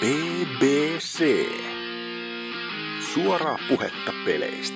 BBC. Suoraa puhetta peleistä.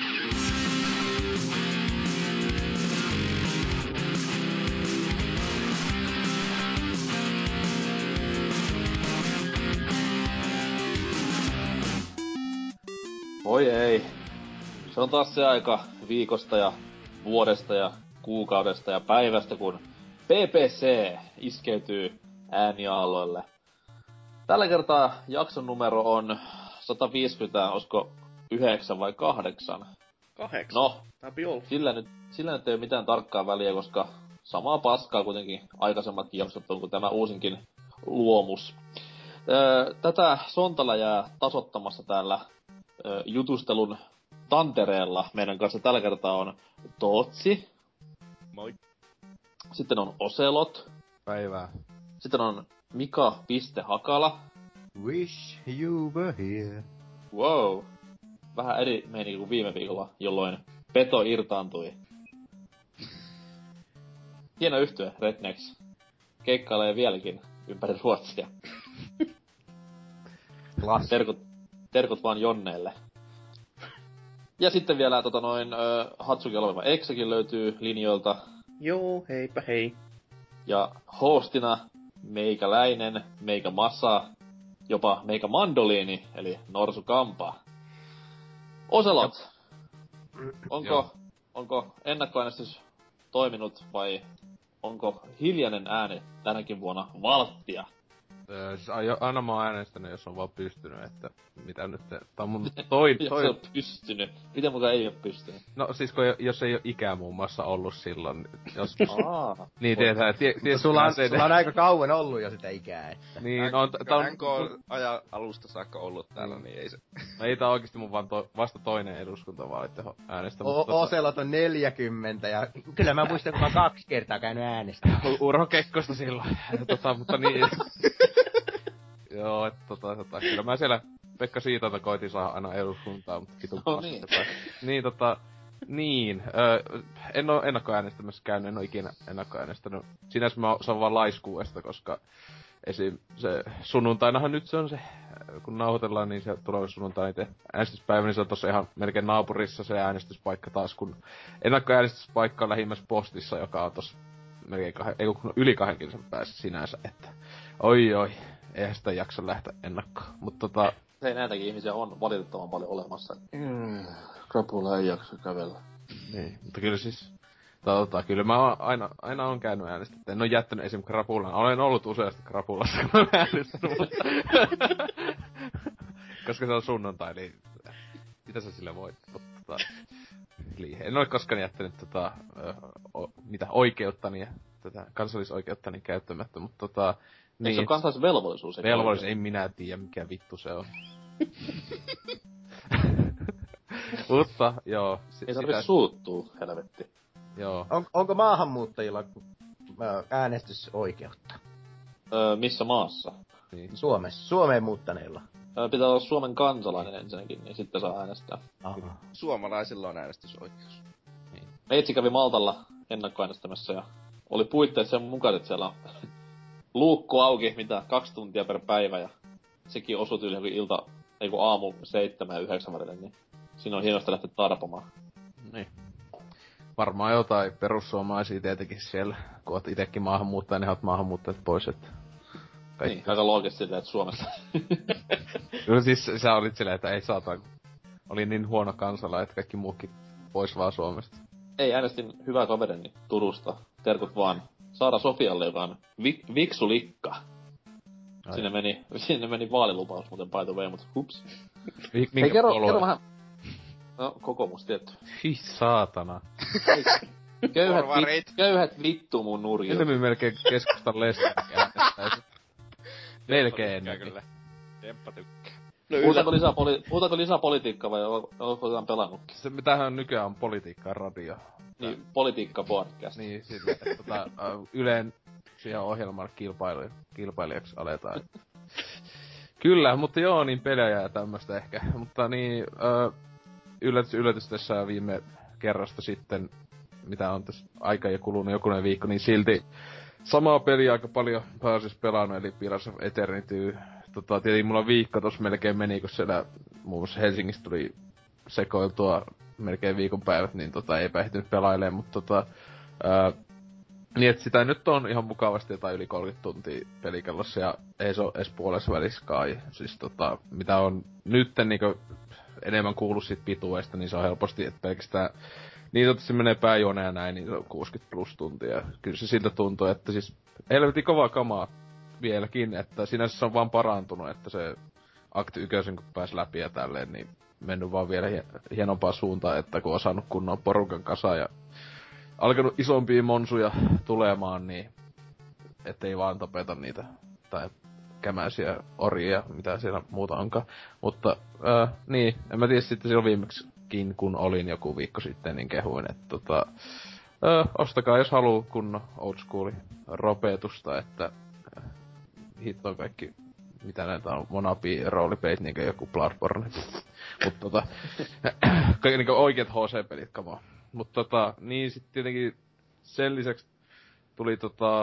Oi ei. Se on taas se aika viikosta ja vuodesta ja kuukaudesta ja päivästä, kun BBC iskeytyy ääniaaloille. Tällä kertaa jakson numero on 150, olisiko 9 vai 8? 8? No, Tapiol. sillä nyt ei ole mitään tarkkaa väliä, koska samaa paskaa kuitenkin aikaisemmatkin jaksot on kuin tämä uusinkin luomus. Tätä Sontala jää tasottamassa täällä jutustelun tantereella. Meidän kanssa tällä kertaa on Tootsi. Moi. Sitten on Oselot. Päivää. Sitten on Mika.Hakala. Wish you were here. Wow. Vähän eri meininki kuin viime viikolla, jolloin Peto irtaantui. Hieno yhtye, Rednecks. Keikkailee vieläkin ympäri Ruotsia. Terkut vaan Jonneille. Ja sitten vielä Hatsuki oleva Eksekin löytyy linjoilta. Joo, heipä hei. Ja hostina meikäläinen, meikä Massa, jopa meikä Mandoliini, eli Norsu Kampa. Oselot, onko ennakkoäänestys toiminut vai onko hiljainen ääni tänäkin vuonna valttia? Siis aina mä oon äänestänyt, jos on vaan pystynyt, että mitä nyt tää on mun Jos ei oo pystynyt. Miten muka ei oo pystynyt? No siis jos ei oo ikää muun muassa ollut silloin, jos... niin tietää, sulla on aika kauan ollut jo sitä ikää, että... Niin, on... ajan alusta saakka ollut täällä, niin ei se... No ei tää oikeesti mun vasta toinen eduskuntavaalit, johon äänestä, Oselot on 40, ja kyllä mä muistan, kun mä 2 kertaa käynyt äänestämään. Urho Kekkosta silloin, mutta niin... Joo, kyllä mä siellä Pekka Siitalta koitin saada aina eduskuntaa, mutta vitun niin. En oo ennakkoäänestämässä käynyt, en oo ikinä ennakkoäänestänyt. Sinänsä se on vaan laiskuudesta, koska esim. Se sunnuntainahan nyt se on se, kun nauhoitellaan, niin se tulee sunnuntai itse äänestyspäivä, niin se on tossa ihan melkein naapurissa se äänestyspaikka taas, kun ennakkoäänestyspaikka on lähimmässä postissa, joka on tossa melkein yli 2 kilsan päässä sinänsä, että oi. Eihän sitä jaksa lähteä ennakkoon, mutta Hei, näitäkin ihmisiä on valitettavan paljon olemassa. Krapula ei jaksa kävellä. Niin, mutta kyllä siis... kyllä mä aina on käynyt äänestämään. En oo jättänyt esim. Krapulaan. Olen ollut useasti Krapulassa, kun olen äänestänyt, mutta... koska se on sunnuntai, niin... Mitä sä sille voit? Mutta en ole koskaan jättänyt oikeuttani ja tätä kansallisoikeuttani käyttämättä, mutta niin. Eikö se ole kansallisvelvollisuus? Velvollisuus, en minä tiedä mikä vittu se on. Mutta, joo. Ei tarvitse suuttuu, helvetti. Joo. Onko maahanmuuttajilla äänestysoikeutta? Missä maassa? Niin. Suomessa. Suomeen muuttaneilla. Pitää olla Suomen kansalainen ensinnäkin, niin sitten saa äänestää. Aha. Suomalaisilla on äänestysoikeus. Niin. Meitsi kävi Maltalla ennakkoäänestämässä ja oli puitteet sen mukaan, että siellä on luukku auki, 2 tuntia per päivä, ja sekin osui tyyliin aamu 7 ja 9 välillä, niin siinä on hienosta lähteä tarpomaan. Niin. Varmaan jotain perussuomalaisia tietenkin siellä, kun oot itekin maahanmuuttaja, niin oot maahanmuuttajat pois, että... Niin, aika loogisesti silleen, että Suomessa. Kyllä siis sä olit silleen, että ei saata, oli niin huono kansalainen, että kaikki muukin pois vaan Suomesta. Ei, äänestin hyvää kaverini Turusta. Terkut vaan Saara Sofialle, joka on viksulikka. Sinne meni vaalilupaus muuten by the way, mut hups. Hei, kerro vähän. No, kokoomus tietty. Hi saatana. Köyhät vittu mun nurjot. Enemmän melkein keskustan lesken äänestäisi. Melkein ennenkin. Demppa tykkää. Puhutaanko lisää politiikkaa vai onko jotain pelannutkin? Se mitähän nykyään on politiikkaa radio. Niin, politiikka podcast. Niin, silleen, että Ylen siihen ohjelmaan kilpailijaksi aletaan. Kyllä, mutta joo, niin pelejä ja tämmöstä ehkä. Mutta niin, yllätys tässä viime kerrasta sitten, mitä on tässä aika jo kulunut jokunen viikko, niin silti samaa peliä aika paljon pääsis pelannut, eli Pillars of Eternity tietenkin mulla viikko tossa melkein meni, kun siellä muun muassa Helsingistä tuli sekoiltua melkein viikonpäivät, niin ei päihtynyt pelailemaan, mutta niin et sitä nyt on ihan mukavasti jotain yli 30 tuntia pelikellossa ja ei se oo edes puolessa välissä kai. Siis mitä on nytten niinku enemmän kuullut siitä pituudesta, niin se on helposti, että pelkästään niin se menee pääjuoneen ja näin, niin se on 60 plus tuntia. Kyllä se siltä tuntuu, että siis helvetin kovaa kamaa vieläkin, että sinänsä se on vaan parantunut, että se Act 1, kun pääsi läpi ja tälleen, niin mennyt vaan vielä hienompaa suuntaan, että kun on saanut kunnon porukan kasaan ja alkanut isompia monsuja tulemaan, niin ettei vaan tapeta niitä tai kämäisiä orjia, mitä siellä muuta onkaan. Mutta niin, en mä tiedä sitten silloin viimeksikin, kun olin joku viikko sitten, niin kehuin, että ostakaa jos haluu kunnon old school ropetusta, että hitto on kaikki, mitä näitä on, Monabi roolipeit, niinkö joku Bloodborne. Mut kaikki niinkö oikeet HC-pelit, kamaa. Mut niin sit tietenkin sen lisäksi tuli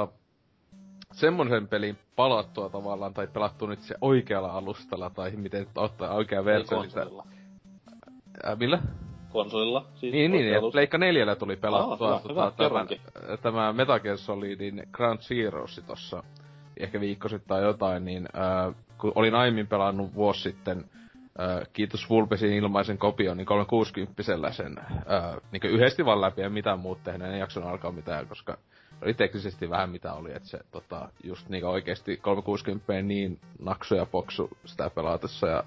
semmoisen pelin palattua tavallaan, tai pelattua nyt se oikealla alustalla, tai miten ottaa oikea versio. Konsolilla. Millä? Konsolilla? Siis niin, Pleikka 4 tuli pelattua tämä Metal Gear Solidin Ground Zeroes tossa ehkä viikko sitten tai jotain, niin kun olin aiemmin pelannut vuosi sitten, kiitos Vulpesin ilmaisen kopion, niin 360 sen niin yhdesti vaan läpi ja mitään muut tehdä, en jaksanut alkaa mitään, koska oli teknisesti vähän mitä oli, että se just niin oikeesti 360 niin naksu ja poksu sitä pelaatessa ja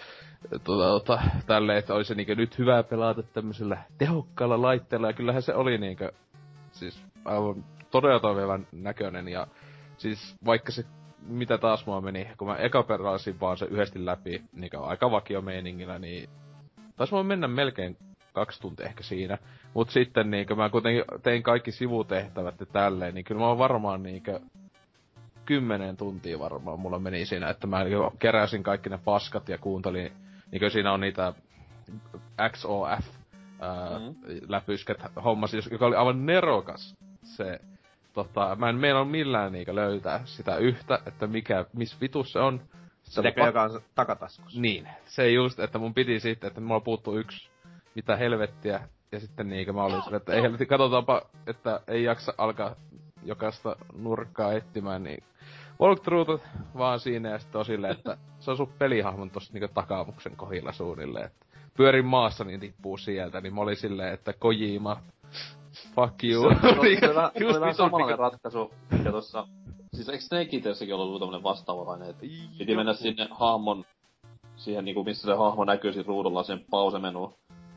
tälleen, että oli se niinkö nyt hyvä pelata tämmöisellä tehokkaalla laitteella ja kyllähän se oli niinkö siis aivan todella toiveivan näköinen ja siis vaikka se mitä taas mua meni, kun mä eka pelasin vaan se yhdesti läpi niinkö aika vakio meiningillä, niin taisi mua mennä melkein 2 tuntia ehkä siinä. Mut sitten niinkö mä kuitenkin tein kaikki sivutehtävät ja tälleen, niin kyllä mä varmaan niinkö 10 tuntia varmaan mulla meni siinä, että mä keräsin kaikki ne paskat ja kuuntelin, niinkö siinä on niitä XOF läpyskät hommasin, joka oli aivan nerokas se. Mä en meinaa millään niinkö löytää sitä yhtä, että miss vitus se on. Sitäkö joka on takataskussa? Niin. Se just, että mun piti sitten, että mulla puuttuu yksi mitä helvettiä. Ja sitten niinkö mä olin sille, että ei helvetti, katsotaanpa, että ei jaksa alkaa jokaista nurkkaa etsimään, niin walkthrough vaan siinä ja sitten on silleen, että se on sun pelihahmon tossa niinkö takamuksen kohdilla suunnilleen, että pyörin maassa niin tippuu sieltä, niin mä olin silleen, että Kojima, fuck you. Se oli vähän samanlainen ratkaisu, mikä tossa, siis eikö Snake Eaterssäkin ollut tämmönen vastaavalainen, että piti mennä sinne hahmon, siihen niinku missä se hahmo näkyy siinä ruudulla, sen pausemenuun.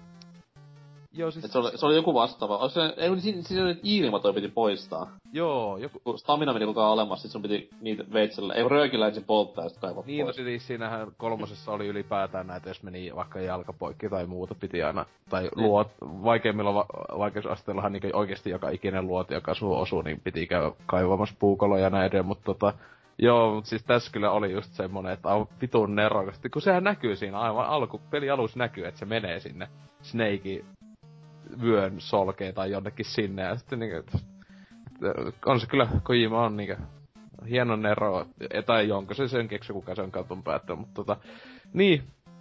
Joo, siis se oli joku vastaava. Oliko se, ei siinä oli ilma toi piti poistaa. Joo, joku stamina meni koko ajan alemmas, sit sun piti niitä veitsellä, ei röökillä ensin polttaa ja sit kaivaa niin, pois. Niin, no siinähän 3. oli ylipäätään näitä, jos meni vaikka jalkapoikki tai muuta, piti aina, tai vaikeimmilla vaikeusasteellahan niin oikeesti joka ikinen luoti, joka sun osuu, niin piti käydä kaivamassa puukoloja ja näiden, mutta joo, mut siis tässä kyllä oli just semmonen, että on vitun nerokasti, kun sehän näkyy siinä aivan peli alus näkyy, että se menee sinne Snakein vyön solkeen tai jonnekin sinne, ja sitten niinkö on se kyllä, Kojima on niinkö hieno nero, tai jonka se sen keksi, kuka se on katon päättänyt, mutta niin.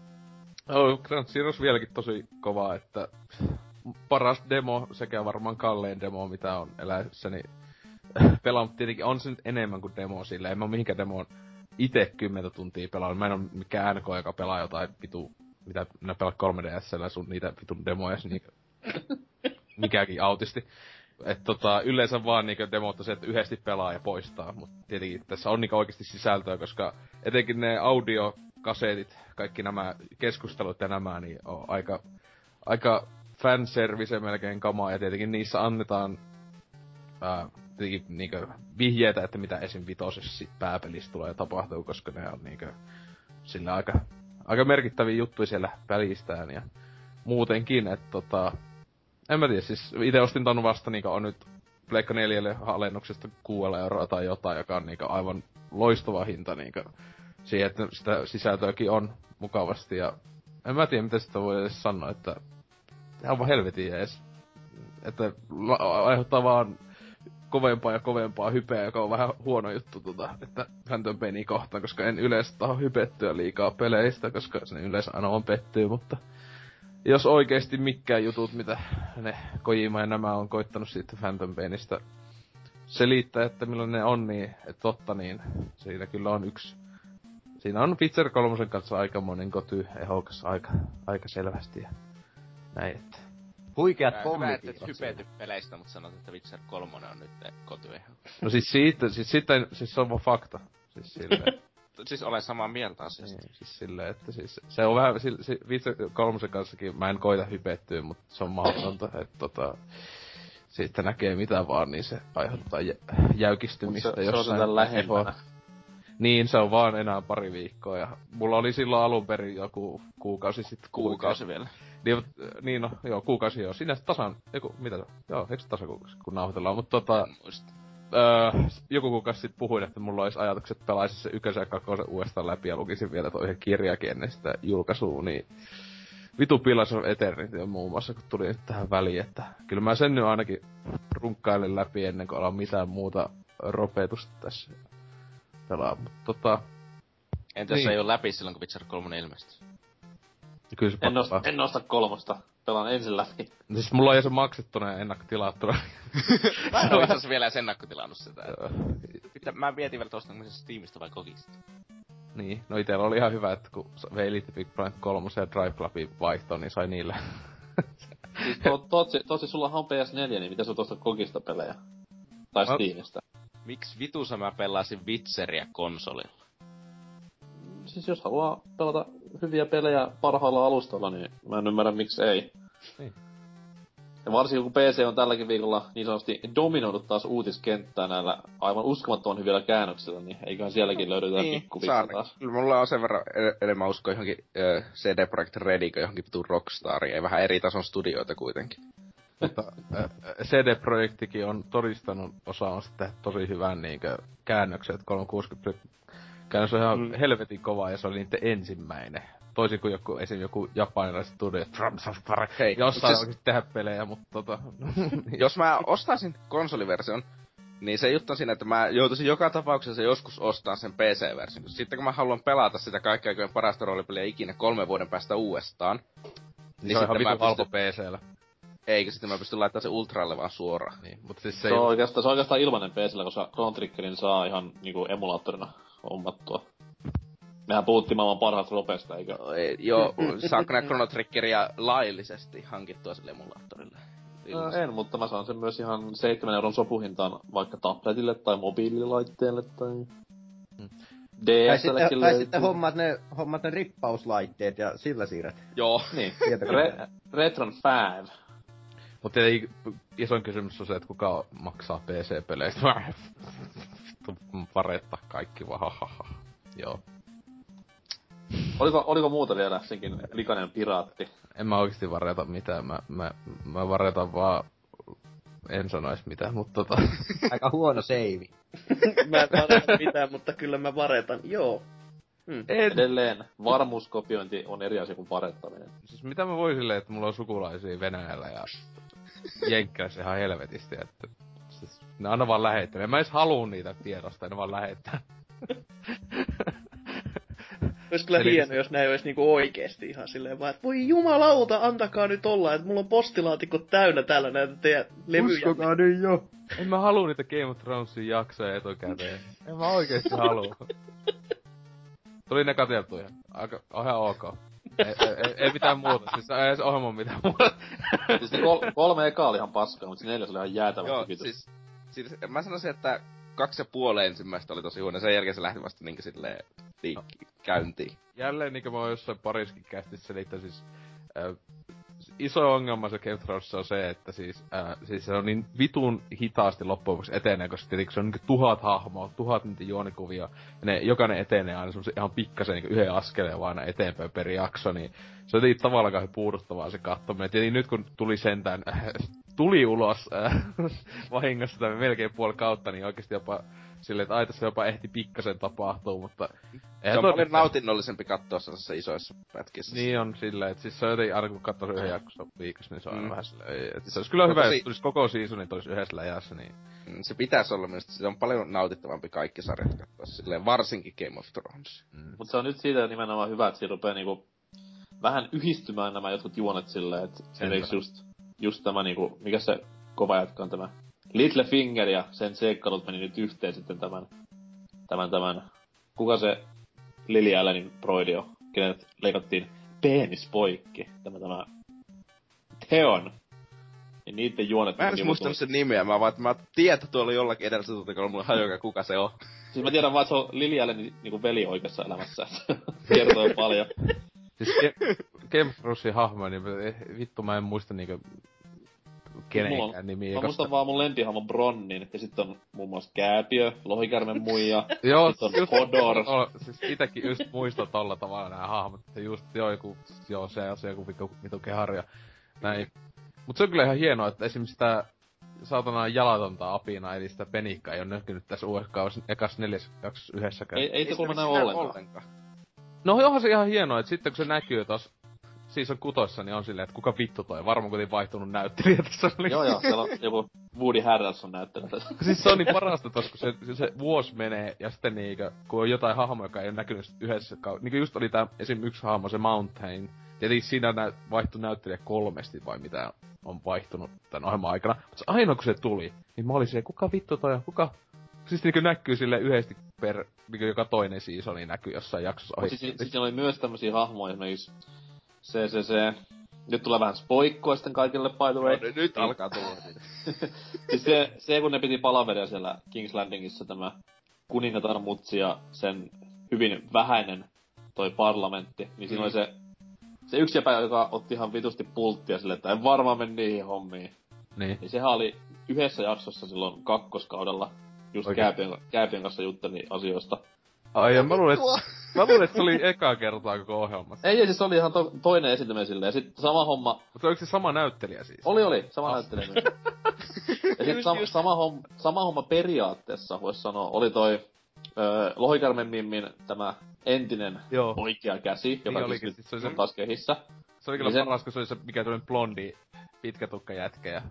Grand Zeroes vieläkin tosi kovaa, että paras demo sekä varmaan kallein demo, mitä on eläessäni pelannut. Tietenkin on se nyt enemmän kuin demo sille, en mä mihinkään demoon ite 10 tuntia pelannut. Mä en oo mikään NK, joka pelaa jotain mitä minä pelaat 3DS:llä sun niitä vitun demoja, niin mikäkin autisti. Et yleensä vaan niinkö demot on se, että yhdesti pelaa ja poistaa, mut tietenkin tässä on niinkö oikeesti sisältöä, koska etenkin ne audiokasetit, kaikki nämä keskustelut ja nämä, niin on aika fanservice melkein kamaa, ja tietenkin niissä annetaan tietenkin niinkö vihjeitä, että mitä esim. 5. pääpelissä tulee tapahtuu, koska ne on niinkö sillä aika merkittäviä juttuja siellä välistään ja muutenkin, että en mä tiedä, siis ite ostin ton vasta niinkö on nyt Pleikka 4 alennuksesta 6 € tai jotain, joka on niinkö aivan loistava hinta niinkö siihen, että sitä sisältöäkin on mukavasti ja en mä tiedä mitä sitä voi edes sanoa, että ihan vaan helvetin ees. Että aiheuttaa vaan kovempaa ja kovempaa hypeä, joka on vähän huono juttu että Phantom Painia kohtaan, koska en yleensä taho hypettyä liikaa peleistä, koska se yleensä aina on pettyy, mutta jos oikeesti mikään jutut, mitä ne Kojima ja nämä on koittanut siitä Phantom Painista selittää, että millainen ne on, niin että totta, niin siinä kyllä on siinä on Witcher 3 kanssa aikamoinen koty ehokas aika selvästi ja näin, että Huikeat Hyvä, pommit. että et hypety peleistä, mutta sanot, että Witcher 3 on nyt kotyehä. no siis se on vaan fakta. Siis silleen. Siis olen samaa mieltä asiasta. Niin, siis silleen, että siis se on vähän Witcher 3 kanssakin mä en koita hypettyä, mutta se on mahdotonta, että siitä näkee mitä vaan, niin se aiheuttaa jäykistymistä jossain. Se on lähempänä. Niin, se on vaan enää pari viikkoa ja mulla oli silloin alun perin joku kuukausi sitten. Kuukausi vielä. Niin no, joo, kuukausi joo. Sinä tasan, mitä se on? Joo, eikö se tasan kuukausi, kun nauhoitellaan, mutta En muista. joku kuukausi sitten puhuin, että mulla olisi ajatukset pelaisin se 1 ja 2 uudestaan läpi ja lukisin vielä toi ihan kirjakin ennen sitä julkaisua, niin vitu Pillars of Eternity on muun muassa, kun tuli nyt tähän väliin, että kyllä mä sen nyt ainakin runkkailen läpi ennen kuin alan mitään muuta ropetusta tässä pelaa, mutta Entäs niin. Ei oo läpi silloin, kun Witcher 3 ilmestyy? Kyllä se en nosta 3. Pelaan ensin läpi. Siis mulla on jo se maksettuna ja ennakkotilattuna. Mä en oo itse asiassa vielä ennakkotilannut sitä. Mä mietin vielä tosta Steamista vai Kokista. Niin, no itellä oli ihan hyvä, että kun vei Elite Big Planet 3 ja Drive Clubin vaihtoon, niin sai niillä. Siis tosi sulla on PS4, niin mitä sä tosta Kokista pelejä? Tai Steamista? Miksi vitussa mä pelasin Witcheria konsolilla? Siis jos haluaa pelata hyviä pelejä parhaalla alustalla, niin mä en ymmärrä miksi ei. Niin. Ja varsinkin kun PC on tälläkin viikolla niin sanotusti dominoinut taas uutiskenttää näillä aivan uskomattoman hyvillä käännöksillä, niin eiköhän sielläkin löydy jotain pikkuvitsa taas. Mulla on sen verran enemmän usko johonkin CD Projekt Redikö johonkin vitun Rockstariin, ei vähän eri tason studioita kuitenkin. Mutta CD Projektikin on todistanut osaansa tehdä tosi hyvän niinkö käännöksen, että 360 käännös on ihan helvetin kova ja se oli niitten ensimmäinen. Toisin kuin joku japanilaiset studio, Hei, jossain oikeesti tehdä pelejä, mutta Jos mä ostaisin konsoliversion, niin se juttu on siinä, että mä joutuisin joka tapauksessa joskus ostaa sen PC-version. Sitten kun mä haluan pelata sitä kaikkein parasta roolipeliä ikinä 3 vuoden päästä uudestaan, niin se on ihan vitun halpa PC:llä. Eikä sitten mä pystyn laittamaan se ultralle vaan suoraan. Niin, mutta siis se on oikeastaan ilmanen PC:llä, koska Chrono Triggerin saa ihan niinku emulaattorina hommattua. Mehän puhuttiin maailman parhaat ropesta, eikö? Joo, saanko nää Chrono Triggeria laillisesti hankittua sille emulaattorille? No, en, mutta mä saan sen myös ihan 7 euron sopuhintaan vaikka tabletille tai mobiililaitteelle tai... DSL:kin Tai sitten hommat ne rippauslaitteet ja sillä siirrät. Joo. Niin. Retron 5. Mutta ei, isoin kysymys on se, että kuka maksaa PC-peleistä. Varetta kaikki vaan, hahaha. Joo. Oliko muuta vielä senkin likainen piraatti? En mä oikeesti vareta mitään, mä varetan vaan... En sanois mitään, mutta Aika huono seivi. Mä en vareta mitään, mutta kyllä mä varetan, joo. Edelleen, varmuuskopiointi on eri asia kuin varettaminen. Siis mitä mä voin silleen, että mulla on sukulaisia Venäjällä ja Jenkkilässä ihan helvetisti, että... Siis, ne aina vaan lähettää. En mä edes haluu niitä tiedosta, ne vaan lähettää. Ois kyllä hieno, jos näin ois niinku oikeesti ihan silleen vaan, että voi jumalauta, antakaa nyt olla, että mulla on postilaatikko täynnä täällä näitä teidän levyjä. Uskokaa nyt jo! En mä haluu niitä Game of Thronesin jaksoja etukäteen. En mä oikeesti haluu. Tuli ne katseltu ihan ok. Ei mitään muuta, siis ei edes ohjelma mitään muuta. Siis ne 3 ekaa oli ihan paskaa, mutta se 4 oli ihan jäätävä. Joo, siis mä sanoisin, että 2,5 ensimmäistä oli tosi huono, sen jälkeen se lähti vasta niinkö silleen käyntiin. Jälleen niinkö mä oon jossain pariskin kästissä selittää siis... iso ongelma se Game of Thronesissa on se, että siis se on niin vitun hitaasti loppujen lopuksi etenee, koska tietenkin se on niinku 1000 hahmoa, 1000 niitä juonikuvia, ja ne jokainen etenee aina semmosen ihan pikkasen niinku yhden askeleen vaan aina eteenpäin per jakso, niin se on tavallaan kauhean puuduttavaa se kattominen. Tietenkin nyt kun tuli sentään tuli ulos vahingossa tai melkein puoli kautta, niin oikeesti jopa silleen, että ai tässä jopa ehti pikkasen tapahtua, mutta... Se on paljon nautinnollisempi katsoa sellaisissa isoissa pätkissä. Niin on silleen, että siis se on jotenkin aina kun katsoo yhden jakson viikossa, niin se on aina vähän silleen, että se olisi kyllä hyvä, jos tulisi koko seasonin tulisi yhdessä läjässä, niin... Se pitäisi olla myös, se on paljon nautittavampi kaikki sarjat katsoa silleen, varsinkin Game of Thrones. Mut se on nyt siitä nimenomaan hyvä, että siinä rupee niinku vähän yhdistymään nämä jotkut juonet silleen, että esimerkiksi just tämä niinku, mikä se kova jätkä on tämä Littlefinger ja sen seikkailut meni nyt yhteen sitten tämän kuka se Lily Allenin broidio, kenet leikattiin penis poikki, tämä Theon. Niin niitten juonet... Mä en edes muistanut sen nimeä, mä tiedän, että tuolla jollakin edellisellä tuntikolla mulla hajokaa kuka se on. Siis mä tiedän vaan, että se on Lily Allenin niinku veli oikeassa elämässä. Kertoo paljon. Siis Game of Thronesin hahmo, niin vittu mä en muista niinku kenenkään nimiä. Mä muistan vaan mun lempihahmon Bronnin, ja sitten on muun muassa Kääpiö, Lohikärmen muija, joo, sit on Hodor. Siis itekin just muistan tolla tavalla nää hahmot, että just se on joku vitu kehari ja näin. Mut se on kyllä ihan hienoa, että esimerkiksi sitä saatanaan jalatonta apinaa, eli sitä penikkaa ei oo näkynyt tässä ekas 4 jaksossa yhdessäkään. Ei se kuulemma näy ollenkaan. No onhan se ihan hienoa, että sitten kun se näkyy tos season 6, niin on silleen, että kuka vittu toi, varmaan kuitenkin vaihtunut näyttelijä tässä oli. Joo, siellä on joku Woody Harrelson näyttelijä tässä. Siis se on niin parasta tos, kun se vuosi menee, ja sitten niinkö, kun on jotain hahmoja, joka ei ole näkynyt yhdessä niinkö just oli tää esim. Yksi hahmo, se Mountain. Tietenkin siinä vaihtui näyttelijä 3 vai mitä on vaihtunut tän ohjelman aikana. Mutta ainoa kun se tuli, niin mä olin se, kuka vittu toi on, kuka... Siis niinkö näkyy sille yhdesti per, niinkö joka toinen seasoni näkyy jossain jaksossa ohi. Siis oli myös tämmösiä hahmoja, esimerkiksi se. Nyt tulee vähän spoikkoa sitten kaikille, by the way. No, nyt alkaa tulla siitä. Siis se, kun ne piti palaveria siellä King's Landingissa, tämä kuningatar mutsi ja sen hyvin vähäinen toi parlamentti, niin siinä oli se yksi jäpä, joka otti ihan vitusti pulttia silleen, että en varmaan mene niihin hommiin. Niin. Niin sehän oli yhdessä jaksossa silloin kakkoskaudella, just Kääpiön kanssa jutteli asioista. Ai, ja mä luulen, että se oli eka kertaa koko ohjelmassa. Ei, siis se oli ihan toinen esiintymä silleen, ja sit sama homma... Mutta oliko se sama näyttelijä siis? Oli, sama näyttelijä myös. Ja sit sama homma periaatteessa, vois sanoa, oli toi Lohikärmen Mimmin tämä entinen oikea käsi, joka niin siis nyt on taas kehissä. Se oli kyllä paras, kun se oli se mikä tämmönen blondi pitkä tukka jätkä ja...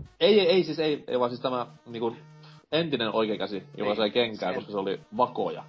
Ei vaan siis tämä niinku entinen oikea käsi, joka sai kenkää, koska se oli vakoja.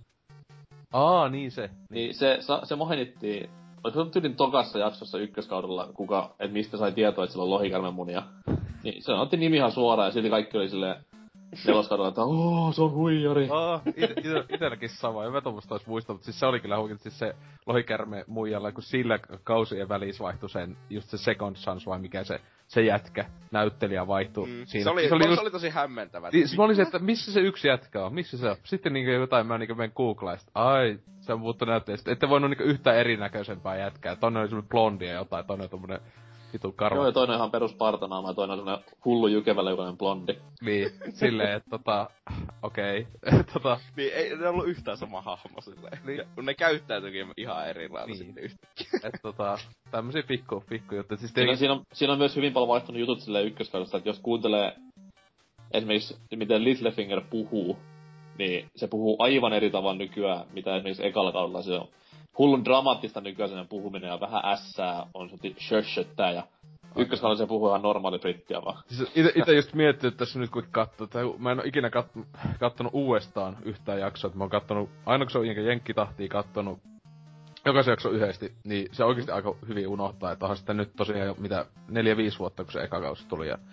Niin se. Niin se mohennittiin, oliko se tyylin tokassa jaksossa ykköskaudella, et mistä sai tietoa, että sillä on lohikärmen munia. Niin se otti nimi ihan suoraan ja silti kaikki oli silleen neloskaudella, että se on huijari. Itelläkin sama, en mä tommoista ois muistanut, mutta siis se oli kyllä huikea, siis se lohikärme muijalla, kun sillä kausien välissä vaihtui sen, just se Second Chance vai mikä se jätkä, näyttelijä vaihtui siinä. Se oli tosi hämmentävä. Siis mä olin se, että missä se yksi jätkä on, missä se on? Sitten niinkö jotain mä niinkö menen googlaan, ai, se on muuttu näyttelijä. Sitten ette voinut niinkö yhtään erinäköisempää jätkää, tonne oli semmonen blondi ja jotain, tonne on tommonen vitu karva. Joo, ja toinen on ihan perus partanaama ja toinen on semmonen hullu jykevällä jokainen blondi. Niin, silleen, että okei. Niin, ei ne ollut yhtään sama hahmo silleen. Niin. Kun ne käyttäytyykin ihan eri lailla niin. sitten yhtäkkiä. Että tämmösiä pikku juttuja. Siis siinä on myös hyvin paljon vaihtunut jutut silleen ykköskaudesta, että jos kuuntelee esimerkiksi miten Littlefinger puhuu, niin se puhuu aivan eri tavan nykyään, mitä esimerkiksi ekalla kaudella se on. Hullun dramaattista nykyään sen puhuminen ja vähän ässää on se shöshöttää ja ykköskaudella se puhuu ihan normaali brittiä vaan. Siis ite just miettii, että tässä nyt kun katsoo, että mä en oo ikinä kattonut uudestaan yhtään jaksoa, että mä oon kattonut, aina kun se on jenkkitahtia kattonut jokaisen jakso yhdesti, niin se oikeesti aika hyvin unohtaa, että onhan sitä nyt tosiaan jo mitä 4-5 vuotta, kun se eka kausi tuli ja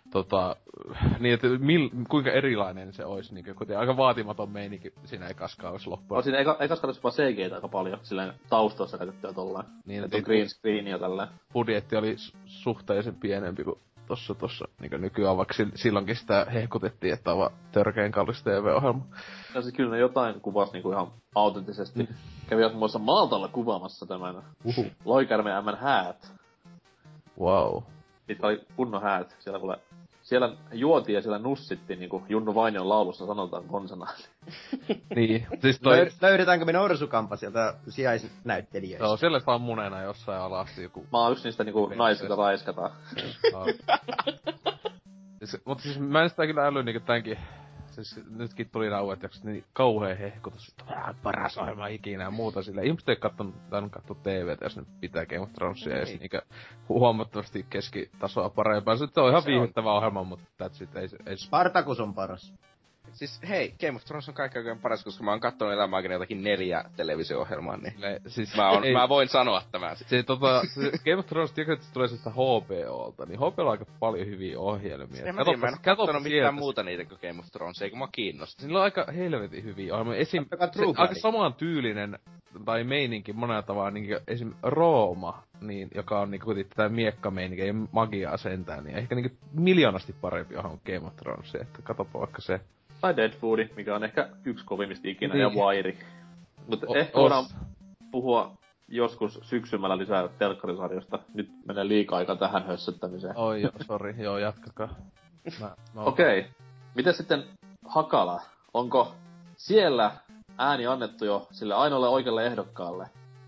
niin että kuinka erilainen se ois niinkö, kuten aika vaatimaton meininki siinä ekas kausi loppuun. On siinä ekas kausi jopa CG:tä aika paljon, silleen taustoissa käytettyä tollaan. Niin, että on green screen ja tälleen. Budjetti oli suhteellisen pienempi kuin tossa niinkö nykyään, vaikka silloinkin sitä hehkutettiin, että on törkeen kallis TV-ohjelma. Ja siis kyllä ne jotain kuvasi niinku ihan autenttisesti. Kävivät muun muassa Maltalla kuvaamassa tämän Lohikärmen M:n häät. Wow. Mitkä oli kunnon häät. Siellä juotiin ja siellä nussittiin niinku Junnu Vainion laulussa sanotaan konsanaali. Niin, siis Löydetäänkö me Norsukampa sieltä sijaisnäyttelijöistä? Joo, siellä vaan munena jossain alasti joku... Mä oon yksi niistä niinku naisista raiskataan. Mutta siis mä en sitä kyllä äly niinku tämänkin... Siis nytkin tuli rauhat jaksot, niin kauhea hehkutus, että paras ohjelma ikinä ja muuta silleen. Ihmiset ei tainnut katsoa TVtä, jos ne pitää Game of Thronesia edes niinkö huomattavasti keskitasoa parempaa. Se on ihan viihdyttävä ohjelma, mutta that's it, ei... Spartacus on paras. Siis hei, Game of Thrones on kaikkein oikein paras, koska mä oon kattonut elämääkin jotakin 4 televisio-ohjelmaa, niin siis mä voin sanoa tämän. Se Game of Thrones tiedätkö, että se tulee sitä HBOlta, niin HBOlla on aika paljon hyviä ohjelmia. En mä en kattonut mitään muuta niitä kuin Game of Thrones, eikö mä kiinnosta. Niillä on aika helvetin hyviä ohjelmia. Esim. aika saman tyylinen tai meininki monella tavalla, niin esim. Rooma, niin, joka on niinku tätä miekkameininkiä ja magiaa sentään, niin ehkä niinku miljoonasti parempi ohjelma kuin Game of Thrones, että katsopa vaikka se. Tai Deadwood, mikä on ehkä yksi kovimmista ikinä, niin. ja Wire. Mutta ehkä voidaan puhua joskus syksymällä lisää telkkarisarjosta. Nyt menee liikaa aika tähän hössöttämiseen. Oi joo, sori, joo, jatkakaa. Okei. Miten sitten Hakala? Onko siellä ääni annettu jo sille ainoalle oikealle ehdokkaalle?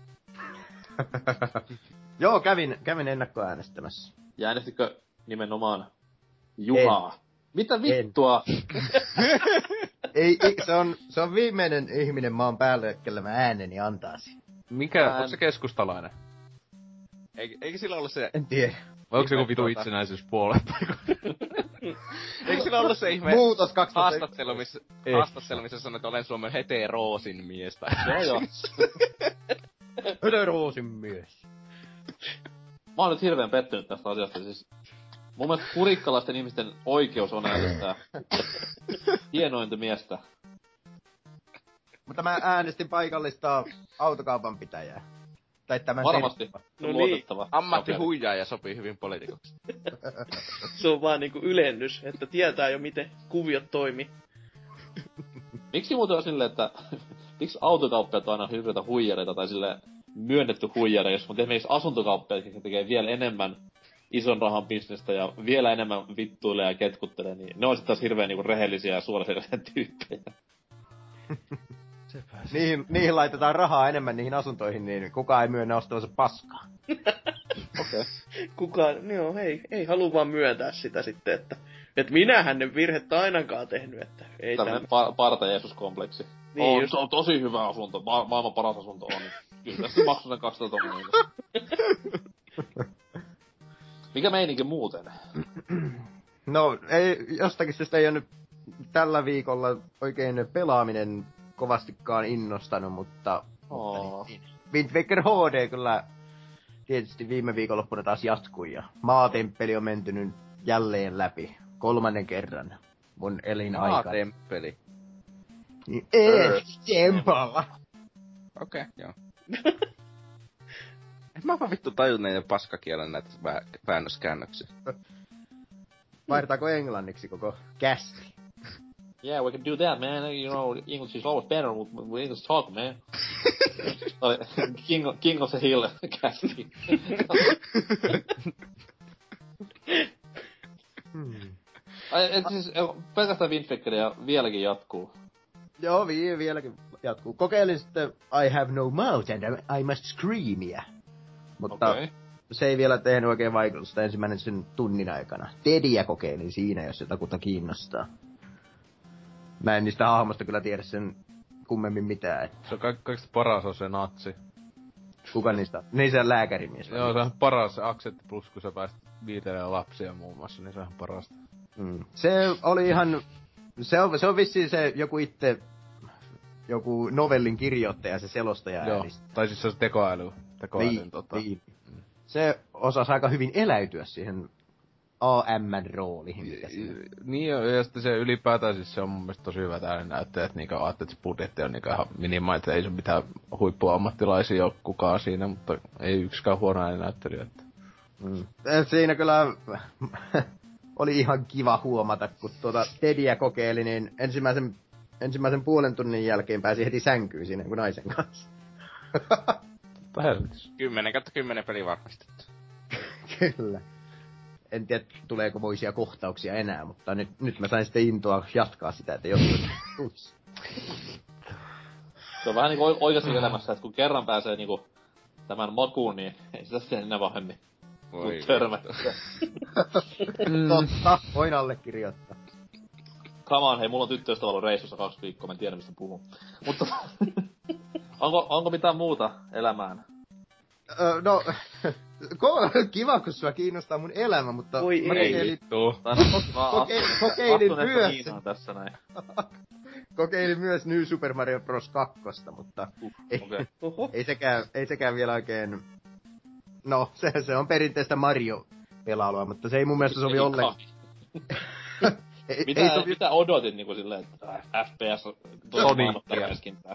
Joo, kävin ennakkoäänestämässä. Ja äänestikö nimenomaan Juhaa? Mitä vittua? ei, se on viimeinen ihminen maan päälle, kelle mä ääneni antaisin. Onko se keskustalainen? Eikö sillä ollut se... En tiedä. Vai onko se joku vitu itsenäisyyspuolue? Eikö sillä ollut se ihme muutos haastattelu, missä sanoi, että olen Suomen heteroosin miestä? Joo. Heteroosin mies. Mä oon nyt hirveen pettynyt tästä asiasta, siis... Mun mielestä kurikkalaisten ihmisten oikeus on äänestää hienointa miestä. Mutta mä äänestin paikallista autokaupan pitäjää. Tai tämän varmasti. No luotettava. Ammattihuijaaja sopii hyvin poliitikoksi. Se on vaan niinku ylennys, että tietää jo miten kuviot toimii. Miksi muuten on silleen, että... miksi autokauppiaat on aina hirveitä huijareita tai silleen myönnetty huijareita, mutta esimerkiksi asuntokauppiaat tekee vielä enemmän ison rahan bisnestä ja vielä enemmän vittuilee ja ketkuttelee, niin ne on sit taas hirveen niinku rehellisiä ja suoraselkäisiä tyyppejä. Niihin laitetaan rahaa enemmän niihin asuntoihin, niin kukaan ei myönnä ostavansa paskaa. Okei. Kukaan, joo, ei halua vaan myöntää sitä sitten, että minähän ne virhettä ainakaan tehnyt, että ei tämmönen parta Jeesus-kompleksi. Niin, se on tosi hyvä asunto, maailman paras asunto on. Kyllä tästä maksaa sen 200 000. Mikä meininki muuten? No, jostakin syystä ei ole nyt tällä viikolla oikein pelaaminen kovastikaan innostanut, mutta Wind Waker HD kyllä tietysti viime viikonloppuna taas jatkui ja Maatemppeli on mentynyt jälleen läpi 3. kerran mun elinaikana. Maatemppeli? Temple! Okei, joo. Mä vaan vittu tajun näitä paskakielen näitä väännöskäännöksiä. Vaihtaako englanniksi koko kästi? Yeah, we can do that, man. You know, English is always better with English talk, man. King of the Hill kästi. Siis pelkästään Wind Wakeria vieläkin jatkuu. Joo, vieläkin jatkuu. Kokeilin sitten I have no mouth and I must screamia. Mutta se ei vielä tehnyt oikein vaikutusta ensimmäinen sen tunnin aikana. Tediä kokeilin siinä, jos jotakuta kiinnostaa. Mä en niistä hahmosta kyllä tiedä sen kummemmin mitään. Että... Se on kaikista paras on se natsi. Kuka niistä? Niin se on lääkärimies. Joo, se on paras se aksentti plus, kun sä pääst viitelemään lapsia muun muassa, niin se on parasta. Se oli ihan... Se on vissiin se joku novellin kirjoittaja, se selostaja äänistä. Tai siis se on tekoälyn niin. Se osasi aika hyvin eläytyä siihen AM:n-rooliin. Niin ja sitten se ylipäätään siis se on mun mielestä tosi hyvä täällä näyttää, että niinku ajattelet, että se budjetti on niinku ihan minima, että ei se mitään huippuammattilaisia ole kukaan siinä, mutta ei yksikään huono ääninäyttelijä. Siinä kyllä oli ihan kiva huomata, kun Tediä kokeili, niin ensimmäisen puolen tunnin jälkeen pääsi heti sänkyyn siinä kuin naisen kanssa. 10/10 peli varmistettu. Kyllä. En tiedä, tuleeko moisia kohtauksia enää, mutta nyt mä sain sitten intoa jatkaa sitä, että joskus tulisi. Se on vähän niinku oikeassa elämässä, että kun kerran pääsee niinku tämän makuun, niin ei sitä sitten enää vahvemmin Voi törmättyä. Totta, voin allekirjoittaa. Come on, hei, mulla on tyttöystävä ollut reissussa 2 viikkoa, mä en tiedä mistä puhun. Mutta onko mitään muuta elämään? No, kiva, kun sua kiinnostaa mun elämä, mutta Oi, mä ei vittu. kokeilin myös. Tässä näin. Kokeilin myös New Super Mario Bros. 2, mutta ei sekään vielä oikein... No, se on perinteistä Mario-pelailua, mutta se ei mun mielestä sovi ollenkaan. Mitä odotit niinku silleen, että FPS Sonicia?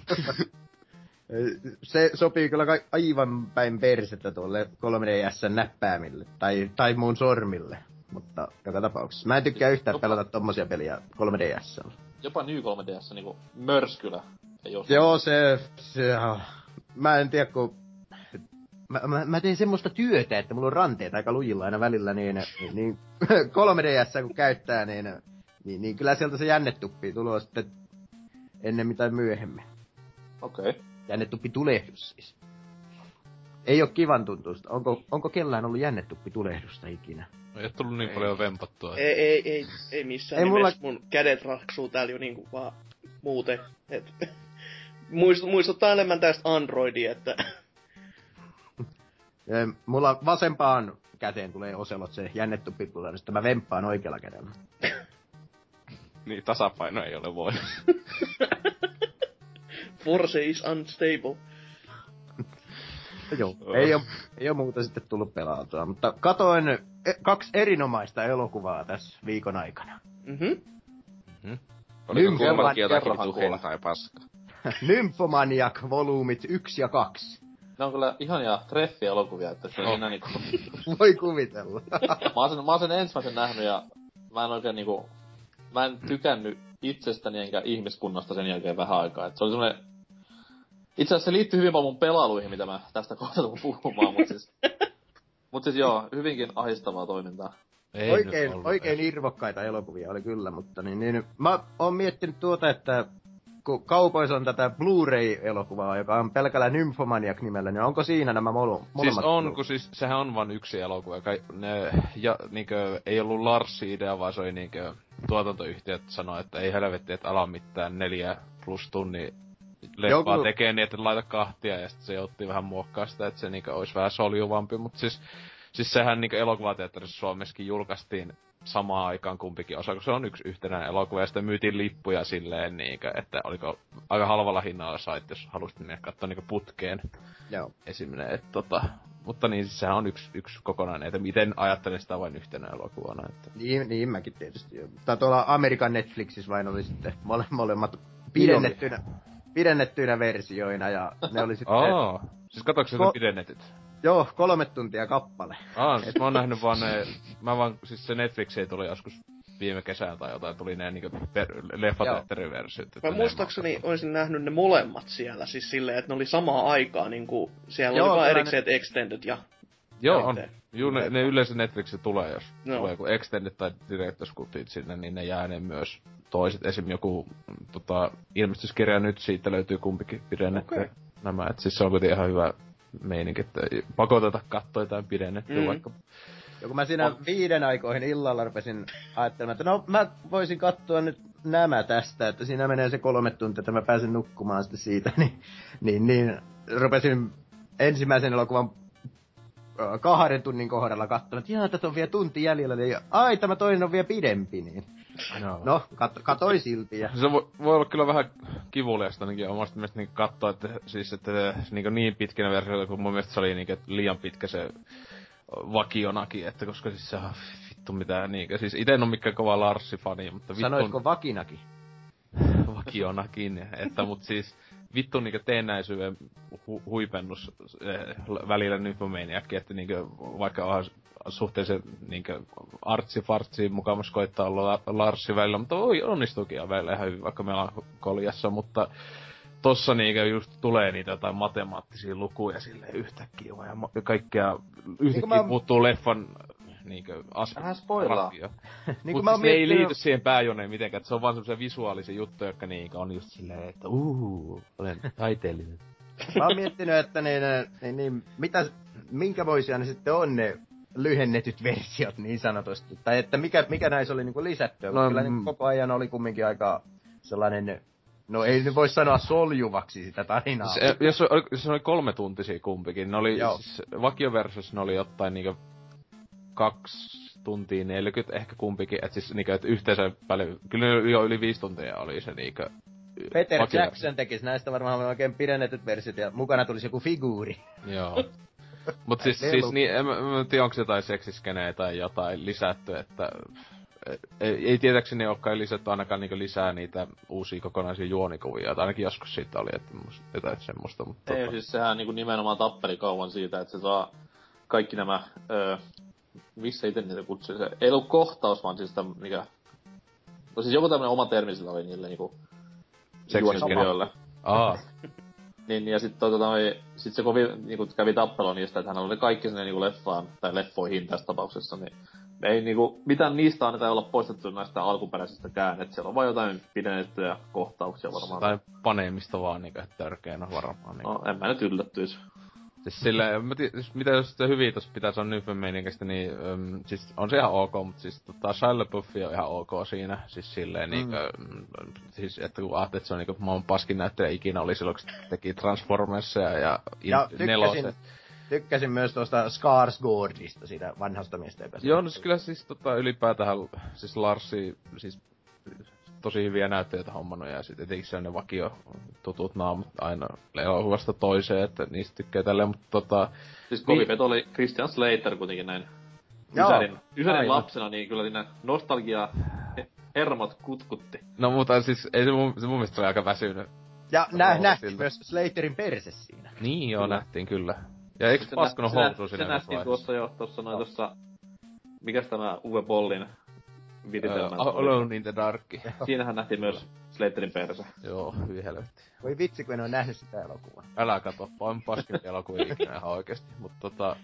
Se sopii kyllä aivan päin persettä tuolle 3DS:n näppäimille, tai mun sormille, mutta joka tapauksessa. Mä en tykkää yhtään pelata tommosia peliä 3DS:llä. Jopa New 3DS niinku mörskylä. Joo, se mä en tiedä, kun mä teen semmoista työtä, että mulla on ranteet aika lujilla aina välillä, niin 3DS kun käyttää, niin kyllä sieltä se jännetuppi tulee sitten ennemmin tai myöhemmin. Okei. Jännetuppi tulehdus siis. Ei oo kivan tuntuista. Onko kellään ollut jännetuppi tulehdusta ikinä? Ei oo tullut niin paljon vempattua. Ei missään ei nimessä. Mun kädet raksuu täällä jo niinku vaan muuten. Muistuttaa enemmän tästä Androidia, että... Mulla vasempaan käteen tulee Oselot se jännetuppi tulehdus, mä vemppaan oikealla kädellä. Niin, tasapaino ei ole voimassa. Force is unstable. Joo, ei oo muuta sitten tullut pelautua, mutta katoin 2 erinomaista elokuvaa tässä viikon aikana. Oliko kummallakin jotakin vitu hentai paska? Nymphomaniac volyymit 1 ja 2. Ne on kyllä ihania treffielokuvia, että se on siinä niinku... Voi kuvitella. Mä oon sen ensimmäisen nähnyt ja mä en oikein niinku... Mä en tykännyt itsestäni enkä ihmiskunnasta sen jälkeen vähän aikaa. Et se oli semmonen... Itse asiassa se liittyy hyvin paljon mun pelailuihin, mitä mä tästä kohta tuun puhumaan, mut siis joo, hyvinkin ahistavaa toimintaa. Oikein irvokkaita elokuvia oli kyllä, mutta niin mä oon miettinyt että kun kaupoissa on tätä Blu-ray-elokuvaa, joka on pelkällä Nymphomaniac nimellä, niin onko siinä nämä molemmat? Siis on, kun siis sehän on vain yksi elokuva. Niinkö ei ollut Larsin idea, vaan se oli niinkö tuotantoyhtiöt sanoi, että ei helvetti, että ala mitään 4+ tunnin leffaa tekee niin, että laita kahtia, ja sitten se jouttiin vähän muokkaa sitä, että se niinkö olisi vähän soljuvampi, mutta siis sehän niinkö elokuvateatterissa Suomessakin julkaistiin samaan aikaan kumpikin osa, kun se on yksi yhtenäinen elokuva, ja sitten myytiin lippuja silleen niinkö, että oliko aika halvalla hinnalla sait, jos halusit mennä katsoa niinkö putkeen. Joo. Esimerkiksi, että mutta niin, siis sehän on yksi kokonainen, että miten ajattelen sitä vain yhtenä elokuvana, että... Niin mäkin tietysti jo. Tai tuolla Amerikan Netflixissä vain oli sitten molemmat pidennettyinä versioina, ja ne oli sitten... Siis katsoitko ne pidennetyt? Joo, 3 tuntia kappale. Siis mä oon nähnyt vaan ne... Siis se Netflix tuli joskus viime kesään tai jotain, tuli ne niinku leffateatteriversiot. Mä muistaakseni olisin nähnyt ne molemmat siellä, siis silleen, että ne oli samaa aikaa niinku... Siellä oli vaan erikseen Extended ja... Joo, on. Juu, ne yleensä Netflixi tulee, jos tulee joku Extended tai Director's Cutit sinne, niin ne jää ne myös toiset. Esim. Joku ilmestyskirja nyt siitä löytyy kumpikin pidennetty nämä, et siis se on kuitenkin ihan hyvä meininki, että pakoteta katsoa jotain pidennettyä vaikka... Ja kun mä siinä 5 aikoihin illalla rupesin ajattelemaan, että no mä voisin katsoa nyt nämä tästä, että siinä menee se 3 tuntia, että mä pääsen nukkumaan sitten siitä, niin rupesin ensimmäisen elokuvan 2 tunnin kohdalla katsomaan, että jaa, tätä on vielä tunti jäljellä, niin ai, tämä toinen on vielä pidempi, niin... No, katoi silti. Ja... Se voi olla kyllä vähän kivuliasta ainakin omasta mielestä niin katsoa, että siis että niin pitkänä versiota, kun mun mielestä se oli niin, liian pitkä se vakionakin, että koska siis se on vittu mitään niinkö. Siis ite en oo mikään kova Larsi-fani, mutta vittu... Sanoitko vakinakin? Vakionakin, että mut siis vittu niinkö teennäisyyden huipennus välillä Nymphomaniac, että niinkö vaikka onhan suhteellisen niinkö artsy-fartsy mukamas koittaa olla Larsi välillä, mutta onnistuukin ja välillä ihan hyvin vaikka melankoliassa, mutta tossa niinkö just tulee niitä jotain matemaattisia lukuja silleen yhtäkkiä ja kaikkea yhtäkkiä muuttuu leffan niinkö spoilaa. Mut siis ne ei liity siihen pääjoneen mitenkään, että se on vaan semmosia visuaalisia juttuja, jotka niinkö on just silleen, että olen taiteellinen. Mä oon miettinyt, että mitä minkämoisia ne sitten on ne lyhennetyt versiot niin sanotusti? Tai että mikä näissä oli niinku lisättyä? No, kyllä niin koko ajan oli kumminkin aika sellainen, no ei nyt voi sanoa soljuvaksi sitä tarinaa. Jos oli 3 tuntisia kumpikin, ne oli, siis vakioversiossa ne oli jotain niinku 2 tuntia 40 ehkä kumpikin, et siis niinku, et yhteensä paljon, kyllä jo yli 5 tuntia oli se niinku Peter Jackson tekisi näistä varmaan oikein pidennetyt versiot ja mukana tulisi joku figuuri. Joo. Mut siis niin, en tiedä onko jotain seksiskenejä tai jotain lisätty, että ei tietääkseni olekaan lisätty ainakaan niinku lisää niitä uusia kokonaisia juonikuvia, tai ainakin joskus siitä oli, että jotain semmoista, mutta ei, siis sehän niinku nimenomaan tappeli kauan siitä, että se saa kaikki nämä, missä ite niitä kutsui, se ei ollut kohtaus, vaan siis sitä, mikä, no siis joku tämmönen oma termi sillä oli niille niinku juonikirjoille. Niin, ja sit sit se niinku kävi tappelua niistä, että hänellä oli kaikki sinne niinku leffaan, tai leffoihin tässä tapauksessa, niin ei niinku, mitään niistä annetaan olla poistettu näistä alkuperäisistä et siellä on vaan jotain pidennettyjä kohtauksia varmaan. Tai paneemista vaan niinku, että törkeänä varmaan niinku. No, en mä nyt yllättyis. Siis silleen, mitä jos se hyvin tossa pitää sanoa Nymphomaniacista, niin siis on se ihan ok, mut siis Shia LaBeouf on ihan ok siinä, siis silleen niinku, siis että kun ajattelet, että se on niinku maailman paskin näyttelijä ikinä oli silloin, kun teki Transformersia ja tykkäsin myös tuosta Skarsgårdista, siitä vanhasta miestä. Joo, no kyllä siis ylipäätään, siis Larsi, siis tosi hyviä näyttelijöitä hommannut ja sit etenkin sellainen vakio tutut naamat aina elokuvasta toiseen, että niistä tykkää tälleen, mutta siis kovipet oli Christian Slater kuitenkin näin Ysärin lapsena, niin kyllä siinä nostalgia hermot kutkutti. No mutta siis ei se mun mielestä oli aika väsynyt. Ja nähtiin myös Slaterin perse siinä. Niin joo, nähtiin kyllä. Ja eiks paskunut housuun siinä? Se nähtiin tuossa mikäs tämä Uwe Bollin viritelmä. Alone in the Dark. Siinähän nähtiin myös Slaterin perse. Joo, hyi helvetti. Voi vitsi, kun en oo nähnyt sitä elokuvaa. Älä kato, on paskempi elokuvia ikinä ihan oikeesti, mutta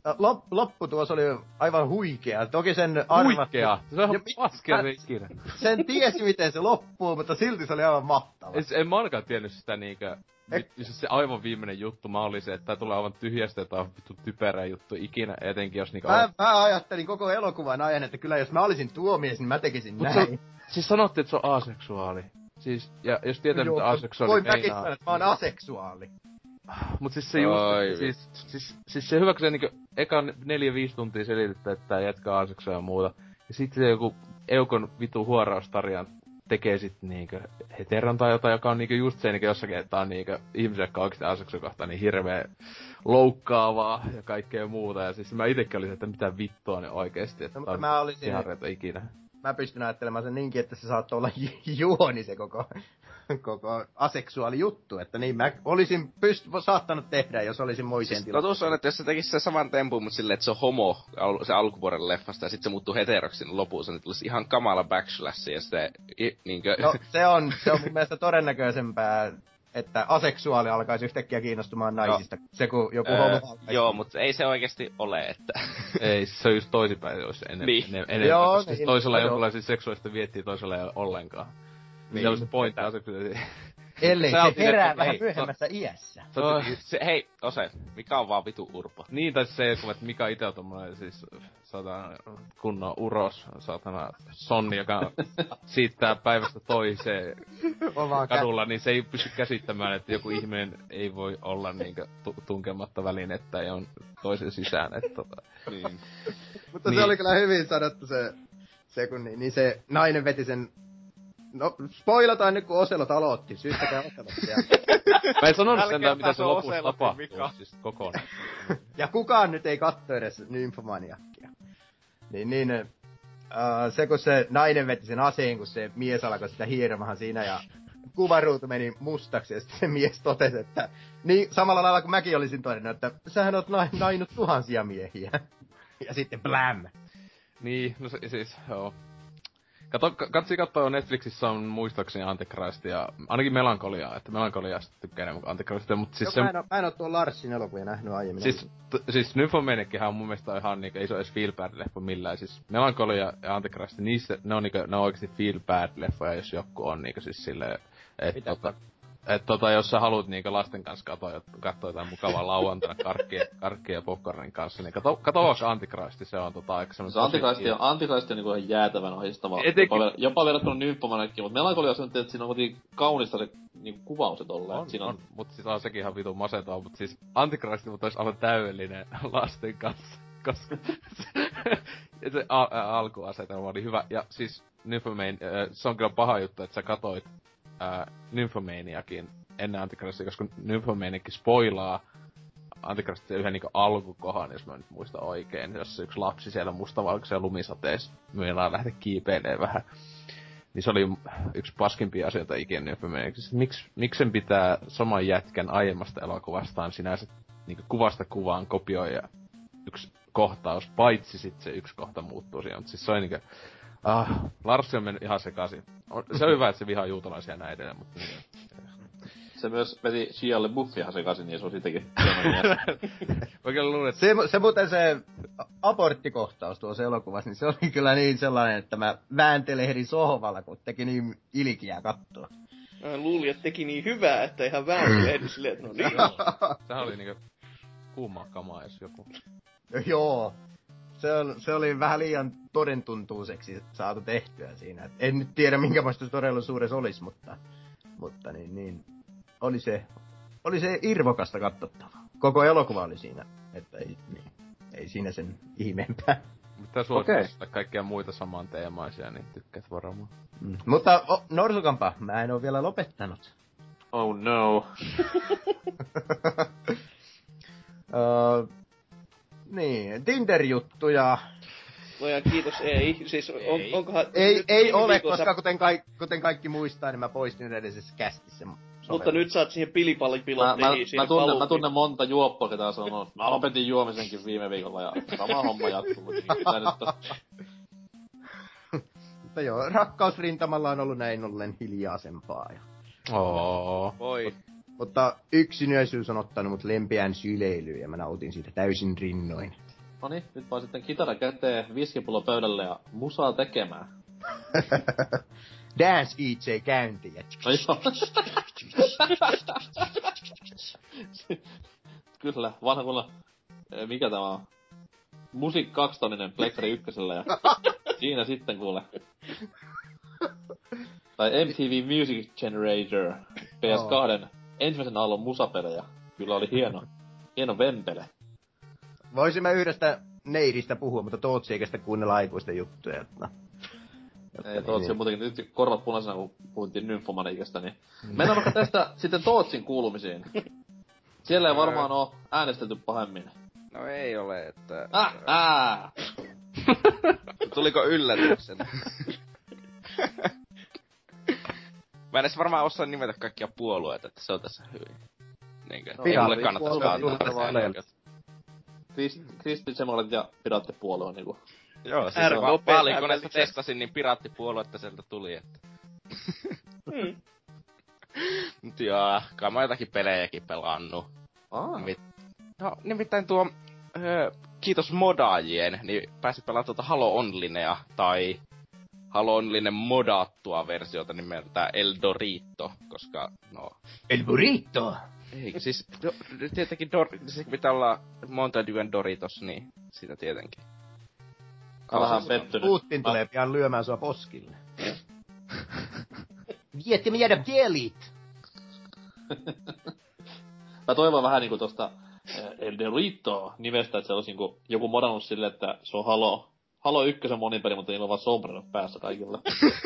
loppu tuossa oli aivan huikea. Toki sen huikea? Se on paskempi ikinä. Sen tiesi miten se loppuu, mutta silti se oli aivan mahtava. En mä ainakaan tiennyt sitä niinkö. Se aivan viimeinen juttu mä oli se, että tää tulee aivan tyhjästä, että on vittu typerä juttu ikinä, etenkin jos niinku mä ajattelin koko elokuvan ajan, että kyllä jos mä olisin tuomies, niin mä tekisin näin. Siis sanottiin, että se on aseksuaali. Siis, ja jos tietää mitä aseksuaali meinaa. Voin mäkin sanoa, että mä oon aseksuaali. Mut siis se siis se hyvä, kun se niinku ekan 4-5 tuntia selitettä, että tää jätkä aseksuaali ja muuta. Ja sitten se joku Eukon vitu huoraustarjan tekee sit niinkö heteron tai jotain, joka on niinkö just se niinkö jossakin, että on niinkö ihmisiä, jotka oikeesti aseksuaali kohtaan niin hirveä loukkaavaa ja kaikkea muuta. Ja siis mä itekin olin, että mitä vittua ne oikeesti, että no, mä olisin ikinä. Mä pystyn ajattelemaan sen niinkin, että se saattoi olla juoni se koko aseksuaali juttu, että niin mä olisin saattanut tehdä, jos olisin moiseen tilassa. Totuus on, että jos se tekisi se saman tempun, mutta silleen, että se on homo se alkuvuoden leffasta ja sit se muuttuu heteroksi lopussa, niin tulisi ihan kamala backslash ja se niinkö. No se on mun mielestä todennäköisempää, että aseksuaali alkaisi yhtäkkiä kiinnostumaan naisista. Se kun joku homo. Joo, mutta ei se oikeesti ole, että ei, se on just toisinpäin, jos enemmän. Joo, siis toisella jonkunlaisia seksuaalista viettiä, toisella ei ole ollenkaan. Niin. Se on se pointti aseksuaalisesti. Ellei se herää vähän myöhemmässä iässä. Hei, Ose, mikä on vaan vitu urpo? Niin, tai se, että Mika ite on tommonen siis kunnon uros, sonni, joka siittää päivästä toiseen kadulla, niin se ei pysty käsittämään, että joku ihminen ei voi olla niinkö tunkematta välinettä ja on toisen sisään, että niin. Mutta se oli kyllä hyvin sanottu se kun niin se nainen veti sen. No, spoilataan nyt, kun Oselot aloitti. Syyttäkää Oselot siellä. Mä en sanonut sen, mitä se lopussa tapahtuu, siis kokonaan. Ja kukaan nyt ei katso edes Nymphomaniacia. Se kun se nainen veti sen aseen, kun se mies alkoi sitä hiermahan siinä ja kuvaruutu meni mustaksi ja sitten se mies totesi, että niin samalla lailla kuin mäkin olisin todennut, että sähän oot nainut tuhansia miehiä. Ja sitten bläm. Niin, no siis, joo. Katsoa Netflixissä on muistaakseni Antichrist ja ainakin Melankoliaa, että Melankoliasta tykkää enemmän kuin Antichristia, mutta siis mä en oo tuon Larsin elokuvia nähnyt aiemmin. Siis Nymphomaniackihan on mun mielestä ihan niinku, ei se oo edes feel bad -leffa millään, siis Melankolia ja Antichrist, ne on oikeesti feel bad -leffoja, jos joku on niinku siis silleen, että jos sä haluat niinkö lasten kanssa kattoo jotain mukavaa lauantaina karkkia ja popcornin kanssa, niin kato vaikka Antichrist, se on aika semmoinen... Antichrist on niinku ihan jäätävän ahistava. Jopa verrattuna Nymphomaniakiin, mut Melancholia on että siinä on kuitenkin kaunista se niinku kuvaus tolleen. On, mut sit on sekin ihan vitun masentava, mut siis Antichrist mut ois aivan täydellinen lasten kanssa, koska se alkuasetelma oli hyvä. Ja siis se on kyllä paha juttu, että sä katoit Nymphomaniakin ennen Antichristia, koska Nymphomaniakin spoilaa Antichristin yhden niinku alkukohan, jos mä nyt muistan oikein, jossa yksi lapsi siellä mustavalkoisen lumisateessa meillä lähteä kiipeilee vähän. Niin se oli yksi paskimpia asioita ikinä Nymphomaniacissa. Miksi sen pitää saman jätkän aiemmasta elokuvastaan sinänsä niinku kuvasta kuvaan kopioida yksi kohtaus, paitsi sit se yksi kohta muuttuu siinä, mut siis se on niinku... Larsi on mennyt ihan sekaisin. Se on hyvä, että se vihaa juutalaisia näin edelleen, mutta... Se myös veti Shialle Buffy ihan sekaisin, niin se on sittenkin. Oikein luulen, että... Se muuten se aborttikohtaus tuossa elokuvassa, niin se oli kyllä niin sellainen, että mä vääntelehdin sohvalla, kun teki niin ilkiä kattoa. Mä luulin, että teki niin hyvää, että ihan vääntelehdin silleen, että no niin. Sehän oli niinku kuumaa kamaa, jos joku. Joo. Se oli vähän liian todentuntuiseksi saatu tehtyä siinä. Et en nyt tiedä, minkälaista se todellisuudessa olisi, mutta niin oli se irvokasta katsottavaa. Koko elokuva oli siinä, että ei siinä sen ihmeempää. Mitä suosittaa kaikkia muita samanteemaisia, niin tykkäät varmaan. Mutta Norsukampa, mä en oo vielä lopettanut. Oh no. Niin, Tinder-juttuja. No ja kiitos, ei. Siis onkohan... Ei ole, koska kuten kaikki muistaa, niin mä poistin edellisessä kästissä. Mutta nyt saat siihen pilipallipilotteihin mä tunnen monta juoppoa, ketä sanoo, että mä lopetin juomisenkin viime viikolla ja sama homma jatkuu. Mutta joo, rakkausrintamalla on ollut näin ollen hiljaisempaa. Voi. Mutta yksinäisyys on ottanut mut lempeään syleilyyn ja mä nautin siitä täysin rinnoin. Noniin, nyt vaan sitten kitara käteen, viskipullo pöydälle ja musaa tekemään. Dance EJ käyntiin. No joo. Kyllä, vanha kuulla, mikä tämä on? Music 2-toninen Plekkari ykkösellä ja siinä sitten kuule. Tai MTV Music Generator PS2 ensimmäisen aallon musapelejä. Kyllä oli hieno vempele. Voisimme yhdestä neidistä puhua, mutta Tootsi eikä sitä kuunnella aikuisten juttuja. Ei, Tootsi on muutenkin nyt korvat punaisena, kun puhuttiin Nymphomaniacista, niin... Mennään vaikka tästä sitten Tootsin kuulumisiin. Siellä ei varmaan oo äänestelty pahemmin. No ei ole, että... Tuliko yllätyksenä? Mä en edes varmaan osaa nimetä kaikkia puolueita, että se on tässä hyvin. Niinkö? Ei mulle kannattaisi kaataa. Kristillisdemokraatit ja Piraattipuolue on niinku... Joo, siis vaalikoneesta testasin, niin Piraattipuoluetta sieltä tuli, että... Mut joo, kai mä jotakin pelejäkin pelannut. Nimittäin kiitos modaajien, niin pääsi pelaamaan Halo Onlinea, tai Halo Onlinen modattua versiota nimeltä El Dorito, koska El Burrito! Ei, siis tietenkin se pitää olla Mountain Doritos, niin sitä tietenkin. Vähän pettynyt. Putin tulee pian lyömään sua poskille. Vietti meidän kielit! Mä toivon vähän niinku tosta El Dorito nimestä, että se olisi niinku joku modannut silleen, että se on Halo 1 monipeli, mutta niillä on vaan sombrenot päässä kaikilla.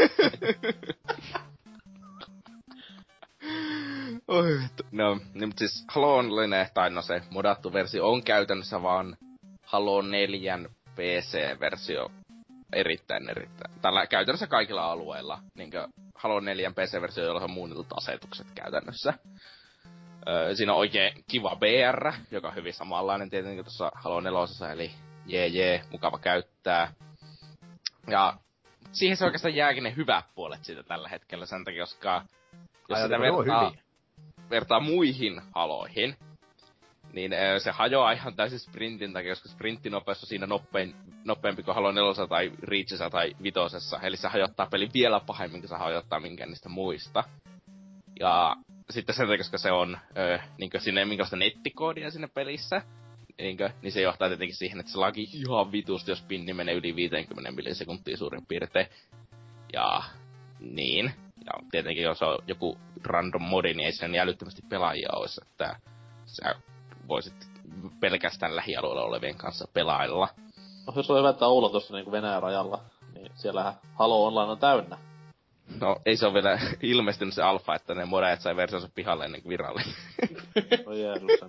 Oi vittu. No, niin mut siis Halo Online, tai no se modattu versio on käytännössä vaan Halo 4 PC-versio erittäin. Tällä käytännössä kaikilla alueilla. Niinkö Halo 4 PC-versio, jolla on muunnetut asetukset käytännössä. Siinä on oikein kiva BR, joka on hyvin samanlainen tietenkin kuin tuossa Halo 4, eli mukava käyttää. Ja siihen se oikeastaan jääkin ne hyvät puolet siitä tällä hetkellä sen takia, koska jos sitä vertaa muihin haloihin, niin se hajoaa ihan täysin sprintin takia, koska sprinttinopeus on siinä nopeampi kuin Halo 4 tai Reachissa tai 5. Eli se hajottaa pelin vielä pahemmin, kun se hajottaa minkään niistä muista. Ja sitten sen takia, koska se on, niinkö sinne ei minkälaista nettikoodia siinä pelissä, niinkö, niin se johtaa tietenkin siihen, että se lagi ihan vitusti, jos pinni menee yli 50 millisekuntia suurin piirtein. Ja niin. Ja tietenkin jos on joku random modi, niin ei sen älyttömästi pelaajia olisi, että sä voisit pelkästään lähialueella olevien kanssa pelailla. No jos on hyvä, että Oulu tuossa niinku Venäjän rajalla, niin siellähän Halo Online on täynnä. No, ei se ole vielä ilmestynyt se alfa, että ne modajat sai versionsa pihalle ennen kuin virallinen. No Jeesus.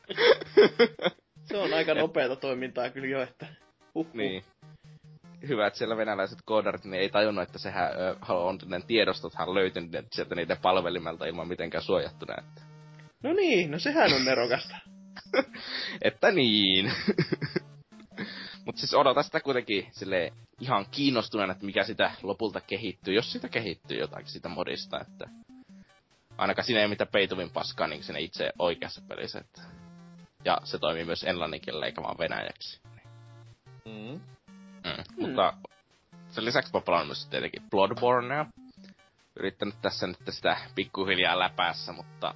Se on aika nopeata toimintaa kyllä jo, että Niin. Hyvä, että siellä venäläiset koodarit niin ei tajunnut, että sehän Halo Onlinen tiedostothan löytynyt sieltä niiden palvelimelta ilman mitenkään suojattuna. Että... No niin, no sehän on nerokasta. että niin. Mut siis odotan sitä kuitenkin silleen ihan kiinnostuneena, että mikä sitä lopulta kehittyy, jos sitä kehittyy jotakin sitä modista, että... Ainakaan siinä ei mitään peituvin paskaa niin siinä itse oikeassa pelissä, että... Ja se toimii myös englannin kielellä eikä vaan venäjäksi. Mutta sen lisäksi mä pelaan myös tietenkin Bloodbornea. Yrittänyt tässä nyt sitä pikkuhiljaa läpäässä, mutta...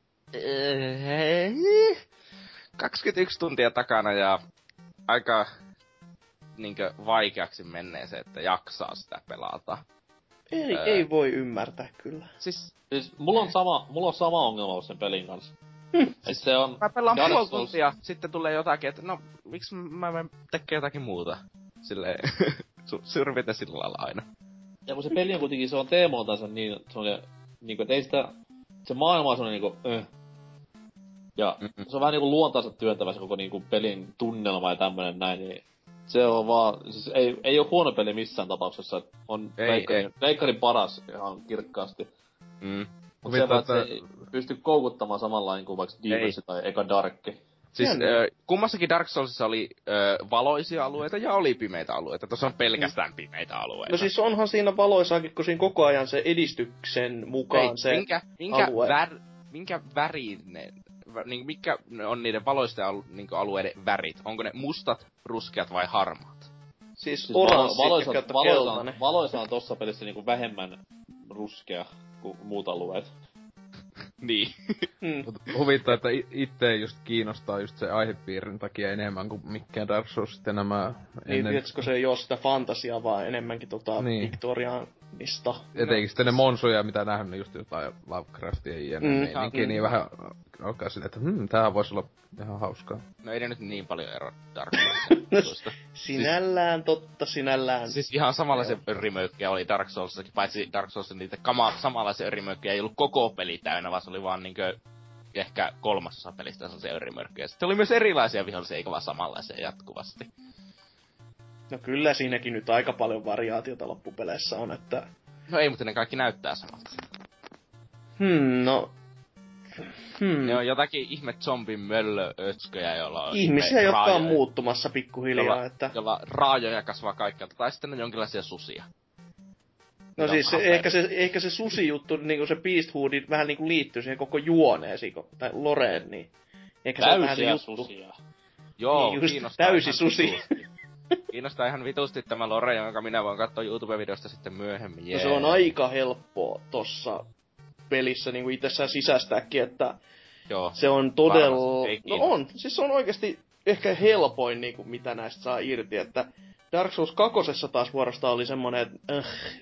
21 tuntia takana ja aika niinkö vaikeaksi menee se, että jaksaa sitä pelata. Ei voi ymmärtää kyllä. Siis mulla on sama ongelma ollut sen pelin kanssa. Et se on... Mä pelaan puoli tuntia, sitten tulee jotakin, että no, miksi mä tekee jotakin muuta? Silleen, syrvitä sillä lailla aina. Ja kun se peli on kuitenkin, se on teemoiltansa niin, se on niinku, et ei sitä... Se maailma on semmonen niinku, Ja se on vähän niinku luontaansa työntävä se koko niinku pelin tunnelma ja tämmönen näin, niin... Se on vaan, siis ei oo huono peli missään tapauksessa, on leikkarin paras ihan kirkkaasti. Mut se vaan, että se ei pysty koukuttamaan samalla kuin vaikka Demon's tai eka Darkki. Siis kummassakin Dark Soulsissa oli valoisia alueita ja oli pimeitä alueita. Tuossa on pelkästään pimeitä alueita. No siis onhan siinä valoisaakin, kun siinä koko ajan se edistyksen mukaan ei, se alue. Minkä värinen, niin mikä on niiden valoisten niinku alueiden värit? Onko ne mustat, ruskeat vai harmaat? Siis oranssi ja keltainen. Valoisa on tossa pelissä niinku vähemmän ruskea kuin muut alueet. Niin. Huvittaa, että itse just kiinnostaa just se aihepiirin takia enemmän kuin mikään Dark Souls sitten nämä... Niin, tietysti se ei oo sitä fantasiaa, vaan enemmänkin niin. Victorianista. Etenkin sitten ne monsuja, mitä nähnyt just jotain Lovecraftia ja meininkiä, niin vähän alkaa silleen, että tämähän voisi olla ihan hauskaa. No ei ne nyt niin paljon ero Dark Soulsista. Sinällään totta, sinällään. Siis ihan samanlaisia örimöykkiä oli Dark Soulsissakin, paitsi Dark Soulsissa niitä samanlaisia örimöykkiä ei ollut koko peli täynnä, vaan se oli vaan niinkö ehkä 1/3 pelistä sellaisia örimöykkiä. Sitten oli myös erilaisia vihollisia, eikä vaan samanlaisia jatkuvasti. No kyllä siinäkin nyt aika paljon variaatiota loppupeleissä on, että... No ei, mutta ne kaikki näyttää samalta. Ne on jotakin ihme zombin möllöötsköjä, joilla on... Ihmisiä, jotka on muuttumassa pikkuhiljaa, että... Jolla raajoja kasvaa kaikkialta, tai sitten on jonkinlaisia susia. No siis ehkä se susijuttu, niinku se Beasthood vähän niinku liittyy siihen koko juoneen, tai Loreen, niin... Ehkä se on vähän se juttu. Susia. Joo, niin kiinnostaa täysi susi. Kiinnostaa ihan vitusti tämä Lore, jonka minä voin katsoa YouTube-videosta sitten myöhemmin. No se on aika helppoa tossa pelissä niinku itsessään sisästääkin, että joo, se on todella... No on, siis se on oikeesti ehkä helpoin niinku mitä näistä saa irti, että Dark Souls 2 taas vuorosta oli semmonen, että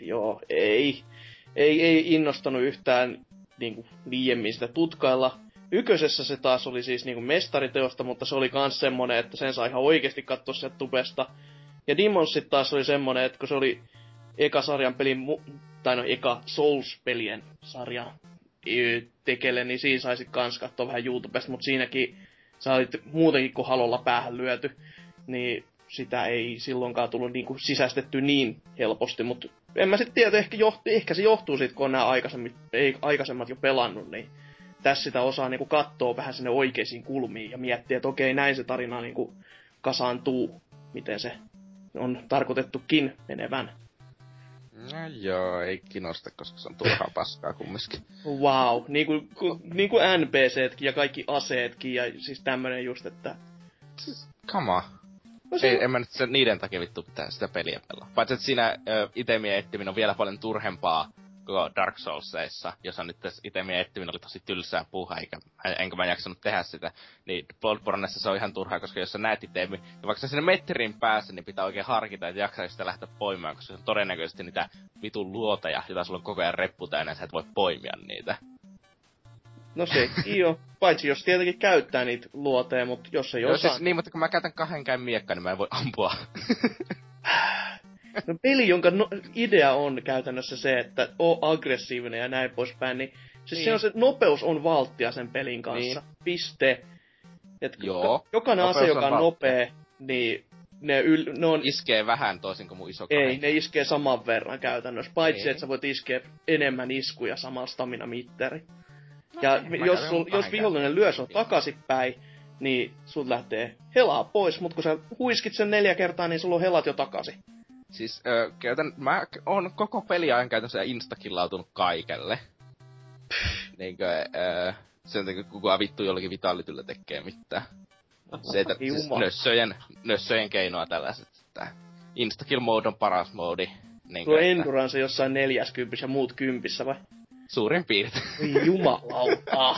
ei innostanut yhtään niinku liiemmin sitä tutkailla. Ykkösessä se taas oli siis niinku mestariteosta, mutta se oli kans semmonen, että sen sai ihan oikeesti katsoa sieltä tubesta. Ja Demon's taas oli semmonen, että kun se oli eka sarjan pelin, eka Souls-pelien sarjan tekele, niin siinä saisit kans katsoa vähän YouTubesta, mutta siinäkin sä olit muutenkin kuin halolla päähän lyöty, niin sitä ei silloinkaan tullut niinku sisästetty niin helposti, mutta en mä sit tiedä, ehkä se johtuu siitä, kun on nää aikaisemmat jo pelannut, niin tässä sitä osaa niinku kattoo vähän sinne oikeisiin kulmiin ja miettiä, että okei, näin se tarina niinku kasaantuu, miten se on tarkoitettukin menevän. No joo, ei kiinnosta, koska se on turhaa paskaa kumminkin. Wow, niinku NPCtkin ja kaikki aseetkin ja siis tämmönen just, että... Siis, come on. No en mä nyt niiden takia vittu pitää sitä peliä pelaa. Paitsi että siinä itemien etsiminen on vielä paljon turhempaa koko Dark Soulsseissa, jossa nyt itse miettiminen oli tosi tylsää puuhaa, enkä mä jaksanut tehdä sitä, niin Bloodborneissa se on ihan turhaa, koska jos sä näet itemi, ja vaikka sä sinne metrin päässä, niin pitää oikein harkita, että jaksaisi sitä lähteä poimimaan, koska se on todennäköisesti niitä vitun luoteja, joita sulla on koko ajan reppu täynnä, ja sä et voi poimia niitä. No se, joo. Paitsi jos tietenkin käyttää niitä luoteja, mutta jos ei osaa... Siis niin, mutta kun mä käytän 2 käyn miekkaa, niin mä en voi ampua. No peli, jonka idea on käytännössä se, että oo aggressiivinen ja näin poispäin, niin siis niin. se nopeus on valttia sen pelin kanssa. Niin. Piste. Et Joo. Jokainen ase, joka on nopea, niin ne on... Iskee vähän toisin kuin mun iso kahden. Ei, ne iskee saman verran käytännössä. Paitsi, Ei. että sä voit iskeä enemmän iskuja samalla stamina-mittari. No, ja jos vihollinen lyö sun takaisinpäin, niin sun lähtee helaa pois, mutta kun sä huiskit sen 4 kertaa, niin sulla on helat jo takaisin. Siis mä oon koko peliajan käytännössä instakillautunut kaikelle. Niinkö, sen takia kukaan vittu jollakin Vitalityllä tekee mitään. Se, että siis nössöjen keinoa tällaiset, että instakill mode on paras moodi. Tuo endurance jossain 40 ja muut 10 vai? Suurin piirtein. Oi jumalauta.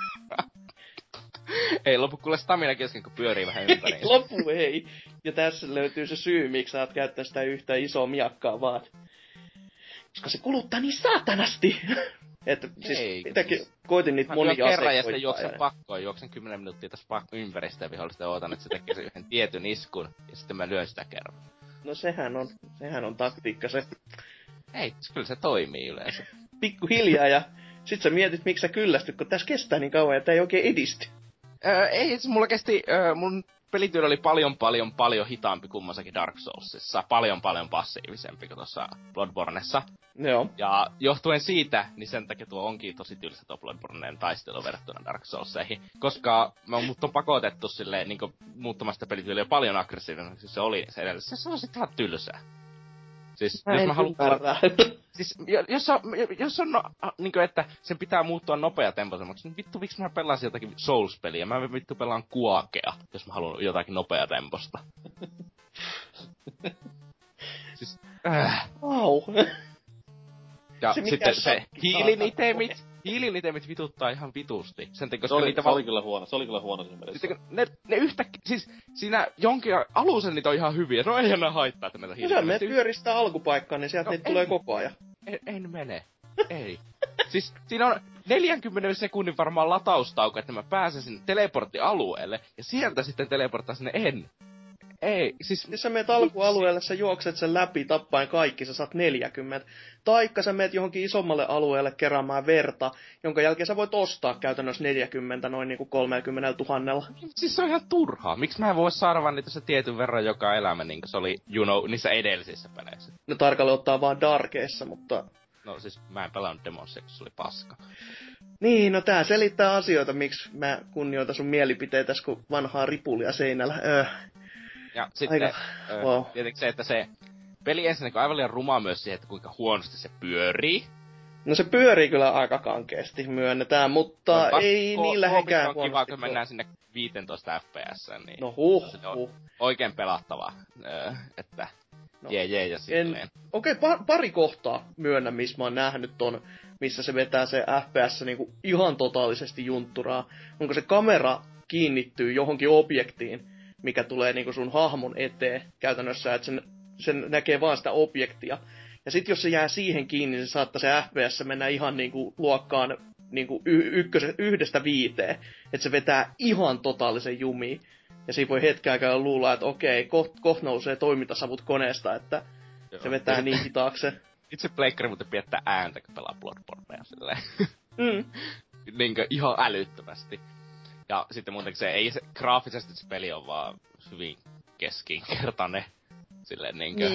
Ei lopu kuule stamina kesken, kun pyörii vähän ympäri. Ei lopu, ei. Ja tässä löytyy se syy, miksi sä oot käyttää sitä yhtä isoa miakkaa vaan. Koska se kuluttaa niin saatanasti. Että siis mitäkin koitin niitä monia asekoittaa. Mä kerran ja sitten juoksen pakkoon, juoksen 10 minuuttia tässä ympäristä ja vihollista ootan, että se tekee sen yhden tietyn iskun. Ja sitten mä lyön sitä kerran. No sehän on taktiikka se. Ei, kyllä se toimii yleensä. Pikkuhiljaa ja sit sä mietit, miksi sä kyllästyt, kun tässä kestää niin kauan ja tää ei oikein edisty. Ei, mulla kesti, mun pelityö oli paljon hitaampi kummassakin Dark Soulsissa. Paljon passiivisempi kuin tuossa Bloodbornessa. Joo. Ja johtuen siitä, niin sen takia tuo onkin tosi tylsä tuo Bloodborneen taistelu verrattuna Dark Soulseihin. Koska mut on pakotettu silleen, niinku muuttamasta pelityyliä paljon aggressiivinen, siis se oli se edellisessä. Se on sit ihan tylsää. Siis, jos mä haluan... Siis, jos on niinku, että sen pitää muuttua nopeatempoisemmaksi, niin vittu, miksi mä pelasin jotakin Souls-peliä? Mä vittu pelaan Quakea, jos mä haluan jotakin nopeatemposta. Siis, Wow. Ja se sitten se hiilinitemit vituttaa ihan vitusti. Sen takia, koska se oli kyllä huono siinä pelissä. Sitten ne yhtäkkiä, siis siinä jonkin alusen niitä on ihan hyviä. No eihän ne haittaa, että näitä hiilinitemit. Jos sä menet pyöristää alkupaikkaan, niin sieltä niitä tulee koko ajan. En mene. Ei. Siis siinä on 40 sekunnin varmaan lataustauko, että mä pääsen sinne teleporttialueelle. Ja sieltä sitten teleporttaa sinne Ei, siis... Jos sä meet alkualueelle, sä juokset sen läpi tappaen kaikki, sä saat 40. Taikka sä meet johonkin isommalle alueelle keräämään verta, jonka jälkeen sä voit ostaa käytännössä 40 noin niinku 30 000. Siis se on ihan turhaa. Miksi mä en voi saada vaan niitä se tietyn verran joka elämä, niin kuin se oli, niissä edellisissä peleissä? No tarkalleen ottaa vaan Darkeissa, mutta... No siis mä en pelannut Demonsia, kun se oli paska. Niin, no tää selittää asioita, miksi mä kunnioitan sun mielipiteitä, kun vanhaa ripulia seinällä. Ja sitten tietenkin se, että se peli ensinnäkin on aivan liian ruma myös siihen, että kuinka huonosti se pyörii. No se pyörii kyllä aika kankeasti, myönnetään, mutta ei niin lähenkään huonosti. On kiva, kun mennään sinne 15 fps, niin no se on oikein pelattava, että jee ja silleen. Okei, pari kohtaa myönnä, missä mä oon nähnyt ton, missä se vetää se FPS niinku ihan totaalisesti juntturaa. Onko se kamera kiinnittyy johonkin objektiin, mikä tulee niinku sun hahmon eteen käytännössä, että sen näkee vaan sitä objektia. Ja sit jos se jää siihen kiinni, niin se saattaa se FPS mennä ihan niinku luokkaan niinku 1-5. Että se vetää ihan totaalisen jumiin. Ja siinä voi hetken aikaa luulla, että okei, koht nousee toimintasavut koneesta, että se vetää niin hitaaksi. Itse pleikkari muuten piettää ääntä, kun pelaa Bloodbornea silleen. Niinkö ihan älyttömästi. Ja sitten muutenkin se graafisesti se peli on vaan hyvin keskinkertainen. Silleen niinkö...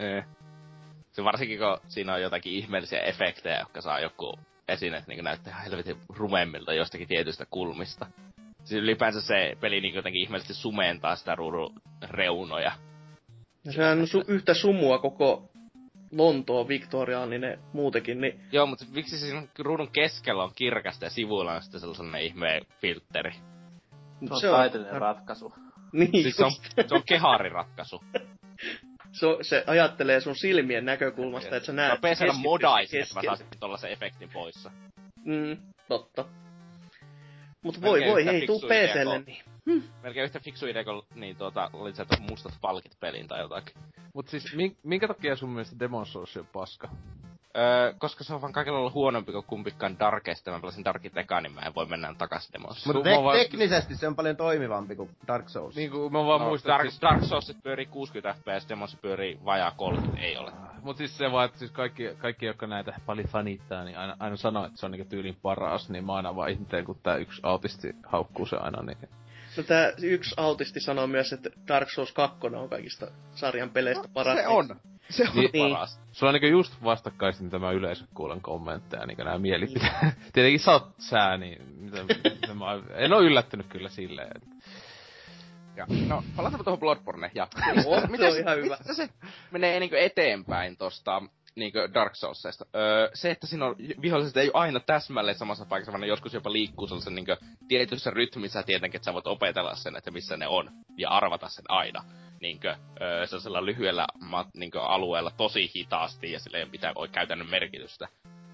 Se varsinkin kun siinä on jotakin ihmeellisiä efektejä, jotka saa joku esineet niin näyttää helvetin rumemmilta jostakin tietystä kulmista. Siis ylipäänsä se peli niin jotenkin ihmeellisesti sumentaa sitä ruudun reunoja. Ja sehän on yhtä sumua koko Lontoon viktoriaaninen muutenkin, niin... Joo, mutta miksi siinä ruudun keskellä on kirkasta ja sivuilla on sitten sellainen ihmeen filtteri? Se on taiteellinen ratkaisu. Niin siis se on kehariratkaisu. se ajattelee sun silmien näkökulmasta, että sä näet... Mä PC:llä modaisin, että mä saisin tollasen efektin poissa. Totta. Mut voi, hei, tuu PC:lle niin. Melkein yhtä fiksu idea, kun niin lisätä mustat palkit peliin tai jotakin. Mut siis minkä takia sun mielestä Demon's Souls on paska? Koska se on vaan kaikilla ollut huonompi kuin kumpikaan Darkesta. Mä pelasin Darkit eka, niin mä en voi mennä takas Demon's. Mutta teknisesti se on paljon toimivampi kuin Dark Souls. Niinku mä vaan muistan, Dark Souls pyörii 60 fps, Demon's pyörii vajaa 30, ei ole. Mut siis se vaan, että siis kaikki jotka näitä paljon fanittaa, niin aina sanoo, että se on niinku tyylin paras, niin mä aina vaan ihmettelen, kun tää yksi autisti haukkuu se aina, niin... No tää yksi autisti sanoo myös, että Dark Souls 2 on kaikista sarjan peleistä paras. Se on niin, paras. Sulla on niinku just vastakkaisin tämä yleisö kuulen kommentteja, niinku nää mielipiteet. Tietenkin sä oot sää, niin en oo yllättynyt kyllä silleen, että... Ja, no, palataanpa tuohon Bloodborne, ja... Se on ihan hyvä. Se menee niinku eteenpäin tosta niinku Dark Soulsista. Se, että siinä on viholliset ei aina täsmälleen samassa paikassa, vaan ne joskus jopa liikkuu sellaisen niinku tietyssä rytmissä tietenkin, että sä voit opetella sen, että missä ne on, ja arvata sen aina. Niinkö, sellaisella lyhyellä niinkö alueella tosi hitaasti, ja sillä ei ole mitään käytännön merkitystä.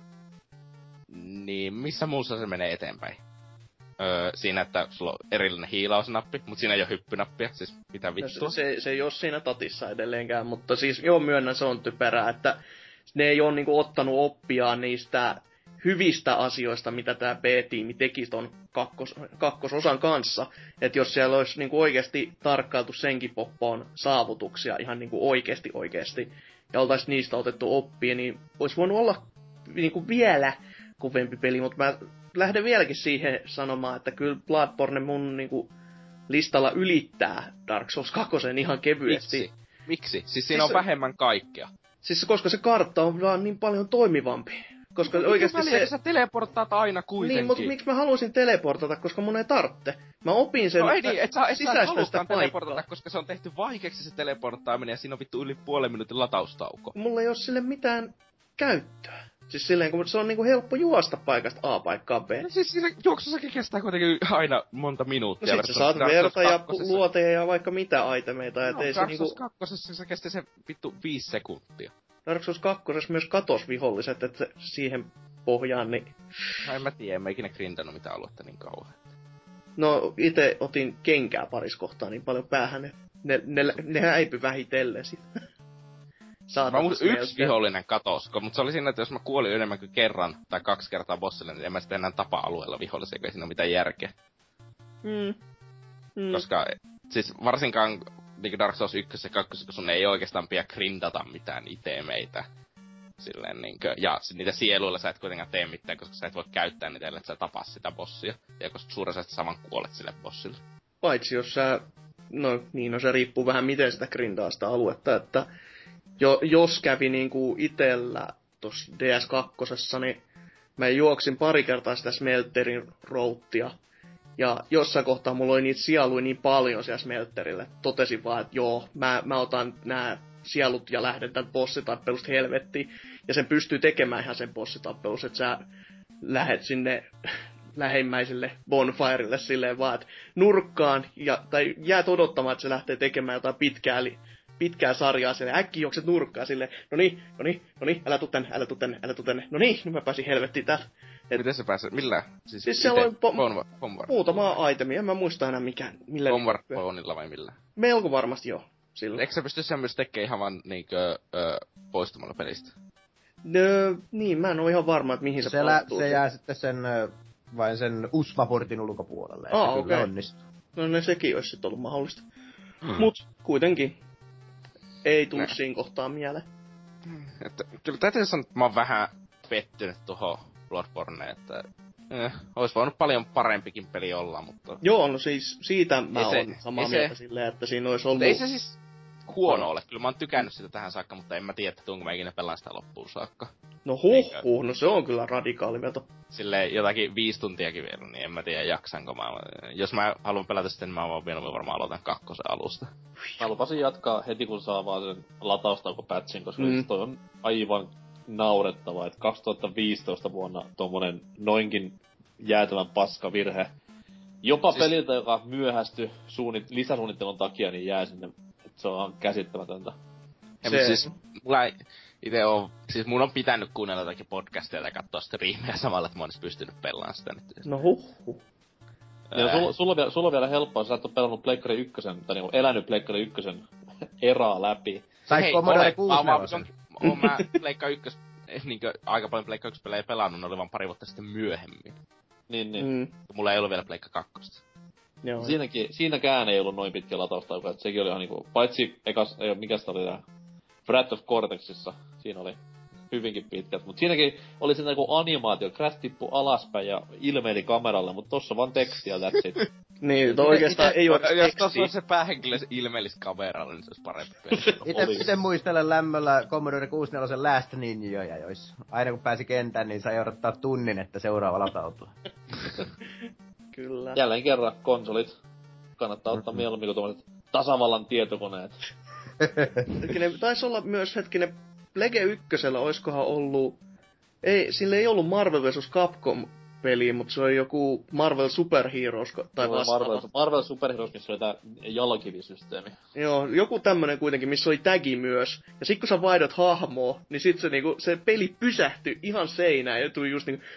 Niin missä muussa se menee eteenpäin? Siinä, että sulla on erillinen hiilausnappi, mut siinä ei oo hyppynappia, siis mitä vittua. No, se ei oo siinä tatissa edelleenkään, mutta siis joo myönnän se on typerää, että ne ei oo niinku ottanut oppiaan niistä hyvistä asioista, mitä tää B-tiimi teki ton kakkososan kanssa. Että jos siellä olisi niinku oikeesti tarkkailtu senkin poppoon saavutuksia ihan niinku oikeesti, ja oltais niistä otettu oppia, niin olisi voinut olla niinku vielä kovempi peli, mutta mä lähden vieläkin siihen sanomaan, että kyllä Bloodborne mun niinku listalla ylittää Dark Souls 2 ihan kevyesti. Miksi? Siis siinä on vähemmän kaikkea. Siis koska se kartta on vaan niin paljon toimivampi. Koska oikeesti se... Sä teleporttaat aina kuitenkin. Niin, mutta miksi mä haluaisin teleportata, koska mun ei tarvitse. Mä opin sen sisäistä sitä teleportata, koska se on tehty vaikeaksi se teleporttaaminen ja siinä on vittu yli puolen minuutin lataustauko. Mulla ei oo sille mitään käyttöä. Siis silleen, kun se on niinku helppo juosta paikasta A paikkaan B. No siis siinä juoksussakin kestää kuitenkin aina monta minuuttia. No sit sä saat verta ja luoteja ja vaikka mitä itemeita. No, Dark Souls 2 se kesti se vittu 5 sekuntia. Dark Souls 2 myös katos viholliset, että siihen pohjaan, niin... No en mä tiedä, en mä ikinä grindannut mitään aluetta niin kauan. No ite otin kenkää paris kohtaa niin paljon päähän, ne häipy vähitellen sit. Mä muistin yksi vihollinen katos, mutta se oli siinä, että jos mä kuolin enemmän kuin kerran tai 2 kertaa bossille, niin en mä sitten enää tapa alueella vihollisia, kun ei siinä ole mitään järkeä. Koska siis varsinkaan niin Dark Souls 1 ja 2, kun sun ei oikeastaan pidä grindata mitään itemeitä. Silleen niinkö, ja niitä sieluilla sä et kuitenkaan tee mitään, koska sä et voi käyttää niitä, ellei sä tapaa sitä bossia. Ja koska suurin saman kuolet sille bossille. Paitsi jos sä, no niin, no se riippuu vähän miten sitä grindaa sitä aluetta, että jos kävi niinku itellä tossa DS2, niin mä juoksin pari kertaa sitä Smelterin routtia. Ja jossain kohtaa mulla oli niitä sieluja niin paljon siellä Smelterille. Totesin vaan, että joo, mä otan nää sielut ja lähden tän bossitappelusta helvettiin. Ja sen pystyy tekemään ihan sen bossitappelusta, että sä lähet sinne lähimmäiselle bonfirelle silleen vaan, että nurkkaan, tai jäät odottamaan, että se lähtee tekemään jotain pitkää sarjaa silleen, äkkiä juokset nurkkaan silleen, no niin, älä tuu tänne, no niin, nyt mä pääsin helvettiin täältä. Miten se pääsee? Millä? Siis siellä on muutama itemi, en mä muista enää millä Bombarponilla vai millä? Melko varmasti joo. Silloin. Eikö sä pysty sen myös tekemään ihan vaan niinkö poistumalla pelistä? No, niin, mä en oo ihan varma, että mihin se poistuu. Se jää sitten vain sen USVA-portin ulkopuolelle, että kyllä okay. onnistuu. No sekin olisi sitten ollut mahdollista. Mut kuitenkin ei tuu siinä kohtaa mieleen. Että, kyllä täytyy sanoa, että mä oon vähän pettynyt tuohon Bloodborneen, että ois voinut paljon parempikin peli olla, mutta... Joo, no siis siitä mä oon samaa mieltä silleen, että siinä olisi ollut... Ei se siis huono ole. Kyllä mä oon tykännyt sitä tähän saakka, mutta en mä tiedä, että tuunko mä ikinä pelaan sitä loppuun saakka. No no se on kyllä radikaali veto. Silleen jotakin 5 tuntiakin vielä, niin en mä tiedä jaksanko mä. Jos mä haluan pelata sitten, niin mä varmaan aloitan 2 alusta. Mä lupasin jatkaa heti kun saa vaan sen lataustaukopatchin, koska siis toi on aivan naurettava, että 2015 vuonna tommonen noinkin jäätävän paska virhe. Jopa siis... peliltä, joka myöhästy lisäsuunnittelun takia, niin jää sinne. Et se on käsittämätöntä. Siis mulla ei ite siis mun on pitänyt kuunnella jotakin podcastia ja katsoa striimejä samalla, että mä oon pystynyt pelaamaan sitä nyt. No huh. Ja sulla on vielä helppoa, sä et oo pelannut Pleikkari 1, tai niinku elänyt Pleikkari 1 eraa läpi. Tai Commodore 64. Oon mä Pleikka 1, niinkö aika paljon Pleikka 1 pelejä pelannut, ne oli vaan pari vuotta sitten myöhemmin. Niin. Mulla ei ollut vielä Pleikka 2. Joo. Siinäkään ei ollut noin pitkä latausta, että sekin oli ihan niinku, paitsi mikäs oli tää Wrath of Cortexissa, siinä oli hyvinkin pitkät, mut siinäkin oli se niinku animaatio, Crash tippui alaspäin ja ilmeili kameralle, mut tossa vaan tekstiä that's it. Niin, oikeastaan ei oo jos tossa on se päähenkilö ilmeilisi kameralle, niin se olisi parempi peli. Ite muistelen lämmöllä Commodore 64 Last Ninjoja, joissa aina kun pääsi kentän, niin sai odottaa tunnin, että seuraava latautuu. Kyllä. Jälleen kerran konsolit kannattaa ottaa mieluummin kuin tommoset tasavallan tietokoneet. Hetkinen, taisi olla myös Plege 1 oiskohan ollut... Sillä ei ollut Marvel vs. Capcom -peli, mutta se oli joku Marvel Super Heroes tai vastaava. Marvel Super Heroes, missä oli tää jalokivisysteemi. Joo, joku tämmönen kuitenkin, missä oli tagi myös. Ja sit kun sä vaihdat hahmoa, niin sit se peli pysähtyi ihan seinään ja tuli just niinku...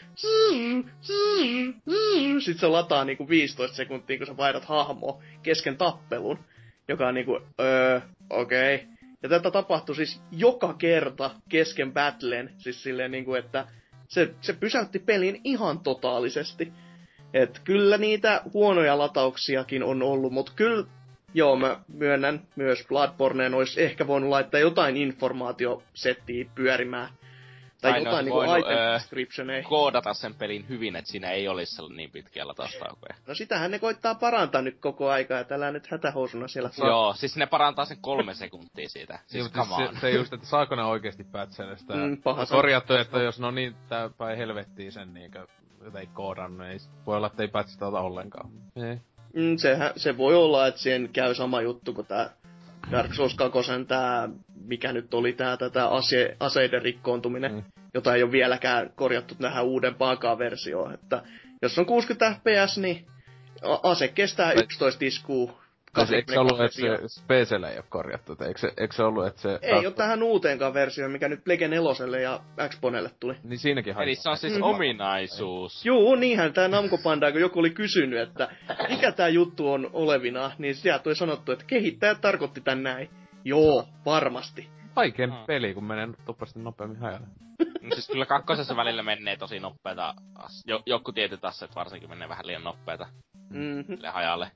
Sit se lataa niinku 15 sekuntia, kun sä vaihdat hahmoa kesken tappelun. Joka on niinku, okei. Ja tätä tapahtui siis joka kerta kesken battlen, siis silleen niinku, että se pysäytti pelin ihan totaalisesti. Et kyllä niitä huonoja latauksiakin on ollut, mut kyllä, joo, mä myönnän myös Bloodborneen olisi ehkä voinut laittaa jotain informaatiosettiä pyörimään. Tai jotain niinku item descriptioneja. Koodata sen pelin hyvin, että siinä ei olisi niin pitkiä lataustaukoja. No sitähän ne koittaa parantaa nyt koko aikaa, ja tällä nyt hätähousuna siellä saa. Joo, siis ne parantaa sen 3 sekuntia siitä. Siis se just, että saako ne oikeesti pätsenä sitä korjattu, että jos no niin tää päin helvettiin sen niinkö ei koodannut, ei voi olla, että ei pätsitä ollenkaan. Ei. Se voi olla, että siihen käy sama juttu kuin tää Dark Souls 2, tää, mikä nyt oli tää aseiden rikkoontuminen, jota ei ole vieläkään korjattu tähän uudempaankaan versioon. Että jos on 60 fps, niin ase kestää 11 iskua. Eikö se ollut, että se PC:lle ei oo korjattu? Eikö se ollut, että se... Ei oo tähän uuteenkaan versioon, mikä nyt Plege 4 ja Xponelle tuli. Niin siinäkin haittaa. Eli se on siis ominaisuus. Juu, niinhän tää Namco Bandai, kun joku oli kysynyt, että mikä tää juttu on olevina, niin sieltä tuli sanottu, että kehittäjät tarkoitti tän näin. Joo, varmasti. Vaikein peli, kun menee tuplasti nopeammin hajalle. No siis kyllä kakkosessa välillä menee tosi nopeeta. Joku tietyt asset varsinkin menee vähän liian nopeeta. Hajalle.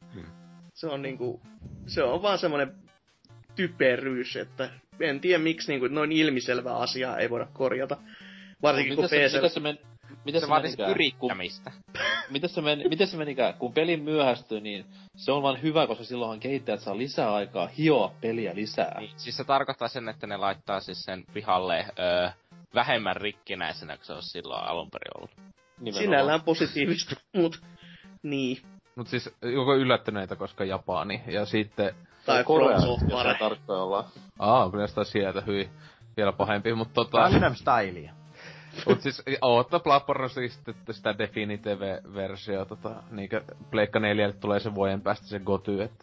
Se on niinku, se on vaan semmonen typeryys, että en tiedä miksi niinku noin ilmiselvää asiaa ei voida korjata. Varsinkin kun PC... Se vaatii yrittämistä. Miten se menikään? Kun peli myöhästyy, niin se on vaan hyvä, koska silloinhan kehittäjät saa lisää aikaa hioa peliä lisää. Niin, siis se tarkoittaa sen, että ne laittaa siis sen pihalle vähemmän rikkinäisenä, kun se on silloin alun perin ollut. Sinällään positiivista, mut niin. Mut siis joko yllättyneitä, koska Japani, ja sitten... Tai Korea, jos tarkkoja ollaan. Kyllä sitä sieltä vielä pahempi, mut Gangnam Stylea. Mut siis, oottaa Bloodborneista sitä Definitive-versio, niinkö Pleikka 4 tulee sen vuoden päästä se Goty, että...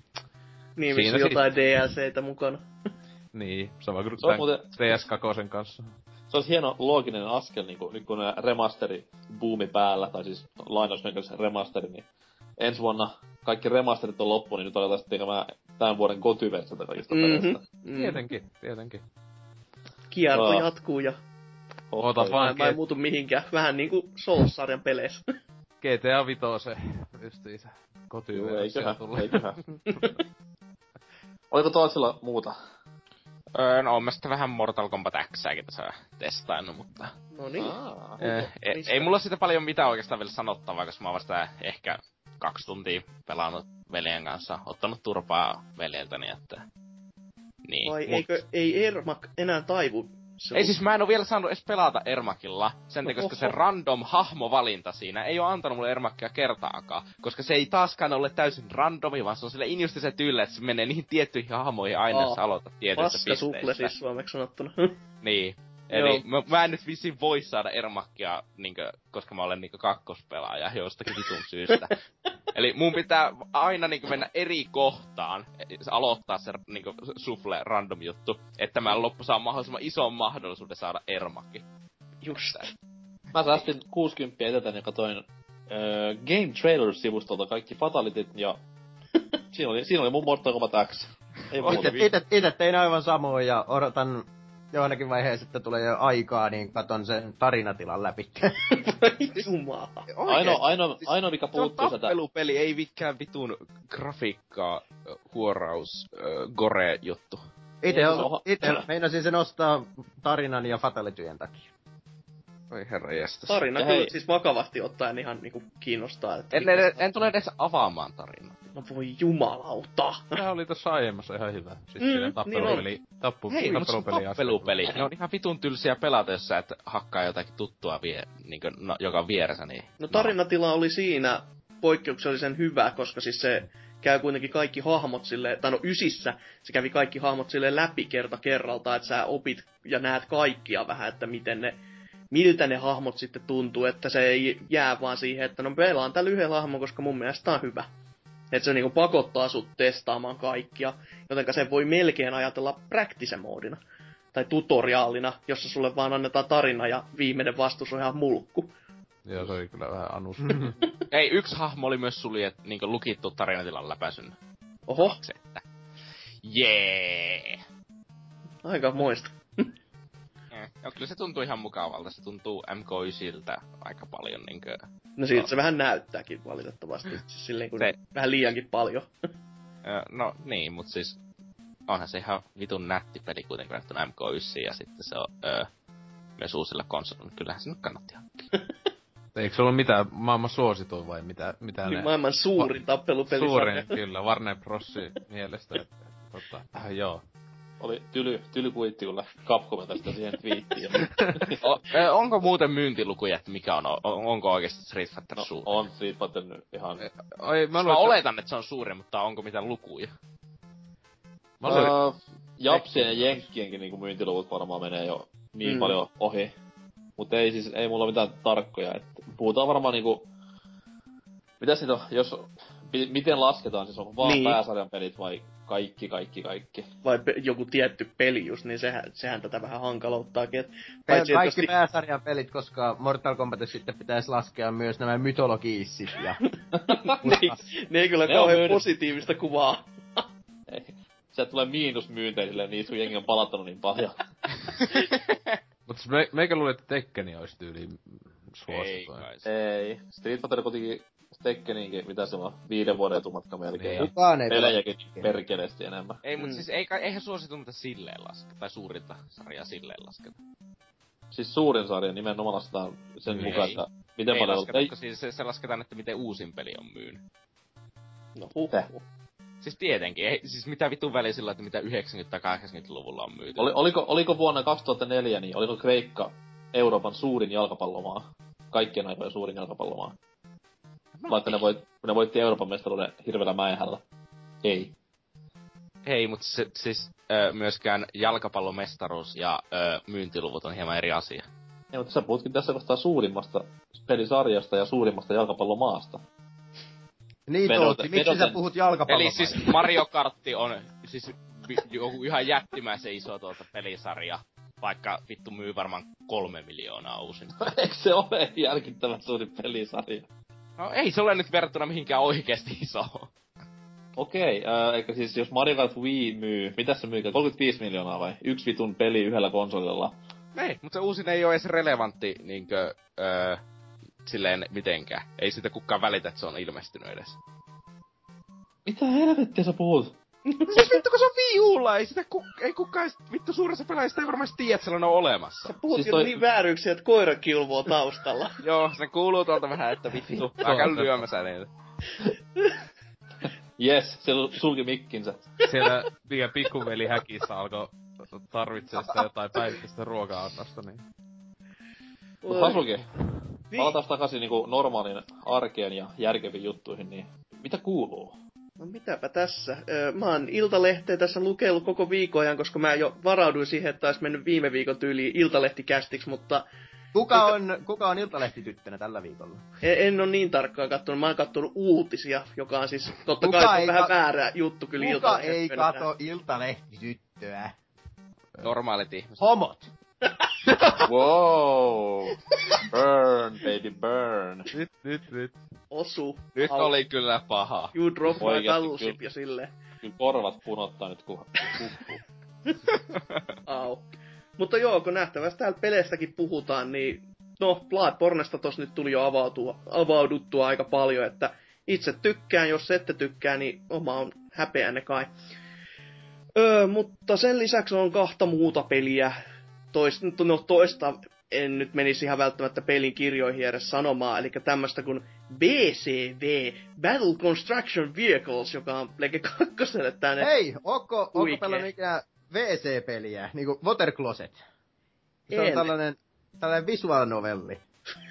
Niin, missä on jotain DLCtä mukana. Niin, sama kuin PS2 kanssa. Se olisi hieno looginen askel, niinku, nyt kun remasteri buumi päällä, tai siis lainausmerkissä remasteri, niin ensi vuonna kaikki remasterit on loppu, niin nyt aletaan sitten tekemään tämän vuoden Goty-versiota kaikista peleistä. Tietenkin. Kierto jatkuu ja... Mä ei muutu mihinkään. Vähän niinku Souls-sarjan peleissä. GTA 5 justiinsa. Goty-versio tulee. Eiköhän. Oliko toisella muuta? No oon mä sitten vähän Mortal Kombat X:ääkin tässä testaillut, mutta... No niin. Ei mulla siitä paljon mitään oikeastaan vielä sanottavaa, koska mä oon vasta ehkä 2 tuntia pelannut veljen kanssa, ottanut turpaa veljeltäni, että... Niin. Vai ei Ermak enää taivu? Ei siis mä en oo vielä saanut edes pelata Ermakilla, sen takia, koska se random hahmovalinta siinä ei oo antanut mulle Ermakia kertaakaan, koska se ei taaskaan ole täysin randomi, vaan se on sille injustisen tyyllä, että se menee niihin tiettyihin hahmoihin aina, jos sä aloitat tietyistä pisteistä. Paska suple siis suomeksi sanottuna. Niin. Eli mä en nyt vissiin voi saada Ermakkia, niinkö, koska mä olen niinkö kakkospelaaja jostakin vitun syystä. Eli mun pitää aina niinkö mennä eri kohtaan, aloittaa se niinkö sufle random juttu, että mä saan mahdollisimman ison mahdollisuuden saada Ermakki. Just. Mä säästin 60 etetäni ja katoin Game Trailers-sivustolta kaikki fatalitit ja siinä oli mun Mortal Kombat X. Ei muuta. Itse tein aivan samoin ja odotan johonkin vaiheessa, että tulee jo aikaa, niin katon sen tarinatilan läpi. Jumala. Ainoa mikä puuttuu sieltä... Tappelupeli, ei mikään vitun grafiikkaa, huoraus, gore-juttu. Itse meinasin sen ostaa tarinan ja fatalityjen takia. Oi herra jestas. Tarina kyllä siis vakavasti ottaen ihan niinku kiinnostaa. Että en tule edes avaamaan tarinaa. No voi jumalauta. Tää oli tossa aiemmassa ihan hyvä. Siis siinä tappelupeli. Hei, tappelupeli. Ne on ihan vitun tylsiä pelata, jos sä et hakkaa jotakin tuttua niinkö, joka on vieressä, niin... No tarinatila oli siinä poikkeuksellisen hyvä, koska siis se käy kuitenkin kaikki hahmot silleen, tai no ysissä se kävi kaikki hahmot silleen läpi kerta kerralta, että sä opit ja näet kaikkia vähän, että miltä ne hahmot sitten tuntuu, että se ei jää vaan siihen, että no pelaan tällä yhden hahmon, koska mun mielestä tää on hyvä. Että se niinku pakottaa sut testaamaan kaikkia, jotenka se voi melkein ajatella practice moodina. Tai tutoriaalina, jossa sulle vaan annetaan tarina ja viimeinen vastus on ihan mulkku. Joo, se oli kyllä vähän anus. Ei, yksi hahmo oli myös niinku lukittu tarinatilan läpäisyn. Oho. Jee! Aika moista. Ja kyllä se tuntuu ihan mukavalta. Se tuntuu MK9 aika paljon niinkö... No siitä se vähän näyttääkin valitettavasti. Siis silleen kun vähän liiankin paljon. No niin, mut siis... Onhan se ihan vitun nätti peli kuitenkin verrattuna MK9 ja sitten se on myös uusilla konsolilla. Kyllähän se nyt kannatti hankkia. Eikö se ollut mitään maailman suosituin vai mitä ne... Maailman suurin tappelupelisarja. Suurin, kyllä. Warner Brosin mielestä. Joo. Oli tyly kuitti kyllä Capcomilta sitä siihen twiittiin. Onko muuten myyntilukuja, että mikä onko oikeesti Street Fighter suuri? On Street Fighter ihan... Mä oletan, että se on suuri, mutta onko mitään lukuja? Japsien ja Jenkkienkin niinku myyntiluvut varmaan menee jo niin paljon ohi. Mut ei mulla mitään tarkkoja, että puhutaan varmaan niinku... Mitäs niitä on, miten lasketaan, siis onko vaan pääsarjan pelit vai kaikki? Vai joku tietty peli just, niin sehän tätä vähän hankaloittaakin. Kaikki pääsarjan pelit, koska Mortal Kombatissa sitten pitäisi laskea myös nämä mytologiissit ja... ne ei kyllä kauhean positiivista kuvaa. Ei. Sieltä tulee miinusmyynteisille, niin sun jengi on palattanut niin paljon. Mutta meikä luulee, että Tekkeni olisi tyyliin suosituin. Ei. Street Fighter kuitenkin Tekkeninkin, mitä se on, 5 vuoden etumatka melkein. Kukaan ei pelejäkin perkeleesti enemmän. Ei, mut siis eihän suositunta silleen lasketa, tai suurinta sarjaa silleen lasketa. Siis suurin sarja nimenomaan lasketaan sen mukaan, että miten ei paljon... Lasketa, ei siis se lasketaan, että miten uusin peli on myynyt. No Siis tietenkin, ei, siis mitä vitun väliä sillä, että mitä 90- tai 80-luvulla on myyty. Oliko vuonna 2004, niin oliko Kreikka Euroopan suurin jalkapallomaa? Kaikkien aikojen suurin jalkapallomaa? Vaikka ne voitti Euroopan mestaruuden hirveellä mäihällä. Ei. Ei, mutta siis myöskään jalkapallomestaruus ja myyntiluvut on hieman eri asia. Ei, mutta sä puhutkin tässä kohtaa suurimmasta pelisarjasta ja suurimmasta jalkapallomaasta. Niin Tootsi, miksi sä puhut jalkapallomaasta? Eli siis Mario Kartti on siis joku ihan jättimäisen iso pelisarja. Vaikka vittu myy varmaan 3 miljoonaa uusin. Eikö se ole järkyttävän suuri pelisarja? No ei se ole nyt verrattuna mihinkään oikeesti iso. Okei, eikä siis jos Mario Kart Wii myy, mitäs se myy? 35 miljoonaa vai? 1 vitun peli yhdellä konsolilla? Ei, mutta se uusin ei oo edes relevantti niinkö, silleen mitenkään. Ei sitä kukaan välitä, että se on ilmestynyt edes. Mitä helvettiä sä puhut? Siis vittu kun se on Wii Ulla, ei kukaan vittu suuressa pelaajista ei varmasti tiedä, että sellainen on olemassa. Sä puhut siis niin vääryyksiä, että koira kilvoo taustalla. Joo, se kuuluu tuolta vähän, että vittu, käy lyömässä niitä. Jes, se sulki mikkinsä. Siellä liian pikkuveli häkissä alkoi tarvitsee sitä jotain päivittäistä ruoka-annosta, niin... Mut Hasuki, palataan takaisin niinku normaalin arkeen ja järkeviin juttuihin, niin mitä kuuluu? No mitäpä tässä. Mä oon Iltalehteä tässä lukellut koko viikon ajan, koska mä jo varauduin siihen, että olisi mennyt viime viikon tyyliin Iltalehtikästiksi, mutta... Kuka on Iltalehtityttönä tällä viikolla? En ole niin tarkkaan kattonut. Mä oon kattonut uutisia, joka on siis totta kai se on vähän väärä juttu kyllä Iltalehti. Kuka ei kato Iltalehtityttöä? Normaalit ihmiset. Homot! Wow! Burn, baby, burn. Nyt. Osu. Nyt oli kyllä paha. You drop my Oikeesti battleship kyllä. ja silleen. Kyllä korvat punottaa nyt, kun hukkuu. Au. Mutta joo, kun nähtävästi täällä peleistäkin puhutaan, niin... No, Bloodbornesta tossa nyt tuli jo avauduttua aika paljon, että itse tykkään, jos ette tykkää, niin oma on häpeänne kai. Mutta sen lisäksi on 2 muuta peliä. Toista en nyt menisi ihan välttämättä pelin kirjoihin edes sanomaan, eli tämmöstä kuin BCV, Battle Construction Vehicles, joka on Plege 2. tänne. Hei, onko pelannut ikään WC-peliä, niinku Water Closet? Se on tällainen visual novelli.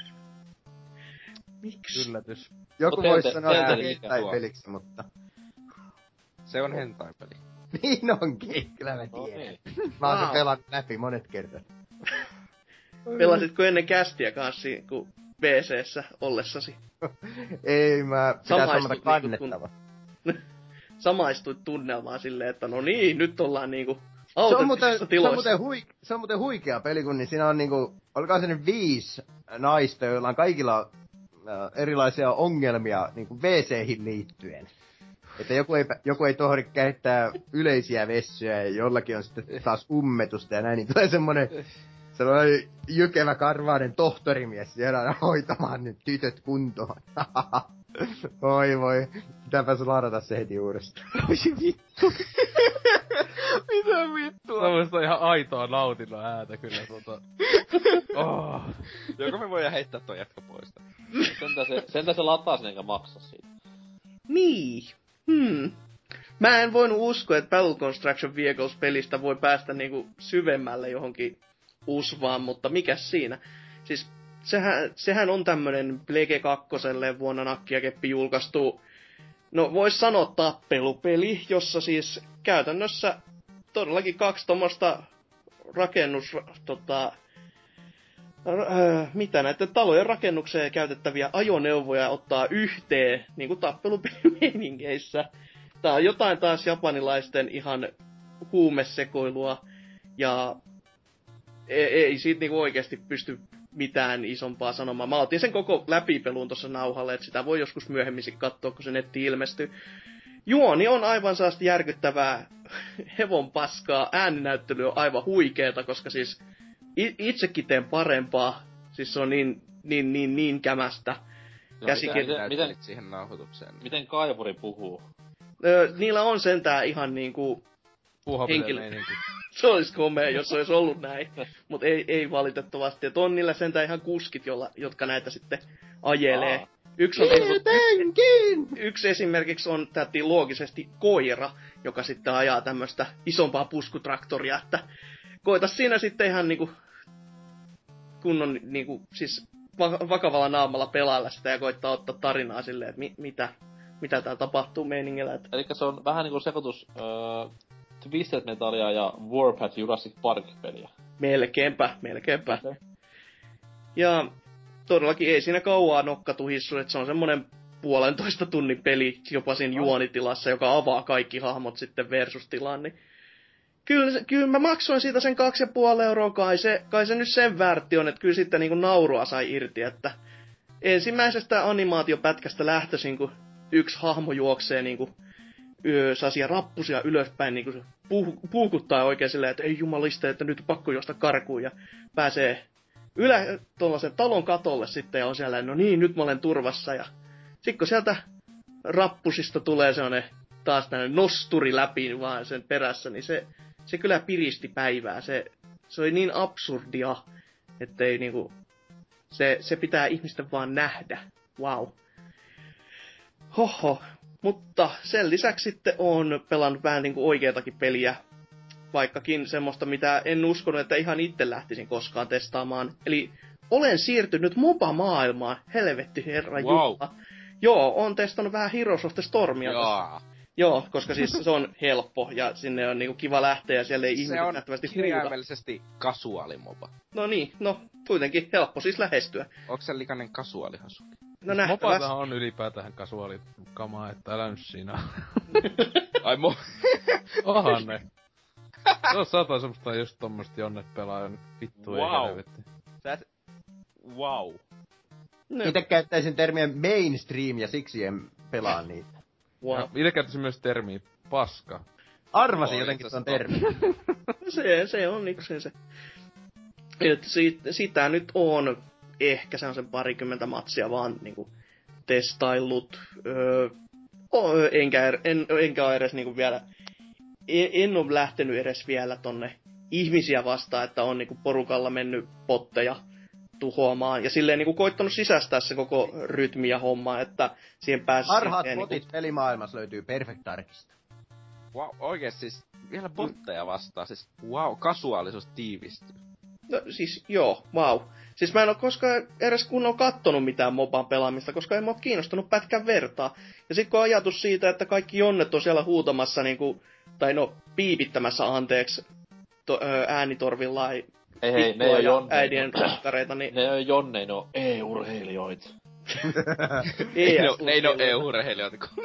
Miksi? Yllätys. Joku voisi sanoa hentai-peliksi, mutta... Se on hentai-peli. Niin onkin, kyllä mä tiedän. Mä oon sen pelannut läpi monet kertat. Pelasitko ennen kästiä kanssa, kun BC:ssä ollessasi? Ei, mä pitää sammata kannettava. Samaistuit tunnelmaan silleen, että no niin, nyt ollaan niinku autenttisissa tiloissa. Se on muuten huikea peli, kun niin siinä on niinku, olkaa se 5 naista, joilla on kaikilla erilaisia ongelmia niinku WC-hin liittyen. Että joku ei tohdi käyttää yleisiä vessoja ja jollakin on sitten taas ummetusta ja näin, niin tulee semmonen jykevä karvainen tohtorimies siellä hoitamaan nyt tytöt kuntoon. Voi, pitääpäs ladata se heti uudestaan. Vittu. Mitä vittua? Tämmöstä ihan aitoa nautinnon ääntä kyllä Oh. Joko me voidaan heittää toi jätkä pois? Sentä se lataa sen eikä maksa siitä. Niin. Mä en voinut uskoa, että Battle Construction Vehicles-pelistä voi päästä niinku syvemmälle johonkin usvaan, mutta mikäs siinä? Siis sehän on tämmönen Plege 2 vuonna Nakki ja Keppi julkaistu, no vois sanoa tappelupeli, jossa siis käytännössä todellakin 2 tommoista mitä näitä talojen rakennukseen käytettäviä ajoneuvoja ottaa yhteen, niinku tappelupelimeiningeissä. Tää on jotain taas japanilaisten ihan huumesekoilua, ja ei siitä niinku oikeesti pysty mitään isompaa sanomaan. Mä otin sen koko läpipelun tossa nauhalle, että sitä voi joskus myöhemmin katsoa, kun se netti ilmestyy. Juoni on aivan saasti järkyttävää hevon paskaa, ääninäyttely on aivan huikeeta, koska siis itsekin teen parempaa. Siis se on niin kämästä. Miten siihen nauhoitukseen? Miten kaivuri puhuu? Niillä on sentään ihan niinku Puuhapelemeininki. Se olisi komea, jos olisi ollut näin. Mut ei valitettavasti. Et on niillä sentään ihan kuskit, jotka näitä sitten ajelee. Yksi esimerkiksi on loogisesti koira, joka sitten ajaa tämmöstä isompaa puskutraktoria, että koita siinä sitten ihan niinku kunnon niinku siis vakavalla naamalla pelailla sitä ja koittaa ottaa tarinaa silleen, että mitä täällä tapahtuu meiningillä. Elikkä se on vähän niinku sekoitus Twisted Metalia ja Warpath Jurassic Park-peliä. Melkeinpä. Okay. Ja todellakin ei siinä kauaa nokkatu hissu, että se on semmonen 1,5 tunnin peli jopa siinä juonitilassa, joka avaa kaikki hahmot sitten versus-tilaan, niin kyllä mä maksoin siitä sen 2,5 euroa, kai se nyt sen väärti on, että kyllä sitten niinku naurua sai irti, että ensimmäisestä animaatiopätkästä lähtöisin, kun yksi hahmo juoksee niinku sellaisia rappusia ylöspäin, niinku se puukuttaa oikein silleen, että ei jumaliste, että nyt on pakko juosta karkuun, ja pääsee tuollaisen talon katolle sitten, ja on siellä, no niin, nyt mä olen turvassa, ja sit kun sieltä rappusista tulee sellainen taas tämmönen nosturi läpi vaan sen perässä, niin se kyllä piristi päivää. Se oli niin absurdia, ettei niinku... Se pitää ihmisten vaan nähdä. Wow. Hoho. Mutta sen lisäksi sitten on pelannut vähän niinku oikeatakin peliä. Vaikkakin semmoista, mitä en uskonut, että ihan itse lähtisin koskaan testaamaan. Eli olen siirtynyt MOBA-maailmaan. Helvetti herra wow. Jumala. Joo, on testannut vähän Heroes of the Stormia. Joo, koska siis se on helppo ja sinne on niinku kiva lähteä ja siellä ei ihmiset nähtävästi huuda. kirjaimellisesti kasuaalimoba. No niin, no kuitenkin helppo siis lähestyä. Onks se likainen kasuaalihasu? No nähtävästi. Mopaatahan on ylipäätään kasuaalikamaa, että älä nyt siinä. Ai Onhan ne. Se on sata semmoista just tommoista jonnet pelaa vittu ei helvetti. Wow. No. Itse käyttäisin termiä mainstream ja siksi en pelaa niitä. Wow. Ja itse käyttäisin myös termiä paska. Arvasin jotenkin ton termi. Se on niinku se. Että sitä nyt on ehkä se on sen parikymmentä matsia vaan niinku testaillut. Enkä ole edes niinku vielä... En ole lähtenyt edes vielä tonne ihmisiä vastaan, että on niinku porukalla mennyt potteja tuhoamaan. Ja silleen niinku koittanut sisäistää se koko rytmi ja homma, että siihen pääsisi... Parhaat botit pelimaailmassa löytyy Perfect Darkista. Wow, oikees siis vielä botteja vastaan, siis wow, kasuaalisuus tiivistyy. No siis joo, wow. Siis mä en oo koskaan edes kunnon kattonut mitään moban pelaamista, koska en mä oo kiinnostunut pätkän vertaa. Ja sit kun ajatus siitä, että kaikki jonnet on siellä huutamassa niinku, tai no piipittämässä anteeksi äänitorvilla Ei, ne ei oo jonne. Äidien rakkareita, niin... Ne ei oo jonne, ne on e-urheilijoita. Ei ne oo e-urheilijoita, kun...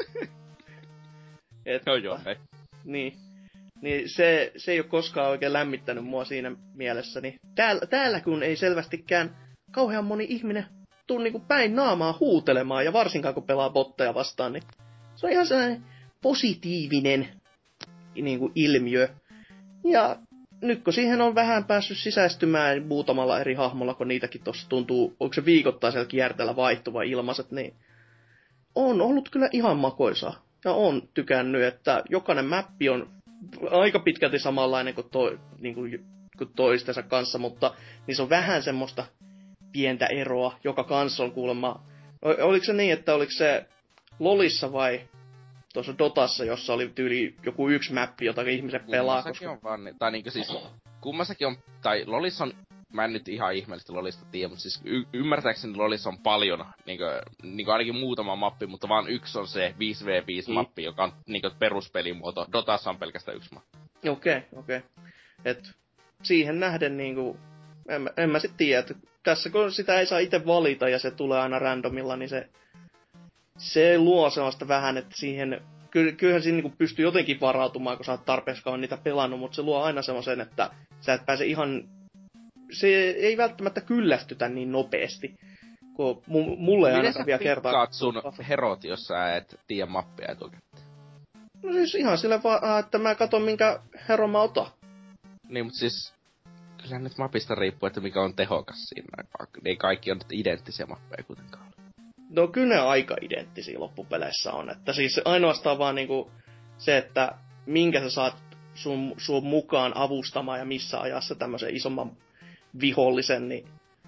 No joo, hei. Niin. Niin se ei oo koskaan oikein lämmittänyt mua siinä mielessä. Niin täällä kun ei selvästikään kauhean moni ihminen tuu niinku päin naamaa huutelemaan, ja varsinkaan kun pelaa botteja vastaan, niin se on ihan sellainen positiivinen niinku ilmiö. Ja nyt kun siihen on vähän päässyt sisäistymään muutamalla eri hahmolla, kun niitäkin tossa tuntuu, onko se viikoittaisella kierteellä vaihtuva ilmaiset, niin on ollut kyllä ihan makoisaa. Ja on tykännyt, että jokainen mappi on aika pitkälti samanlainen kuin toistensa kanssa, mutta niissä on vähän semmoista pientä eroa, joka kanssa on kuulemma... Oliko se niin, että oliko se LOLissa vai tuossa Dotassa, jossa oli tyyli joku yksi mappi, jota ihmiset pelaa? Kummassakin on vaan, tai niinku siis, kummassakin on, tai LOLissa on, mä en nyt ihan ihmeellisesti LOLista tiedä, mutta siis ymmärtääkseni LOLissa on paljon, niinku ainakin muutama mappi, mutta vaan yksi on se 5v5 mappi, joka on niinku peruspelimuoto. Dotassa on pelkästään yksi mappi. Okei. Et siihen nähden niinku, en mä sit tiedä, että tässä kun sitä ei saa itse valita ja se tulee aina randomilla, niin se luo sellaista vähän, että siihen... Kyllähän siinä niinku pystyy jotenkin varautumaan, kun sä oot tarpeeksi kauan niitä pelannut, mutta se luo aina semmoisen, että sä et pääse ihan... Se ei välttämättä kyllästytä niin nopeasti, kun mulle ei ainakaan vielä kertaa... Miten sä sun herot, jos sä et tiedä mappia etukäteen? No siis ihan sille vaan, että mä katon minkä heron mä otan. Niin, mutta siis... Kyllähän nyt mapista riippuu, että mikä on tehokas siinä. Ei kaikki on nyt identtisiä mappeja kuitenkaan. No kyllä ne aika identtisiä loppupeleissä on. Että siis ainoastaan vaan niinku se, että minkä sä saat sun mukaan avustamaan ja missä ajassa tämmöisen isomman vihollisen, niin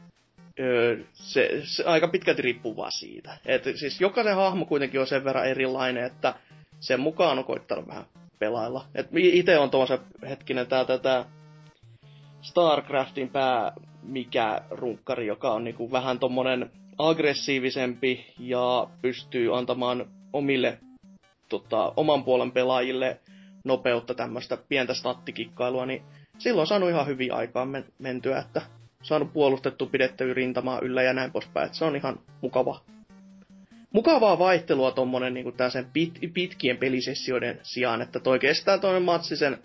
se aika pitkälti riippuu vaan siitä. Et siis jokainen hahmo kuitenkin on sen verran erilainen, että sen mukaan on koittanut vähän pelailla. Et ite on tommosen hetkinen tää StarCraftin mikä runkkari, joka on niinku vähän tommonen aggressiivisempi ja pystyy antamaan omille oman puolen pelaajille nopeutta tämmöistä pientä stattikikkailua, niin silloin on saanut ihan hyvin aikaa mentyä, että saanut puolustettua, pidettyä rintamaa yllä ja näin poispäin, että se on ihan mukavaa vaihtelua tommonen niinku tällaisen pitkien pelisessioiden sijaan, että toi kestää toinen matsi sen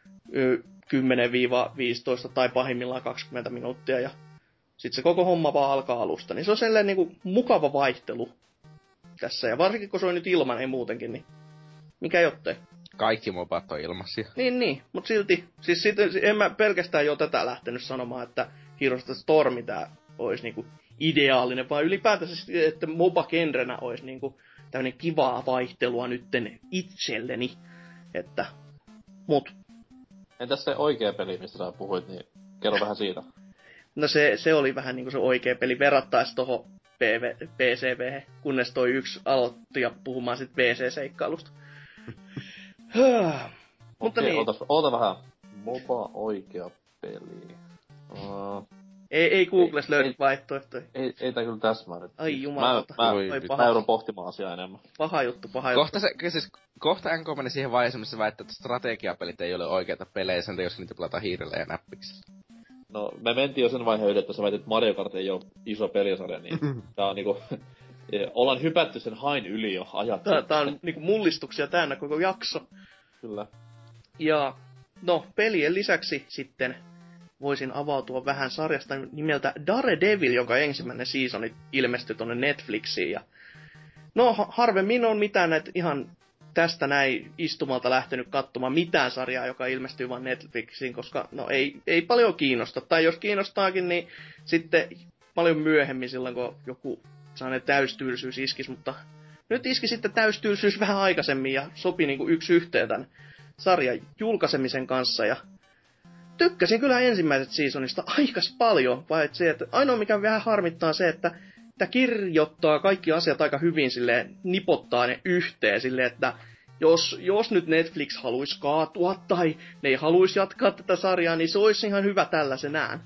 10-15 tai pahimmillaan 20 minuuttia ja sitten se koko homma vaan alkaa alusta. Niin se on sellainen niinku mukava vaihtelu tässä. Ja varsinkin kun se on nyt ilman, ei muutenkin, niin mikä jottei. Kaikki mobat on ilmaisia. Niin. Mut silti, siis en mä pelkästään jo tätä lähtenyt sanomaan, että Heroes of the Storm tää olisi niinku ideaalinen, vaan ylipäätänsä, että MOBA-genrenä olisi niinku tämmönen kivaa vaihtelua nytten itselleni. Että, Entäs se oikea peli, mistä sä puhuit, niin kerro vähän siitä. No se oli vähän niinku se oikea peli verrattais tohon PCV, kunnes toi yksi aloitti ja puhumaan sit PC-seikkailusta. Mutta okei, niin. Oota vähän. MOBA oikea peli. Ei Googles löydy vaihtoehtoja. Ei tää kyllä täsmää nyt. Ai jumalauta. Mä joudun pohtimaan asiaa enemmän. Paha juttu. Kohta NK meni siihen vaiheeseen, missä väittää, että strategiapelit ei ole oikeita pelejä, sen jos niitä pelataan hiirellä ja näppiksellä. No, me mentiin jo sen vaiheen yli, että sä väitit, että Mario Kart ei oo iso pelisarja, niin tää on niinku... ollaan hypätty sen hain yli jo ajat. Tää on niinku mullistuksia täynnä koko jakso. Kyllä. Ja no, pelien lisäksi sitten voisin avautua vähän sarjasta nimeltä Daredevil, jonka ensimmäinen seasoni ilmestyi tonne Netflixiin. Ja no, harvemmin on mitään näitä ihan tästä näin istumalta lähtenyt katsomaan mitään sarjaa, joka ilmestyy vain Netflixiin, koska no ei paljon kiinnosta. Tai jos kiinnostaakin, niin sitten paljon myöhemmin silloin, kun joku sellainen täystyylisyys iskisi, mutta nyt iski sitten täystyylisyys vähän aikaisemmin ja sopi niinku yksi yhteen tämän sarjan julkaisemisen kanssa. Ja tykkäsin kyllä ensimmäiset seasonista aikas paljon, vai se, että ainoa mikä vähän harmittaa se, että tämä kirjoittaa kaikki asiat aika hyvin silleen, nipottaa ne yhteen silleen, että jos nyt Netflix haluaisi kaatua tai ne ei haluaisi jatkaa tätä sarjaa, niin se olisi ihan hyvä tällaisenään.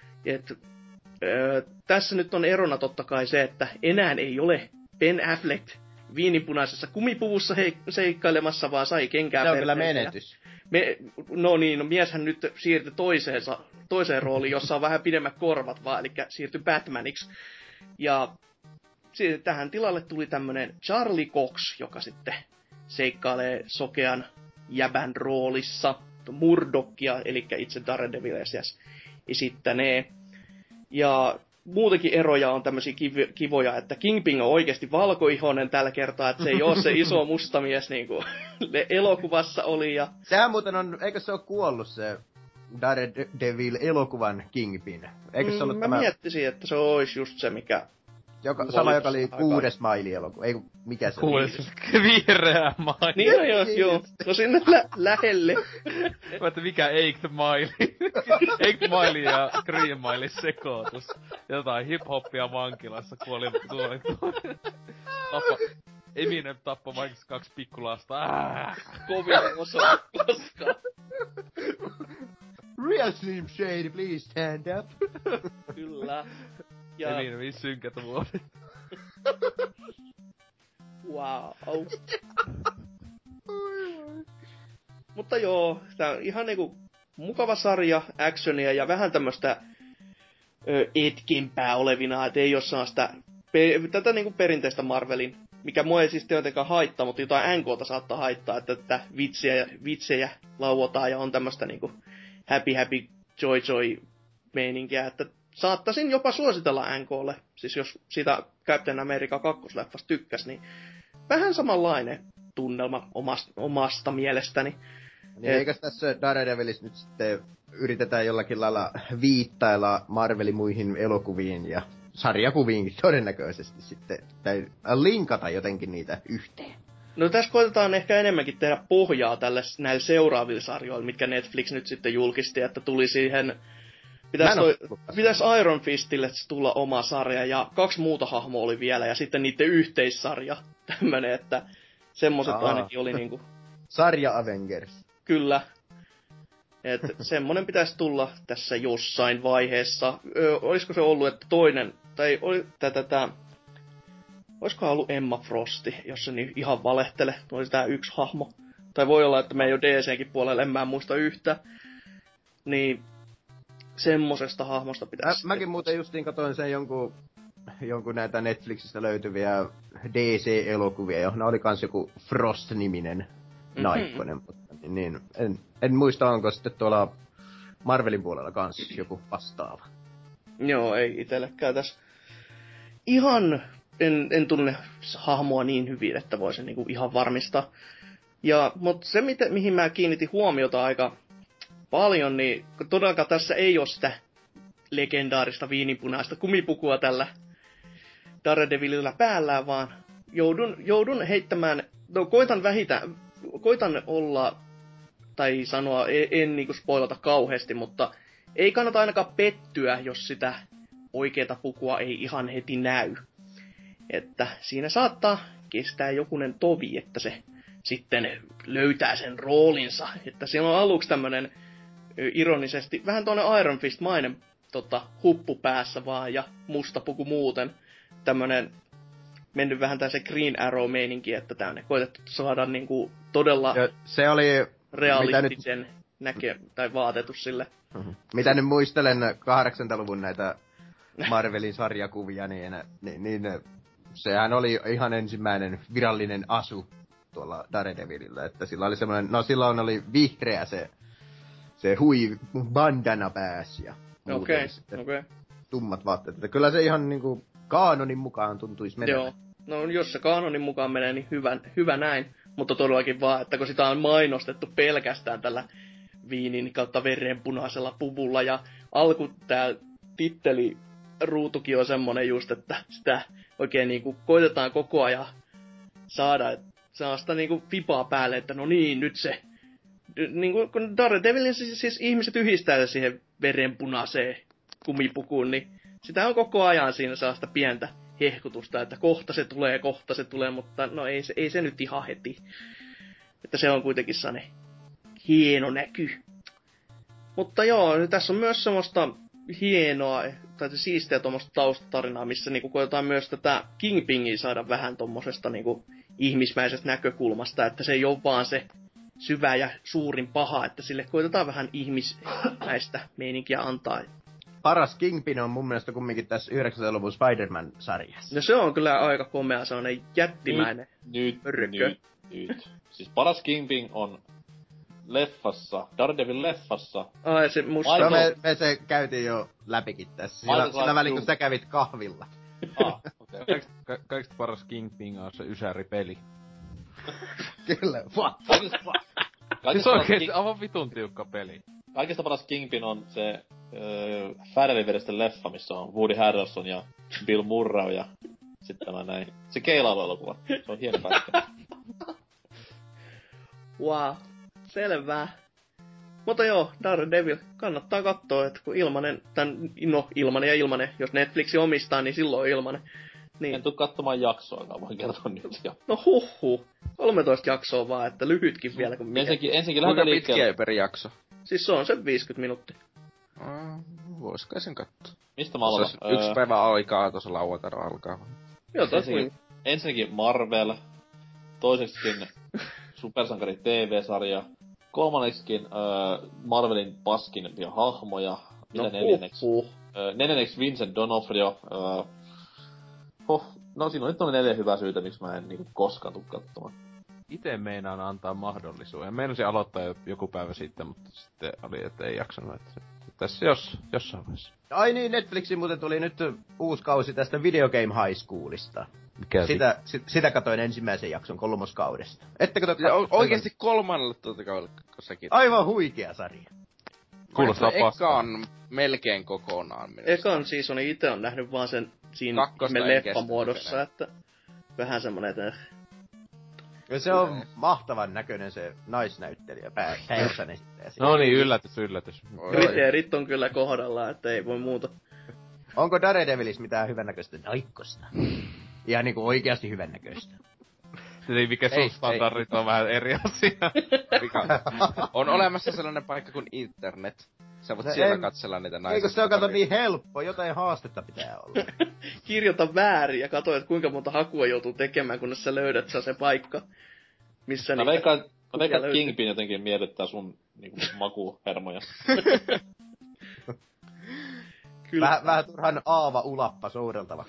Tässä nyt on erona totta kai se, että enää ei ole Ben Affleck viininpunaisessa kumipuvussa seikkailemassa, vaan sai kenkää. Se on kyllä menetys. No mieshän nyt siirtyi toiseen rooliin, jossa on vähän pidemmät korvat vaan, eli siirtyi Batmaniksi. Ja tähän tilalle tuli tämmönen Charlie Cox, joka sitten seikkailee sokean jäbän roolissa Murdochia, eli itse Daredevilia esittänee. Ja muutenkin eroja on tämmöisiä kivoja, että Kingpin on oikeasti valkoihoinen tällä kertaa, että se ei ole se iso musta mies niin kuin elokuvassa oli. Ja sehän muuten on, eikö se ole kuollut se Daredevil-elokuvan Kingpin? Eikö se ollut mä miettisin, että se olisi just se, mikä... Sama, joka oli 6. Smiley-elokuva. Ei, mikä se oli? 6. vihreä Smiley. Niin, joo. No sinne lähelle. Mä että mikä Eight Smiley. Eight Smiley ja Green Smiley sekoitus. Jotain hip-hoppia vankilassa kuoli. Eminem tappoi vaikka 2 pikkulasta. Kovin osa koskaan. Real Slim Shady, please stand up. Kyllä. Ja... Eminem synkät vuodet. Wow. Mutta joo, tää on ihan niinku mukava sarja, actionia ja vähän tämmöstä etkempää olevina, et ei oo sellaista tätä niinku perinteistä Marvelin, mikä mua ei siis jotenkaan haittaa, mutta jotain NK:ta saattaa haittaa, että tätä vitsejä lauotaan ja on tämmöstä niinku happy joy meininkiä, että saattaisin jopa suositella NK:lle, siis jos siitä Captain America 2-leffasta tykkäs, niin vähän samanlainen tunnelma omasta mielestäni. Niin eikös tässä Daredevilis nyt sitten yritetään jollakin lailla viittailla Marvelin muihin elokuviin ja sarjakuviinkin todennäköisesti sitten, tai linkata jotenkin niitä yhteen? No tässä koitetaan ehkä enemmänkin tehdä pohjaa näille seuraaville sarjoille, mitkä Netflix nyt sitten julkisti, että tuli siihen... Pitäis Iron Fistille tulla oma sarja, ja 2 muuta hahmoa oli vielä, ja sitten niiden yhteissarja. Tämmönen, että semmoset ainakin oli niinku... Sarja Avengers. Kyllä. Et semmonen pitäisi tulla tässä jossain vaiheessa. Olisiko se ollut, että toinen... Tai oli tätä... Olisikohan ollut Emma Frosti, jos se niin ihan valehtele. Olisi tää yksi hahmo. Tai voi olla, että me ei ole DC:nkin puolella, en mä muista yhtä. Niin... Semmosesta hahmosta pitäisi... Mäkin muuten justiin katoin sen jonkun näitä Netflixistä löytyviä DC-elokuvia, johon oli kans joku Frost-niminen naikkonen, mutta niin, en muista, onko sitten tuolla Marvelin puolella kans joku vastaava. Joo, ei itellekään tässä. Ihan en tunne hahmoa niin hyvin, että voisin niinku ihan varmistaa. Mutta se, mihin mä kiinnitin huomiota aika paljon, niin todellakaan tässä ei ole sitä legendaarista viininpunaista kumipukua tällä Daredevilillä päällään, vaan joudun heittämään, no koitan olla, tai sanoa, en niinku spoilata kauheasti, mutta ei kannata ainakaan pettyä, jos sitä oikeata pukua ei ihan heti näy. Että siinä saattaa kestää jokunen tovi, että se sitten löytää sen roolinsa. Että siellä on aluksi tämmönen ironisesti vähän tuonne Iron Fist-mainen huppu päässä vaan ja musta puku muuten. Tämmönen mennyt vähän tämmöisen Green Arrow-meininki, että tämmönen koitettu saada niinku todella ja se oli realistisen tai vaatetus sille. Mitä nyt muistelen 80-luvun näitä Marvelin sarjakuvia, niin sehän oli ihan ensimmäinen virallinen asu tuolla Daredevilillä, että sillä oli semmoinen, no silloin oli vihreä se bandana päässä ja Okei. tummat vaatteet, että kyllä se ihan niinku kaanonin mukaan tuntuisi menevän. Joo, no jos se kaanonin mukaan menee, niin hyvä näin, mutta todellakin vaan, että kun sitä on mainostettu pelkästään tällä viinin kautta verenpunaisella puvulla ja tää titteliruutukin on semmonen just, että sitä oikein niinku koitetaan koko ajan saada sitä niinku vipaa päälle, että no niin, nyt se niinku kun Daredevilin siis ihmiset yhdistää siihen verenpunaiseen kumipukuun, niin sitä on koko ajan siinä sellaista pientä hehkutusta, että kohta se tulee, mutta no ei se nyt ihan heti. Että se on kuitenkin sellainen hieno näky. Mutta joo, tässä on myös semmoista hienoa, tai siistiä tuommoista taustatarinaa, missä niinku koetaan myös tätä Kingpingia saada vähän tommosesta niinku ihmismäisestä näkökulmasta, että se ei ole vaan se syvä ja suurin paha, että sille koitetaan vähän ihmismäistä meininkiä antaa. Paras Kingpin on mun mielestä kumminkin tässä 90-luvun Spider-Man-sarjassa. No se on kyllä aika komea, se on jättimäinen mörkö. Nyt. Siis paras Kingpin on Daredevil-leffassa. Ai se musta. No me se käytiin jo läpikin tässä. Sillä välin, kun sä kävit kahvilla. Okay. Kaikista paras Kingpin on se Ysäri-peli. Kyllä, fuck. Siis oikeesti aivan vitun tiukka peli. Kaikista paras Kingpin on se Farrellin veristen leffa, missä on Woody Harrelson ja Bill Murray ja sitten tämä näin. Se keilailuelokuva. Se on hieno pätkä. Wow, selvä. Mutta joo, Daredevil kannattaa katsoa, että kun ilmanen, jos Netflix omistaa, niin silloin on ilmanen. Niin. En tuu katsomaan jaksoakaan, voin kertoa nyt jo. No 13 jaksoa vaan, että lyhytkin vielä kuin mikä. Ensinnäkin kuinka pitkiä per jakso? Siis se on se 50 minuuttia. Vois kai sen katsoa. Mistä mä aloitan? Yksi päivä aikaa tuossa lauantaina alkaa. Joo, ensinnäkin Marvel. Toiseksikin Supersankari TV-sarja. Kolmanneksikin Marvelin paskimpia hahmoja. Mitä neljänneksi? Neljänneksi Vincent D'Onofrio. No siinä on nyt 4 hyvää syytä, miksi mä en niinku koskaan tuu katsomaan. Ite meinaan antaa mahdollisuuden. Meinasin aloittaa joku päivä sitten, mutta sitten oli, että ei jaksanut. Että tässä jossain vaiheessa. Ai niin, Netflixin muuten tuli nyt uusi kausi tästä Video Game High Schoolista. Mikä sitä katoin ensimmäisen jakson 3. kaudesta. Ettekö oikeesti 3. kaudella sekin? Aivan huikea sarja. Kuulostaa Ekan melkein kokonaan. Ekan seasonin ite on nähnyt vaan sen siinä leffamuodossa, että vähän semmonen, että ja se on mahtavan näköinen se naisnäyttelijä päässä esittää. No niin, yllätys. Kriteerit on kyllä kohdallaan, että ei voi muuta. Onko Daredevilis mitään hyvännäköistä naikkosta? Ihan niinku oikeasti hyvännäköistä. Eli mikä sun standardit on vähän eri asia. On olemassa sellainen paikka kuin internet. Sä voit siellä katsella niitä naisia. Eikö se on kato niin helppo? Jotain haastetta pitää olla. Kirjoita väärin ja katso, että kuinka monta hakua joutuu tekemään, kunnes sä löydät se paikka. Missä mä veikkaan, että Kingpin jotenkin miellyttää sun niinku makuhermoja. Kyllä. Vähän turhan Aava Ulappa soudeltava.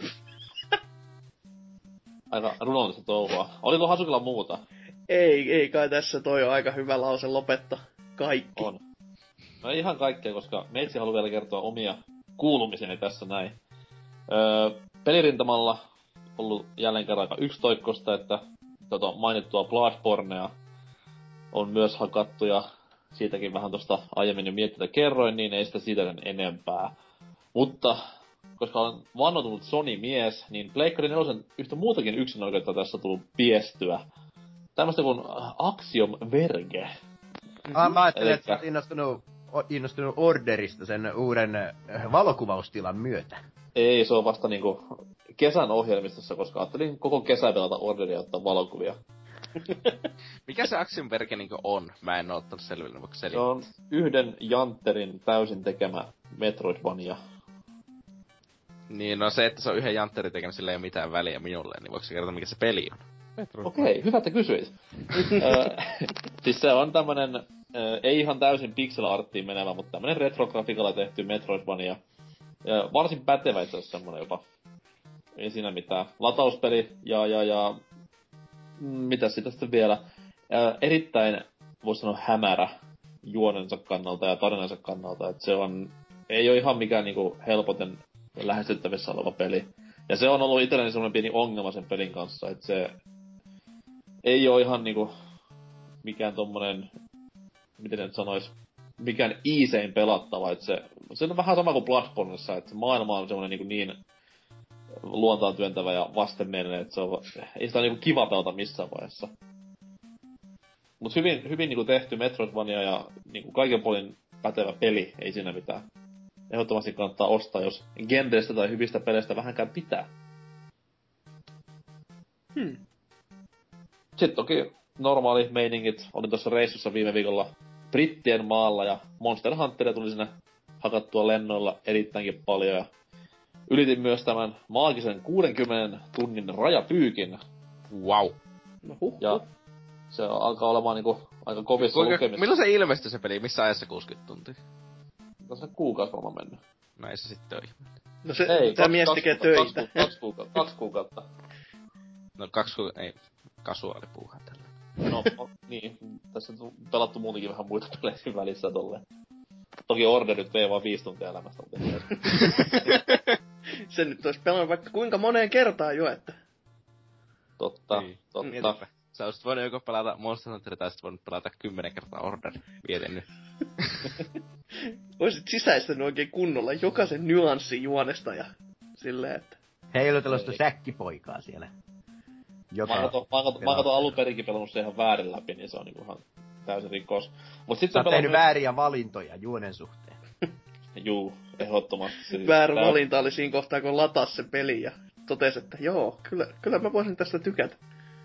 Aika runollista touhua. Oliko Hasukilla muuta? Ei kai tässä toi on aika hyvä lause lopettaa kaikki. On. No ei ihan kaikkea, koska meitsi haluaa vielä kertoa omia kuulumiseni tässä näin. Pelirintamalla ollut jälleen kerran aika yksitoikkosta, että mainittua Bloodbornea on myös hakattu ja siitäkin vähän tosta aiemmin jo miettiä kerroin, niin ei sitä siitä sen enempää. Mutta koska olen vannotunut Sony-mies, niin Pleikkari 4 yhtä muutakin yksinoikeutta tässä on tullut piestyä. Tämmöstä kuin Axiom Verge. Mä ajattelin, että sä oot innostunut Orderista sen uuden valokuvaustilan myötä. Ei, se on vasta niinku kesän ohjelmistossa, koska ajattelin koko kesä pelata Orderia ja ottaa valokuvia. Mikä se Axiom Verge niinku on? Mä en oo ottanut selville, voiko selittää? Se on yhden Jantterin täysin tekemä Metroidvania. Niin, no se, että se on yhden jantterin tekemä, sillä ei ole mitään väliä minulle, niin voiko se kertoa, mikä se peli on? Okei, hyvä, että kysyit. Siis se on tämmönen, ei ihan täysin pixel arttiin menevä, mutta tämmönen retrografikalla tehty Metroidvania. Varsin pätevä itse asiassa semmonen jopa. Ei siinä mitään. Latauspeli ja mitäs sitä sitten vielä? Erittäin, vois sanoa, hämärä juonensa kannalta ja tarinansa kannalta. Et se on, ei oo ihan mikään niinku helpoten lähestyttävissä oleva peli. Ja se on ollut itselleni semmonen pieni ongelma sen pelin kanssa, että se ei oo ihan niinku mikään tommonen, miten nyt sanois, mikään easein pelattava, että se on vähän sama kuin Bloodborneissa, että se maailma on semmonen niin luontaan työntävä ja vastenmielinen, että se on, ei sitä ole niinku kiva pelata missään vaiheessa. Mut hyvin niinku tehty Metroidvania ja niinku kaiken puolin pätevä peli, ei siinä mitään. Ehdottomasti kannattaa ostaa, jos genreistä tai hyvistä peleistä vähänkään pitää. Sitten toki normaali meiningit. Olin tuossa reissussa viime viikolla Brittien maalla ja Monster Hunteria tuli sinne hakattua lennoilla erittäinkin paljon. Ja ylitin myös tämän maagisen 60 tunnin rajapyykin. Wow. No Ja se alkaa olemaan niinku aika kovissa lukemissa. Milloin se ilmestyi se peli? Missä ajassa 60 tuntia? Tässä kuukausi varmaan mennyt. No ei se sitten ole ihme. No se, Ei, tämä mies tekee töitä. 2 kuukautta. No 2 kuukautta, ei. Kasuaali puuhaa tällä. No, niin. Tässä on pelattu muutenkin vähän muita pelejä välissä tolleen. Toki Orderit vei vaan 5 tuntia elämästä, mutta Se nyt olisi pelannut vaikka kuinka moneen kertaan jo, että... Totta. Mietipä. Sä olisit voinut joko pelata Monster Hunteria tai sit voinut pelata 10 kertaa Order. Mietin nyt. Oisit sisäistänyt oikein kunnolla jokaisen nyanssin juonesta ja silleen, että... Heillä on tällaista säkkipoikaa siellä. Mä katon alun perinkin pelannut se ihan väärin läpi, niin se on niinku ihan täysin rikos. Mut sit sä oot tehnyt vääriä valintoja juonen suhteen. Juu, ehdottomasti. Väärä valinta oli siinä kohtaa, kun latas se peli ja totesi, että joo, kyllä mä voisin tästä tykätä.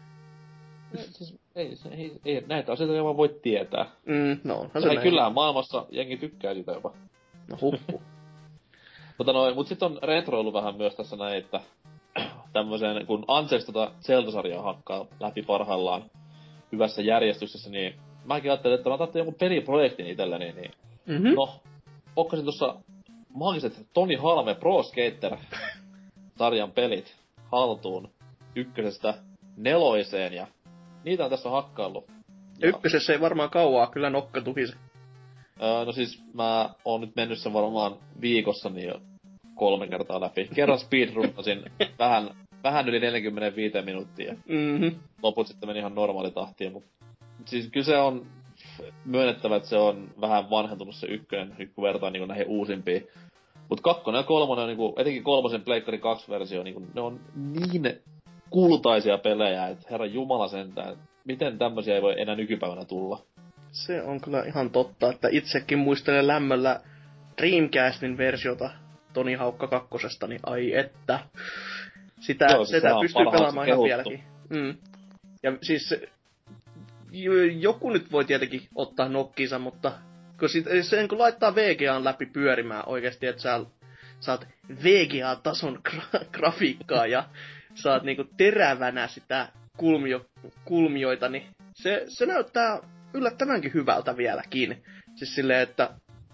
Ei näitä asioita ei vaan voi tietää. No, kyllähän maailmassa jengi tykkää siitä jopa. No huppu. Mut sit on retroilu vähän myös tässä näin, että tämmösen, kun Anses Zelda-sarjaa hakkaa läpi parhaillaan hyvässä järjestyksessä, niin mäkin ajattelin, että mä tarvitsen jonkun peliprojektin itselleni, niin no, pokkasin tossa maagiset Tony Halme Pro Skater-sarjan pelit haltuun 1-4 ja niitä on tässä hakkaillut. Ja 1 ei varmaan kauaa kyllä nokka tuhise. No siis mä oon nyt mennyt sen varmaan viikossa niin jo 3 kertaa läpi. Kerran speedrunnasin vähän yli 45 minuuttia. Loput sitten meni ihan normaalitahtiin, mut siis kyllä se on myönnettävä, että se on vähän vanhentunut se 1, kun vertaa niinku näihin uusimpiin. Mut 2 ja 3 on niinku, etenkin 3 Pleikkari 2-versio, niinku, ne on niin kultaisia pelejä, että herran jumala sentään, miten tämmösiä ei voi enää nykypäivänä tulla. Se on kyllä ihan totta, että itsekin muistelen lämmöllä Dreamcastin versiota Tony Haukka 2, niin ai että. Sitä pystyy pelaamaan ihan vieläkin. Ja siis joku nyt voi tietenkin ottaa nokkiinsa, mutta kun sen kun laittaa VGAn läpi pyörimään oikeesti, että sä saat VGA-tason grafiikkaa ja saat niinku terävänä sitä kulmioita, niin se näyttää yllättävänkin hyvältä vieläkin. Siis silleen, että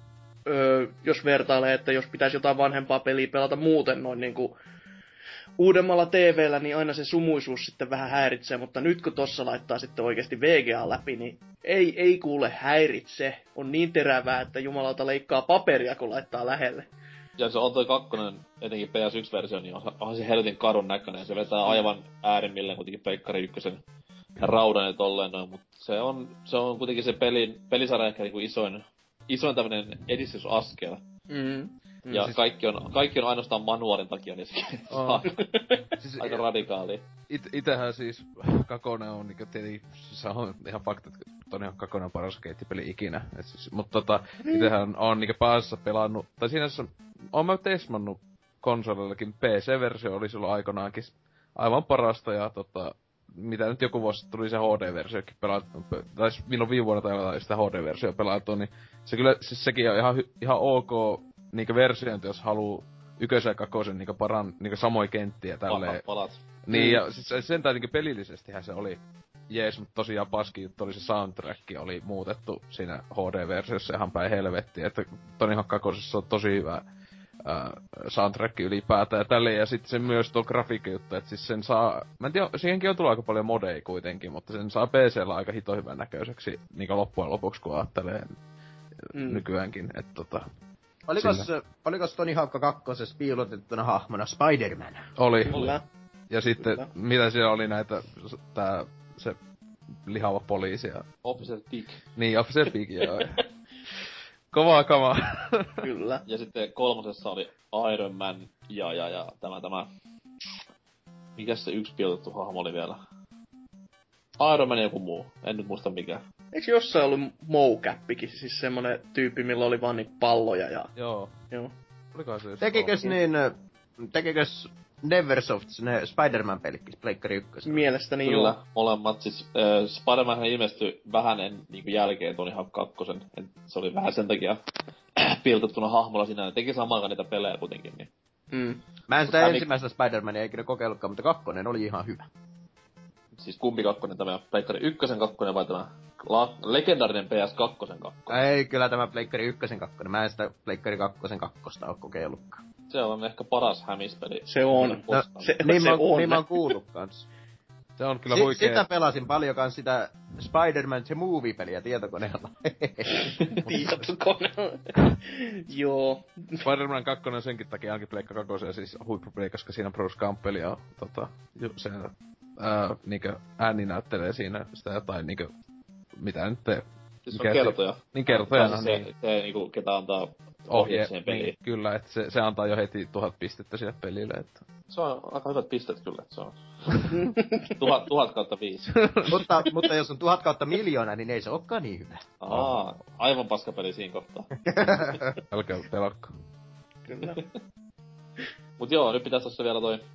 jos vertailee, että jos pitäisi jotain vanhempaa peliä pelata muuten noin niinku uudemmalla TV:llä, niin aina se sumuisuus sitten vähän häiritsee, mutta nyt kun tossa laittaa sitten oikeasti VGA läpi, niin ei kuule häiritse. On niin terävää, että jumalauta leikkaa paperia, kun laittaa lähelle. Ja se on toi 2, etenkin PS1-versio, niin onhan se helvetin kadun näköinen. Se vetää aivan äärimmilleen kuitenkin Pleikkari 1 raudan ja tolleen noin, mutta se on kuitenkin se pelisarja ehkä niinku isoin tämmönen edistysaskel. Ja siis kaikki on ainoastaan manuaalin takia, niin siis aika radikaali. Itehän siis Kakone on niinku tietenkin, se on ihan fakta, että Tony Kakone on paras skeittipeli ikinä. Mutta itehän on niinku päässä pelannut, tai siinä on mä testannut konsolillakin, PC-versio oli silloin aikoinaankin aivan parasta ja mitä nyt joku vuosi tuli se HD-versiokin pelattu, tai milloin viime vuonna tai sitä HD-versiota pelattu, niin se kyllä, siis sekin on ihan ok niinkö versiointi, jos haluu ykkösen ja kakkosen niinku niinku samoja kenttiä tälleen. Palat. Niin, ja siis sentään niinku pelillisestihän se oli jees, mutta tosiaan paski juttu oli se soundtrack, oli muutettu siinä HD-versiossa ihan päin helvettiä, että Tony Hawk 2 on tosi hyvä soundtrack ylipäätään ja tälleen, ja sitten se myös tuo grafiikkajuttu, että siis sen saa, mä en tiedä, siihenkin on tullut aika paljon modeja kuitenkin, mutta sen saa PC:llä aika hito hyvän näköiseksi, niinku loppujen lopuksi, kun ajattelee nykyäänkin, että Olikos Tony Hawk 2 piilotettuna hahmona Spider-Man? Oli. Kyllä. Ja sitten, mitä siellä oli näitä, se lihava poliisi ja... Officer Dick. Niin, Officer Dick, joo. Kovaa kamaa. Kyllä. Ja sitten 3 oli Iron Man ja tämä... Mikäs se yksi pilotettu hahmo oli vielä? Iron Man ja joku muu. En nyt muista mikä. Eikö jossain ollut Mocappikin, siis semmonen tyyppi, millä oli vaan niinku palloja ja... Joo. Olikohan se just... Tekikös Neversofts ne Spider-Man-pelikki Pleikkari 1? Mielestäni Kyllä, joo. molemmat. Siis Spider-Man ilmestyi vähän niinku jälkeen Tony Hawk 2. Se oli vähän sen takia piiltettuna hahmolla sinä. Ne teki samaan niitä pelejä kuitenkin. Niin. Mä en sitä ensimmäistä Spider-Mania ikinä kokeillutkaan, mutta 2 oli ihan hyvä. Siis kumpi 2? Tämä Pleikkari 1 2 vai tämä legendaarinen PS2 2? Ei, kyllä tämä Pleikkari 1 2. Mä en sitä Pleikkari 2 2 oo kokeillutkaan. Se on ehkä paras hämispeli. Se on. No, niin mä oon kuullut kans. Se on kyllä huikee. Sitä pelasin paljon kans sitä Spider-Man The Movie-peliä tietokoneella. Tietokoneella. Joo. Spider-Man 2 on senkin takia ainakin Pleikka 2 siis huippupeli, koska siinä Bruce Campbell ja se niinkö ääni näyttelee siinä sitä jotain niinkö mitä nyt te... Siis on kertoja. Niin kertoja, no niin. Se niinku ketä antaa ohjeet siihen peliin. Niin, kyllä, että se antaa jo heti 1000 pistettä sille pelille, että... Se on aika hyvät pistet kyllä, että se on 1000/5. mutta jos on 1000/1,000,000, niin ei se olekaan niin hyvä. Aivan paskapeli siinä kohtaa. Älkää pelakko. Kyllä. Mut joo, nyt pitäis tossa vielä toi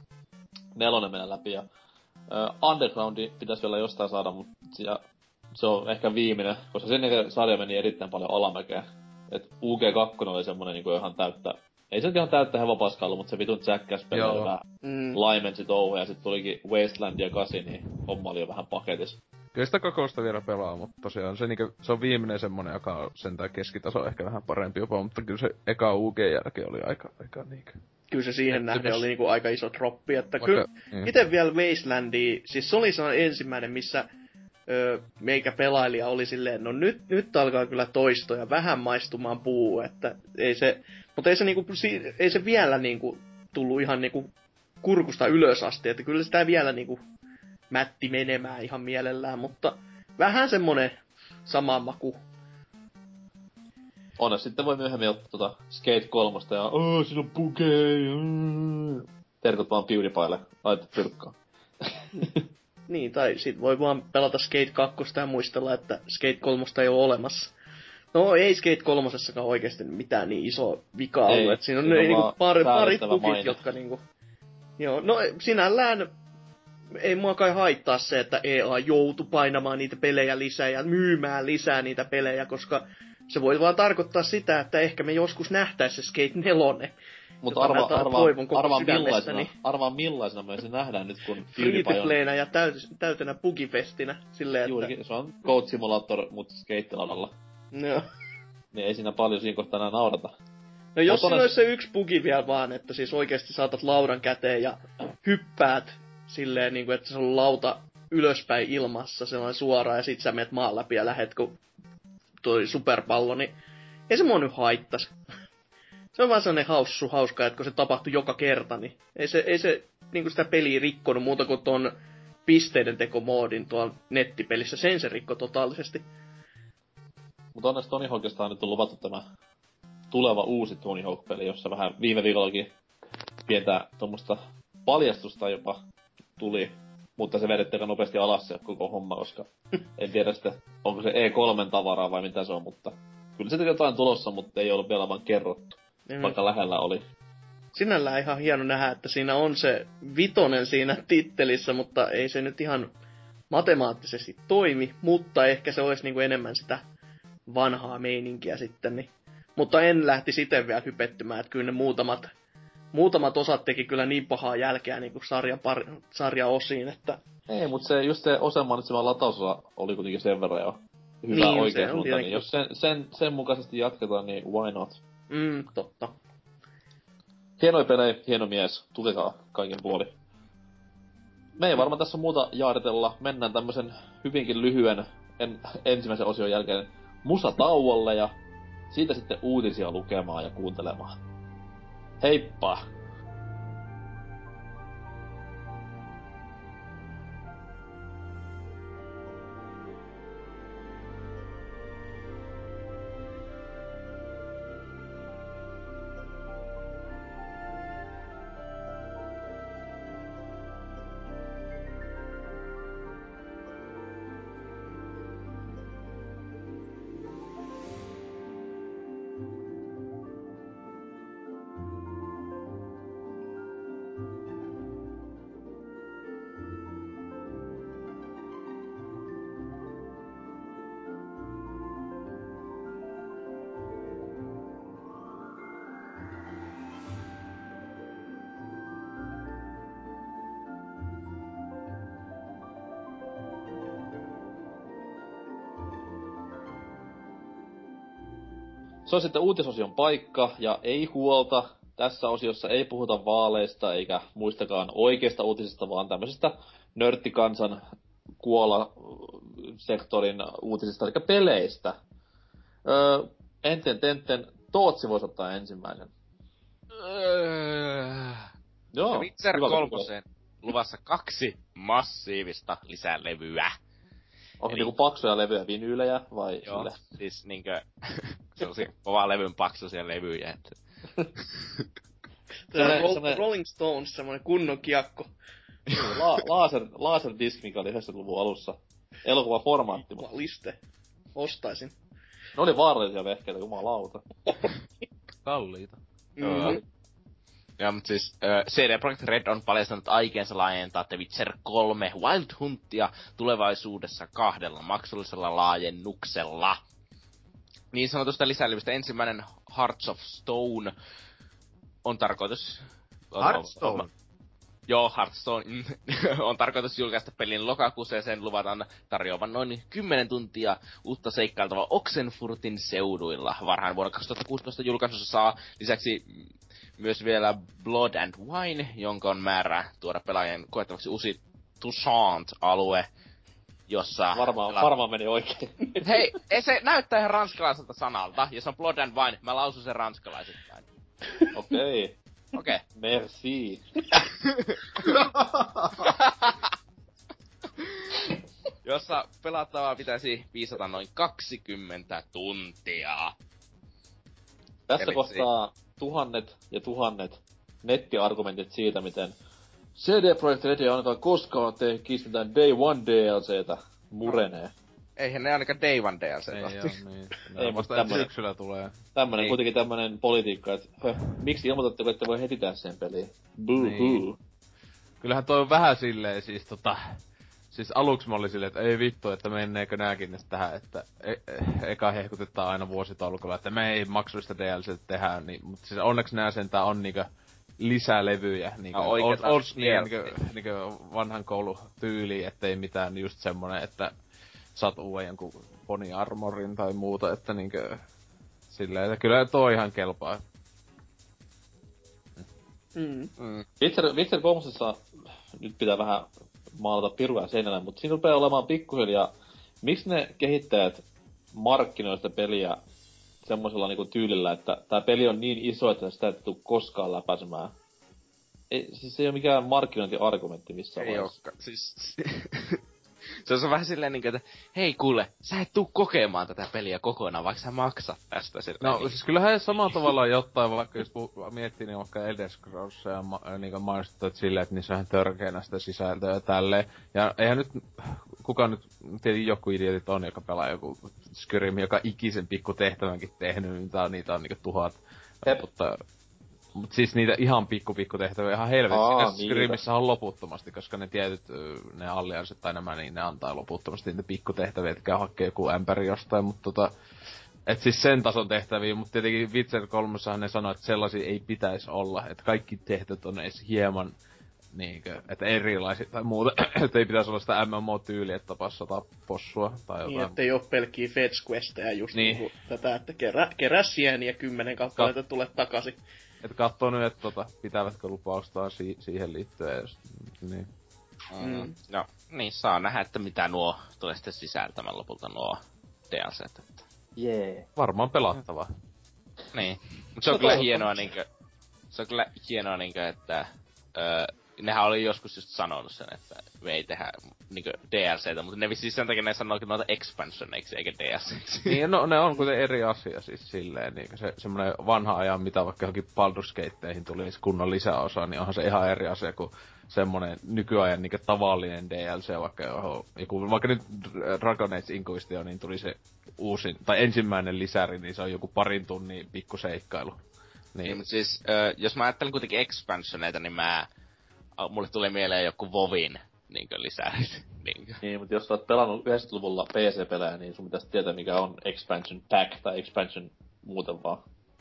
4 mennä läpi ja Undergroundi pitäis vielä jostain saada, mut se on ehkä viimeinen, koska sen sarja meni erittäin paljon alamäkeä. Et UG2 oli semmonen niinku ihan täyttä, ei se nyt ihan täyttä hevopaskaa ollut, mut se vitun Jackass-peli oli vähän laimensi touhu ja sit tulikin Wasteland ja 8, niin homma oli jo vähän paketis. Kyllä sitä kokoista vielä pelaa, mutta tosiaan se on viimeinen semmonen, joka on sentään keskitaso ehkä vähän parempi jopa, mutta kyllä se eka UG jälkeen oli aika niinkö. Kyllä se siihen nähden oli niinku aika iso droppi, että kyllä ite vielä Wastelandia, siis se oli sellainen ensimmäinen, missä meikä pelailija oli silleen, no nyt alkaa kyllä toistoja vähän maistumaan puu, että mutta ei se vielä niinku tullut ihan niinku kurkusta ylös asti, että kyllä sitä vielä niinku mätti menemään ihan mielellään, mutta vähän semmonen sama maku. Onnes sitten voi myöhemmin ottaa Skate 3 ja siinä on bugei. Terkut vaan PewDiePielle, laita pyrkkaan. Niin, tai sit voi vaan pelata Skate 2 ja muistella, että Skate 3 ei ole olemassa. No ei Skate 3:ssakaan oikeesti mitään niin iso vikaa ollut, että siinä on niinku parit bugit, jotka niinku... Joo, no sinällään ei mua kai haittaa se, että EA joutui painamaan niitä pelejä lisää ja myymään lisää niitä pelejä, koska se voi vaan tarkoittaa sitä, että ehkä me joskus nähtäis se Skate 4. Mutta arvaa millaisena me se nähdään nyt, kun PewDiePie on... ja täytenä bugifestinä. Silleen, juurikin, että... se on Goat Simulator, mutta skeittilavalla. Joo. Niin ei siinä paljon siinä kohtaa enää naurata. No jos siinä olisi se yksi bugi vielä vaan, että siis oikeesti saatat laudan käteen ja hyppäät silleen niinku, että se on lauta ylöspäin ilmassa sellainen suoraan ja sit sä menet maan läpi ja lähet kun toi superpallo, niin ei se mua nyt haittas. Se on vaan sellainen hauska, että kun se tapahtui joka kerta, niin ei se niinku sitä peliä rikkonut muuta kuin ton pisteiden tekomoodin tuolla nettipelissä. Sen se rikko totaalisesti. Mutta onneksi Tony Hawkista on nyt luvattu tämä tuleva uusi Tony Hawk-peli, jossa vähän viime viikollakin pientä tuommoista paljastusta jopa tuli. Mutta se vedettiin aika nopeasti alas se koko homma, koska en tiedä sitä, onko se E3-tavaraa vai mitä se on, mutta kyllä se jotain tulossa, mutta ei ollut vielä vaan kerrottu, vaikka lähellä oli. Sinällään ihan hieno nähdä, että siinä on se 5 siinä tittelissä, mutta ei se nyt ihan matemaattisesti toimi, mutta ehkä se olisi niinku enemmän sitä vanhaa meininkiä sitten. Niin. Mutta en lähti siten vielä hypettymään, että kyllä ne muutamat muutamat osat teki kyllä niin pahaa jälkeä niinku sarjaosiin, että... Ei, mut se just se Osen mainitsema latausosa oli kuitenkin sen verran jo hyvä niin, oikein suuntaan, niin jos sen mukaisesti jatketaan, niin why not? Totta. Hienoja pelejä, hieno mies, tukekaa kaiken puoli. Me ei varmaan tässä muuta jaaritella, mennään tämmösen hyvinkin lyhyen ensimmäisen osion jälkeen musatauolle ja siitä sitten uutisia lukemaan ja kuuntelemaan. Heippa! Se on sitten uutisosion paikka, ja ei huolta, tässä osiossa ei puhuta vaaleista eikä muistakaan oikeista uutisista, vaan tämmöisestä nörttikansan kuola-sektorin uutisista, eli peleistä. Enten, Tootsi voisi ottaa ensimmäisen. Joo, Witcher 3 luvassa 2 massiivista lisälevyä. Onko niinku paksuja levyjä, vinyylejä vai joo, sille? siis niinkö sellaisia kova levyn paksuisia levyjä, että... Rolling Stones, semmonen kunnon kiekko. Laserdisk, mikä oli 90-luvun alussa. Elokuvaformaatti. Liste. Ostaisin. Ne oli vaarallisia vehkeitä, jumalauta. Kalliita. Ja, mutta siis CD Projekt Red on paljastanut aikeensa laajentaa The Witcher 3 Wild Huntia tulevaisuudessa 2 maksullisella laajennuksella. Niin sanotusta lisälevystä ensimmäinen Hearts of Stone on tarkoitus... Hearthstone? Joo, Hearthstone on tarkoitus julkaista pelin lokakuussa ja sen luvataan tarjoavan noin 10 tuntia uutta seikkailtavaa Oxenfurtin seuduilla. Varhain vuonna 2016 julkaisussa saa lisäksi myös vielä Blood and Wine, jonka on määrä tuoda pelaajien koettavaksi uusi Toussaint-alue, jossa... Varmaan meni oikein. Hei, se näyttää ihan ranskalaiselta sanalta, jos on Blood and Wine, mä lausun sen ranskalaisittain. Okei. Okei. Merci. Jossa pelattavaa pitäisi viisata noin 20 tuntia. Tässä Eli kohtaa tuhannet ja tuhannet nettiargumentit siitä, miten CD Projekt Red ei ainakaan koskaan tekisi mitään Day One DLCtä murenee. Eihän ne ainakaan Day One DLCtä. Ei oo, niin. Ei, vasta syksyllä tulee. Tämmönen, kuitenkin tämmönen politiikka, että miksi ilmoitatteko, että voi heti tehdä sen peliin? Boo-hoo. Niin. Kyllähän toi on vähän silleen siis siis aluksi mä olin silleen, että ei vittu, että menneekö nääkin tähän, että eka hehkutetaan aina vuositaulukolla, että me ei maksullista DLC tehdä, niin, mutta siis onneksi nää sentään on niinkö lisälevyjä, niinkö niinkö vanhan koulutyyliin, ettei mitään just semmonen, että saat uuden jonkun Pony Armorin tai muuta, että niinkö silleen, että kyllä toi ihan kelpaa. Witcher 3 nyt pitää vähän maalata piruja seinällä, mutta siinä rupeaa olemaan pikkuhiljaa. Miksi ne kehittäjät markkinoi sitä peliä semmosella niinku tyylillä, että tää peli on niin iso, että sitä et tuu koskaan läpäisemään? Siis se ei oo mikään markkinointiargumentti missään vaiheessa. Ei ookaan, siis... Se on vähän silleen niinkö, että hei kuule, sä et tuu kokemaan tätä peliä kokonaan, vaikka sä maksat tästä silleen. No niin. Siis kyllähän samalla tavalla jotain, vaikka jos miettii, niin vaikka Elder Scrolls ja niinku mainostettu silleen, että niissä on ihan törkeänä sitä sisältöä ja tälleen. Ja eihän nyt, kuka nyt, tietenkin joku idiotit on, joka pelaa joku Skyrim, joka ikisen pikku tehtävänkin tehnyt, niin niitä on niinku 1000. Mut siis niitä ihan pikku tehtäviä ihan helvetti. Skyrimissä on loputtomasti, koska ne tietyt, ne allianssit tai nämä, niin ne antaa loputtomasti niitä pikkutehtäviä, etkä hakkee joku ämpäri jostain, mut Et siis sen tason tehtäviä, mutta tietenkin Witcher 3:ssahan ne sanoi, että sellaisia ei pitäisi olla. Että kaikki tehtävät on edes hieman niinkö, että erilaisia tai muuta. Että ei pitäisi olla sitä MMO-tyyliä, että tapas 100 possua tai jotain. Niin, ettei oo pelkkiä fetch questejä just niin. niinku tätä, että kerää sieniä 10 kappaleita tule takaisin. Et kattoo nyt, että pitävätkö lupaustaan siihen liittyen. Niin. No, niin saa nähdä, että mitä nuo tulee sitten sisältämään lopulta nuo DLCt. Jee. Varmaan pelattavaa. Niin. Mut se on kyllä hienoa niinkö, että nehän oli joskus just sanonut sen, että me ei tehdä niinkö DLCtä, mutta ne vissiin sen takia ne sanookin noita expansioneiksi eikä DLCiksi. Niin, no ne on kuitenkin eri asia siis silleen, niinkö semmonen vanha ajan, mitä vaikka johonkin Baldur's Gateihin tuli kunnon lisäosa, niin onhan se ihan eri asia kuin semmonen nykyajan niinkö tavallinen DLC, vaikka nyt Dragon Age Inquisition, niin tuli se uusin, tai ensimmäinen lisäri, niin se on joku parin tunnin pikkuseikkailu. Niin, mutta siis, jos mä ajattelen kuitenkin expansioneita, niin mulle tulee mieleen joku WoWin niinkö lisärit. Niin, mutta jos sä oot pelannut 90-luvulla PC-pelejä, niin sun pitäisi tietää mikä on expansion pack tai expansion muuten vaan.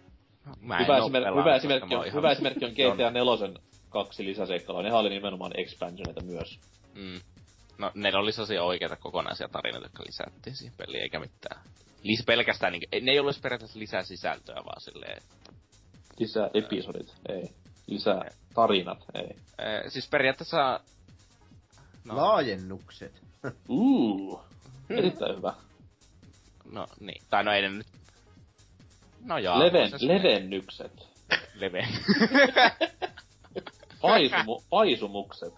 Hyvä esimerkki on GTA 4 2 lisäseikkailua. Nehän oli nimenomaan expansioneita myös. No, ne oli sellaisia oikeita kokonaisia tarinoita, jotka lisättiin siihen peliin, eikä mitään. Pelkästään niinkö, ne ei ollut periaatteessa lisää sisältöä, vaan silleen. Lisää episodit, ei. Lisää tarinat, ei. Siis periaatteessa. No. Laajennukset. Erittäin hyvä. No niin, tai no ei ne nyt. No jaa. Levennykset. Paisumukset.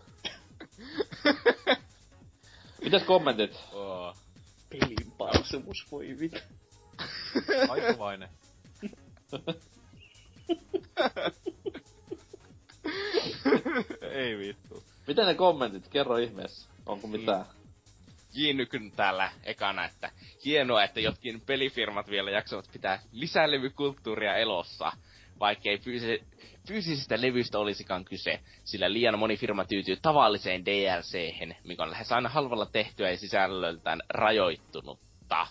Mitäs kommentit? Pelin paisumus, voi vittu. Paisuvainen. Ei vittu. Miten ne kommentit? Kerro ihmeessä. Onko mitään? Jinnykyn täällä ekana, että hienoa, että jotkin pelifirmat vielä jaksavat pitää lisälevykulttuuria elossa, vaikkei fyysisistä levyistä olisikaan kyse, sillä liian moni firma tyytyy tavalliseen DLC:hen, mikä on lähes aina halvalla tehtyä ja sisällöltään rajoittunutta.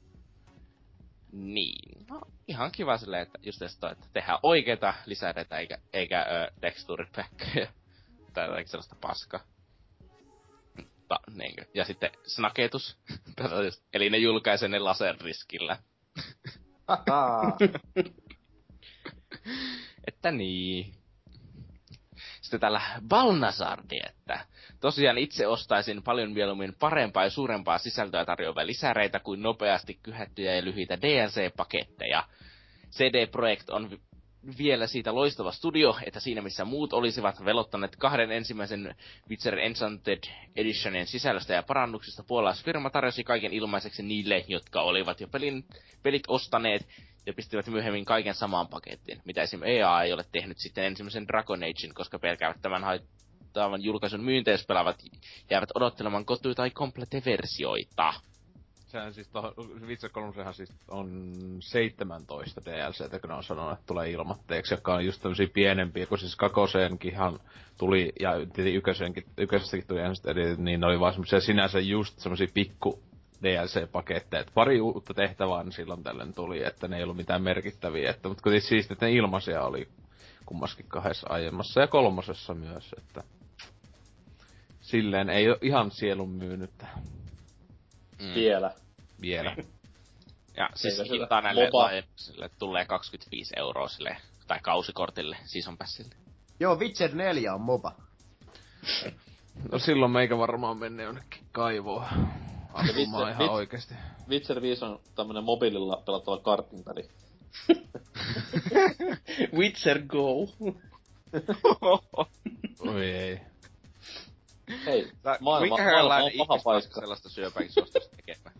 Niin, no ihan kiva silleen, että just että tehdään oikeita lisäreitä eikä texturipäkköjä tai sellaista paskaa. Niinkö. Ja sitten snaketus. Eli ne julkaisee ne laserriskillä. Että niin. Sitten täällä Balnazardi, että tosiaan itse ostaisin paljon mieluummin parempaa ja suurempaa sisältöä tarjoavia lisäreitä kuin nopeasti kyhättyjä ja lyhyitä DLC-paketteja. CD Projekt on vielä siitä loistava studio, että siinä missä muut olisivat velottaneet 2 ensimmäisen Witcher Enchanted Editionin sisällöstä ja parannuksista, puolalaisfirma tarjosi kaiken ilmaiseksi niille, jotka olivat jo pelit ostaneet ja pistivät myöhemmin kaiken samaan pakettiin, mitä esim. EA ei ole tehnyt sitten ensimmäisen Dragon Agein, koska pelkäävät tämän haittaavan julkaisun myynteispelävät jäävät odottelemaan kotu- tai komplete-versioita. Sehän siis Witcher 3 siis on 17 DLCtä, kun ne on sanonut, että tulee ilmatteeksi, jotka on just tämmösiä pienempiä, kun siis kakoseenkinhan tuli, ja ykkösestäkin tuli ensin, niin ne oli vaan semmosia sinänsä just semmosia pikku DLC-paketteja, että pari uutta tehtävää silloin tällöin tuli, että ne ei ollut mitään merkittäviä, että, mutta kuitenkin siistiä, että ne ilmaisia oli kummaskin 2 aiemmassa ja 3 myös, että silleen ei oo ihan sielun myynyttä. Vielä. Ja siis hintaa näille laajennuksille tulee 25 € sille, tai kausikortille, Season Passille. Joo, Witcher 4 on MOBA. No silloin meikä varmaan menne jonnekin kaivoon. Ampumaan ihan oikeesti. Witcher 5 on tämmönen mobiililla pelattava kartinpeli. Witcher Go. Oi ei. Hei, maailma on paha paikka. Sellaista syöpääkin suostuisi tekemään.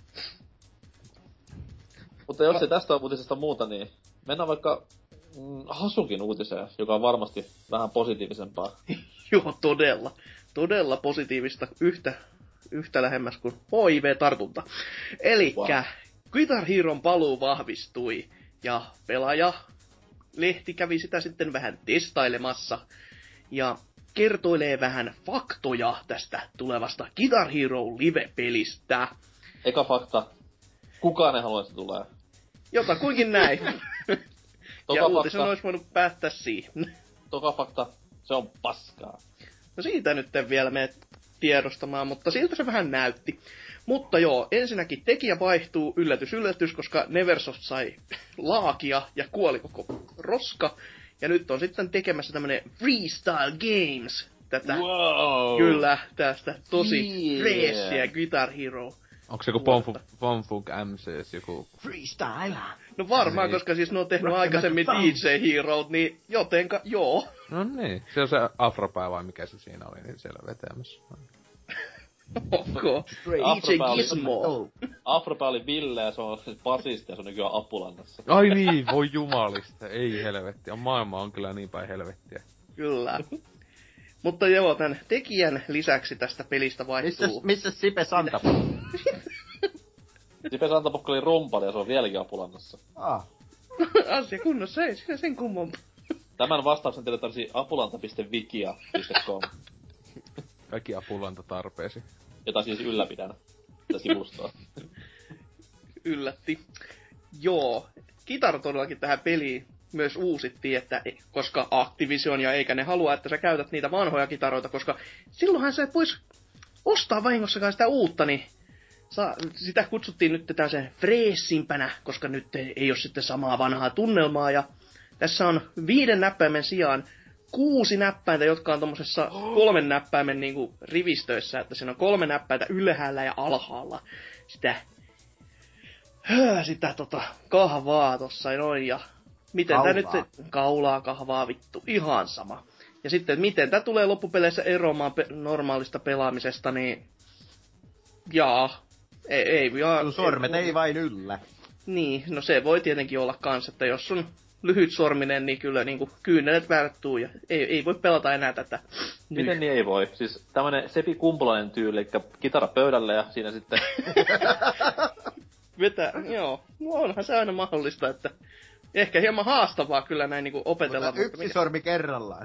Mutta jos ei tästä uutisesta muuta, niin mennään vaikka Hasukin uutiseen, joka on varmasti vähän positiivisempaa. Joo, todella. Todella positiivista. Yhtä lähemmäs kuin HIV-tartunta. Elikkä Guitar Heron paluu vahvistui ja pelaaja-lehti kävi sitä sitten vähän testailemassa ja kertoilee vähän faktoja tästä tulevasta Guitar Hero Live-pelistä. Eka fakta. Kukaan ei halua, että se tulee. Jotakuinkin näin. Ja uutisen olisi voinut päättää siihen. Toka fakta, se on paskaa. No siitä nyt en vielä mene tiedostamaan, mutta siltä se vähän näytti. Mutta joo, ensinnäkin tekijä vaihtuu, yllätys yllätys, koska Neversoft sai laakia ja kuoli koko roska. Ja nyt on sitten tekemässä tämmönen Freestyle Games. Tätä, kyllä, tästä tosi freeshia Guitar Hero. Onko se joku Bonfunk MCs joku... Freestyle! No varmaan, niin. Koska siis ne on tehnyt aikaisemmin DJ Heroet, niin jotenka joo. No niin, se on se afropää vai mikä se siinä oli, niin siellä vetämässä. Okay. DJ Gizmo. Afropää oli Ville ja se on basisti ja se on nykyään Apulannassa. Ai niin, voi jumalista, ei helvettiä. Maailma on kyllä niin päin helvettiä. Kyllä. Mutta joo, tämän tekijän lisäksi tästä pelistä vaihtuu... Missä Sipe Santapukko? Sipe Santapukko oli rumpali ja se on vieläkin Apulannassa. Asia kunnossa, ei siinä sen kummempaa. Tämän vastauksen teille tarvitsi apulanta.wikia.com. Kaikki apulanta tarpeesi. Jota siis ylläpidän. Tätä sivustoa. Yllätti. Joo. Kitara todellakin tähän peliin myös uusittiin, että koska Activision ja eikä ne halua, että sä käytät niitä vanhoja kitaroita, koska silloinhan sä et vois ostaa vahingossakaan sitä uutta, niin sitä kutsuttiin nyt tämmöisen freesimpänä, koska nyt ei ole sitten samaa vanhaa tunnelmaa, ja tässä on 5 näppäimen sijaan 6 näppäintä, jotka on tommosessa 3 näppäimen niinku rivistöissä, että siinä on 3 näppäintä ylhäällä ja alhaalla. Sitä kahvaa tossa noin, ja miten tää nyt... Kaulaa, kahvaa, vittu, ihan sama. Ja sitten, miten tää tulee loppupeleissä eroamaan normaalista pelaamisesta, niin... Sun sormet ei vain yllä. Niin, no se voi tietenkin olla kans, että jos sun lyhyt sorminen, niin kyllä niinku kyynelet väärättuu ja ei voi pelata enää tätä. Miten niin ei voi? Siis tämmönen Sepi Kumpulainen tyyli, eli kitara pöydälle ja siinä sitten... Joo. Onhan se aina mahdollista, että... Ehkä hieman haastavaa kyllä näin niinku opetella. Mutta yksi sormi kerrallaan.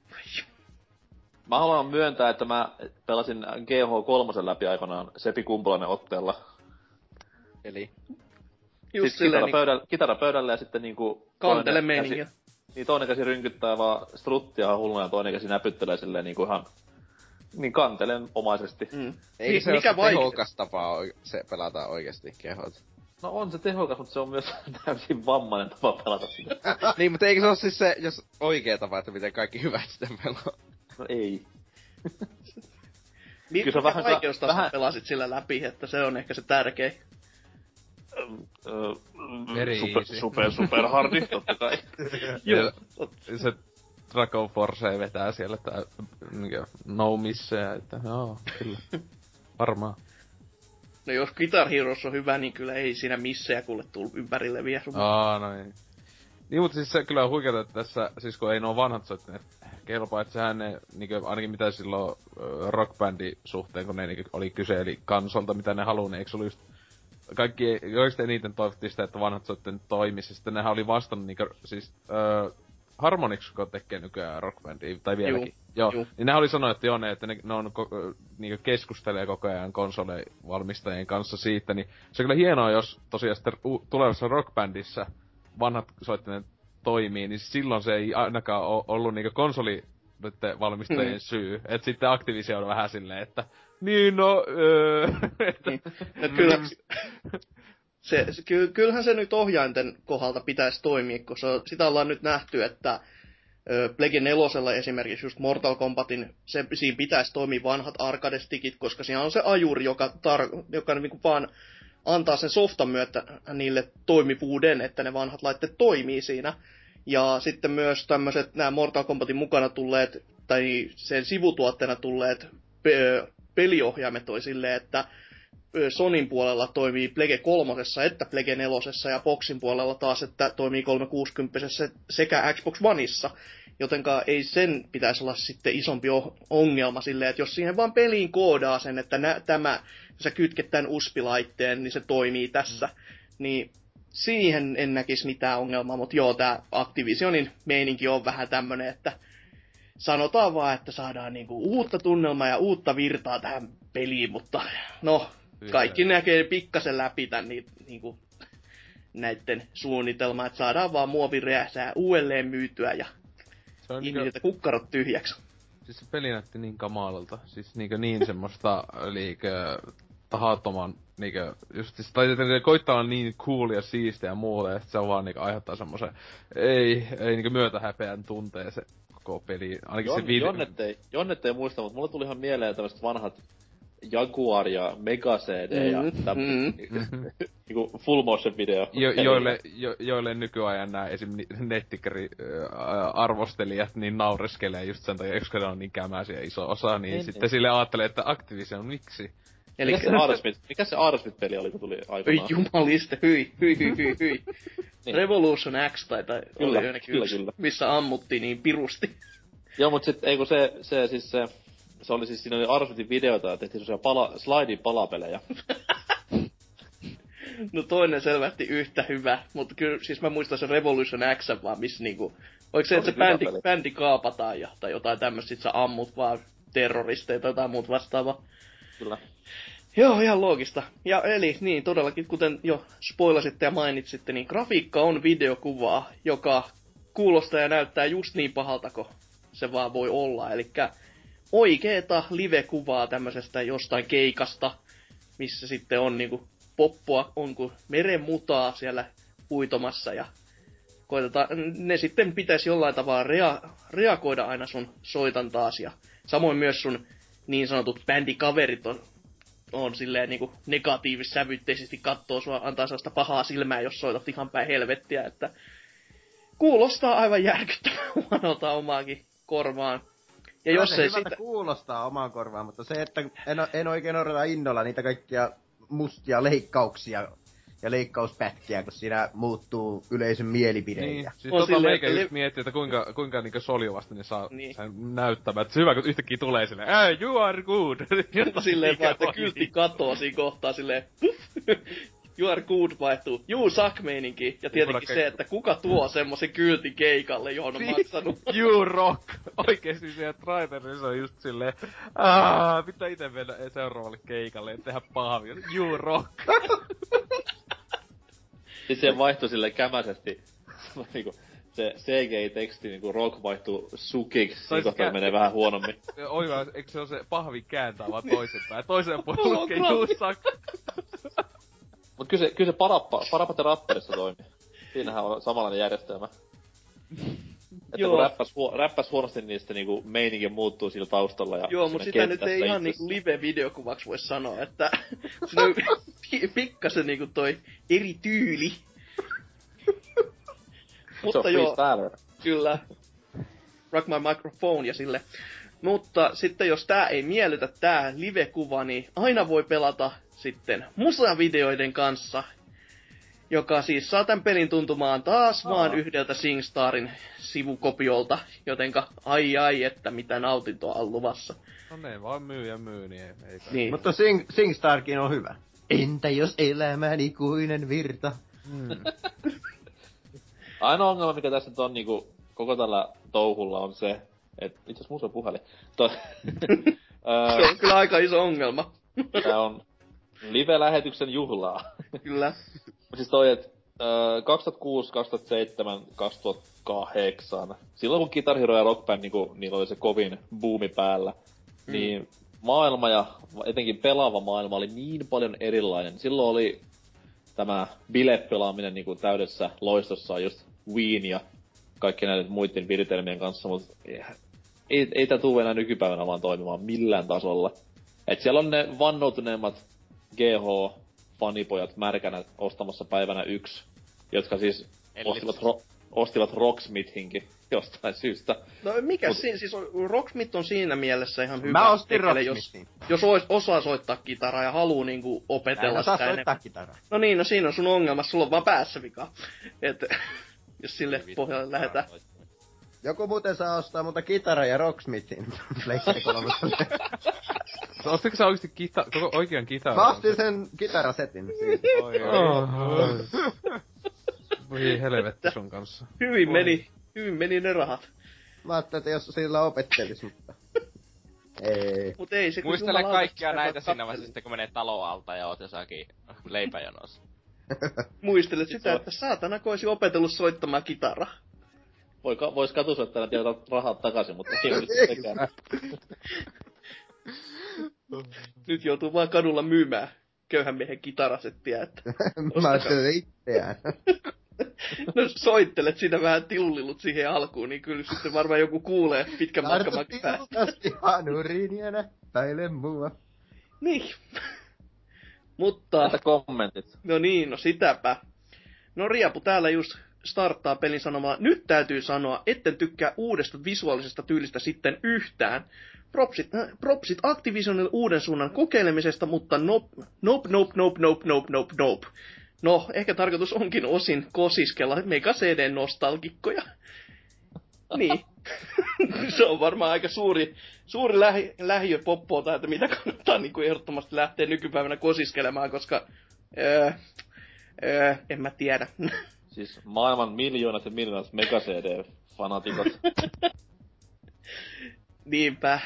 Mä haluan myöntää, että mä pelasin GH3 läpi aikanaan Sepi Kumpulainen otteella. Eli? Just siis kitara pöydälle ja sitten niinku... Kantele meininkiä. Niin toinen käsi rynkyttää vaan struttia hulluna ja toinen käsi näpyttelee silleen niinku ihan... Niin kantelen omaisesti. Ei se mikä ole tehokas tapa se pelata oikeesti kehot. No on se tehokas, mutta se on myös täysin vammainen tapa pelata sitä. Niin, mutta eikö se ole siis se, jos oikea tapa, että miten kaikki hyvät sitten pelaa? No ei. Mikä vaikeustaso pelasit sillä läpi, että se on ehkä se tärkein? Super hardi, totta kai. Joo. Se Dragon Force vetää siellä tää no misseja, että joo, kyllä. Varmaan. No jos Guitar Heroes on hyvä, niin kyllä ei siinä missejä kuule tullut ympärille vielä. No ei. Niin, mutta siis se kyllä on huikeeta, että tässä, siis kun ei nuo vanhat soittineet kelpaa, että sehän ne, niin ainakin mitä silloin rockbändin suhteen, kun ne niin oli kyse, eli kansolta, mitä ne haluu, niin eikö se oli just kaikki oikeesti eniten toivottiin sitä, että vanhat soittineet toimisi, ja sitten nehän oli vastannut niinku, siis Harmonix, kun tekee nykyään rockbändiä, tai vieläkin. Joo. Niin nehän oli sanonut, että joo, että ne on niinku keskustelee koko ajan konsolevalmistajien kanssa siitä, niin se on kyllä hienoa, jos tosiaan sitten tulevassa rockbändissä vanhat soittineet toimii, niin silloin se ei ainakaan ollut niinku konsolivalmistajien syy. Et sitten Activision on vähän silleen, että niin no, kyllähän se nyt ohjainten kohdalta pitäisi toimia, koska sitä ollaan nyt nähty, että Plege 4 esimerkiksi just Mortal Kombatin, siinä pitäisi toimia vanhat arcade-stickit, koska siinä on se ajuri, joka niinku vaan antaa sen softan myötä niille toimivuuden, että ne vanhat laitteet toimii siinä. Ja sitten myös tämmöiset nämä Mortal Kombatin mukana tulleet, tai sen sivutuotteena tulleet peliohjaimet toi silleen, että Sonin puolella toimii Plege 3 että Plege 4 ja Boxin puolella taas, että toimii 360 sekä Xbox Oneissa. Jotenka ei sen pitäisi olla sitten isompi ongelma silleen, että jos siihen vaan peliin koodaa sen, että jos sä kytket tämän USB-laitteen, niin se toimii tässä. Niin siihen en näkisi mitään ongelmaa, mutta joo, tää Activisionin meininki on vähän tämmönen, että sanotaan vaan, että saadaan niinku uutta tunnelmaa ja uutta virtaa tähän peliin, mutta no, kaikki näkee pikkasen läpi tän niinku näitten suunnitelma, että saadaan vaan muovireäsää uudelleen myytyä ja ihmisiltä kukkarot tyhjäksi. Siis se peli näytti niin kamalalta. Siis niin semmoista tahattoman just siis, tai koittaa olla niin cool ja siistiä ja muuta, ja sit se on vaan aiheuttaa semmosen ei myötähäpeän tunteen se koko peli. Ainakin se video. Jonnet ei muista, mutta mulle tuli ihan mieleen tämmöset vanhat Jaguar ja Mega CD ja niinku full motion video. Joille nykyajan nää esim. Nettikeri arvostelijat niin naureskelee just sen takia, koska ne on niin kämäisiä iso osa, niin sitten sille ajattelee, että Activision, miksi? Mikä se Aerosmith-peli oli, kun tuli aikanaan? Oi jumaliste, hyi. Niin. Revolution X tai kyllä, oli jonnekin yksi, missä ammuttiin niin pirusti. Joo, mut sit ei kun se oli siis, siinä oli Aerosmithin videota ja tehtiin semmosia sliding palapelejä. No toinen selvästi yhtä hyvä, mutta kyllä siis mä muistan sen Revolution X vaan missä niinku, oliko se, että se bändi kaapataan tai jotain tämmöstä, sit sä ammut vaan terroristeja tai jotain muut vastaavaa. Kyllä. Joo, ihan loogista. Ja eli niin, todellakin kuten jo spoilasitte ja mainitsitte, niin grafiikka on videokuvaa, joka kuulostaa ja näyttää just niin pahalta kuin se vaan voi olla. Elikkä oikeeta live-kuvaa tämmöisestä jostain keikasta, missä sitten on niinku poppoa, on kuin merenmutaa siellä uitomassa ja koitetaan, ne sitten pitäisi jollain tavalla reagoida aina sun soitantaasi ja samoin myös sun niin sanotut bändikaverit on silleen niinku negatiivissävytteisesti kattoo sua, antaa sellaista pahaa silmää, jos soitat ihan päin helvettiä, että kuulostaa aivan järkyttävän huonolta omaakin korvaan. Ja no, jos se ei sitä kuulostaa omaan korvaan, mutta se, että en oikein odota innolla niitä kaikkia mustia leikkauksia ja leikkauspätkiä, kun siinä muuttuu yleisön mielipide. Niin, siis meikä just miettii, että kuinka niinku soljuvasti ne saa sen näyttämään. Se hyvä, kun yhtäkkiä tulee silleen, you are good! Silleen vaan, että kyltti katoo siinä kohtaa silleen, you are good vaihtuu, you suck meininki. Ja tietenkin se, että kuka tuo semmosen kyltin keikalle, johon on maksanut. You rock! Oikeesti siellä trailerissa on just silleen, pitää ite mennä seuraavalle keikalle ja tehdä pahvia. You rock! Siis se vaihtui silleen kämäsesti. Niinku, se CGI-teksti niinku rock vaihtuu sukiksi, siinä kohtaa menee vähän huonommin. Oiva, eikö se ole se pahvi kääntää vaan toisinpäin? Toiseen puolelle lukee you suck! Mut kyllä se Parappa Rapperissa toimii. Siinähän on samanlainen järjestelmä. Että kun räppäs huonosti, niin sitten niinku meininki muuttuu sillä taustalla. Ja joo, mut sitä nyt ei ihan niinku live-videokuvaksi voi sanoa, että se on pikkasen niinku toi eri tyyli. Mutta joo, kyllä. Rock my microphone ja sille. Mutta sitten jos tää ei miellytä tää live-kuva, niin aina voi pelata sitten musavideoiden kanssa, joka siis saa tän pelin tuntumaan taas vaan yhdeltä SingStarin sivukopiolta, jotenka ai, että mitä nautintoa on luvassa. No ne vaan myy, niin ei niin. Mutta SingStarkin on hyvä. Entä jos elämän ikuinen virta? Ainoa ongelma, mikä tässä nyt on niinku koko tällä touhulla on se, että itseasiassa mulla on puhelin. Se on kyllä aika iso ongelma. Tää on live-lähetyksen juhlaa. Kyllä. Siis toi, et 2006, 2007, 2008, silloin kun Guitar Hero ja Rock Band niillä oli se kovin buumi päällä, niin maailma ja etenkin pelaava maailma oli niin paljon erilainen. Silloin oli tämä bilepelaaminen niinku täydessä loistossaan just Wien ja kaikki näiden muiden viritelmien kanssa, mutta ei tää tuu enää nykypäivänä vaan toimimaan millään tasolla. Et siellä on ne vannoutuneemmat GH-fanipojat märkänä ostamassa päivänä 1, jotka siis ostivat Rocksmithinkin jostain syystä. No mikä siis Rocksmith on siinä mielessä ihan hyvä. Mä ostin Rocksmithin. Jos osaa soittaa kitaraa ja haluu niinku opetella sitä enemmän. Soittaa kitaraa. No niin, no siinä on sun ongelma, sulla on vaan päässä vika. Et jos sille pohjalle lähdetään. Joku muuten saa ostaa multa kitaran ja Rocksmithin PlayStation 3. Ostitko sä oikeesti koko oikean kitaran? Mä ostin sen kitarasetin. Siis. Voi helvetti sun kanssa. Hyvin meni ne rahat. Mä ajattelin, että jos sillä opettelis, mutta... Ei. Mut ei se muistele kaikkia näitä siinä vaiheessa, kun menee talon alta ja oot jossakin leipäjonossa. Muistelet sitä, että saatana kun olisi opetellut soittamaan kitaraa. Vois katusoittajana tietää rahat takaisin, mutta ei olisi sekään. Nyt joutuu vaan kadulla myymään köyhän miehen kitarasettiä, että... Mä söin itseään. No soittelet siinä vähän tilullilut siihen alkuun, niin kyllä sitten varmaan joku kuulee pitkän matkan päästä. Tartut hanurin ja näppäile mua. Niin. Mutta... Entä kommentit? No niin, no sitäpä. No Riapu täällä just starttaa pelin sanomalla, nyt täytyy sanoa, etten tykkää uudesta visuaalisesta tyylistä sitten yhtään. Propsit Activisionille uuden suunnan kokeilemisesta, mutta nope. No, ehkä tarkoitus onkin osin kosiskella Mega CD-nostalgikkoja. Niin. Se on varmaan aika suuri lähiö poppoota, että mitä kannattaa niin kuin ehdottomasti lähteä nykypäivänä kosiskelemaan, koska... en mä tiedä. Siis maailman miljoonat ja miljoonat Mega CD-fanatikot. Niinpä.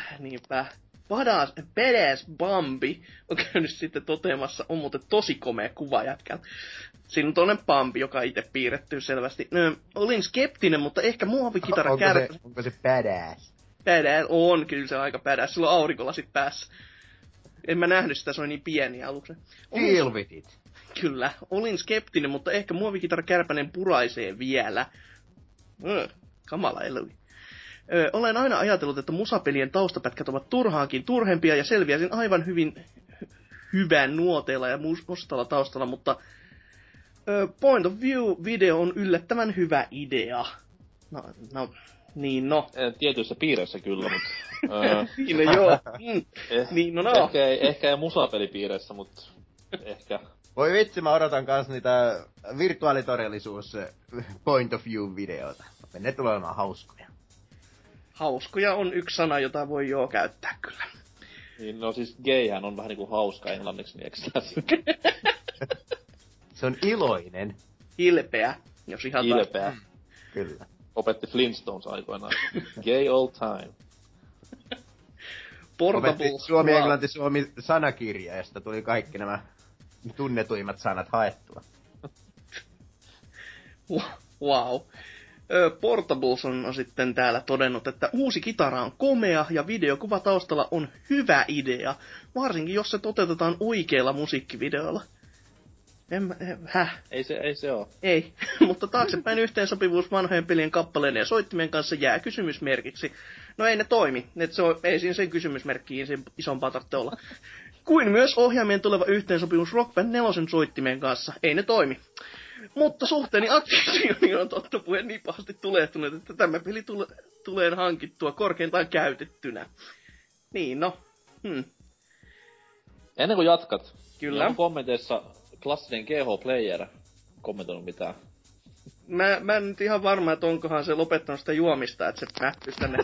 Badass Bambi on käynyt sitten toteamassa, on muuten tosi komea kuva jätkällä. Siinä on toinen Bambi, joka on itse piirretty selvästi. Olin skeptinen, mutta ehkä muovikitara kärpäs. Onko se badass? Badass on, kyllä se on aika badass. Sulla on aurinkolasit päässä. En mä nähnyt sitä, se on niin pieni aluksi. Deal with it. Kyllä, olin skeptinen, mutta ehkä muovikitara kärpänen puraisee vielä. Kamala elovi. Olen aina ajatellut, että musapelien taustapätkät ovat turhaankin turhempia ja selviäisin aivan hyvän nuoteilla ja mustalla taustalla, mutta Point of View-video on yllättävän hyvä idea. No. Tietyissä piireissä kyllä, mutta... Niin, joo. Niin, no. Ehkä ei musapelipiireissä, mutta ehkä... Voi vitsi, mä odotan kans niitä virtuaalitodellisuus Point of View-videota. Ne tulee olemaan hauskoja. Hauskoja on yksi sana, jota voi joo käyttää kyllä. Niin, no siis gayhän on vähän niinku hauska englanniksi, niin eikö Se on iloinen. Hilpeä, jos ihan Hilpeä. Kyllä. Opetti Flintstones aikoinaan. Gay old time. Portable. Suomi, englanti, suomi sanakirja, josta tuli kaikki nämä tunnetuimmat sanat haettua. Wow. Portables on sitten täällä todennut, että uusi kitara on komea ja videokuva taustalla on hyvä idea, varsinkin jos se toteutetaan oikeilla musiikkivideoilla. Ei se oo. Ei, mutta taaksepäin yhteensopivuus vanhojen pelien kappaleiden ja soittimien kanssa jää kysymysmerkiksi. No ei ne toimi, ei siinä sen kysymysmerkkiin sen isompaa tarvitse olla. Kuin myös ohjaimien tuleva yhteensopivuus Rock Band 4 soittimien kanssa, ei ne toimi. Mutta suhteeni Activisioniin on totta puheen niin pahasti tulehtunut, että tämä peli tulee hankittua korkeintaan käytettynä. Niin, no. Ennen kuin jatkat, Kyllä. Niin kommenteissa klassinen GH-player kommentoinut mitään? Mä en nyt ihan varma, että onkohan se lopettanut sitä juomista, että se nähtyisi tänne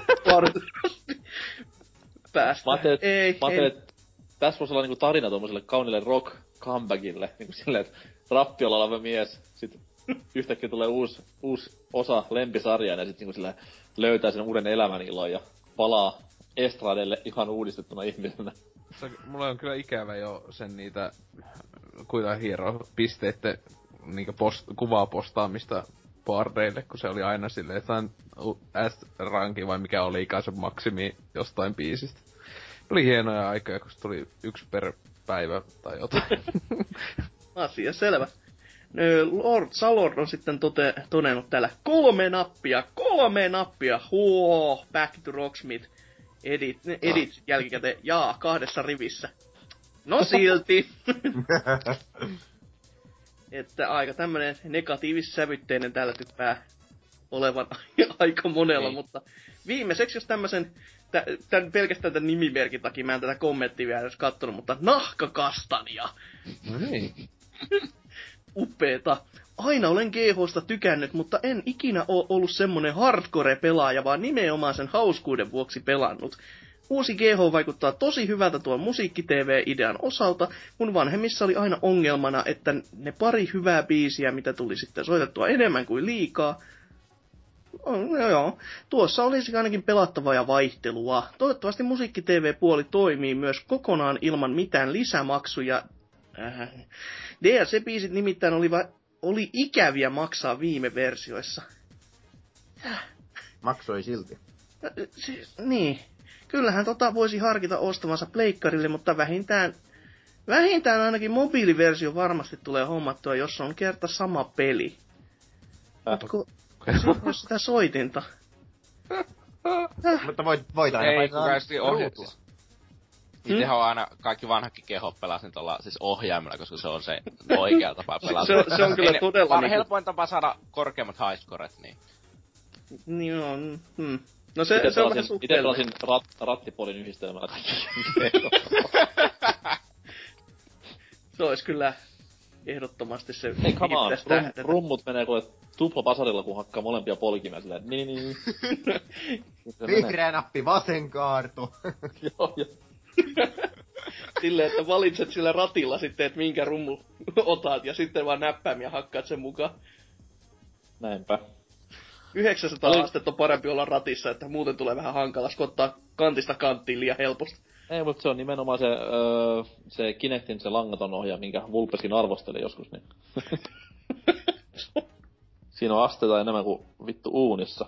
päästä. Mä ajattelin, että tässä voisi olla niinku tarina tuommoiselle kaunille rock comebackille, niinku silleen, että rappiolla oleva mies, sit yhtäkkiä tulee uusi osa lempisarjaan ja sit niinku silleen löytää sen uuden elämän ilon ja palaa estradelle ihan uudistettuna ihmisenä. Mulla on kyllä ikävä jo sen niitä kuinka hieropisteitten niinkö kuvaa postaamista bardeille, kun se oli aina silleen, että sain S-ranki vai mikä oli se maksimi jostain biisistä. Oli hienoja aikoja, kun se tuli 1 per päivä tai jotain. Asia selvä. Lord Salord on sitten todennut täällä 3 nappia, Back to Rocksmith, edit jälkikäteen, 2 rivissä. No silti! Että aika tämmönen negatiivis-sävytteinen täällä typpää olevan aika monella, mutta viimeiseksi jos tämmösen, pelkästään tämän nimimerkin takia, mä en tätä kommenttia vielä edes kattonut, mutta nahkakastania! No niin. Upeeta. Aina olen GH:sta tykännyt, mutta en ikinä oo ollut semmonen hardcore-pelaaja, vaan nimenomaan sen hauskuuden vuoksi pelannut. Uusi GH vaikuttaa tosi hyvältä tuon musiikki-TV-idean osalta, kun vanhemmissa oli aina ongelmana, että ne pari hyvää biisiä, mitä tuli sitten soitettua enemmän kuin liikaa. Joo, tuossa olisi ainakin pelattavaa ja vaihtelua. Toivottavasti musiikki-TV-puoli toimii myös kokonaan ilman mitään lisämaksuja DLC-biisit nimittäin oli ikäviä maksaa viime versioissa. Maksoi silti. Niin. Kyllähän voisi harkita ostamansa pleikkarille, mutta vähintään ainakin mobiiliversio varmasti tulee hommattua, jos on kerta sama peli. Jos sitä soitinta. Mutta voit aina ei, kuka esti ruutua. Itsehän on aina kaikki vanhakin kehot pelasin tuolla siis ohjaimella, koska se on se oikea tapa pelata. se on kyllä todella niinku helpoin tapa saada korkeammat highscoret, niin. Niin on. No se on vähän suhteellinen. Itse pelasin rattipolin yhdistelmällä kaikki. Se ois kyllä ehdottomasti se... Hei, come on. Rummut menee kuule tuplapasarilla, kun hakkaa molempia polkimia silleen. Niin. Vihreä nappi, vasen kaartu. Joo. Silleen, että valitset sillä ratilla sitten, että minkä rummu otat, ja sitten vaan näppäimiä hakkaat sen mukaan. Näinpä. 900 astetta on parempi olla ratissa, että muuten tulee vähän hankalas, kun ottaa kantista kanttiin liian helposti. Ei, mutta se on nimenomaan se Kinectin se langaton ohjaa, minkä Vulpeskin arvosteli joskus, niin. Siinä on asteita enemmän kuin vittu uunissa.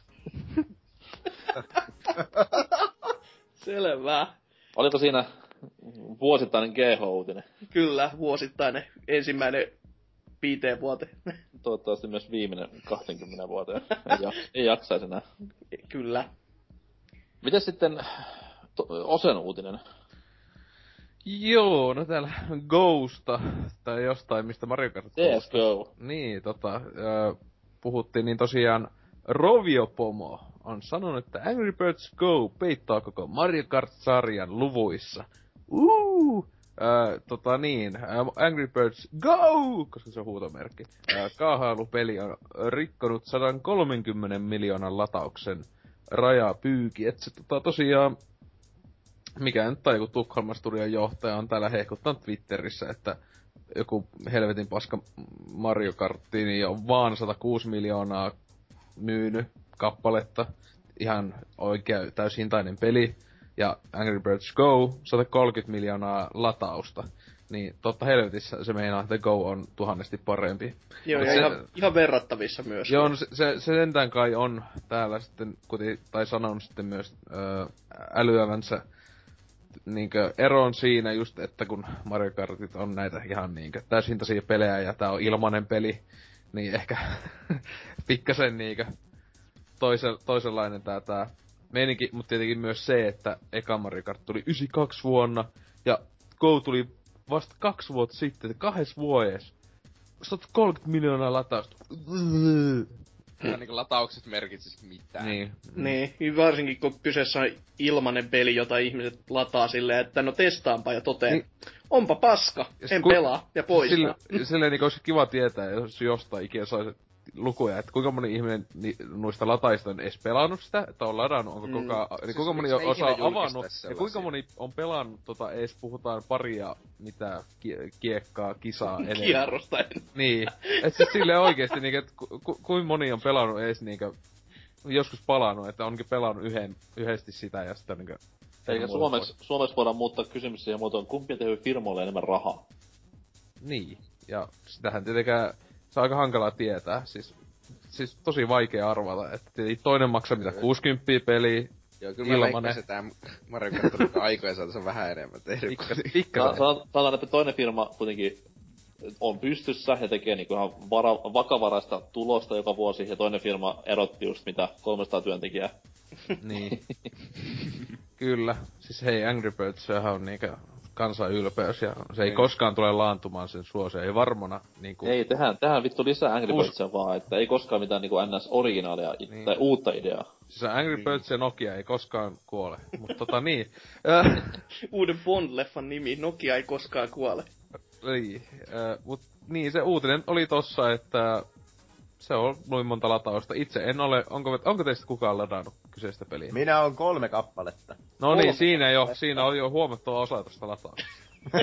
Selvä. Oliko siinä vuosittainen GH-uutinen? Kyllä, vuosittainen ensimmäinen 5 vuoteen. Toivottavasti myös viimeinen 20 vuoteen. Ei jaksaisi enää. Kyllä. Mites sitten Osen uutinen? Joo, no täällä Ghosta, tai jostain, mistä Mario Kart CSGO. Niin, puhuttiin, niin tosiaan Rovio-pomo on sanonut, että Angry Birds Go peittaa koko Mario Kart-sarjan luvuissa. Angry Birds Go! Koska se on huutomerkki. Kaahailupeli on rikkonut 130 miljoonan latauksen rajapyyki. Et se tosiaan, mikä nyt tai joku Tukholman studion johtaja on täällä hehkuttanut Twitterissä, että joku helvetin paska Mario Kartti niin on vaan 106 miljoonaa myynyt kappaletta. Ihan oikea täyshintainen peli. Ja Angry Birds Go 130 miljoonaa latausta. Niin totta helvetissä se meinaa, että Go on tuhannesti parempi. Joo, ja ihan verrattavissa myös. Joo, no se sentään kai on täällä sitten, tai sanonut sitten myös älyävänsä niinkö eron siinä just, että kun Mario Kartit on näitä ihan niinkö täyshintaisia pelejä ja tää on ilmanen peli, niin ehkä pikkasen niinkö toisenlainen tää meininki, mutta tietenkin myös se, että eka Mario Kart tuli 92 vuonna ja Go tuli vasta 2 vuotta sitten, 2 vuodessa. 130 miljoonaa latausta. Kyllä niinku lataukset merkitsis mitään. Niin, varsinkin kun kyseessä on ilmanen peli, jota ihmiset lataa silleen, että no testaanpa ja toteen. Niin. Onpa paska, en pelaa ja poistaa. Silleen niinku olisi kiva tietää, jos jostain ikinä saisi lukuja, että kuinka moni ihminen noista lataista on edes pelannut sitä, että on ladannut, onko siis kuinka moni osaa avannut, ja kuinka moni on pelannut edes puhutaan paria, mitä kiekkaa, kisaa enemmän. Kierrosta Niin, et siis silleen oikeesti niinkö, et kuinka moni on pelannut edes niinkö, joskus palannut, että onkin pelannut yhdesti sitä ja sitä niinkö. Eikä Suomessa voidaan muuttaa kysymys siihen muotoon, kumpi on tehnyt firmoille enemmän rahaa. Niin, ja sitähän tietenkään se on aika hankalaa tietää, siis tosi vaikea arvata, että toinen maksaa mitä 60 peliä. Joo, kyllä mä veikkasin tää Mario Kart aikoja saataisiin vähän enemmän tehdä. Sanotaan, että toinen firma kuitenkin on pystyssä ja tekee niinku ihan vakavaraista tulosta joka vuosi, ja toinen firma erotti just mitä 300 työntekijää. Niin. Kyllä. Siis hei, Angry Birds, sehän on niinkö kansan ylpeys, ja se ei koskaan tule laantumaan sen suosio, ei varmana niinku. Ei, tehdään vittu lisää Angry Birdsia vaan, että ei koskaan mitään niinku NS originaalia tai uutta ideaa. Siis Angry Birds ja Nokia ei koskaan kuole, mut niin. Uuden Bond-leffan nimi, Nokia ei koskaan kuole. Niin, mut niin, se uutinen oli tossa, että se on noin monta latausta. Itse en ole, onko teistä kukaan ladannut kyseistä peliä? Minä on 3 kappaletta. No niin, siinä on jo huomattava osa tosta latauksesta.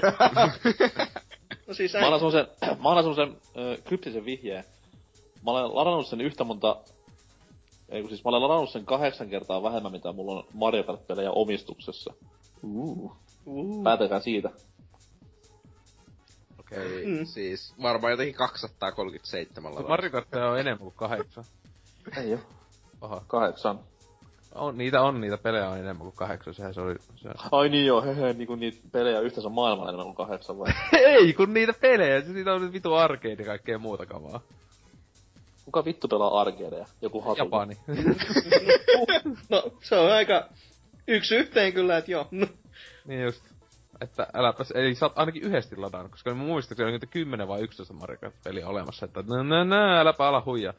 No siis mä annan semmosen kryptisen vihjeen. Mä olen ladannut sen mä olen ladannut sen 8 kertaa vähemmän, mitä mulla on Mario Kart-pelejä omistuksessa. Päätäkää siitä. Okei, siis varmaan jotenkin 237 Mario Kart on enemmän kuin 8. Ei oo. Aha. 8. Niitä pelejä on enemmän kuin 8, sehän se oli... Se... Ai niin joo, niinku niitä pelejä yhteensä maailmalla enemmän kuin 8 vai? Ei, kun niitä pelejä, siitä on nyt vitu arcade ja kaikkea muuta kamaa. Kuka vittu pelaa arcadeja? Joku hatu. Japani. No, se on aika yksi yhteen kyllä, et joo. Niin just. Että äläpäs, eli sä oot ainakin yhdesti ladannut, koska mä muistaakseni on 10 vai 11 Mario Kart-peliä olemassa, että äläpä ala huijaa.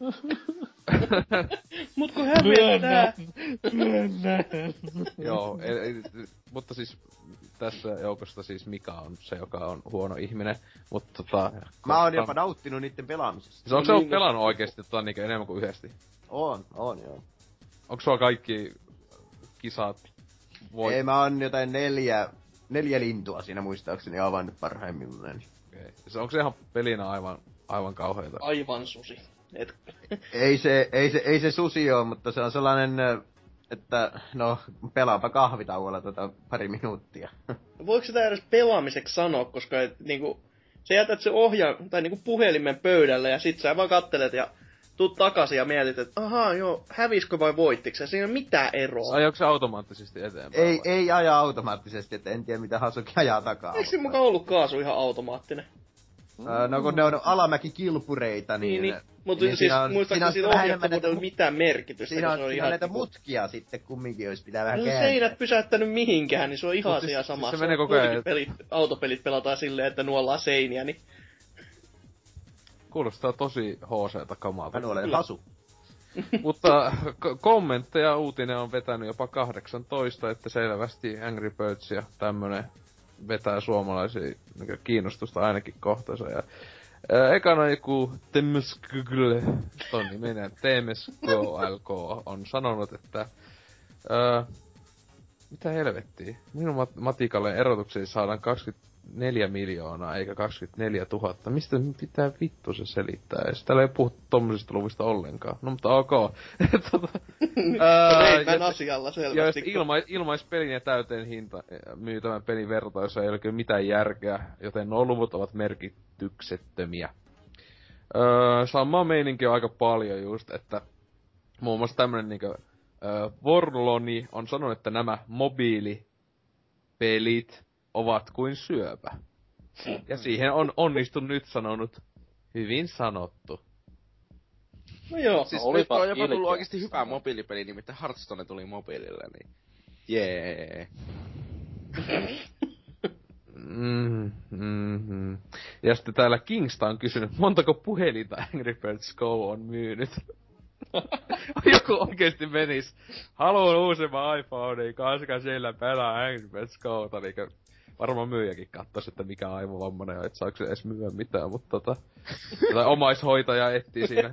Mut kun hävettää. Joo, mutta siis tässä joukosta siis Mika on se, joka on huono ihminen, mutta Mä oon jopa nauttinut niitten pelaamisesta. Siis onko sä pelannut oikeesti niinku enemmän kuin yhdesti? On joo. Onko sulla kaikki kisat Ei, mä oon jotain 4 lintua siinä muistaakseni avannut parhaimmillaan. Okei. Se onko se ihan pelinä aivan kauheita? Aivan susi. Ei se susi oo, mutta se on sellainen, että no pelaapa kahvitauolla pari minuuttia. Voiko sitä edes pelaamiseksi sanoa, koska niinku, sä jätät se tai niinku puhelimen pöydälle ja sit sä vaan kattelet ja tuut takaisin ja mietit, että ahaa joo, häviskö vai voittiko se? Siinä ei ole mitään eroa. Ajaako se automaattisesti eteenpäin? Ei aja automaattisesti, että en tiedä mitä Hasuki ajaa takaa. Eikö se mukaan ollut kaasu ihan automaattinen? No kun ne on alamäkikilpureita, niin... Mutta niin siis muistaakseni siinä ohjauksella ei ole mitään merkitystä. Siinä on näitä mutkia sitten kumminkin, jos pitää vähän kääntää. No se ei näet pysäyttänyt mihinkään, niin se on ihan asia sama. Se menee koko ajan. Autopelit pelataan silleen, että nuollaan seiniä, niin... Kuulostaa tosi HC-ta kamalta. Mä olen Hasu. Mutta kommentteja uutinen on vetänyt jopa 18, että selvästi Angry Birds ja tämmönen vetää suomalaisia kiinnostusta ainakin kohtaansa. Ja ekana joku Temeskygle, ton niminen TMSKLK on sanonut, että mitä helvettiä, minun matikalle erotuksiin saadaan 24 miljoonaa eikä 24 000. Mistä pitää vittu se selittää? Ja täällä ei puhuttu tommosista luvista ollenkaan. No mutta ok. Reitmän asialla selvästi. Ja ilmaispelin ja täyteen hinta myytävän pelin vertaissa ei ole kyllä mitään järkeä, joten nuo luvut ovat merkityksettömiä. Samaa meininki on aika paljon just, että muun muassa tämmönen niinkö Vorloni on sanonut, että nämä mobiilipelit ovat kuin syöpä. Ja siihen on onnistunut nyt sanonut, hyvin sanottu. No joo, siis nyt on jopa tullut oikeesti hyvä mobiilipeli, nimittäin Hearthstone tuli mobiilille, niin jee. Ja sitten täällä Kingsta on kysynyt, montako puhelinta Angry Birds Go on myynyt. Joku oikeesti menis. Haluan uusimman iPhoneen, kanska siellä pelaa Angry Birds Gota, niinkö varmaan myyjäkin kattois, että mikä on aivovammainen ja et saako se edes myyä mitään, mutta tai omaishoitaja etsii siinä.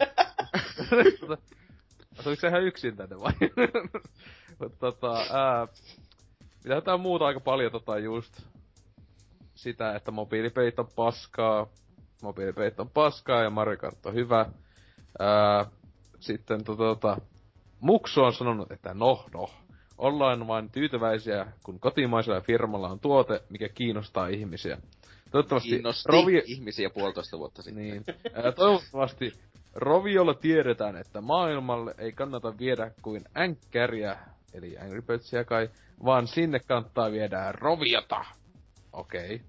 Oliko se ihan yksin tänne vai? Mutta mitä tää muuta aika paljon just sitä, että mobiilipelit on paskaa ja Mario Kart on hyvä. Sitten Muksu on sanonut, että ollaan vain tyytyväisiä, kun kotimaisella firmalla on tuote, mikä kiinnostaa ihmisiä. Toivottavasti ihmisiä 1,5 vuotta sitten. Niin. Toivottavasti Roviolla tiedetään, että maailmalle ei kannata viedä kuin änkkäriä, eli Angry Birdsia kai, vaan sinne kannattaa viedä Roviota. Okei.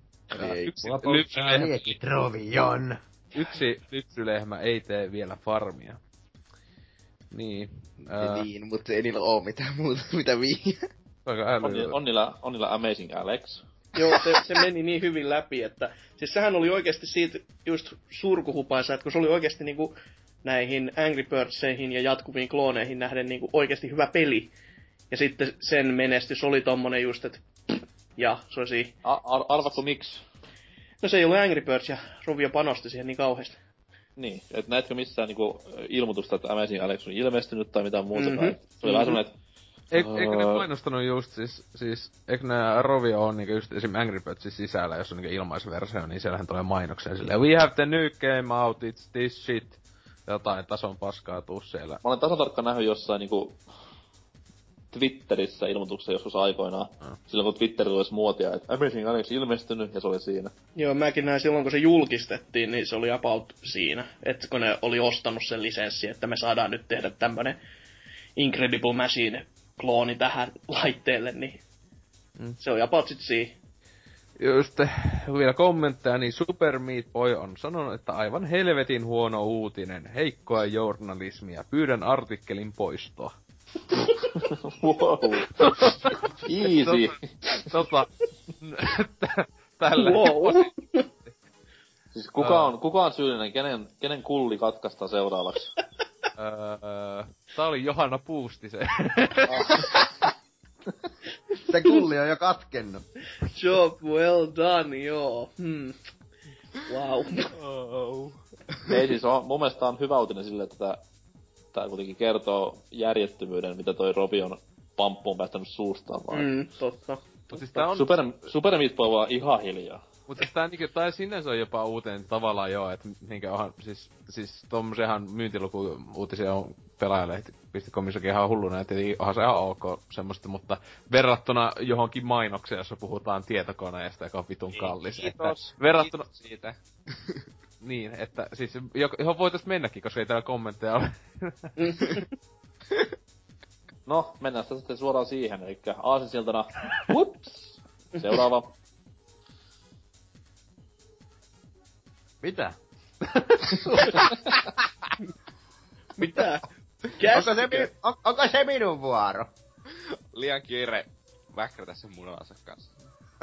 Rovion. Yksi lypsylehmä ei tee vielä farmia. Niin. Niin, mutta ei niillä oo mitään muuta, mitä viiä. On niillä Amazing Alex. Joo, se meni niin hyvin läpi, että... Siis sehän oli oikeesti siitä just surkuhupaisa, että kun se oli oikeesti niinku näihin Angry Birdseihin ja jatkuviin klooneihin nähden niinku oikeesti hyvä peli. Ja sitten sen menestys oli tommonen just, että... Ja se olisi... Arvatko miksi? No se ei ollut Angry Birds ja Rovio panosti siihen niin kauheasti. Niin, et näetkö missään niinku ilmoitusta, että Amazing Alex on ilmestynyt tai mitään muuta? Se oli vähän semmonen, että... Eikö ne mainostanut just siis eikö nää Rovio on niinku just esim. Angry Birdsin sisällä, jos on niinku ilmaisversio, niin siellähän tulee mainoksia silleen We have the new game out, it's this shit. Jotain tason paskaa tuu siellä. Mä olen tasan tarkkaan nähnyt jossain niinku... Twitterissä ilmoituksen joskus aikoinaan. Silloin kun Twitter olisi muotia, että Amazing Alex ilmestynyt, ja se oli siinä. Joo, mäkin näin silloin kun se julkistettiin, niin se oli about siinä. Että kun ne oli ostanut sen lisenssi, että me saadaan nyt tehdä tämmönen Incredible Machine-klooni tähän laitteelle, niin se oli about sit siinä. Just vielä kommentteja, niin Super Meat Boy on sanonut, että aivan helvetin huono uutinen. Heikkoa journalismia. Pyydän artikkelin poistoa. Wow. Easy. Tällä. Wow. Siis kuka on syyllinen? Kenen kulli katkaistaan seuraavaksi? Tää oli Johanna Puustisen. Se kulli on jo katkennut. Job well done, joo. Wow. Ei siis mun mielestä on hyvä uutinen sille, että tää kuitenkin kertoo järjettömyyden, mitä toi Robi on pamppuun päästänyt suustaan vaan. Totta. Mut siis tää on... Super Meat Boy vaan ihan hiljaa. Mut siis tää sinänsä on jopa uuteen tavallaan joo, et minkä onhan, siis tommosenhan myyntiluku-uutisia on pelaajalehti.comissakin ihan hulluna, et onhan se ihan ok semmoista, mutta verrattuna johonkin mainokseen, jossa puhutaan tietokoneesta, joka on vitun kallis. Kiitos. Verrattuna... Kiitos siitä. Niin, että siis johon voitais mennäkin, koska ei täällä kommentteja ole. No, mennään sitten suoraan siihen, elikkä aasinsiltana, whoops! Seuraava. Mitä? Mitä? Onko se minun vuoro? Liian kiire väkrätä sen munansa kanssa.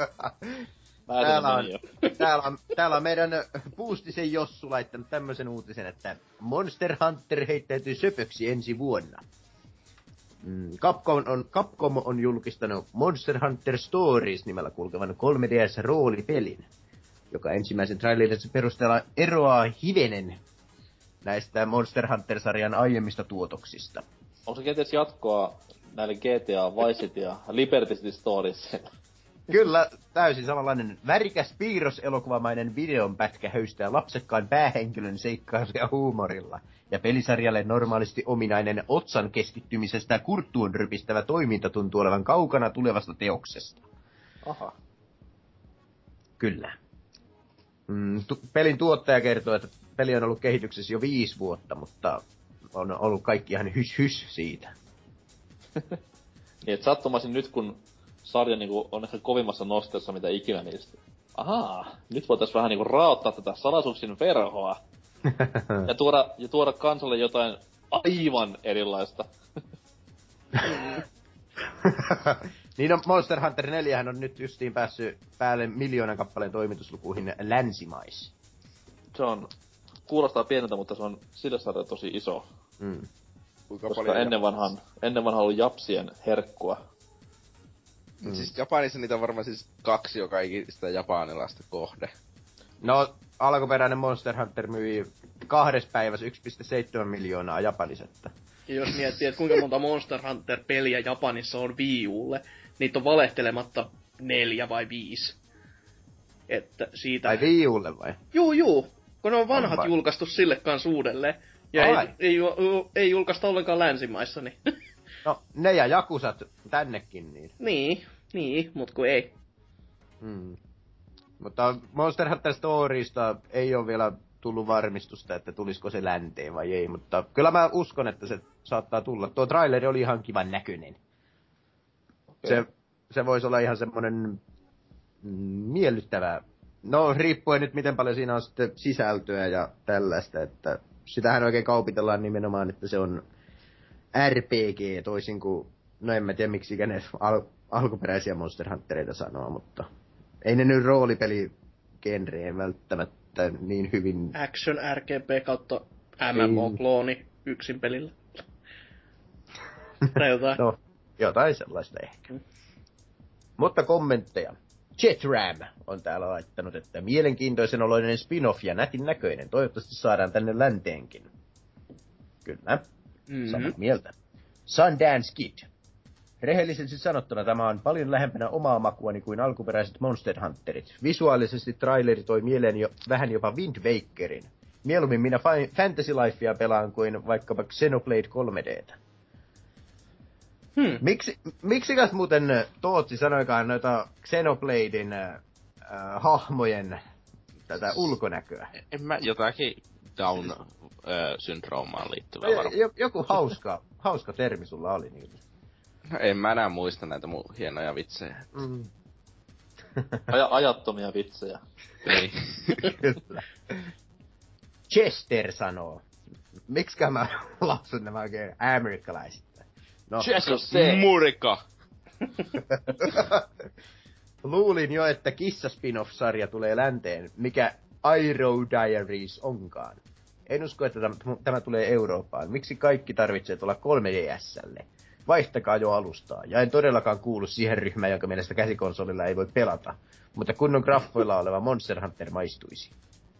Täällä on meidän Puustisen Jossu laittanut tämmösen uutisen, että Monster Hunter heittäytyy söpöksi ensi vuonna. Capcom on julkistanut Monster Hunter Stories nimellä kulkevan 3DS-roolipelin, joka ensimmäisen trailerinsa perusteella eroaa hivenen näistä Monster Hunter-sarjan aiemmista tuotoksista. Onko se kenties jatkoa näille GTA, Vice City ja Liberty City Storiesille? Kyllä, täysin samanlainen värikäs piirroselokuvamainen videonpätkä höystää lapsekkaan päähenkilön seikkailuja huumorilla. Ja pelisarjalle normaalisti ominainen otsan keskittymisestä kurttuun rypistävä toiminta tuntuu olevan kaukana tulevasta teoksesta. Aha. Kyllä. Pelin tuottaja kertoo, että peli on ollut kehityksessä jo 5 vuotta, mutta on ollut kaikki ihan hys siitä. Niin, et sattumaisin nyt, kun sarja niinku on ehkä kovimmassa nosteessa mitä ikinä niistä. Ahaa, nyt voitais vähän niinku raottaa tätä salaisuuksien verhoa. ja tuoda kansalle jotain aivan erilaista. Niin on, Monster Hunter 4 on nyt justiin päässyt päälle 1 miljoonan kappaleen toimituslukuihin länsimaissa. Se on, kuulostaa pieneltä, mutta se on sillä sarjalla tosi iso. Koska ennen vanha ollut japsien herkkua. Siis Japanissa niitä on varmaan siis 2 joka ikistä japanilaista kohde. No, alkuperäinen Monster Hunter myi 2 päivässä 1,7 miljoonaa japanisetta. Ja jos miettii, että kuinka monta Monster Hunter-peliä Japanissa on Wii Ulle, niitä on valehtelematta 4 vai 5. Että siitä... Tai Wii Ulle vai? Juu. Kun ne on vanhat julkaistu sille kanssa uudelleen. Ja ei julkaista ollenkaan länsimaissa, niin... No, ne ja Jakusat tännekin niin. Niin, mut kun ei. Mutta Monster Hunter Storiesta ei ole vielä tullut varmistusta, että tulisiko se länteen vai ei, mutta kyllä mä uskon, että se saattaa tulla. Tuo traileri oli ihan kivan näköinen. Okay. Se voisi olla ihan semmonen miellyttävää. No, riippuen nyt miten paljon siinä on sitten sisältöä ja tällaista, että sitähän oikein kaupitellaan nimenomaan, että se on RPG toisin kuin, no en mä tiedä miksi ne alkuperäisiä Monster Huntereita sanoo, mutta ei ne nyt roolipeli-genreen välttämättä niin hyvin... Action RGB kautta MMO-klooni yksin pelillä. Tai jotain. No, jotain sellaista ehkä. Mutta kommentteja. Jetram on täällä laittanut, että mielenkiintoisen oloinen spin-off ja nätin näköinen. Toivottavasti saadaan tänne länteenkin. Kyllä. Samaa mieltä. Sundance Kid. Rehellisesti sanottuna tämä on paljon lähempänä omaa makuani kuin alkuperäiset Monster Hunterit. Visuaalisesti traileri toi mieleen vähän jopa Wind Wakerin. Mieluummin minä Fantasy Lifea pelaan kuin vaikkapa Xenoblade 3D:tä. Miksikäs muuten Tootsi sanoikaan noita Xenobladein hahmojen tätä ulkonäköä? En mä jotakin Down-syndroomaan liittyvää varmaan. Joku hauska termi sulla oli niin. No en mä enää muista näitä mun hienoja vitsejä. Ajattomia vitsejä. Ei. Kyllä. Chester sanoo. Miksikä mä lausun nämä oikein amerikkalaiset? No. Chester Murika! Luulin jo, että Kissa-spin-off-sarja tulee länteen, mikä Iroh Diaries onkaan. En usko, että tämä tulee Eurooppaan. Miksi kaikki tarvitsee tulla 3DS:lle? Vaihtakaa jo alustaa. Ja en todellakaan kuulu siihen ryhmään, jonka mielestä käsikonsolilla ei voi pelata. Mutta kunnon graffoilla oleva Monster Hunter maistuisi.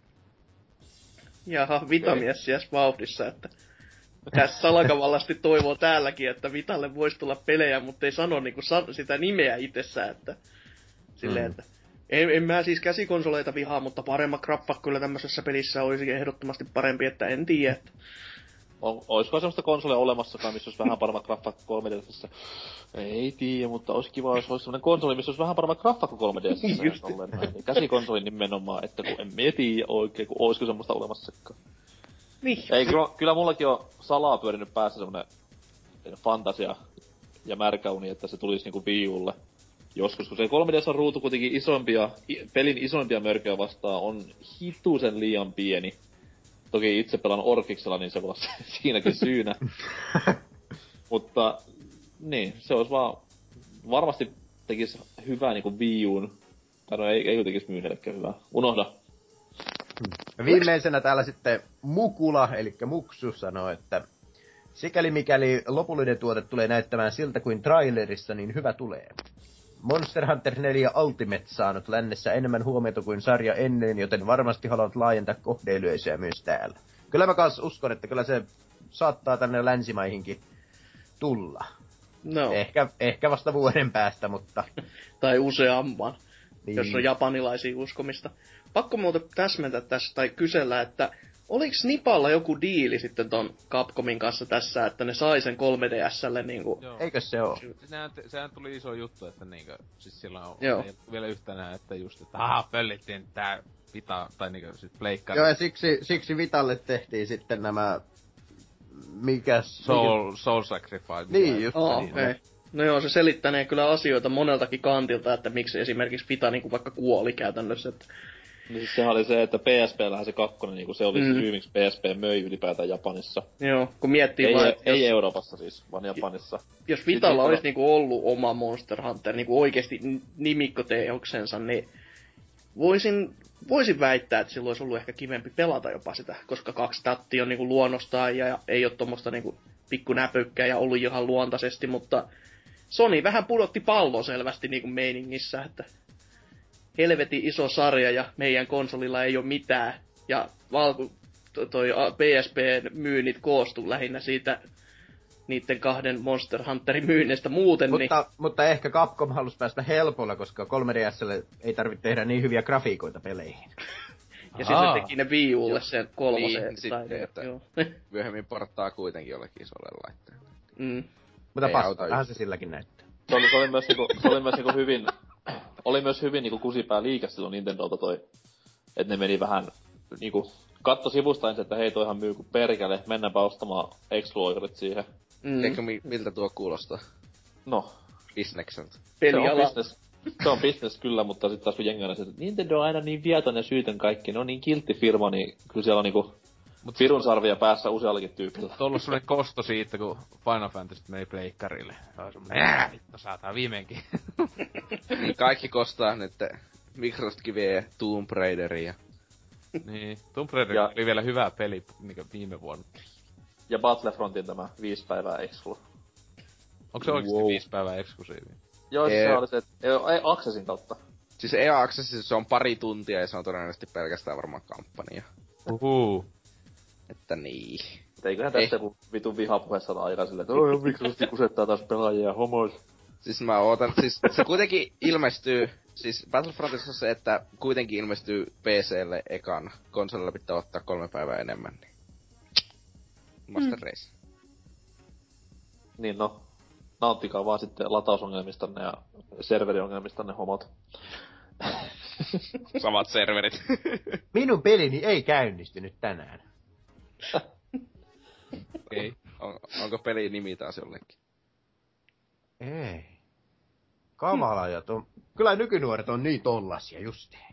Jaha, Vitamies siellä vauhdissa, että tässä salakavallasti toivoo täälläkin, että Vitalle voisi tulla pelejä, mutta ei sano niinku sitä nimeä itsessään, että silleen, että en mä siis käsikonsoleita vihaa, mutta paremmat graffat kyllä tämmöisessä pelissä olisi ehdottomasti parempi, että en tiedä. Että Oisko semmoista konsolia olemassakaan, missä olisi vähän paremmat graffat kuin 3DS:ssä? Ei tiedä, mutta olisi kiva, jos olisi semmoinen konsoli, missä olisi vähän paremmat graffat kuin 3DS:ssä. Niin käsikonsoli nimenomaan, että kun en tiedä oikein, kun olisiko semmoista olemassakaan. niin. Ei, kyllä mullakin on salaa pyörinyt päässä semmonen fantasia ja märkäuni, että se tulisi niinku Wii Ulle. Joskus, kun se 3DS on ruutu kuitenkin pelin isoimpia mörköjä vastaan, on hitusen liian pieni. Toki itse pelan Orkiksella, niin se voi olla siinäkin syynä. Mutta, niin, se olisi vaan, varmasti tekis hyvää niinku Wii Uun. Tai no ei tekis myynnellekään hyvää. Unohda. Viimeisenä täällä sitten Mukula, eli Muksu, sanoo, että sikäli mikäli lopullinen tuote tulee näyttämään siltä kuin trailerissa, niin hyvä tulee. Monster Hunter 4 Ultimate saanut lännessä enemmän huomiota kuin sarja ennen, joten varmasti haluat laajentaa kohdeyleisöä myös täällä. Kyllä mä kans uskon, että kyllä se saattaa tänne länsimaihinkin tulla. No. Ehkä vasta vuoden päästä, mutta tai useamman, niin. Jos on japanilaisia uskomista. Pakko muuten täsmentää tässä tai kysellä, että oliks Nipalla joku diili sitten ton Capcomin kanssa tässä, että ne sai sen 3DS:lle niinku? Eikö se oo? Sehän tuli iso juttu, että niinkö, siis silloin ei vielä yhtenään, että just, että pöllittiin tää Vita, tai niinkö sit pleikkari. Joo, ja siksi Vitalle tehtiin sitten nämä, Soul Sacrifice. Niin, just niin. Okay. No joo, se selittänee kyllä asioita moneltakin kantilta, että miksi esimerkiksi Vita niinku vaikka kuoli käytännössä, että niin siis sehän oli se, että PSP:llähän se kakkonen, niinku se oli se syy, miksi PSP möi ylipäätään Japanissa. Joo, kun miettii ei Euroopassa siis, vaan Japanissa. Jos Vitalla olisi niinku ollut oma Monster Hunter, niinku oikeesti nimikkoteoksensa, niin voisin väittää, että silloin olisi ollut ehkä kivempi pelata jopa sitä, koska 2 tattia on niinku luonnostaan ja ei ole tommoista niinku pikkunäpykkää ja ollut ihan luontaisesti, mutta Sony vähän pudotti pallon selvästi niinku meiningissä, että helvetin iso sarja ja meidän konsolilla ei ole mitään. Ja toi PSP-myynnit koostuu lähinnä siitä niitten 2 Monster Hunterin myynneistä muuten. Mutta ehkä Capcom halusi päästä helpolla, koska 3DS:lle ei tarvitse tehdä niin hyviä grafiikoita peleihin. Ja siis se teki ne Wii Ulle sen 3. Niin, sitten, että myöhemmin porttaa kuitenkin jollekin isolle laitteelle. Mutta paskaahan se silläkin näyttää. Se oli myös niinku hyvin... Oli myös hyvin niinku kusipää liike silloin Nintendolta toi, että ne meni vähän niinku katto sivusta ensin, että hei toihan myy kuin perkele, mennäänpä ostamaan Explorerit siihen. Eikö miltä tuo kuulostaa? No. Bisnekseltä. Se on business kyllä, mutta sit taas kun jengi on että Nintendo on aina niin viaton ja syytön kaikki, ne on niin kiltti firma, niin kyllä siellä on niinku pirun sarvia päässä useallakin tyypillä. Tullut semmonen kosto siitä, kun Final Fantasy meni pleikkarille. Se on semmonen, vittu saataan viimeinkin. Niin kaikki kostaa nyt Microsoftkin vie Tomb Raideria. Niin, Tomb Raider oli vielä hyvä peli niinku viime vuonna. Ja Battlefrontin tämä 5 päivää exclu. Onko se oikeesti 5 päivää eksklusiivi? Joo, se oli se, ei Accessin kautta. Siis EA Accessissa se on pari tuntia ja se on todennäköisesti pelkästään varmaan kampanja. Että niin. Eiköhän tässä joku vitun vihapuhe saada aikaan silleen, että Microsoft kusettaa taas pelaajia homois. Siis mä ootan, siis se kuitenkin ilmestyy, siis Battlefrontissa on se, että kuitenkin ilmestyy PC:lle ekana. Konsolilla pitää ottaa 3 päivää enemmän, niin. Master Race. Niin no. nauttikaa vaan sitten latausongelmistanne ja serveriongelmistanne homot. Samat serverit. Minun pelini ei käynnistynyt tänään. Okei. Onko pelin nimi taas jollekin? Ei. Kamala ja kyllä nykynuoret on niin tollasia justiin.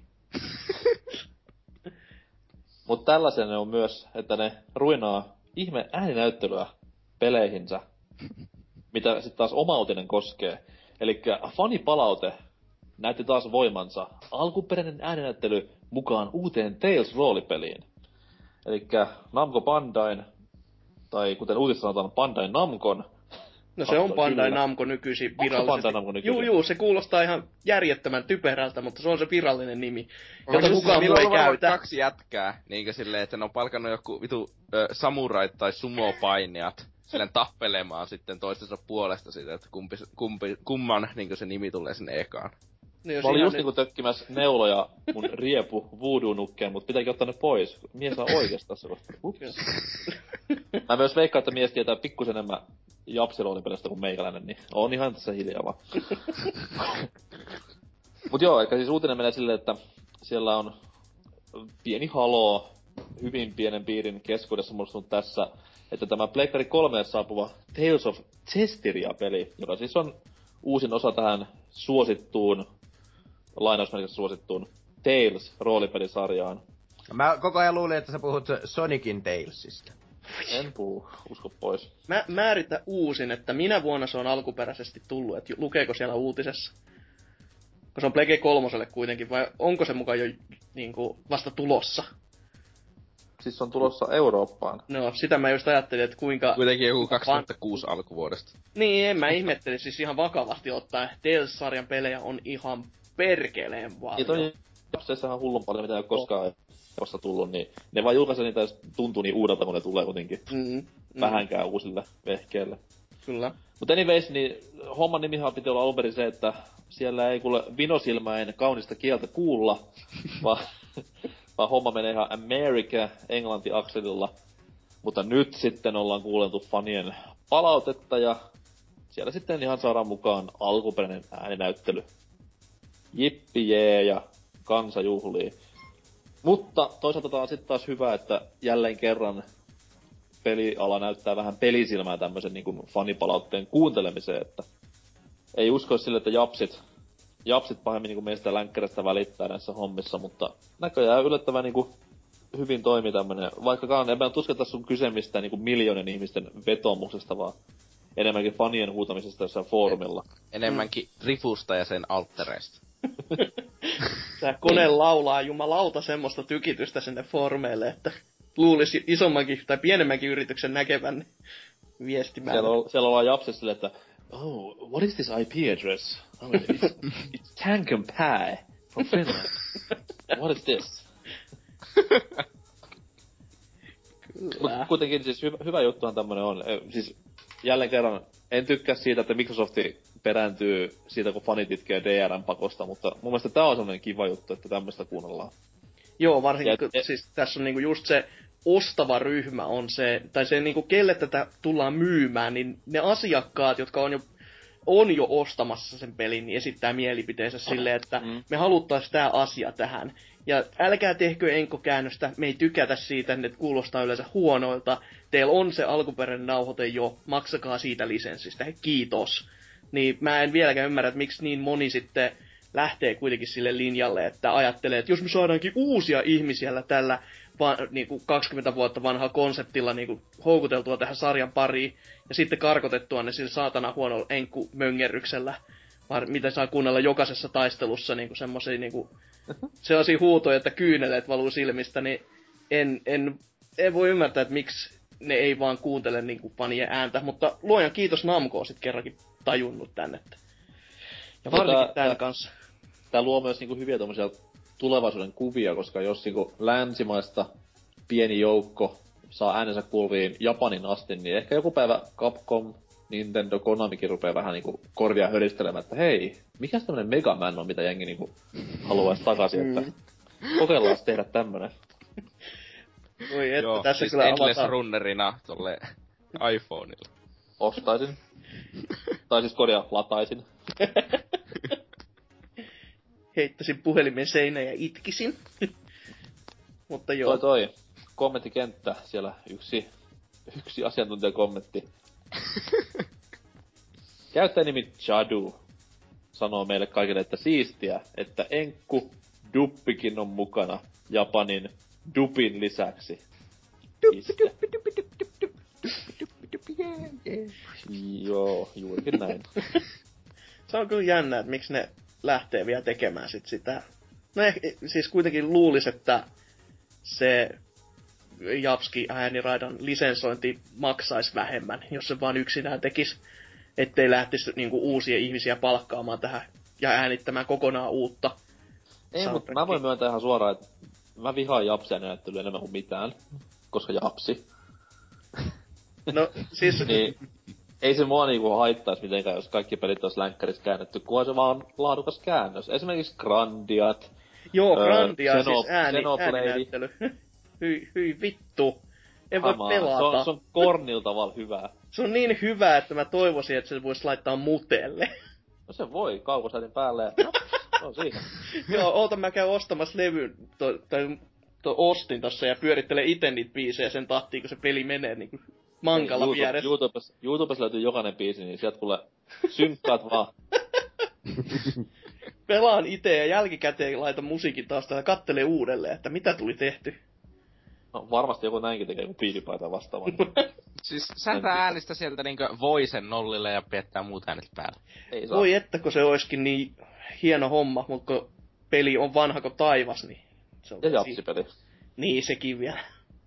Mut tällaisen ne on myös, että ne ruinaa ihme ääninäyttelyä peleihinsä, mitä sitten taas oma uutinen koskee. Elikkä fanipalaute näytti taas voimansa. Alkuperäinen ääninäyttely mukaan uuteen Tales-roolipeliin. Elikkä Namco Bandain, tai kuten uutissa sanotaan, Bandai Namcon. No se on Bandai Namco nykyisin virallisesti. Bandai Namco nykyisin? Juu, se kuulostaa ihan järjettömän typerältä, mutta se on se virallinen nimi. Jota kukaan muu ei käytä. 2 jätkää, niinkö silleen, että ne on palkannut joku vitu samurait tai sumopainijat silleen tappelemaan sitten toistensa puolesta siitä, että kumman niinkö se nimi tulee sinne ekaan. Niin mä olin just niinku tökkimäs neuloja mun riepu voodoo-nukkeen, mut pitääkin ottaa ne pois. Mies on oikeesti tässä kohtaa. Ups. Mä myös veikkaan, että mies tietää pikkusen enemmän japsiroolipelistä kuin meikäläinen, niin on ihan tässä hiljaa vaan. Mut joo, eikä siis uutinen menee silleen, että siellä on pieni haloo hyvin pienen piirin keskuudessa muodostunut tässä, että tämä Pleikkari 3 saapuva Tales of Chestiria-peli, joka siis on uusin osa tähän suosittuun, lainausmerkissä suosittuun Tales-roolipelisarjaan. Mä koko ajan luulin, että sä puhut Sonicin Talesista. En puhu, usko pois. Mä määritä uusin, että minä vuonna se on alkuperäisesti tullut, että lukeeko siellä uutisessa? Kun se on Plege 3 kuitenkin, vai onko se mukaan jo niinku vasta tulossa? Siis on tulossa Eurooppaan. No, sitä mä just ajattelin, että kuinka... Kuitenkin joku 2006 alkuvuodesta. Niin, en mä ihmetteli siis ihan vakavasti ottaen. Tales-sarjan pelejä on ihan perkeleen paljon. Niitä on japseissahan hullun paljon, mitä ei ole koskaan vasta tullut, niin ne vaan julkaisee niitä, jos tuntuu niin uudelta, kun ne tulee kuitenkin. Vähänkään uusille vehkeille. Kyllä. Mutta anyways, niin homman nimihan piti olla alun perin se, että siellä ei kuule vinosilmäin kaunista kieltä kuulla, vaan homma menee ihan America-Englanti-akselilla. Mutta nyt sitten ollaan kuuleltu fanien palautetta ja siellä sitten ihan saadaan mukaan alkuperäinen ääninäyttely. Jippi jee ja kansa juhlii. Mutta toisaalta tää on sitten taas hyvä, että jälleen kerran peliala näyttää vähän pelisilmää tämmösen niin kuin fanipalautteen kuuntelemiseen, että ei uskoisi sille, että japsit pahemmin niin kuin meistä länkkärästä välittää näissä hommissa, mutta näköjään yllättävän niin kuin hyvin toimii tämmönen, vaikkakaan en mä usko, tässä on kyse mistään niin kuin miljoonien ihmisten vetomuksesta, vaan enemmänkin fanien huutamisesta jossain foorumilla. Enemmänkin Rifusta ja sen alttereista. Tää kone laulaa jumalauta semmoista tykitystä sinne foorumeille, että luulisi isommankin tai pienemmänkin yrityksen näkevän viestimään. Siellä ollaan japsissa silleen, että oh, what is this IP address? Oh, it's Tankum Pie from Finland. What is this? Mut kuitenkin siis hyvä juttuhan tämmönen on. Siis jälleen kerran en tykkää siitä, että Microsofti perääntyy siitä, kun fanit itkee DRM-pakosta, mutta mun mielestä tää on semmonen kiva juttu, että tämmöstä kuunnellaan. Joo, varsinkin siis tässä on niinku just se ostava ryhmä on se, tai se niinku kelle tätä tullaan myymään, niin ne asiakkaat, jotka on jo ostamassa sen pelin, niin esittää mielipiteensä silleen, että me haluttais tää asia tähän. Ja älkää tehkö enkokäännöstä, me ei tykätä siitä, ne kuulostaa yleensä huonoilta. Teillä on se alkuperäinen nauhoite jo, maksakaa siitä lisenssistä, kiitos. Niin mä en vieläkään ymmärrä, että miksi niin moni sitten lähtee kuitenkin sille linjalle, että ajattelee, että jos me saadaankin uusia ihmisiä tällä niinku 20 vuotta vanhaa konseptilla niinku houkuteltua tähän sarjan pariin, ja sitten karkotettua ne sillä saatana huonolla enkkumöngerryksellä, mitä saa kuunnella jokaisessa taistelussa niinku semmosia niinku sellaisia huutoja, että kyyneleet valuu silmistä, niin en voi ymmärtää, että miksi ne ei vaan kuuntele niinku fanien ääntä, mutta luojan kiitos Namco on sit kerrankin tajunnut tänne. Ja varsinkin tän kanssa. Tää luo myös niinku hyviä tommosia tulevaisuuden kuvia, koska jos niinku länsimaista pieni joukko saa äänensä kuuluviin Japanin asti, niin ehkä joku päivä Capcom, Nintendo, Konamikin rupee vähän niinku korvia höristelemään, että hei, mikäs tämmönen Mega Man on, mitä jengi niinku haluais takaisin, että kokeillaan tehdä tämmönen. Oi, että joo, tässä siis kyllä Endless avataan Runnerina tolle iPhoneilla. ostaisin. Tai siis lataisin. Heittäisin puhelimen seinään ja itkisin. Mutta joo. Toi. Kommenttikenttä. Siellä yksi asiantuntijakommentti. Käyttäjänimi Jadu sanoo meille kaikille, että siistiä, että Enkku Duppikin on mukana Japanin Dupin lisäksi. Joo, juurikin näin. Se on kyllä jännä, että miksi ne lähtee vielä tekemään sitä. No siis kuitenkin luulis, että se Japski ääniraidan lisensointi maksaisi vähemmän, jos se vaan yksinään tekisi, ettei lähtisi niinku uusia ihmisiä palkkaamaan tähän ja äänittämään kokonaan uutta. Ei, mutta mä voin myöntää ihan suoraan, että mä vihaan Japsia näyttelyä enemmän kuin mitään, koska Japsi. No siis... niin, ei se mua niinku haittais mitenkään, jos kaikki pelit ois länkkäris käännetty, kunhan se vaan laadukas käännös. Esimerkiksi Grandiat. Joo, Grandia, siis ääninäyttely. Hyi vittu. En voi pelata. Se on kornilta vaan hyvää. Se on niin hyvä, että mä toivoisin, että se vois laittaa mutelle. No se voi, kaukosäätin päälle ja no siinä. Joo, oota mä käyn ostamassa levyn, ostin tossa ja pyörittelen ite niitä biisejä sen tahtiin, kun se peli menee niinku mankalla vieressä. YouTubessa löytyy jokainen biisi, niin sieltä kuule synkkaat vaan. Pelaan ite ja jälkikäteen laitan musiikin taas ja kattele uudelleen, että mitä tuli tehty. No varmasti joku näinkin tekee, kun piilipaita vastaavan. Siis sätä äänistä sieltä niinkö voisen nollille ja piettää muut äänet päälle. Ei saa. Voi että, kun se olisikin niin hieno homma, mutta kun peli on vanha kuin taivas, niin... Se on ja japsipeli. Niin, sekin vielä.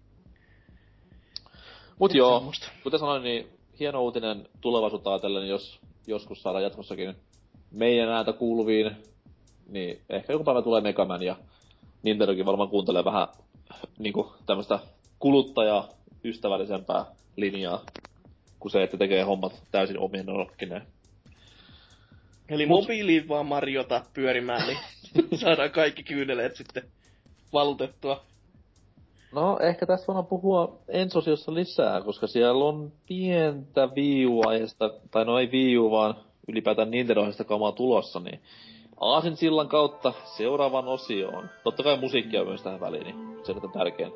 Mut joo, kuten sanoin, niin hieno uutinen tulevaisuutta ajatellen, jos joskus saadaan jatkossakin meidän ääntä kuuluviin, niin ehkä joku päivä tulee Mega Man ja Nintendokin varmaan kuuntelee vähän niinku tämmöstä kuluttajaystävällisempää linjaa, kuin se, että tekee hommat täysin omien nokkineen. Eli mobiiliin vaan Mariota pyörimään, niin saadaan kaikki kyyneleet sitten valutettua. No, ehkä tästä voidaan puhua ensosiossa lisää, koska siellä on pientä Wii U-aiheesta, tai no ei Wii U, vaan ylipäätään Nintendo-aiheesta kamaa tulossa, niin aasinsillan kautta seuraavan osioon. Totta kai musiikkia on myös tähän väliin, niin se on tärkein.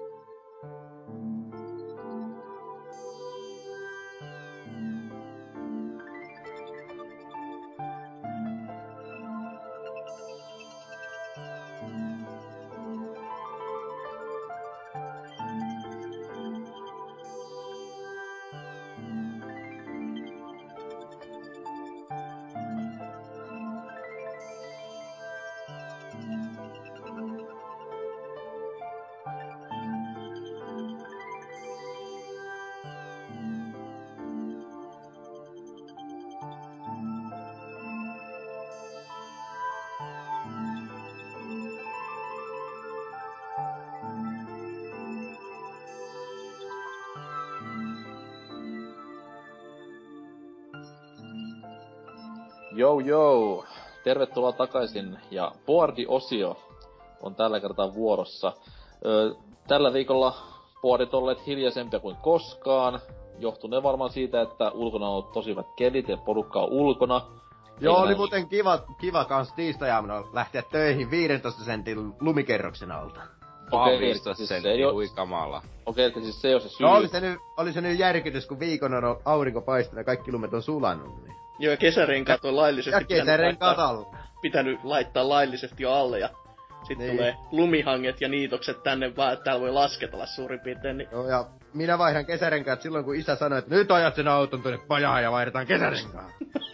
Joo, tervetuloa takaisin ja boardi-osio on tällä kertaa vuorossa. Tällä viikolla boardit olleet hiljaisempia kuin koskaan. Johtuneen varmaan siitä, että ulkona on ollut tosi hyvät kelit ja porukkaa ulkona. Joo, oli muuten kiva kans tiistai-aamuna lähteä töihin 15 sentin lumikerroksen alta. Okei, 15 senttiä, hui kamala. Okei, siis se ei oo se syy. No oli se nyt järkytys, kun viikon on aurinko paistanut ja kaikki lumet on sulanut, niin. Joo, ja kesärenkaat on laillisesti pitänyt laittaa laillisesti jo alle, ja sit niin. tulee lumihanget ja niitokset tänne vaan, että täällä voi lasketella suurin piirtein. Niin... Joo, ja minä vaihdan kesärenkaat silloin, kun isä sanoi, että nyt ajat sen auton tuonne pajaan ja vaihdetaan kesärenkaat.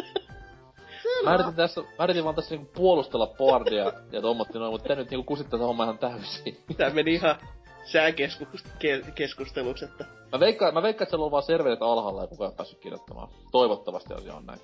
Mä yritin vaan tässä niinku puolustella boardia ja tommotti noin, mutta te nyt niinku kusittaa se homma ihan täysin. Tää meni ihan sääkeskusteluksi, että... Mä veikkaan, että siellä on vaan serverit alhaalla ja kukaan ei päässyt kirjoittamaan. Toivottavasti asia on näin.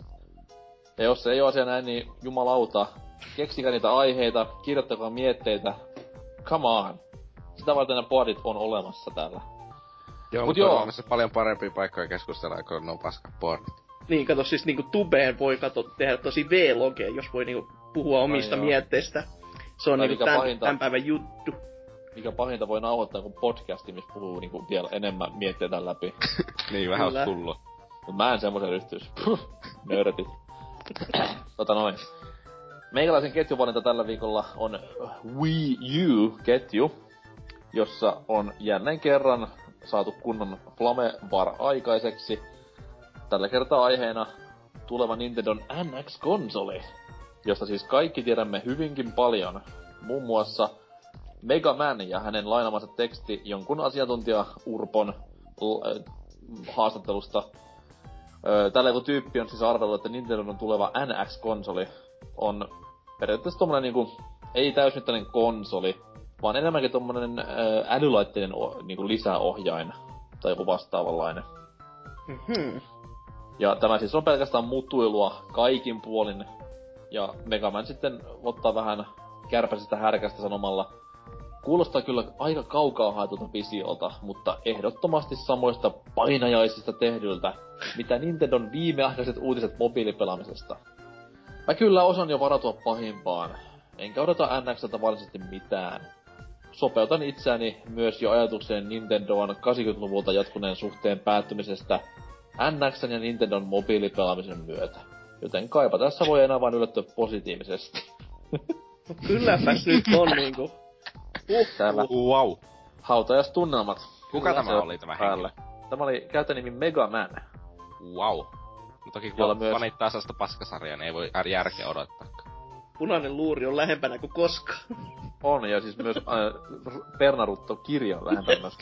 Ja jos se ei oo asia näin, niin jumalauta, keksikää niitä aiheita, kirjoittakaa mietteitä. Come on. Sitä varten nämä boardit on olemassa täällä. Joo, mutta on olemassa paljon parempia paikkoja keskustella, kun ne on paskat boardit. Niin, kato, siis niinku tubeen voi tehdä tosi V-logeja, jos voi niinku puhua omista mietteistä. Se on niinku tän päivän juttu. Mikä pahinta voi nauhoittaa kuin podcasti, missä puhuu niinku vielä enemmän mietteitä läpi. Niin, vähän hullu. Mut mä en semmosen ryhtyis. Nörtit. Meikäläisen ketjuvalinta tällä viikolla on Wii U-ketju, jossa on jälleen kerran saatu kunnon Flame-bar aikaiseksi. Tällä kertaa aiheena tuleva Nintendon NX-konsoli, josta siis kaikki tiedämme hyvinkin paljon. Muun muassa Mega Man ja hänen lainamansa teksti jonkun asiantuntija Urpon haastattelusta. Tällä joku tyyppi on siis arvellut, että Nintendon tuleva NX-konsoli on periaatteessa tommonen niinku, ei täysmittainen konsoli, vaan enemmänkin tommonen älylaitteinen niinku lisäohjain tai joku vastaavanlainen. Mm-hmm. Ja tämä siis on pelkästään mutuilua kaikin puolin. Ja Mega Man sitten ottaa vähän kärpäisestä härkästä sanomalla, kuulostaa kyllä aika kaukaa haetulta visiolta, mutta ehdottomasti samoista painajaisista tehdyltä, mitä Nintendon viimeaikaiset uutiset mobiilipelaamisesta. Mä kyllä osan jo varautua pahimpaan, enkä odota NX:ltä varsinaisesti mitään. Sopeutan itseäni myös jo ajatukseen Nintendoon 80-luvulta jatkuneen suhteen päättymisestä NX:n ja Nintendon mobiilipelaamisen myötä. Joten kaipa tässä voi enää vain yllättyä positiivisesti. Kylläpäs nyt on niinku. Täällä Wow. hautajaistunnelmat. Kuka Kyllä tämä se oli tämä päällä. henkilö? Tämä oli käytänimi Mega Man. Wow. No toki Jolla kun myös- fanittaa sellaista paskasarjaa, niin ei voi järkeä odottaa. Punainen luuri on lähempänä kuin koskaan. On, ja siis myös Pernarutto-kirja on lähempänä myös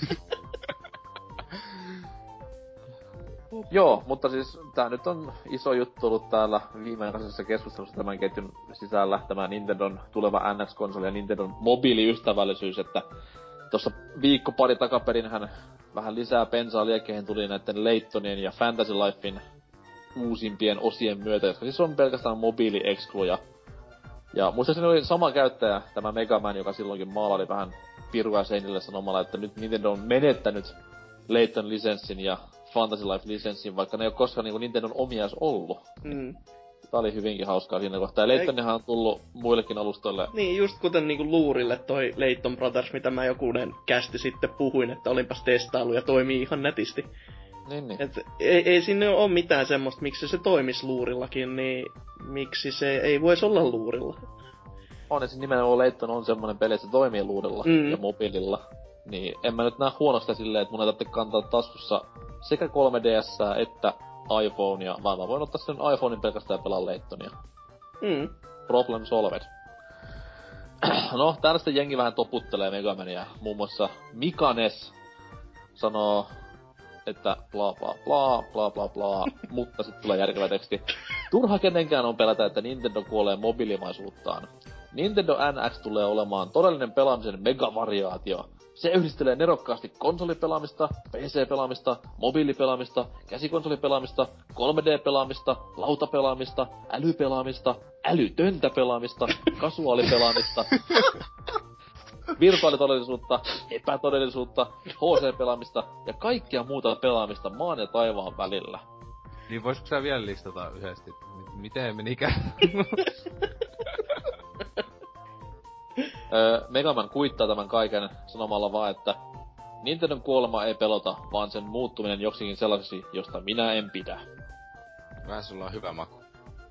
Joo, mutta siis tää nyt on iso juttu ollut täällä viimeaikaisessa keskustelussa tämän ketjun sisällä, tämä Nintendon tuleva NX-konsoli ja Nintendon mobiiliystävällisyys, että tossa viikko pari takaperin vähän lisää bensaa liekkeihin tuli näitten Laytonien ja Fantasy Lifein uusimpien osien myötä, jotka siis on pelkästään mobiili-excluja. Ja muistaakseni oli sama käyttäjä, tämä Mega Man, joka silloinkin maalaili vähän pirua seinille sanomalla, että nyt Nintendo on menettänyt Layton-lisenssin ja Fantasy Life-lisenssin, vaikka ne ei oo koskaan niinku Nintendon omia edes ollut. Mm. Tää oli hyvinkin hauskaa siinä kohtaa. Ja Laytonihan on tullut muillekin alustoille. Niin, just kuten niinku luurille toi Layton Brothers, mitä mä jokunen kästi sitten puhuin, että olinpas testailu ja toimii ihan nätisti. Niin. Et ei sinne oo mitään semmoista, miksi se toimis luurillakin, niin miksi se ei vois olla luurilla. On, siis nimenomaan Layton on semmonen peli, että se toimii luudella ja mobiililla. Niin en mä nyt näe huonosta silleen, että mun ei tarvitse kantaa taskussa sekä 3DS että iPhonea, vaan mä voin ottaa sen iPhonein pelkästään ja pelaa Laytonia. Problem solved. No, täällä sitten jengi vähän toputtelee Megamania. Muun muassa Mikanes sanoo, että bla bla bla, bla bla bla, mutta sitten tulee järkevä teksti. Turha kenenkään on pelätä, että Nintendo kuolee mobiilimaisuuttaan. Nintendo NX tulee olemaan todellinen pelaamisen megavariaatio. Se yhdistelee nerokkaasti konsolipelaamista, PC-pelaamista, mobiilipelaamista, käsikonsolipelaamista, 3D-pelaamista, lautapelaamista, älypelaamista, älytöntä pelaamista, kasuaalipelaamista, virtuaalitodellisuutta, epätodellisuutta, HC-pelaamista ja kaikkia muuta pelaamista maan ja taivaan välillä. Niin voisiko sä vielä listata yhdesti, miten menikään? Megaman kuittaa tämän kaiken sanomalla vaan, että Nintendon kuolema ei pelota, vaan sen muuttuminen joksikin sellaiseksi, josta minä en pidä. Vähän sulla on hyvä maku.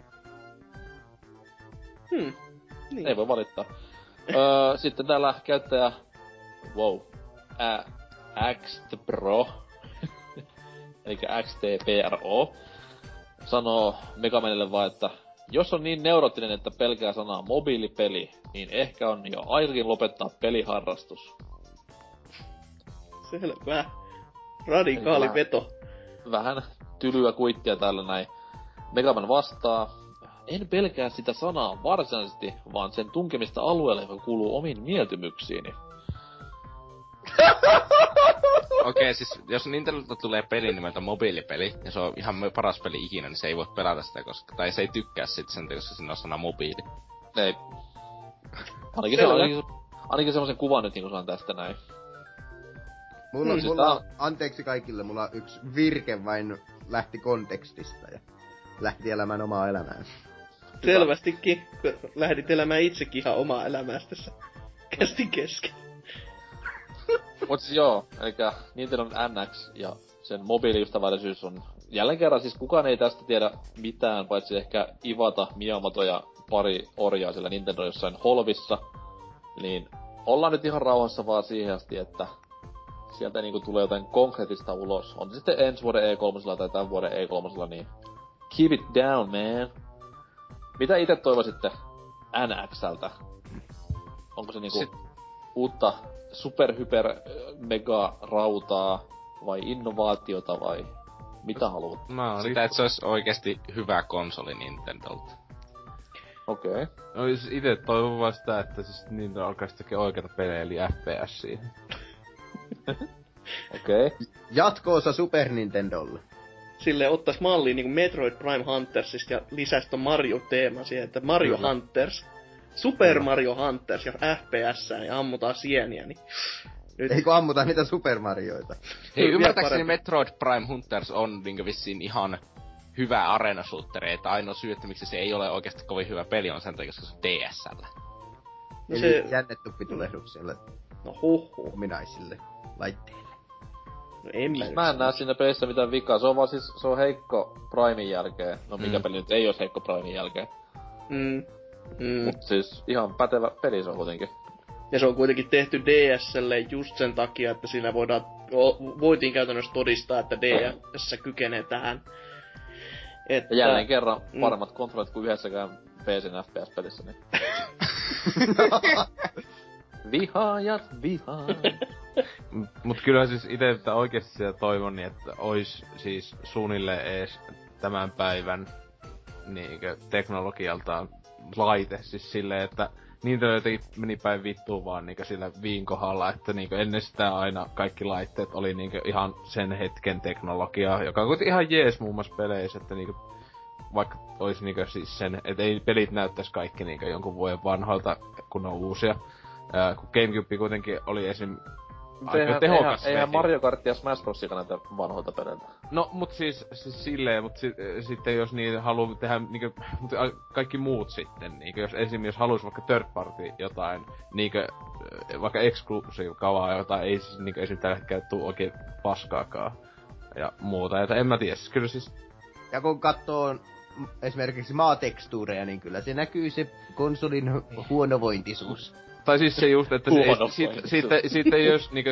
Niin. Ei voi valittaa. Sitten täällä käyttäjä XTPRO elikkä XTPRO sanoo Megamanille vaan, että jos on niin neuroottinen, että pelkää sanaa mobiilipeli, niin ehkä on jo aikakin lopettaa peliharrastus. Selvä. Radikaali Vähän- veto. Vähän tylyä kuittia täällä näin. Megaman vastaa, en pelkää sitä sanaa varsinaisesti, vaan sen tunkemista alueelle, joka kuuluu omiin mieltymyksiini. Okei, siis jos Nintendolta tulee peli nimeltä mobiilipeli, ja se on ihan paras peli ikinä, niin se ei voi pelata sitä, koska... Tai se ei tykkää sit sen, koska siinä on sana mobiili. Ei. Ainakin semmosen kuvan nyt niinku saan tästä näin. Mulla anteeksi kaikille, mulla yksi virke vain lähti kontekstista ja lähti elämään omaa elämää. Selvästikin. Lähdit elämään itsekin ihan omaa elämääsi tässä kästin kesken. Mut siis joo, elikkä Nintendo NX ja sen mobiiliystävällisyys on jälleen kerran siis kukaan ei tästä tiedä mitään, paitsi ehkä Iwata, Miyamoto ja pari orjaa siellä Nintendo jossain holvissa. Niin ollaan nyt ihan rauhassa vaan siihen asti, että sieltä niinku tulee jotain konkreettista ulos. On se sitten ensi vuoden E3 tai tämän vuoden E3, niin keep it down, man. Mitä itse toivoisitte NXltä? Onko se niinku uutta super hyper mega rautaa vai innovaatiota vai mitä haluat? Sitä, että se olisi oikeesti hyvä konsoli Nintendolta. Okei. No siis ite toivon vaan sitä, että siis Nintendo alkaisi tekee oikeita pelejä eli FPS siihen. Okei. Jatko-osa Super Nintendolle. Sille ottais malliin niinku Metroid Prime Huntersista ja lisäisi ton Mario-teeman siihen, että Mario Hunters, Super Mario Hunters ja FPS ja ammutaan sieniä, niin... Nyt... Eikö ammuta niitä Super Marioita? Ei, ymmärtääkseni Metroid Prime Hunters on niinku vissiin ihan hyvä areenasuutteri, että ainoa syy, että miksi se ei ole oikeasti kovin hyvä peli on sen takia, koska se on DS:llä. No eli se... jännettuppitulehduksille. No huhhuh. Ominaisille laitteille. No en mä en näe siinä pelissä mitään vikaa, se on vaan siis, se on heikko Primein jälkeen. No mikä peli nyt ei oo heikko Primein jälkeen. Mut siis ihan pätevä peli se on kuitenkin. Ja se on kuitenkin tehty DS:lle just sen takia, että siinä voitiin käytännössä todistaa, että DS kykenee tähän. Että... Ja jälleen kerran paremmat kontrollit kuin yhdessäkään PC:n FPS-pelissä, niin... Vihaajat, Mut kyllä siis ite että oikeesti sitä toivon, niin että ois siis suunnilleen ees tämän päivän niinkö teknologialtaan laite, siis silleen, että Nintendo jotenkin meni päin vittuun vaan niinkö sillä Viin kohdalla, että niinkö ennen sitä aina kaikki laitteet oli niinkö ihan sen hetken teknologiaa, joka on kuitenkin ihan jees muun muassa peleissä, että niinkö vaikka ois niinkö siis sen, et ei pelit näyttäis kaikki niinkö jonkun vuoden vanhoilta, kun on uusia. Kun GameCube kuitenkin oli esim. Aika tehokas. Eihän Mario Kart ja Smash Bros. Näitä vanhoilta peleiltä. No, mut siis silleen, mut sitten jos niin haluu tehdä niinkö, mut kaikki muut sitten, niinkö jos halus vaikka third party jotain, niinkö vaikka exclusive kavaa, jota ei siis niinkö esim. Tällä hetkellä tuu oikein paskaakaan ja muuta, että en mä tiedä, kyllä siis... Ja kun katsoo esimerkiksi maatekstuureja, niin kyllä se näkyy se konsolin huonovointisuus. Tai siis se just, että sitten jos niinkö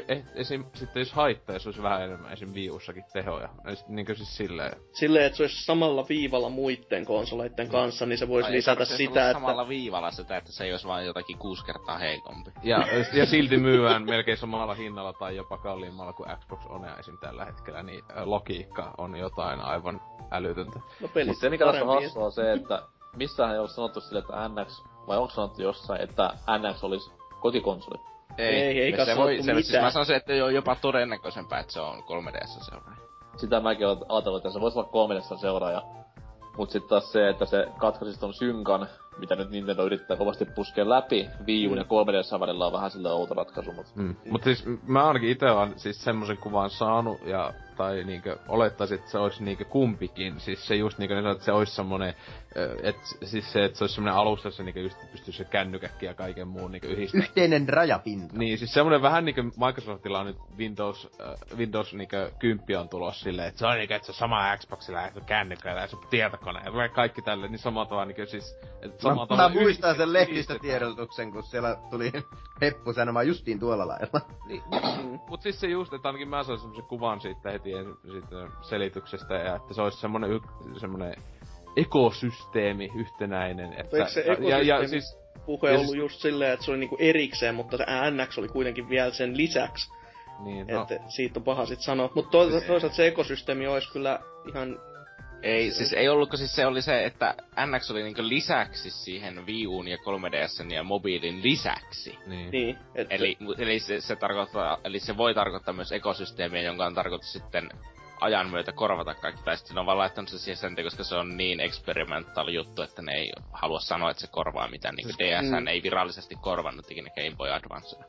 sitten jos haittaisi olisi vähän enemmän esim. Wii Ussakin tehoja. Niinkö siis silleen. Silleen, että se olisi samalla viivalla muiden konsoleiden kanssa, niin se voisi lisätä sitä, että... samalla viivalla sitä, että se ei olisi vaan jotakin 6 kertaa heikompi. Ja silti myyään melkein samalla hinnalla tai jopa kalliimmalla kuin Xbox One esim. Tällä hetkellä, niin logiikka on jotain aivan älytöntä. No pelit se mikä tässä on hassua on se, että missähän ei ole sanottu sille, että NX, vai onko sanottu jossain, että NX olisi kotikonsoli? Ei se voi, se, siis mä sanoisin, että jopa todennäköisempää, että se on 3DS-seuraaja. Sitä mäkin olen ajatellut, että se voisi olla 3DS-seuraaja. Mut sit taas se, että se katkaisisi ton synkan, mitä nyt Nintendo yrittää kovasti puskea läpi Wii U ja 3DS välillä on vähän sille outo ratkaisu, Mut siis mä ainakin ite oon siis semmosen kuvan saanut ja tai niinkö olettaisin, että se olisi niinkö kumpikin. Siis se just niinkö että se olisi semmonen, että siis se, että se olisi semmonen alusta, jossa niinkö just pystyisi se kännykäkki ja kaiken muun niinkö yhdistää. Yhteinen rajapinta. Niin, siis semmonen vähän niinkö Microsoftilla on nyt Windows niinkö 10 on tulos silleen, että se on niinkö, että se on sama Xboxilla ja se on kännykällä ja se on tietokone ja tulee kaikki tälleen, niin samalla tavalla niinkö siis, että samalla tavalla mä muistan sen lehdistötiedotuksen, kun siellä tuli heppu sanomaan justiin tuolla lailla. Niin, mut siis se just, että ainakin mä sain semmosen kuvan siitä heti siitä selityksestä ja että se olisi semmonen ekosysteemi yhtenäinen, että... Eikö se ekosysteemi siis, puhe ollut just silleen, että se oli niinku erikseen, mutta se NX oli kuitenkin vielä sen lisäksi. Niin, että siitä on paha sit sanoa. Mut toisaalta se ekosysteemi olisi kyllä ihan... Ei, siis ei ollutko siis se oli se, että NX oli niinku lisäksi siihen Wii U:n ja 3DS:n ja mobiilin lisäksi. Niin että... Eli se tarkoittaa, eli se voi tarkoittaa myös ekosysteemiä, jonka on tarkoitus sitten ajan myötä korvata kaikki. Tai sitten on vaan laittanut se siihen sen, koska se on niin experimental juttu, että ne ei halua sanoa, että se korvaa mitään. Niinku DS:n ei virallisesti korvannut ikinä Game Boy Advancea.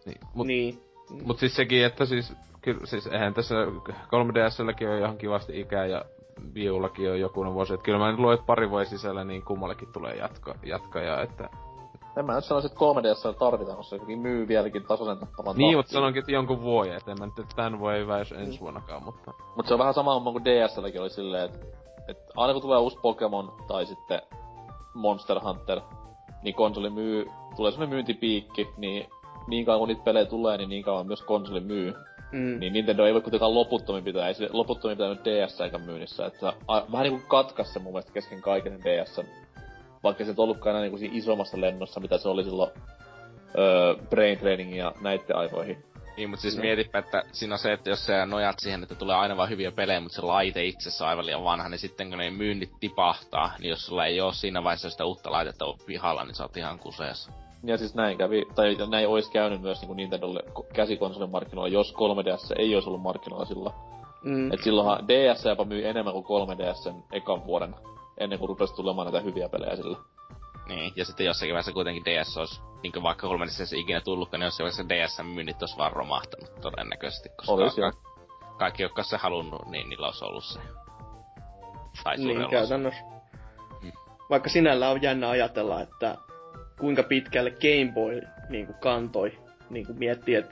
Mut siis sekin, että siis, kyllä, siis eihän tässä 3DS:lläkin on ihan kivasti ikää ja Wii Ullakin on jokunen vuosi, että kyllä mä nyt luulen, että pari vuoden sisällä niin kummallekin tulee jatkoja, että... en mä nyt sanoisi, että 3DS tarvitaan, koska se myy vieläkin tasaisen tappavan niin, mutta sanonkin, että jonkun vuoden, et en mä nyt tän voi hyvä, jos ensi vuonnakaan, mutta... Mut se on vähän sama homma kuin DS:lläkin oli silleen, että aina kun tulee uusi Pokemon tai sitten Monster Hunter, niin konsoli tulee semmonen myyntipiikki, niin kauan kun niitä pelejä tulee, niin kauan myös konsoli myy. Niin Nintendo ei voi kuitenkaan loputtomin pitää nyt DS eikä myynnissä, että vähän niinku katkas se mun mielestä kesken kaiken DS, vaikka se et ollutkaan enää niinku siinä isommassa lennossa, mitä se oli silloin Brain Trainingin ja näitten aivoihin. Niin, mut siis mietipä, että siinä on se, että jos sä nojat siihen, että tulee aina vaan hyviä pelejä, mutta se laite itsessä on aivan liian vanha, niin sitten kun ne myynnit tipahtaa, niin jos sulla ei oo siinä vaiheessa sitä uutta laitetta pihalla, niin sä oot ihan kuseessa. Ja siis näin kävi, tai näin ois käynyt myös niinku Nintendolle käsikonsolin markkinoilla, jos 3DS ei ois ollut markkinoilla silloin. Et silloinhan DS jopa myi enemmän kuin 3DSn ekan vuoden, ennen kuin rupesi tulemaan näitä hyviä pelejä sillä. Niin, ja sitten jossakin vaiheessa kuitenkin DS olisi, niinku vaikka 3DS ei ikinä tullutkaan, niin jossakin vaiheessa DS-myynnit olisi vaan romahtanut todennäköisesti, koska kaikki, jotka se halunnut, niin niillä olisi ollut se. Tai niin, käytännössä. Vaikka sinällä on jännä ajatella, että kuinka pitkälle Game Boy niinku kantoi, niinku miettii, että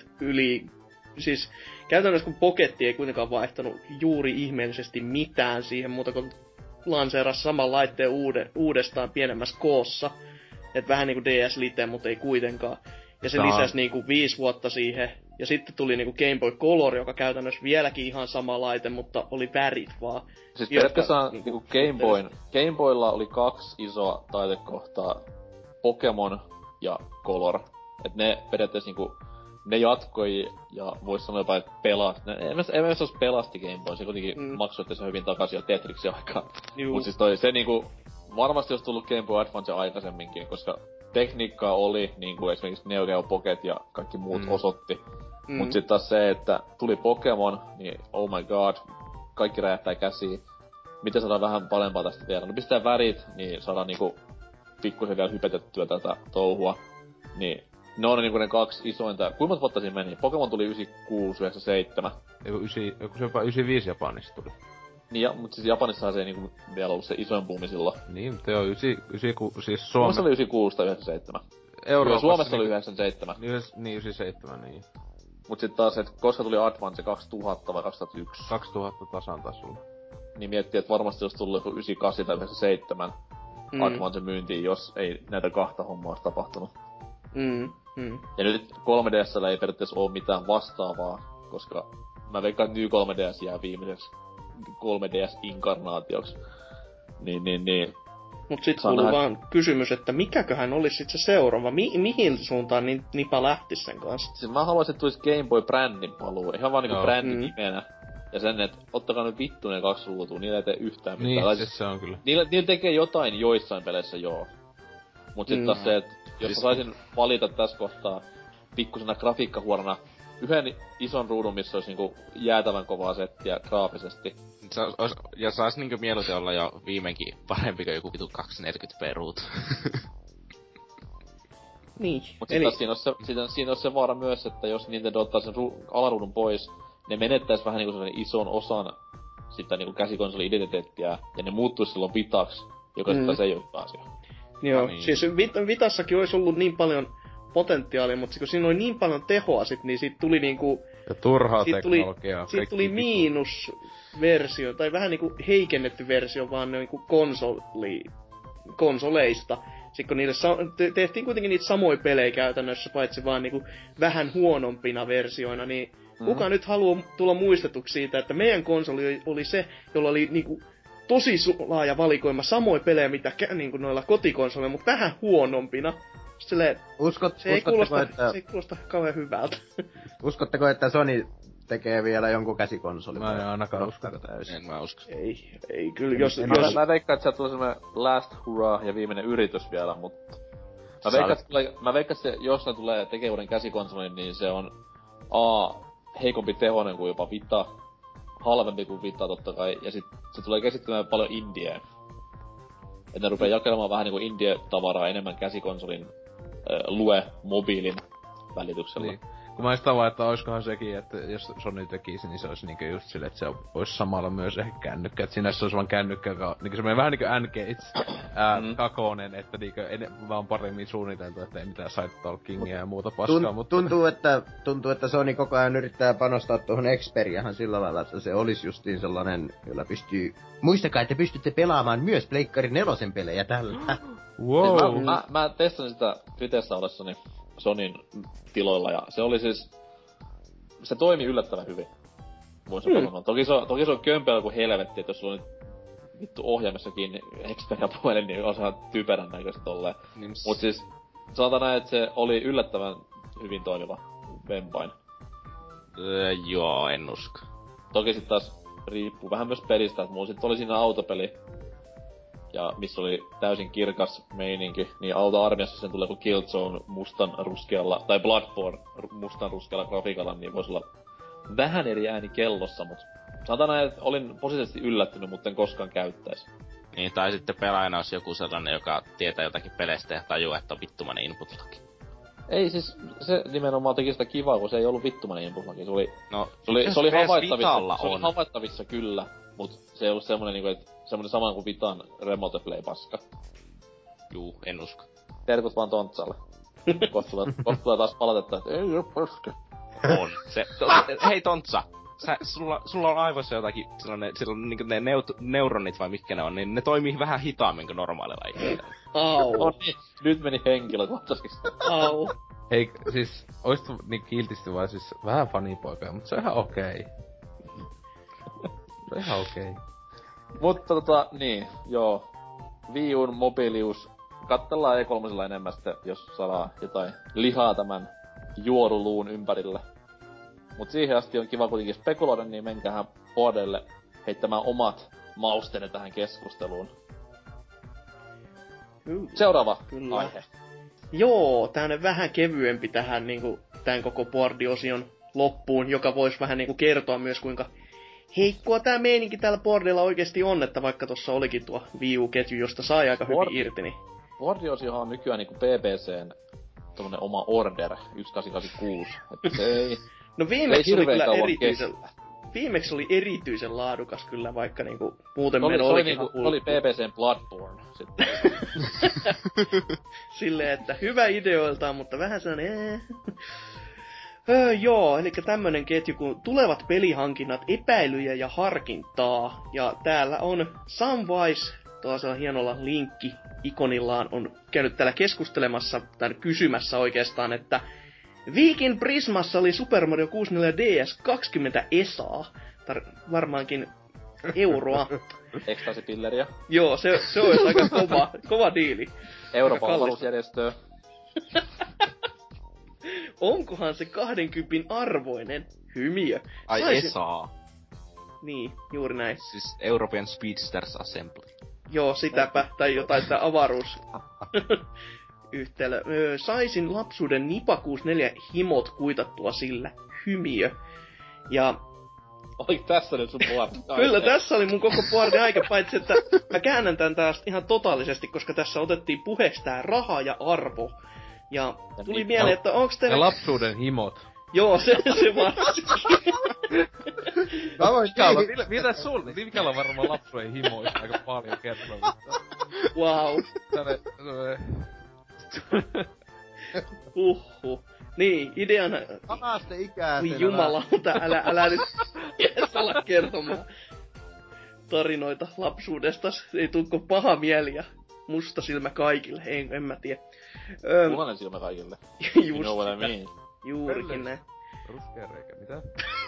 siis käytännössä kun Poketti ei kuitenkaan vaihtanut juuri ihmeellisesti mitään siihen muuta kuin lanseerasi saman laitteen uudestaan pienemmässä koossa. Et vähän niinku DS Lite, mutta ei kuitenkaan. Ja se lisäsi niinku 5 vuotta siihen. Ja sitten tuli niinku Game Boy Color, joka käytännössä vieläkin ihan sama laite, mutta oli värit vaan. Siis periaatteessa niinku Game Boylla oli 2 isoa taitekohtaa. Pokemon ja Color. Et ne periaatteessa niinku, ne jatkoi ja vois sanoa jopa, että en mä jos pelasti Game Boy, se kuitenkin maksoi se hyvin takaisin ja Tetrixin aikaan. Mut siis se niinku, varmasti olisi tullut Game Boy Advance aikaisemminkin, koska tekniikkaa oli, niinku esimerkiksi Neo Geo Pocket ja kaikki muut osoitti. Mut sit taas se, että tuli Pokemon, niin oh my god, kaikki räjähtää käsiin. Miten saadaan vähän parempaa tästä vielä? No pistetään värit, niin saadaan niinku pikkusen vielä hypetettyä tätä touhua. Niin ne on niinku ne 2 isointa. Kuinka monta vuotta siinä meni? Pokemon tuli 96, 97. Joku se jopa 95 Japanissa tuli. Niin, mut siis Japanissahan se ei niinku vielä ollut se isoin buumi silloin. Niin, mutta joo, 96, siis Suomessa oli 96 tai 97. Suomessa oli 97. Niin, 97, niin. Mut sit taas, et koska tuli Advance 2000 vai 2001? 2000 tasan taisi olla. Niin miettii, että varmasti olisi tullut joku 98 tai 97 Advance myyntiin, jos ei näitä 2 hommaa olisi tapahtunut. Ja nyt 3DS:llä ei periaatteessa oo mitään vastaavaa, koska mä veikkaan, että New 3DS jää viimeiseksi 3DS-inkarnaatioksi. Niin. Mut sit kuuluu vaan kysymys, että mikäköhän olisi sit se seuraava? Mihin suuntaan Nipa lähtis sen kanssa? Siis mä haluaisin, että tulisi Game Boy-brändin paluu. Ihan vaan niinku brändin nimenä. Ja sen, että ottakaa nyt vittu ne 2 ruutua, niillä ei tee yhtään mitään. Niin, siis se on kyllä. Niillä tekee jotain joissain peleissä, joo. Mut sit taas se, että jos mä saisin valita tässä kohtaa pikkusena grafiikkahuorona yhden ison ruudun, missä olisi niinku jäätävän kovaa settiä graafisesti. Ja sais niinku mieluiten olla jo viimeinkin parempi kuin joku vitu 240p ruutu. Niin. Mut sit taas siinä on se vaara myös, että jos Nintendo ottaa sen alaruudun pois, ne menettäis vähän niinku sellainen ison osan sitä niinku käsikonsoli-identiteettiä, ja ne muuttuis silloin Vitaks, joka sitten ei oo asia. Joo, niin. Siis Vitassakin olisi ollut niin paljon potentiaalia, mutta kun siinä oli niin paljon tehoa sit, niin siitä tuli niinku... Ja turhaa teknologiaa. Siitä tuli miinusversio, tai vähän niinku heikennetty versio vaan niinku konsoleista. Sitten kun niille tehtiin kuitenkin niitä samoja pelejä käytännössä, paitsi vaan niinku vähän huonompina versioina, niin kuka nyt haluaa tulla muistetuksi siitä, että meidän konsoli oli se, jolla oli niinku tosi laaja valikoima samoja pelejä, mitä niinku noilla kotikonsoleilla, mutta vähän huonompina. Silleen, se ei kuulosta kauhean hyvältä. Uskotteko, että Sony tekee vielä jonkun käsikonsolin? Mä en ainakaan usko täysin. En mä usko. Ei kyllä, jos... Mä veikkaan, että sieltä tulee semmonen last hurrah ja viimeinen yritys vielä, mutta... Mä veikkaan, että jos ne tulee tekee uuden käsikonsolin, niin se on heikompi tehoinen kuin jopa Vita. Halvempi kuin Vita totta kai, ja sit se tulee käsittelemään paljon indieä. Et ne rupee jakelemaan vähän niinku indie-tavaraa enemmän käsikonsolin mobiilin välityksellä. Niin. Kun mä sitä vaan, että oiskohan sekin, että jos Sony tekisi, niin se olisi niinku just silleen, että se olisi samalla myös ehkä kännykkä. Et sinänsä se olisi vaan kännykkä, joka niinku semmoinen vähän niinku N-Gates kakonen, että niinku vaan paremmin suunniteltu, että ei mitään side-talkingia ja muuta paskaa, mutta... Tuntuu, että Sony koko ajan yrittää panostaa tuohon Xperiahan sillä lailla, että se olisi justiin sellainen, jolla pystyy... Muistakaa, että pystytte pelaamaan myös Pleikkari 4 pelejä tällä. Wow! Siis mä testasin sitä Vitessä ollessani Sonyn tiloilla ja se oli siis... Se toimi yllättävän hyvin. Voin sanoa. Toki se on kömpelä kuin helvetti, että jos sulla on nyt vittu ohjaimessa kiinni Xperia-puhelin, niin on ihan typerän näköistä tolleen. Niin Mut siis sanotaan näin, että se oli yllättävän hyvin toimiva vempain. Joo, en usko. Toki sit taas riippuu vähän myös pelistä, että mulla sit oli siinä autopeli, ja missä oli täysin kirkas meininki, niin auto-armiassa sen tulee kun Killzone mustan ruskealla, tai Bloodborne mustan ruskealla grafiikalla, niin voisi olla vähän eri ääni kellossa, mut sanotaan näin, että olin positiivisesti yllättynyt, mutta en koskaan käyttäisi. Niin, tai sitten pelaajana olisi joku sellainen, joka tietää jotakin peleistä ja tajuaa, että on vittumainen input-laki. Ei siis, se nimenomaan teki sitä kivaa, kun se ei ollut vittumainen input-laki. Se oli, no, se oli havaittavissa kyllä, mut se ei ollut semmonen niinku, että semmonen sama kuin Vitan Remote Play paska. Juu, en usko. Terkut vaan Tontsalle. Kohta tulee taas palautetta, että ei oo paska. On. Hei Tontsa, sulla on aivoissa jotakin sellainen niinku ne neuronit vai mitkä ne on, niin ne toimii vähän hitaammin kuin normaalilla ihmisellä. Au. No niin, nyt meni henkilökohtaisesti. Au. Hei, siis, oisit niin kiltisti vai siis vähän fanipoika, mutta se on ihan okei. Se on ihan okei. Mutta niin, joo. Wii U:n mobiilius. Kattellaan E3 enemmän sitten, jos saa jotain lihaa tämän juoruluun ympärille. Mut siihen asti on kiva kuitenkin spekuloida, niin menkäähän Boardelle heittämään omat mausteenne tähän keskusteluun. Seuraava aihe. Joo, tämmönen vähän kevyempi tähän niinku tän koko boardiosion loppuun, joka voisi vähän niinku kertoa myös kuinka heikkoa tää meininki täällä boardilla oikeesti on, että vaikka tossa olikin tuo Wii U-ketju, josta sai aika hyvin irti, niin... Boardiosiohan on nykyään niinku BBCn tommonen oma order 1886, että se ei... No viimeksi oli kyllä viimeksi oli erityisen laadukas kyllä, vaikka niinku muuten meno olikin niinku, oli BBCn Bloodborne sitten. Silleen, että hyvä ideoiltaan, mutta vähän sellainen joo, eli tämmönen ketju kun tulevat pelihankinnat, epäilyjä ja harkintaa. Ja täällä on Samwise, tuollaisella hienolla linkki-ikonillaan on käynyt täällä keskustelemassa, tai kysymässä oikeastaan, että Viikin Prismassa oli Super Mario 64 DS 20 esaa. Varmaankin euroa. Ekstaasipilleriä. Joo, se olisi aika kova diili. Euroopan avaruusjärjestöä. Onkohan se 20 arvoinen? Hymiö. Ai esaa. Niin, juuri näin. Siis European Speedsters Assembly. Joo, sitäpä. Tai jotain sitä avaruus... yhtälö. Saisin lapsuuden Nipa 64 himot kuitattua sillä. Hymiö. Ja... Oliko tässä nyt sun boardi? Kyllä, tässä oli mun koko boardi aika, paitsi että mä käännän tän taas ihan totaalisesti, koska tässä otettiin puheeksi tää raha ja arvo. Ja tuli mieleen, että onks teillä... Ja lapsuuden himot. Joo, se varsinkin. Mä voin Mitä sul? Mikällä on varmaan lapsuuden himoista aika paljon kertomista. Wow. Niin, ideana... Samasta ikäisenä. Oi jumalauta, älä nyt ala kertomaan tarinoita lapsuudestas. Ei tulko paha mieli ja musta silmä kaikille. En mä tiedä. Punainen silmä kaikille. Just you know what I mean. Juurikin näin. Ruskea reikä, mitä?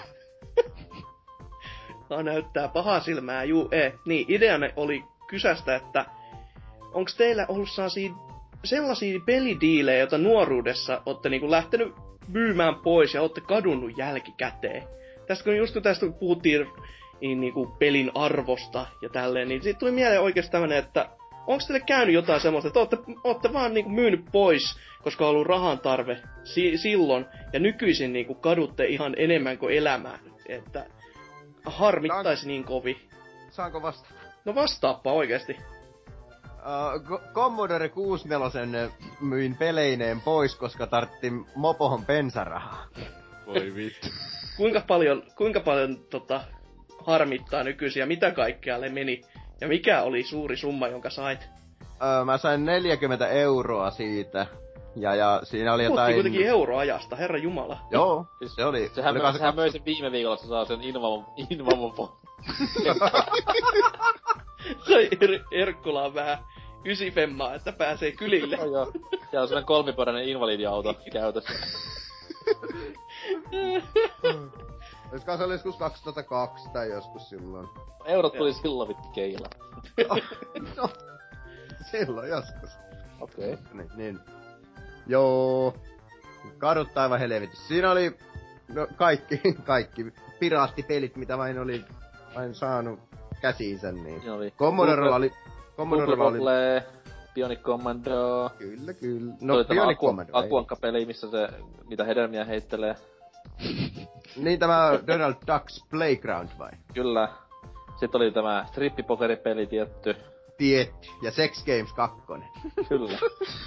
Näyttää pahaa silmää, Niin, ideana oli kysästä, että onks teillä ollut sellaisia pelidiilejä, joita nuoruudessa ootte niinku lähtenyt myymään pois ja ootte kadunnut jälkikäteen? Tästä kun puhuttiin niinku pelin arvosta ja tälleen, niin siitä tuli mieleen oikeesti tämmönen, että onks teille käynyt jotain semmoista, että ootte vaan niinku myynyt pois, koska on ollut rahan tarve silloin, ja nykyisin niinku kadutte ihan enemmän kuin elämään, että harmittaisi niin kovin. Saanko vastata? No vastaappa oikeesti. Commodore 64 myin peleineen pois, koska tarttiin mopohon bensarahaa. Voi vittu. Kuinka paljon harmittaa nykyisin ja mitä kaikkea le meni? Ja mikä oli suuri summa, jonka sait? Mä sain 40 euroa siitä. Ja siinä oli jotain... kuitenkin euroajasta, herra jumala. Joo, se oli... Sehän möi sen viime viikolla, että se saa sen Invamon Sai Erkkulaan vähän 9 femmaa, että pääsee kylille. Joo. Siellä on sellainen 3-pyöräinen invalidiauto käytössä. Olisikohan se oli joskus 2002 tai joskus silloin. Eurot tuli silloin vittu keillä. No, silloin joskus. Okei. Niin. Joo. Kaduttaa aivan helvetissä. Siinä oli kaikki piraattipelit, mitä vain oli saanut käsiinsä, niin. Commodorella oli... Google Bionic Commando. Kyllä. No, Bionic Commando. Akuankka-peli, missä se mitä hedelmiä heittelee. Niin tämä Donald Duck's Playground vai? Kyllä. Sitten oli tämä strippipokeripeli tietty. Ja Sex Games 2. Kyllä.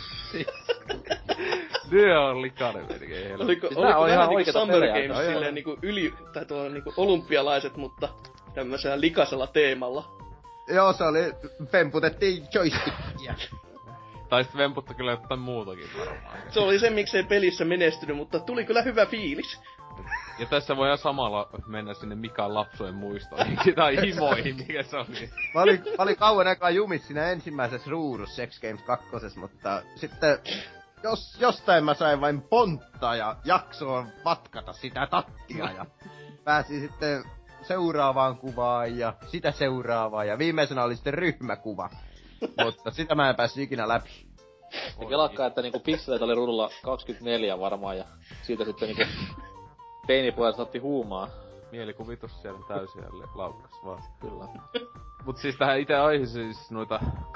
Työ on likainen melkein. Oliko Siis vähän niinku Summer pelejä. Games silleen niinku tai tuolla niinku olympialaiset, mutta tämmöisellä likaisella teemalla. Joo, se oli, vemputettiin joystickia. Tai sit vemputta kyllä jotain muutakin varmaan. Se oli se, miksei pelissä menestynyt, mutta tuli kyllä hyvä fiilis. Ja tässä voidaan samalla mennä sinne Mikan lapsujen muistoihin, tai himoihin, mikä se on niin. Mä olin kauan aikaa jumis siinä ensimmäisessä ruudussa Sex Games 2, mutta sitten jostain mä sain vain ponttaa ja jaksoon vatkata sitä tattia ja pääsin sitten seuraavaan kuvaan ja sitä seuraavaan ja viimeisenä oli sitten ryhmäkuva. Mutta sitä mä en päässyt ikinä läpi. Ja kelakkaa, että niinku pikseleitä oli ruudulla 24 varmaan ja siitä sitten niinku teinipojat otti huumaa. Mielikuvitus siellä täysin laukkas vaan. Kyllä. Mut siis tähän ite aiheeseen siis noita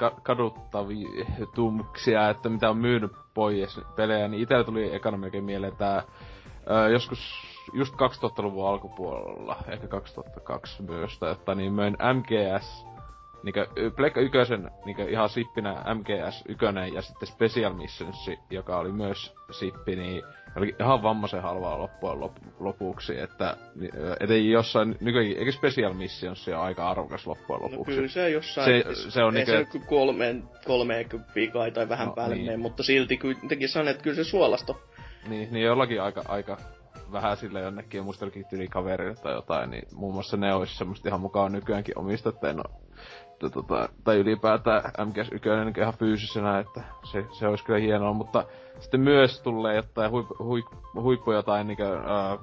kaduttavitumuksia, että mitä on myynyt pois pelejä, niin itellä tuli ekana melkein mieleen tää joskus just 2000-luvun alkupuolella, ehkä 2002 myös, tai jotta niin möin MGS, niinkö Pleikka Ykösen niinkö ihan sippinä MGS 1 ja sitten Special Missions, joka oli myös sippi, niin oli ihan vammaisen halvaa loppujen lopuksi, että ei jossain nykyään, eikö Special Missions ole aika arvokas loppujen lopuksi? No kyllä se jossain, se on ei se 30 kai tai vähän päälle niin. mene, mutta silti kuitenkin sanon, että kyllä se suolasto. Niin jollakin aika vähän sille jonnekin, ja muista olikin tyli kaverille tai jotain, niin muun muassa ne olisi semmoista ihan mukaan nykyäänkin omista, että en tai ylipäätään MGS1 niin ihan fyysisenä, että se olisi kyllä hienoa, mutta sitten myös tulee jotain huippu jotain niinkö,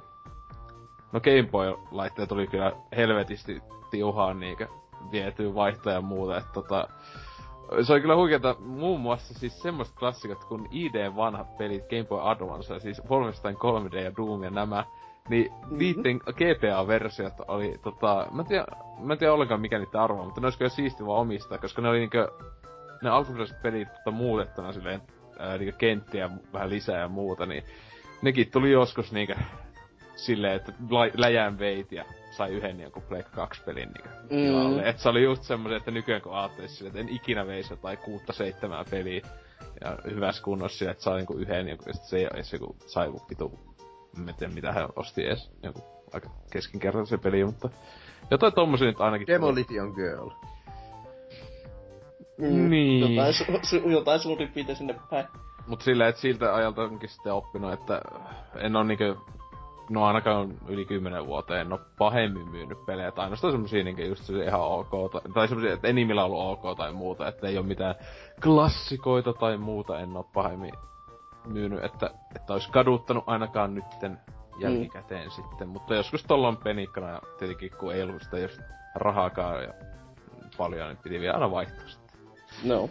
no Game Boy-laitteet tuli kyllä helvetisti tiuhaan niinkö vietyy vaihtoja ja muuta, että se oli kyllä huikeeta muun muassa siis semmoista klassikat kuin ID vanhat pelit, Game Boy Advance, siis Wolfenstein 3D ja Doom ja nämä, niin niitten GTA-versiot oli mä en tiedä ollenkaan mikä niitten arvo, mutta ne olisi kyllä siisti vaan omistaa, koska ne oli niinkö, ne alkuperäiset pelit muutettuna silleen, niinkö kenttiä vähän lisää ja muuta, niin nekin tuli joskus niinkö silleen, että läjään veit ja sai yhden joku Pleikka 2 pelin niinkö tilalle. Et se oli just semmosen, että nykyään kun aatteis silleen, että en ikinä veisi jotain 6-7 peliä ja hyvässä kunnossa silleen, että saa niinku yhden joku, ja sit se ei oo edes joku sai joku vitu, en tiedä mitä hän osti edes, joku aika keskinkertaisen peli, mutta jotain tommosia nyt ainakin. Demolition Girl. Niin. Jotain suurin piirtein sinne päin. Mut silleen, et siltä ajalta onkin sitten oppinut, että en oo niinkö, no ainakaan yli 10 vuoteen en oo pahemmin myynyt pelejä, tai ainoastaan semmosia niinkö just se ihan ok, tai semmosia, että enimmillä on ollut ok tai muuta, että ei oo mitään klassikoita tai muuta en oo pahemmin myynyt, että ois kaduttanut ainakaan nytten jälkikäteen sitten, mutta joskus tollon penikkana ja tietenkin kun ei ollut sitä just rahaakaan ja paljon, niin piti vielä aina vaihtaa sitten. No.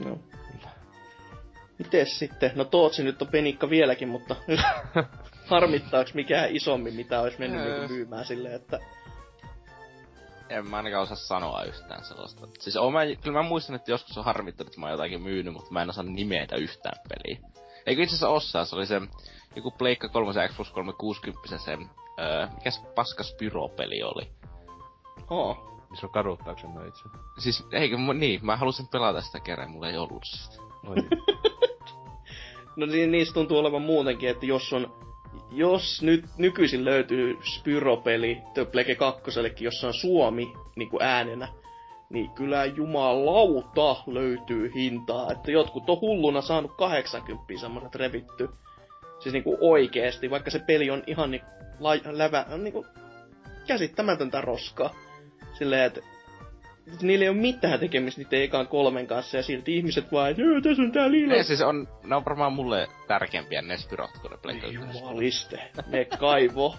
Mites sitten? No Tootsi nyt on penikka vieläkin, mutta harmittaaks mikään isommin, mitä ois mennyt niinku myymään silleen, että... En mä ainakaan osaa sanoa yhtään sellaista. Siis kyllä mä muistan, että joskus on harmittanut, että mä oon jotakin myynyt, mutta mä en osaa nimetä yhtään peliä. Eikö itse asiassa osaa? Se oli se joku Pleikka 3 ja Xbox 360 se, mikä se paska Spyro-peli oli. Niin se on kaduttaako mä itse? Siis, eikö niin, mä halusin pelata sitä kerran, mulla ei ollut sitä. No niistä tuntuu olevan muutenkin, että jos on jos nyt nykyisin löytyy Spyro-peli Plege 2, jossa on Suomi niinku äänenä, niin kyllä jumalauta löytyy hintaa. Että jotkut on hulluna saanut 80 semmoset revitty. Siis niinku oikeesti, vaikka se peli on ihan niinku käsittämätöntä roskaa. Silleen, että niillä ei oo mitään tekemistä niiden ekaan 3 kanssa, ja silti ihmiset vaan, että tässä on tää lila. Ei, siis ne on varmaan mulle tärkeimpiä ne Spyrot, kun ne Pleikka ykkösessä. Jumaliste, ne kaivo.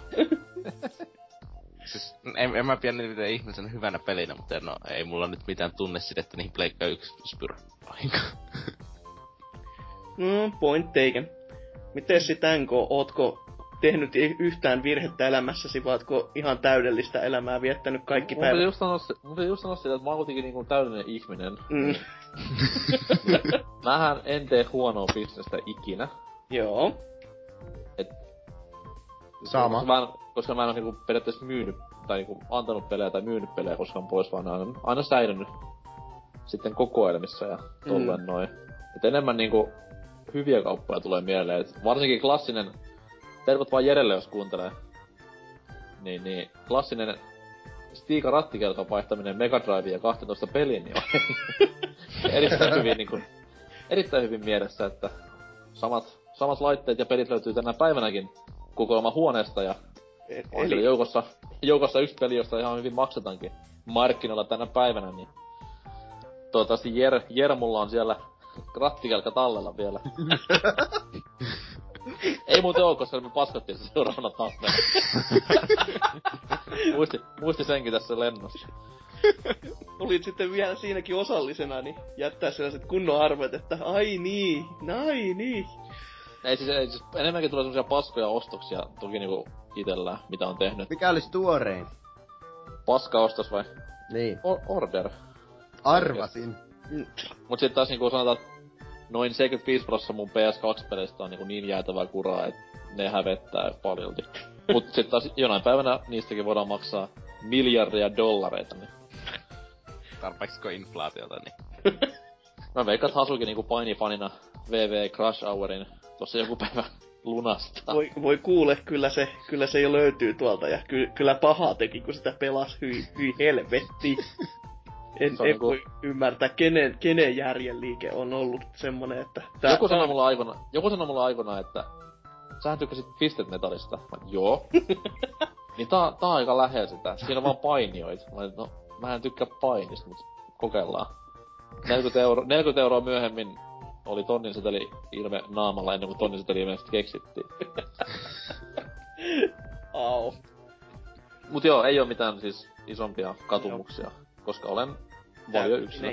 Siis en mä pidä niitä ihmisen hyvänä pelinä, mutta ei mulla nyt mitään tunnesidettä niihin Pleikka 1 Spyroihinkaan. Point taken. Miten sitä, ootko tehnyt yhtään virhettä elämässäsi, vai ootko ihan täydellistä elämää viettänyt kaikki päivät? Mun piti just sanoa sitä, että mä oon kuitenkin niinku täydellinen ihminen. Mähän en tee huonoa bisnestä ikinä. Joo. Sama. Koska mä en oo niinku periaatteessa myynyt, tai niinku antanut pelejä tai myynyt pelejä koskaan pois, vaan aina säilynyt sitten kokoelmissa ja tolleen noin. Et enemmän niinku hyviä kauppoja tulee mieleen, et varsinkin klassinen, tervot vaan Jerelle jos kuuntelee, niin klassinen Stiga rattikelkan vaihtaminen Mega Driveen ja 12 peliin, niin on erittäin hyvin mielessä, että samat laitteet ja pelit löytyy tänä päivänäkin kokoelman huoneesta, ja on siellä joukossa yksi peli, josta ihan hyvin maksetankin markkinoilla tänä päivänä, niin toivottavasti Jermulla on siellä rattikelka tallella vielä. Ei muuten oo, koska me paskattiin se seuraavana taas. Muisti senkin tässä lennossa. Olit sitten vielä siinäkin osallisena, niin jättää sellaiset kunnon arvet, että ai niin. Ei siis enemmänkin tulee semmosia paskoja ostoksia toki niinku itellään, mitä on tehnyt. Mikä olisi tuorein? Paska-ostos vai? Niin. Order. Arvasin. Mut sit taas niinku sanotaan, noin 75% mun PS2-peleistä on niin jäätävää kuraa, että ne hävettää paljolti. Mut sit taas jonain päivänä niistäkin voidaan maksaa miljardia dollareita, niin... Tarpeeksiko inflaatiota, niin... Mä veikkaan, että Hasuki niinku painifanina VV Crush Hourin tossa joku päivä lunastaa. Voi kuule, kyllä se jo löytyy tuolta, ja kyllä pahaa teki, kun sitä pelas, hyi helvetti. En niinku... voi ymmärtää, kenen järjen liike on ollut semmonen, että... Joku sanoi mulla aikana, että sähän tykkäsit Fisted Metalista. Joo. Niin tää on aika lähellä sitä. Siinä on vaan painioita. Mä en tykkää painista, mut kokeillaan. 40 euroa myöhemmin oli tonninseteli ilme naamalla ennen kuin tonninseteli ilmeisesti keksittiin. Au. Mut joo, ei oo mitään siis isompia katumuksia, koska olen valioyksilö.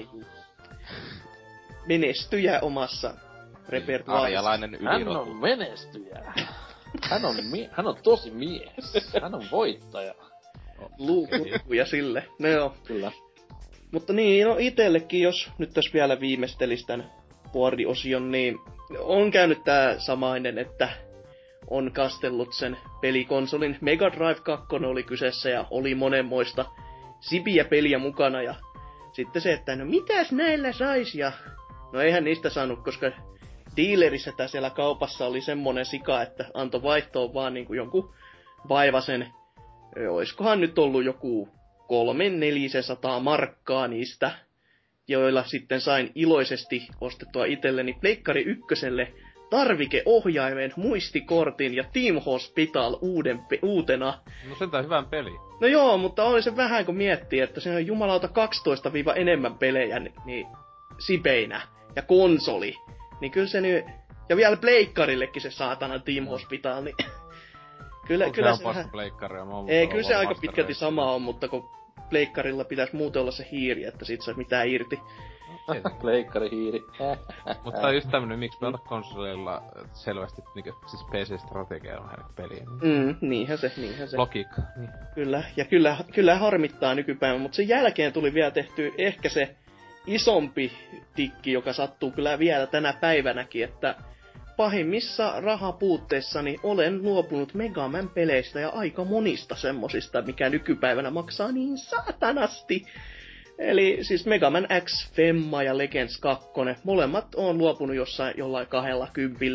Menestyjä omassa repertuaarissa. Arjalainen ylirotu. Hän on menestyjä. Hän on tosi mies. Hän on voittaja. Luukuja sille. No joo. Kyllä. Mutta niin, no itellekin, jos nyt tässä vielä viimeistelis tän boardiosion, niin on käynyt tää samainen, että on kastellut sen pelikonsolin. Mega Drive 2 oli kyseessä ja oli monenmoista sipiä peliä mukana, ja sitten se, että no mitäs näillä sais, ja no eihän niistä saanut, koska dealerissä tai siellä kaupassa oli semmonen sika, että antoi vaihtoon vaan niinku jonkun vaivasen, oiskohan nyt ollut joku 300-400 markkaa niistä, joilla sitten sain iloisesti ostettua itselleni Pleikkari 1:lle tarvikeohjaimen, muistikortin ja Team Hospital uutena. No sentään hyvän peli. No joo, mutta oli se vähän kun miettii, että se on jumalauta 12- enemmän pelejä niin sipeinä ja konsoli. Niin kyllä se nyt... Ja vielä Pleikkarillekin se saatana Team Hospital, niin... kyllä se vähän... Pleikkaria, ei, kyllä se aika pitkälti sama on, mutta kun Pleikkarilla pitäisi muuten olla se hiiri, että sit saisi mitään irti. Pleikkari hiiri. Mutta just tämmönen, miksi pelata konsoleilla selvästi niinku, siis PC-strategia on hänen peliin. Niinhän se. Logiikka, niin. Kyllä, ja kyllä harmittaa nykypäivänä, mutta sen jälkeen tuli vielä tehty ehkä se isompi tikki, joka sattuu kyllä vielä tänä päivänäkin, että pahimmissa rahapuutteissani olen luopunut Mega Man -peleistä ja aika monista semmosista, mikä nykypäivänä maksaa niin saatanasti. Eli siis Mega Man X, Femma ja Legends 2, molemmat on luopunut jollain 20,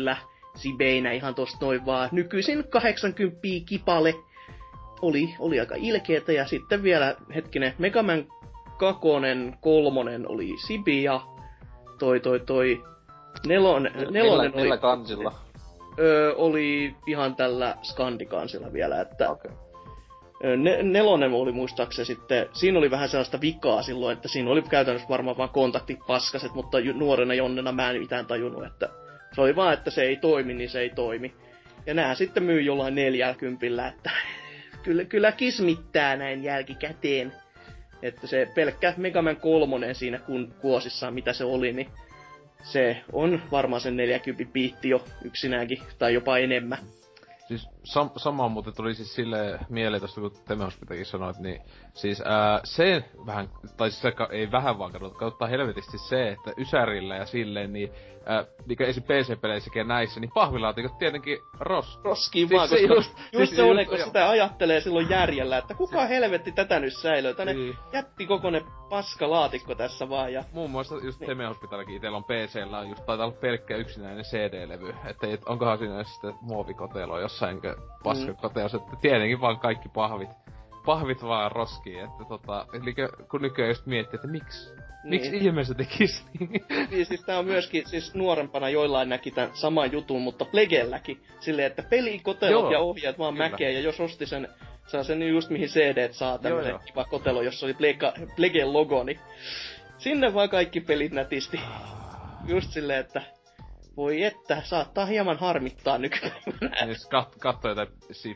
Sibeinä ihan tosta noin vaan. Nykyisin 80 kipale oli aika ilkeetä, ja sitten vielä hetkinen, Mega Man 2, 3 oli Sibi, ja nelonen Millä kansilla? Oli ihan tällä Scandi-kansilla vielä, että Okay. Nelonen oli muistaakseni sitten, siinä oli vähän sellaista vikaa silloin, että siinä oli käytännössä varmaan vaan kontaktipaskaset, mutta nuorena Jonnena mä en mitään tajunnut, että se oli vaan, että se ei toimi, niin se ei toimi. Ja nää sitten myy jollain 40, että kyllä kismittää näin jälkikäteen. Että se pelkkä Mega Man 3 siinä kuosissaan, mitä se oli, niin se on varmaan sen 40 piitti jo yksinäänkin, tai jopa enemmän. Siis sama muuten tuli siis silleen mieleen tosta, kun Temehospitakin sanoit, niin siis se vähän, tai siis se ei vähän vaan kadottaa helvetisti se, että Ysärillä ja silleen, niin mikä esim. PC-peleissäkin ja näissä, niin pahvilaatikot tietenkin roskiin siis vaan, koska just se on, kun sitä ajattelee silloin järjellä, että kuka helvetti tätä nyt säilöö, tänne jätti kokoinen paskalaatikko tässä vaan, ja muun muassa just Temehospitalikin itellä on PC:llä just taitaa olla pelkkä yksinäinen CD-levy, että onkohan siinä sitten muovikotelo jossain paskakotelossa, että tietenkin vaan kaikki pahvit vaan roskiin, että eli kun nykyään just miettii, että miksi ihmeessä tekis niin? Niin, siis tää on myöskin, siis nuorempana joillain näki tän saman jutun, mutta Plegelläkin, silleen, että pelikotelot ja ohjaat vaan mäkeä, ja jos osti sen just mihin CD saa tämmönen kiva kotelo, jossa oli Plegen logo, niin sinne vaan kaikki pelit nätisti. Just silleen, että voi että, saattaa hieman harmittaa nykypäivänä. Niin, kattoo jotain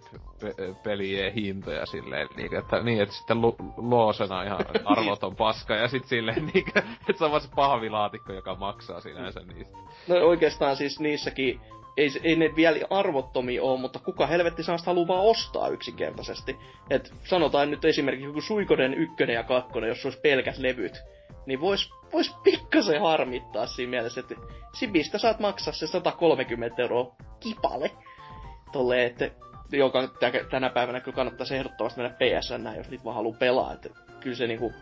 SIP-pelien hintoja silleen, että sitten loosena ihan arvoton paska, ja sit silleen että se on vaan se pahvilaatikko, joka maksaa sinänsä niistä. No oikeastaan siis niissäkin, ei ne vielä arvottomia oo, mutta kuka helvetti saa haluu vaan ostaa yksinkertaisesti. Et sanotaan nyt esimerkiksi joku Suikoden 1 ja 2, jos olisi pelkät levyt, niin vois pikkasen harmittaa siinä mielessä, että Sibistä saat maksaa se 130 € kipale. Tolleen, että joka tänä päivänä kyllä kannattaisi ehdottomasti mennä PSN, jos niitä vaan haluu pelaa. Että kyllä se niinku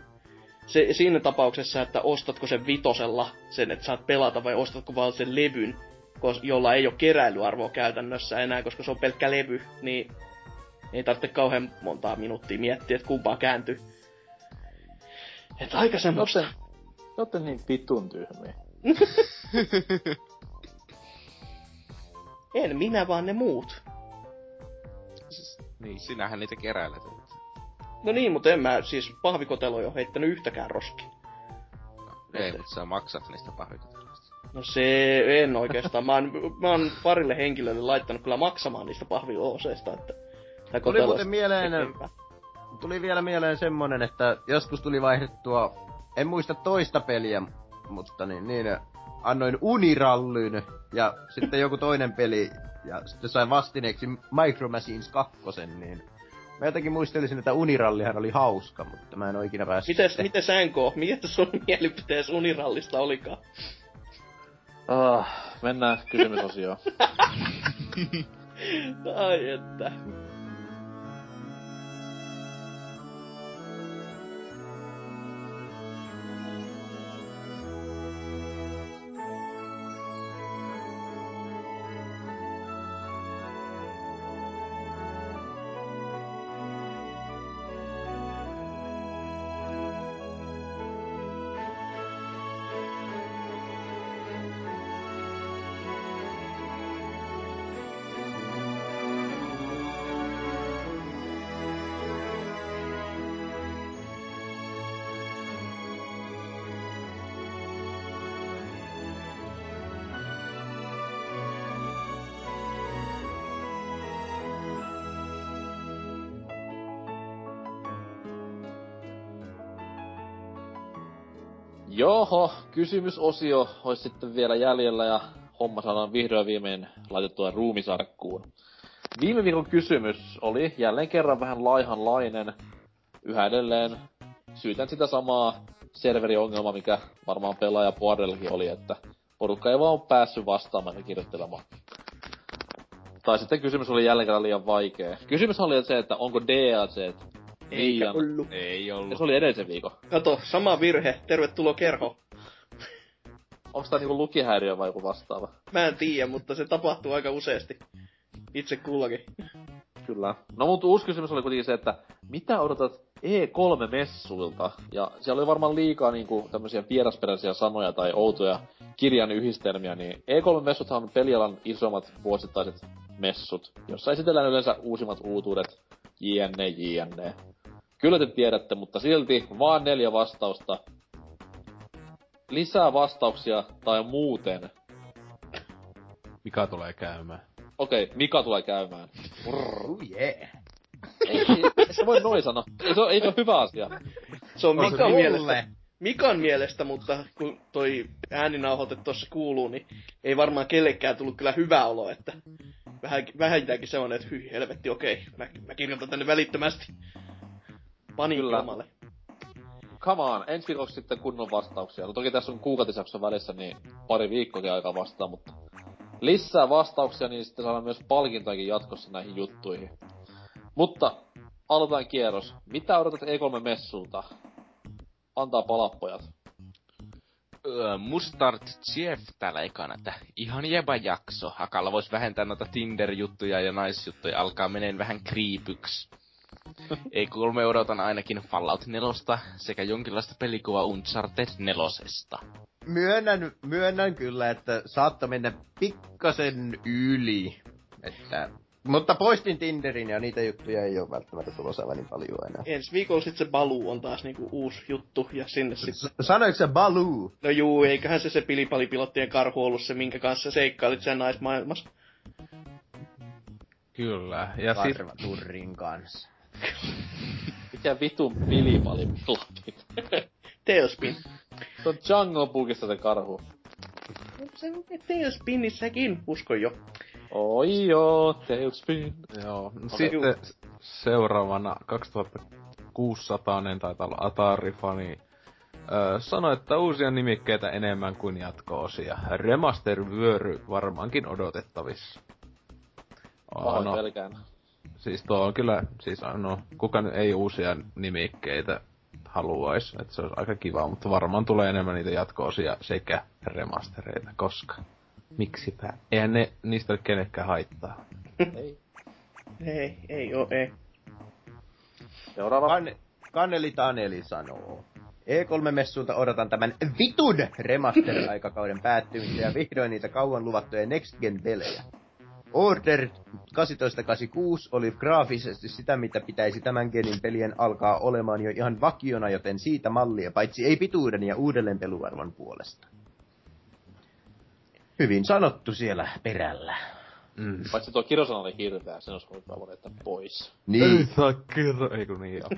siinä tapauksessa, että ostatko sen vitosella sen, että saat pelata, vai ostatko vaan sen levyn, jolla ei ole keräilyarvoa käytännössä enää, koska se on pelkkä levy, niin ei tarvitse kauhean montaa minuuttia miettiä, että kumpaa kääntyy. Että aika semmoista. Ootte niin vitun tyhmiä. En minä, vaan ne muut. Niin, sinähän niitä keräilet. No niin, mutta en mä siis pahvikoteloja ole heittänyt yhtäkään roskia. Ei, mutta sä maksat niistä pahvikoteloista. No se en oikeastaan. Mä oon parille henkilölle laittanut kyllä maksamaan niistä pahvilooseista, että tuli vielä mieleen semmonen, että joskus tuli vaihdettua, en muista toista peliä, mutta niin annoin Unirallyn ja sitten joku toinen peli ja sitten sain vastineeksi Micro Machines 2, niin mä jotenkin muistelisin, että Unirallihan oli hauska, mutta mä en oo ikinä päässyt. Mites NK? Mikä sun mielipitees Unirallista olikaan? Mennään kysymysosioon. Ai että. Joho, kysymysosio olisi sitten vielä jäljellä ja homma saadaan vihdoin viimein laitettua ruumisarkkuun. Viime viikon kysymys oli jälleen kerran vähän laihanlainen. Yhä edelleen syytän sitä samaa serveriongelmaa, mikä varmaan pelaajapuolellakin oli, että porukka ei vaan päässyt vastaamaan ja kirjoittelemaan. Tai sitten kysymys oli jälleen kerran liian vaikea. Kysymys oli se, että onko DLC Eikä ollut. Ei ollut. Ja se oli edellisen viikon. Kato, sama virhe. Tervetuloa kerho. onks tää niinku lukihäiriö vai joku vastaava? Mä en tiedä, mutta se tapahtuu aika useasti. Itse kullakin. Kyllä. No mut uusi kysymys oli kuitenkin se, että mitä odotat E3-messuilta? Ja siellä oli varmaan liikaa niinku tämmösiä vierasperäisiä sanoja tai outoja kirjan yhdistelmiä, niin E3-messuthan on pelialan isommat vuosittaiset messut, jossa esitellään yleensä uusimmat uutuudet, jne. Kyllä te tiedätte, mutta silti vaan 4 vastausta. Lisää vastauksia tai muuten. Mikä tulee käymään? Okei, Mika tulee käymään. Oh yeah. Ei se voi noin sanoa. Ei se ole hyvä asia. Se on Mikan mulle. mielestä. Mikan mielestä, mutta kun toi ääninauhoite tossa kuuluu, niin ei varmaan kellekään tullut kyllä hyvä olo, että vähintäänkin se on, että hyi helvetti, okei, mä kirjoitan tänne välittömästi. Paniikkilomalle. Come on, ensi viikoksi sitten kunnon vastauksia. No toki tässä on kuukautisjakson välissä, niin pari viikkoakin aikaa vastaa, mutta lisää vastauksia, niin sitten saadaan myös palkintoakin jatkossa näihin juttuihin. Mutta aloitetaan kierros. Mitä odotat E3-messulta? Antaa palapojat. Mustard Chef täällä ekana, että ihan jeba jakso. Hakalla vois vähentää noita Tinder-juttuja ja naisjuttuja, alkaa meneen vähän kriipyks. Ei 3 odotan ainakin Fallout 4 sekä jonkinlaista pelikuva Uncharted 4. Myönnän kyllä, että saattoi mennä pikkasen yli. Mutta poistin Tinderin ja niitä juttuja ei oo välttämättä tulossa niin paljon enää. Ensi viikolla sit se Baloo on taas niinku uusi juttu ja sinne sit... Sanoiko se Baloo? No juu, eiköhän se pilipalipilottien karhu ollut se, minkä kanssa seikkailit sen naismaailmassa. Kyllä. Ja sit... Karvaturrin kanssa. Mikä vitun pilipalipilotti? Tailspin. Se on Jungle Bookissa se karhu. Se on Tailspinissäkin, uskon jo. Oi joo, Tailspin. Joo. Sitten seuraavana 2600 taitaa olla Atari-fani. Sanoi, että uusia nimikkeitä enemmän kuin jatko-osia. Remaster-vyöry varmaankin odotettavissa. Pahoin pelkään. Siis tuo on kyllä, siis no, kuka nyt ei uusia nimikkeitä haluais, että se olisi aika kiva, mutta varmaan tulee enemmän niitä jatko-osia sekä remastereita, koska miksipä. Eihän ne niistä kenekään haittaa. Ei. Seuraava. Kanneli Taneli sanoo. E3-messulta odotan tämän vitun remaster-aikakauden päättymistä ja vihdoin niitä kauan luvattuja Next Gen-pelejä. Order 1886 oli graafisesti sitä, mitä pitäisi tämän genin pelien alkaa olemaan jo ihan vakiona, joten siitä mallia, paitsi ei pituuden ja uudelleenpeluarvon puolesta. Hyvin sanottu siellä perällä. Paitsi tuo kirosana oli hirveä, sen olisi voinut valita pois. Niin. Ei saa kerro, eiku niin joo.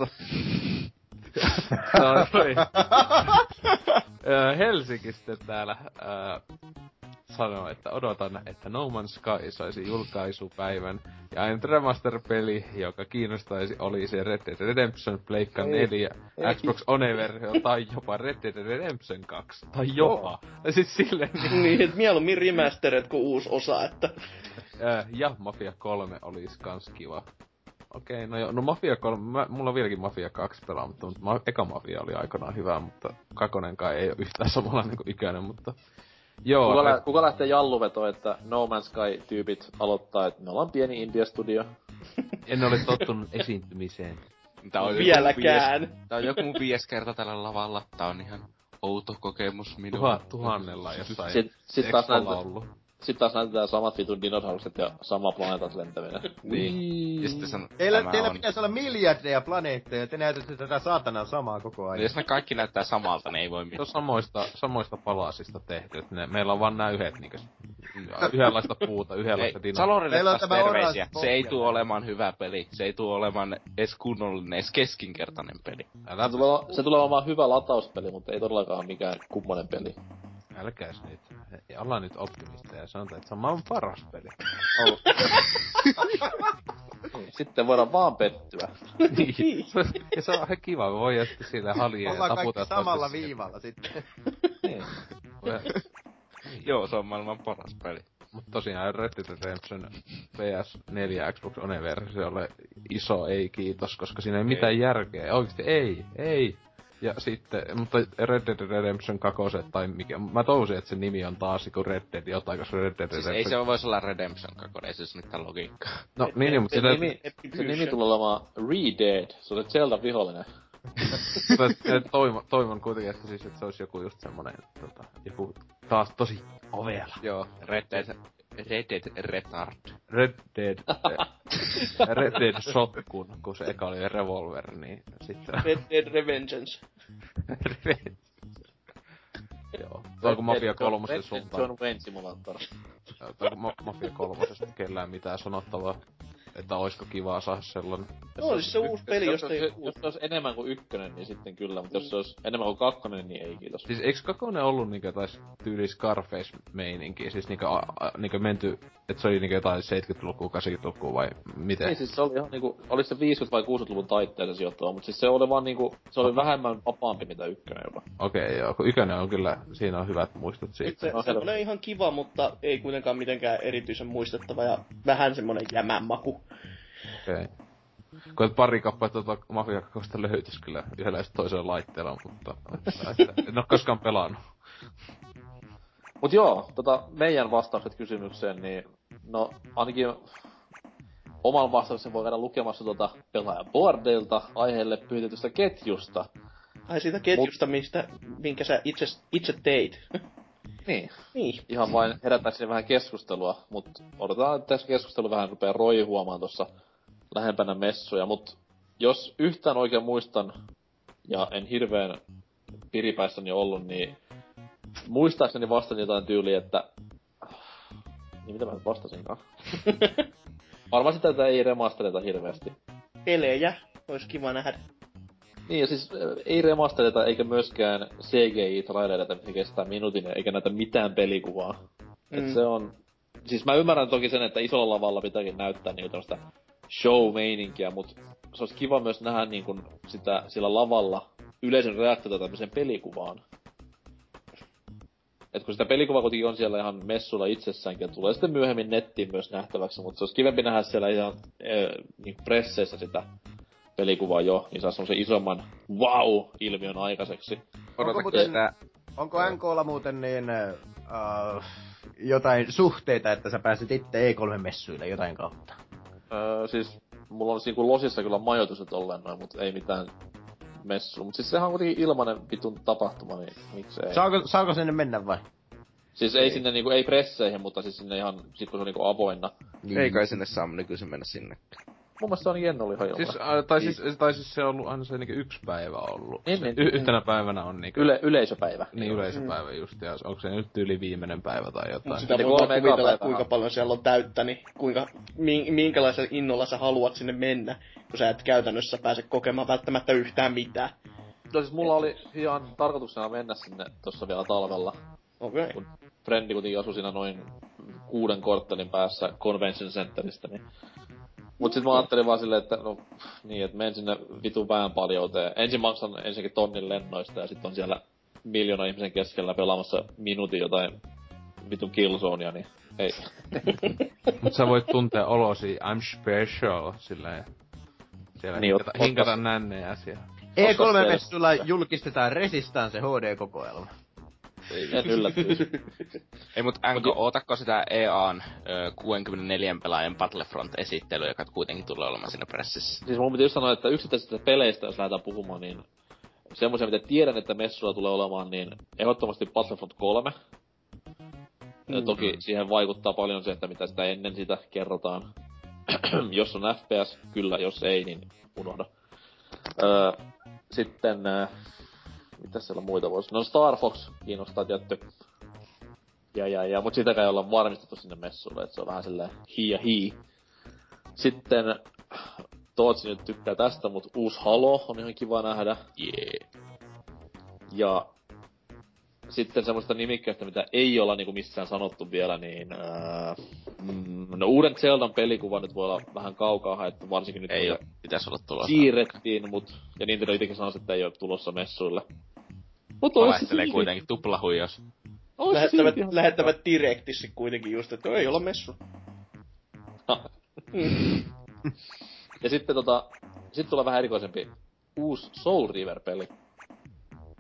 Helsinki sitten täällä sanoo, että odotan, että No Man's Sky saisi julkaisupäivän. Ja ainut remaster-peli, joka kiinnostaisi, olisi Red Dead Redemption, Pleikka 4, Xbox One-versio tai jopa Red Dead Redemption 2. Tai jopa. Ja sit silleen niin, et mieluummin remastered kuin uusi osa, että... ja Mafia 3 olisi kans kiva. Okei, no joo, no Mafia 3, mulla on vieläkin Mafia 2 pelaamatta, mutta eka Mafia oli aikanaan hyvä, mutta kakonenkaan ei oo yhtään samalla niinku ikäinen, mutta... Joo, kuka lähtee jalluvetoon, että No Man's Sky-tyypit aloittaa, että me ollaan pieni India-studio? En ole tottunut esiintymiseen. Tää on vieläkään. Tää on joku mun 5. kerta tällä lavalla. Tää on ihan outo kokemus minulle. Tuhannella jossain Sit taas näytetään samat vitun dinosaurukset ja sama planeetat lentäminen. Niin. Ja sitten Teillä pitäisi olla miljardeja planeetteja, te näytätte tätä saatanaa samaa koko ajan. Jos ne kaikki näyttää samalta, ne ei voi mitään. Se on samoista palasista tehty, että meillä on vaan nää yhdet niinkö yhdenlaista puuta, yhdenlaista dinosauruksia. Salorille taas terveisiä. Se ei tuu olemaan hyvä peli. Se ei tuu olemaan edes kunnollinen, edes keskinkertainen peli. Se tulee olemaan hyvä latauspeli, mutta ei todellakaan mikään kummonen peli. Älkääs nyt. Ollaan nyt optimisteja ja sanotaan, että se on maailman paras peli. Sitten voidaan vaan pettyä. Niin. Ja se on ihan kiva, me voidaan sitten sille haljeen ja taputtaa. Ollaan kaikki samalla viivalla sitten. Niin. Joo, se on maailman paras peli. Mutta tosiaan Red Dead Redemption PS4 Xbox One-versiolle iso ei kiitos, koska siinä ei mitään järkeä. Oikeesti ei. Ja sitten, mutta Red Dead Redemption 2, tai mikä, mä toivoisin, että se nimi on taas kuin Red Dead jotain, koska Red Dead Redemption... Siis ei se voisi olla Redemption 2, ei se olisi mitään logiikkaa. No niin, mutta se nimi tulee olemaan Re-Dead, se on se Zelda vihollinen. Toivon kuitenkin, että siis, että se olisi joku just semmonen, joku taas tosi ovela. Joo, Red Dead Retard. Red Dead Shotgun, kun se eka oli revolver, niin sitten... Red Dead Revengeance. Joo. Tai kun Mafia 3 suuntaan. John Wayne Simulator. Tai kun Mafia 3 kellään mitään sanottavaa. Että oisko kivaa saada sellainen. No siis se uusi peli, josta ei Jos se olisi enemmän kuin ykkönen, niin sitten kyllä. Mutta jos se olisi enemmän kuin kakkonen, niin ei kiitos. Siis eiks kakkonen ollut niinkö tais tyyli Scarface-meininki? Siis niinkö menty, et se oli niinkö jotain 70-lukua, 80-lukua vai miten? Ei siis se oli ihan niinku, olis se 50- vai 60-luvun taitteessa sijoittuva, mut siis se oli vaan niinku, se oli vähemmän vapaampi mitä ykkönen jopa. Okei, joo, kun ykkönen on kyllä, siinä on hyvät muistot siitä. Se on ihan kiva, mutta ei kuitenkaan mitenkään erityisen muistettava ja vähän semmonen jämän maku. Okei. Kun pari kappaletta Mafia 2 löytys kyllä yhdellä ja toisella laitteella, mutta en oo koskaan pelannut. Mut joo, meidän vastaukset kysymykseen, niin no ainakin oman vastauksen voi käydä lukemassa pelaajan boardeilta aiheelle pyytetystä ketjusta. Ai siitä ketjusta, minkä sä itse teit. Niin. Niin. Ihan vain herättääkseni vähän keskustelua, mut odotetaan, että tässä keskustelu vähän rupee roihuamaan tossa lähempänä messuja, mut jos yhtään oikein muistan, ja en hirveen piripäissäni ollut, niin muistaakseni vastasin jotain tyyliä, että... Niin mitä mä nyt vastasinkaan? Varmaan sitä, että ei remasterita hirveästi. Pelejä, ois kiva nähdä. Niin, ja siis ei remasterita eikä myöskään CGI-trailereita, mitkä kestää minuutin, eikä näitä mitään pelikuvaa. Et se on... Siis mä ymmärrän toki sen, että isolla lavalla pitääkin näyttää niinku tämmöstä show-meininkiä, mut se olisi kiva myös nähdä niinku sitä sillä lavalla yleisön reaktiota tämmöiseen pelikuvaan. Et kun sitä pelikuvaa kuitenkin on siellä ihan messuilla itsessäänkin, ja tulee sitten myöhemmin nettiin myös nähtäväksi, mutta se olisi kivempi nähdä siellä ihan niinku presseissä sitä pelikuvaa jo, niin saa semmosen isomman wow-ilmiön aikaiseksi. Onko NK:lla muuten niin jotain suhteita, että sä pääsit itse E3-messuille jotain kautta? Siis mulla on niinku Losissa kyllä majoitukset olleen noin, mut ei mitään messu. Mut siis sehän on kuitenkin ilmanen vitun tapahtuma, niin miksei. Saako sinne mennä vai? Siis ei sinne niinku, ei presseihin, mutta siis sinne ihan, sit kun se on niinku avoinna. Niin. Ei kai sinne saa nykyisin mennä sinnekään. Mun mielestä se on Jenno oli ihan siis, tai siis se on ollut aina se niinku yksi päivä ollut. Yhtenä päivänä on niinku... Yleisöpäivä. Niin, yleisöpäivä just, ja onko se nyt yli viimeinen päivä tai jotain. Sitä voi kuvitella, kuinka paljon siellä on täyttä, niin minkälaisella innolla sä haluat sinne mennä, kun sä et käytännössä pääse kokemaan välttämättä yhtään mitään. No siis mulla oli ihan tarkoituksena mennä sinne tossa vielä talvella. Okei. Kun frendi kuitenkin asui siinä noin 6 korttelin päässä Convention Centeristä, niin... Mut sit mä ajattelin vaan silleen, että no niin, et menen sinne vitun väenpaljouteen. Ensin maksan ensinnäkin tonnin lennoista ja sit on siellä 1 miljoona ihmisen keskellä pelaamassa minuutin jotain vitun Killzonea, niin ei. Mut sä voit tuntea olosi, I'm special, silleen. Siellä niin, hinkata nännejä siellä. E3-messuilla julkistetaan Resistance HD-kokoelma. En yllättyisi. Ei mut ootakko sitä EA:n 64 pelaajan Battlefront-esittelyä, joka kuitenkin tulee olemaan siinä pressissä? Siis mun piti just sanoa, että yksittäisistä peleistä, jos lähdetään puhumaan, niin semmoisia, mitä tiedän, että messuilla tulee olemaan, niin ehdottomasti Battlefront 3. Toki siihen vaikuttaa paljon se, että mitä sitä ennen sitä kerrotaan. Jos on FPS, kyllä, jos ei, niin unohda. Sitten... Mitäs siellä muita vois? No Star Fox kiinnostaa tietty. Ja, mut sitäkään ei olla varmistettu sinne messuille, et se on vähän silleen hi. Sitten Tootsi nyt tykkää tästä, mut uusi Halo on ihan kiva nähdä. Ja sitten semmoista nimikkeistä, mitä ei olla niinku missään sanottu vielä, niin no uuden Zeldan pelikuva nyt voi olla vähän kaukaa haettu, varsinkin nyt ei oo, pitäis olla tulossa. Siirrettiin, ja Nintendo itekin sanoisi, että ei oo tulossa messuille. Valehtelee kuitenkin tuplahuijaus. Lähettävät direktissä kuitenkin just, että ei olla messu. Ja sitten sit tulee vähän erikoisempi uusi Soul River-peli.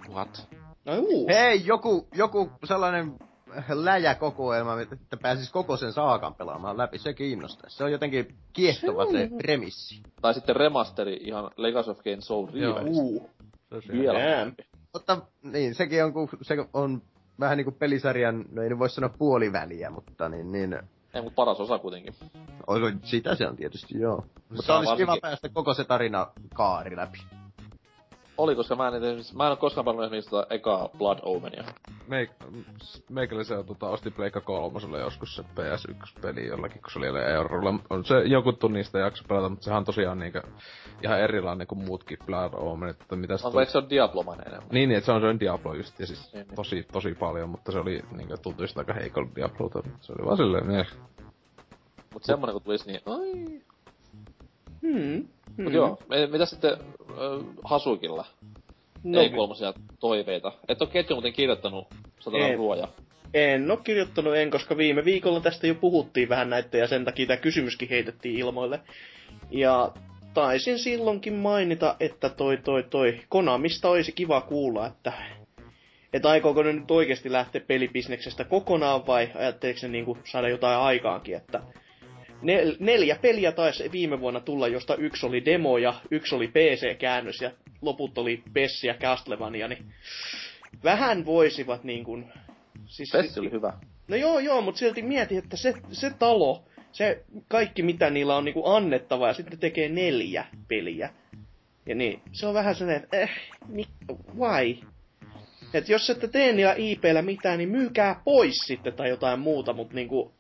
What? No juu. Hei, joku sellainen läjäkokoelma, että pääsis koko sen saakan pelaamaan läpi. Se kiinnostaa. Se on jotenkin kiehtova se premissi. Tai sitten remasteri ihan Legacy of Kain Soul Reaverista. Vielä parempi. Mutta niin, sekin on, kun se on vähän niinku pelisarjan, no ei nyt voi sanoa puoliväliä, mutta niin... Ei, mut paras osa kuitenkin. Sitä se on tietysti, joo. Mutta olisi varsinkin... kiva päästä koko se tarina kaari läpi. Oli, koska mä en oo koskaan pelannut esimerkiksi ekaa Blood Omenia. Meikälle se osti Pleikka 3 joskus se PS1-peli jollakin, kun se oli eurolla. On se joku tunnista jakso pelata, mutta sehän on tosiaan niinkö ihan erilainen kuin muutkin Blood Omenit, että mitä onko eikö se on Diablomainen enemmän? Niin, että se on Diablo just, ja siis niin. tosi paljon, mutta se oli niinkö tuntui sitä aika heikolta Diablota. Se oli vaan silleen, Mut semmonen kun tulis niin, ai... Mut Mm. joo, mitä sitten Hasukilla? No, Ei kolmosia toiveita. Et oo ketju muuten kirjoittanut Satanan ruoja. En oo kirjoittanut, koska viime viikolla tästä jo puhuttiin vähän näitä, ja sen takia tää kysymyskin heitettiin ilmoille. Ja taisin silloinkin mainita, että toi Konamista olisi kiva kuulla, että aikooko ne nyt oikeesti lähteä pelibisneksestä kokonaan, vai ajatteleeko ne niinku saada jotain aikaankin, että 4 peliä taisi viime vuonna tulla, josta 1 oli demo ja 1 oli PC-käännös ja loput oli PES ja Castlevania, niin vähän voisivat niinkun... Siis PES oli hyvä. No joo, mut silti mietin, että se talo, se kaikki mitä niillä on niinku annettava ja sitten ne tekee 4 peliä. Ja niin, se on vähän sellainen, että why? Et jos ette tee niillä IP:llä mitään, niin myykää pois sitten tai jotain muuta, mut niinku...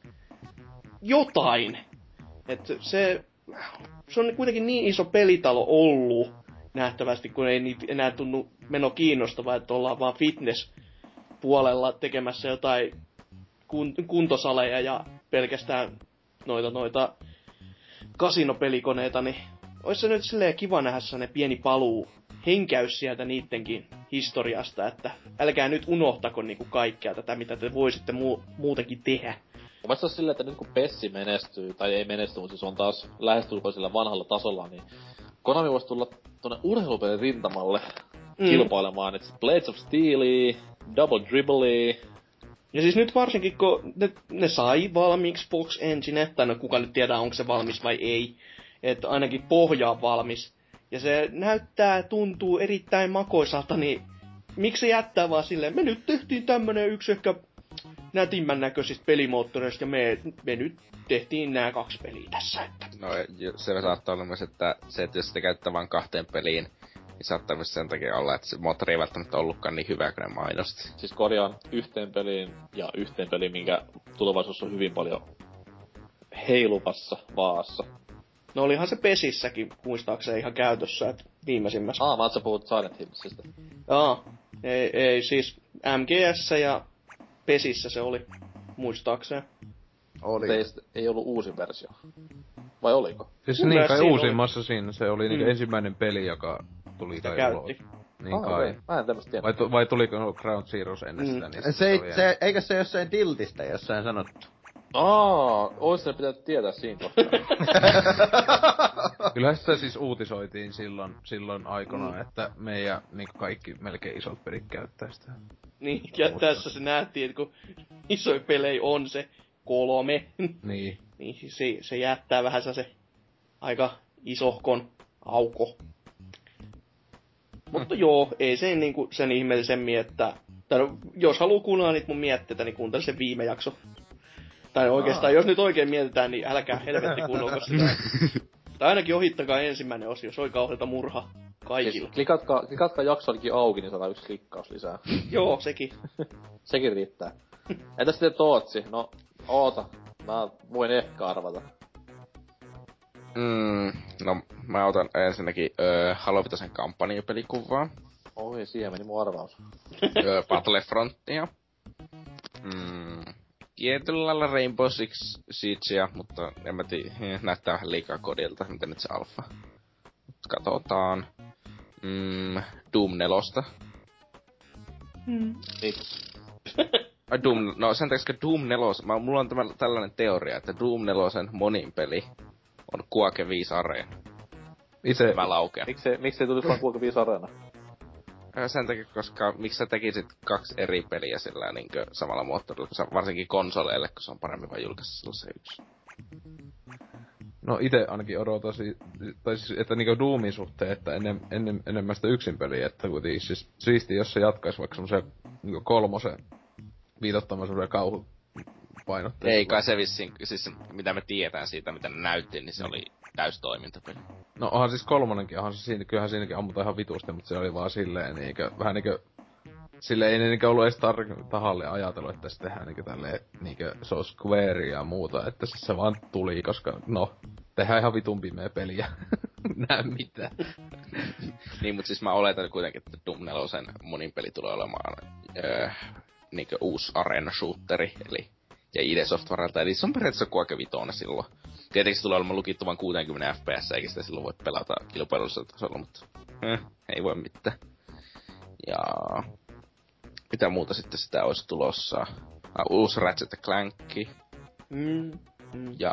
jotain. Et se on kuitenkin niin iso pelitalo ollut nähtävästi, kun ei niitä enää tunnu meno kiinnostavaa, että ollaan vaan fitness-puolella tekemässä jotain kuntosaleja ja pelkästään noita kasinopelikoneita, niin ois se nyt silleen kiva nähdä sellainen pieni paluu, henkäys sieltä niittenkin historiasta, että älkää nyt unohtako niinku kaikkea tätä, mitä te voisitte muutenkin tehdä. Mun mielestä silleen, että nyt kun Pessi menestyy, tai ei menesty, mutta siis on taas lähestulkoon sillä vanhalla tasolla, niin Konami voisi tulla tonne urheilupelin rintamalle kilpailemaan, että Blades of Steelia, Double Dribblea. Ja siis nyt varsinkin, kun ne sai valmiiksi Fox Engine, tai no kuka nyt tiedää, onko se valmis vai ei, että ainakin pohja on valmis. Ja se tuntuu erittäin makoisalta, niin miksi jättää vaan silleen, me nyt tehtiin tämmönen yksi ehkä nätimmän näköisistä pelimoottoreista, ja me nyt tehtiin nämä 2 peliä tässä. Että. No se saattaa olla myös, että jos sitä käyttää vain 2 peliin, niin saattaa myös sen takia olla, että se moottori ei välttämättä ollutkaan niin hyvä kuin ne mainosti. Siis korjaan yhteen peliin, minkä tulevaisuus on hyvin paljon heiluvassa vaassa. No olihan se Pesissäkin muistaakseni ihan käytössä, että viimeisimmässä. Mä oot sä puhut Silent Hillsistä. Ei siis MGS ja Pesissä se oli, muistaakseni. Oli. Ei ollut uusi versio. Vai oliko? Siis niin kai uusimmassa siinä, se oli niinku ensimmäinen peli, joka tuli kai ulos. Niin kai. Okay. Mä en tämmöstä tiedä. Vai tuliko Ground Zeroes ennestään? Niin eikö se jossain tiltistä jossain sanottu? Ois ne pitänyt tietää siinä kohtaa. Kyllähän sitä siis uutisoitiin silloin aikana, että meidän niinku kaikki melkein isot pelit käyttää sitä. Niin, ja tässä se nähtiin, että kun isoin pelejä on se 3. Niin. Niin se jättää vähän se aika isohkon auko. Mutta joo, ei se niinku sen ihmeellisemmin, että... Tai jos haluu kuunnella niitä mun mietteitä, niin kuuntele sen viime jakso. Tai oikeastaan, jos nyt oikein mietitään, niin älkää helvetti kuunnelko sitä. Tai ainakin ohittakaa ensimmäinen osio, se oli kauheata murha kaikilla. Siis klikatkaa jakso olikin auki, niin saadaan 1 klikkaus lisää. Joo, sekin. Sekin riittää. Entäs sitten Tootsi? No, oota. Mä voin ehkä arvata. No, mä otan ensinnäkin Halo Vitosen kampanjapelikuvaa. Oi, siihen meni mun arvaus. Battlefrontia. Tietyllä lailla Rainbow Six Siegea, mutta en mä tiedä, näyttää vähän liikaa kodilta, mitä nyt se alfa. Katsotaan. Doom 4. Niin. No sen takia, Doom 4, mulla on tällainen teoria, että Doom 4 monin peli on Quake 5 Arena. Mä laukea. Miksei tulisi vaan Quake 5 Arena? Sen takia, koska miksi sä tekisit 2 eri peliä sillä niinkö samalla moottorilla, kun varsinkin konsoleille, kun se on paremmin vaan julkaista se yksi. No ite ainakin odotan tai siis, että niinku Doomin suhteen, että enemmän sitä yksin peliä, että kuitenkin siis siisti, jos se jatkaisi vaikka semmosen niinku 3 viitottaman semmosen kauhupainotteisen. Ei kai se vissiin, siis mitä me tiedetään siitä, mitä ne näytti, niin se oli täystoimintapeli. No onhan siis 3:nenkin, kyllähän siinäkin ammutaan ihan vitusti, mutta se oli vaan silleen niinkö, vähän niinkö silleen ei ne niinkö ollu edes tahalle ajatellut, että se tehdään niinkö tälleen niinkö se on Square ja muuta, että siis se vaan tuli, koska no, tehdään ihan vitun pimeä peliä. Näe mitään. Niin, mut siis mä oletan kuitenkin, että Doom 4 monin peli tulee olemaan niinkö uusi arena shooteri, eli ja ID Softwarelta, eli se on periaatteessa Quake 5 silloin. Tietenkin se tulee olemaan lukittu vain 60 fps, eikä sitä silloin voi pelata kilpailullisella tasolla, mutta ei voi mitään. Ja mitä muuta sitten sitä olisi tulossa? Uusi Ratchet & Clank. Ja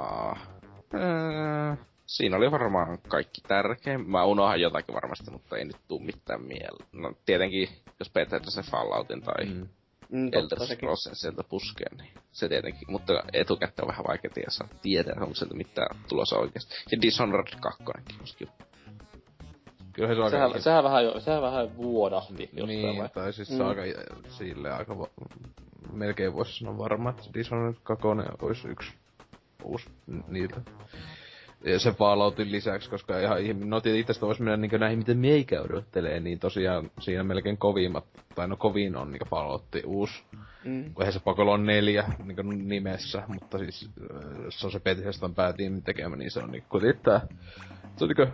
siinä oli varmaan kaikki tärkein. Mä unohan jotakin varmasti, mutta ei nyt tuu mitään mieleen. No tietenkin, jos Bethesda se Falloutin tai Elder Scrollsin sieltä puskee, niin se tietenkin. Mutta etukäteen on vähän vaikea tietää, onko sieltä mitään tulossa oikeesti. Ja Dishonored 2 olisi kiva. Kyllähän se on aika... Sehän vähän vuodahti jostain vai? Tai siis se aika silleen aika melkein vois sanoa varmaan, että Dishonored 2 olisi yksi uusi niiltä. Ja se Falloutin lisäksi, koska ihan itsestä vois mennä niinku näihin, miten meikä odottelee, niin tosiaan siinä melkein kovimmat, tai no kovin on niinku Falloutti uusi. Eihän se pakolla on 4 niinku nimessä, mutta siis se on se Bethesdan päätiimin tekemä, niin se on niinku kuitenkin tää, se on niinku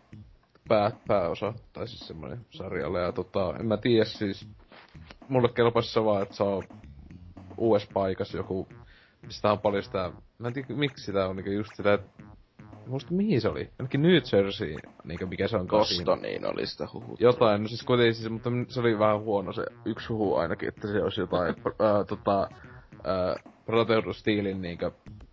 pääosa, tai siis semmonen sarjalle, ja en mä tiedä siis, mulle kelpaisi se vaan, että se on uudessa paikassa joku, sitä on paljon sitä, mä en tiedä miksi sitä on niinku just sitä, muista mihin se oli, ainakin New Jersey, niinku mikä se on Bostoniin oli sitä huhuttu. Jotain, no siis kuitenkin siis, mutta se oli vähän huono se yksi huhu ainakin, että se olisi jotain, Brotherhood Steelin niinkö,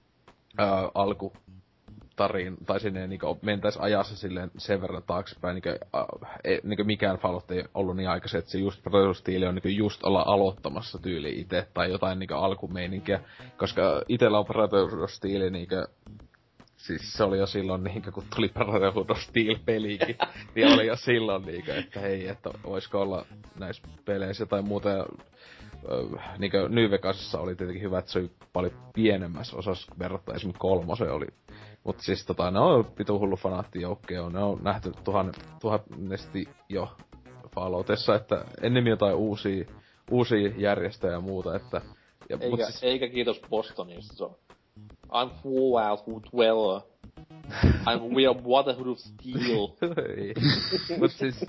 alku tai sinne niinku mentäis ajassa silleen sen verran taaksepäin, niinku mikään Fallout ei ollut niin aikaisin, että se just Brotherhood Steel on niinku just olla aloittamassa tyyli ite, tai jotain niinku alkumeininkiä, koska itellä on Brotherhood Steel niinku, siis se oli jo silloin niinkö, kun tuli Brotherhood Steel-pelikin, niin oli jo silloin niinkö, että hei, että voisiko olla näissä peleissä jotain muuta, ja niinkö New Vegasissa oli tietenkin hyvä, että se oli paljon pienemmässä osassa verrattuna esimerkiksi 3 oli. Mut siis ne on vitu hullu fanaattijoukkoja, ne on nähty tuhannesti jo Falloutissa, että ennemmin jotain uusia järjestöjä ja muuta, että... Ja, eikä kiitos Bostonista, se on. I'm Fallout 12. We are Brotherhood of Steel. Mut siis,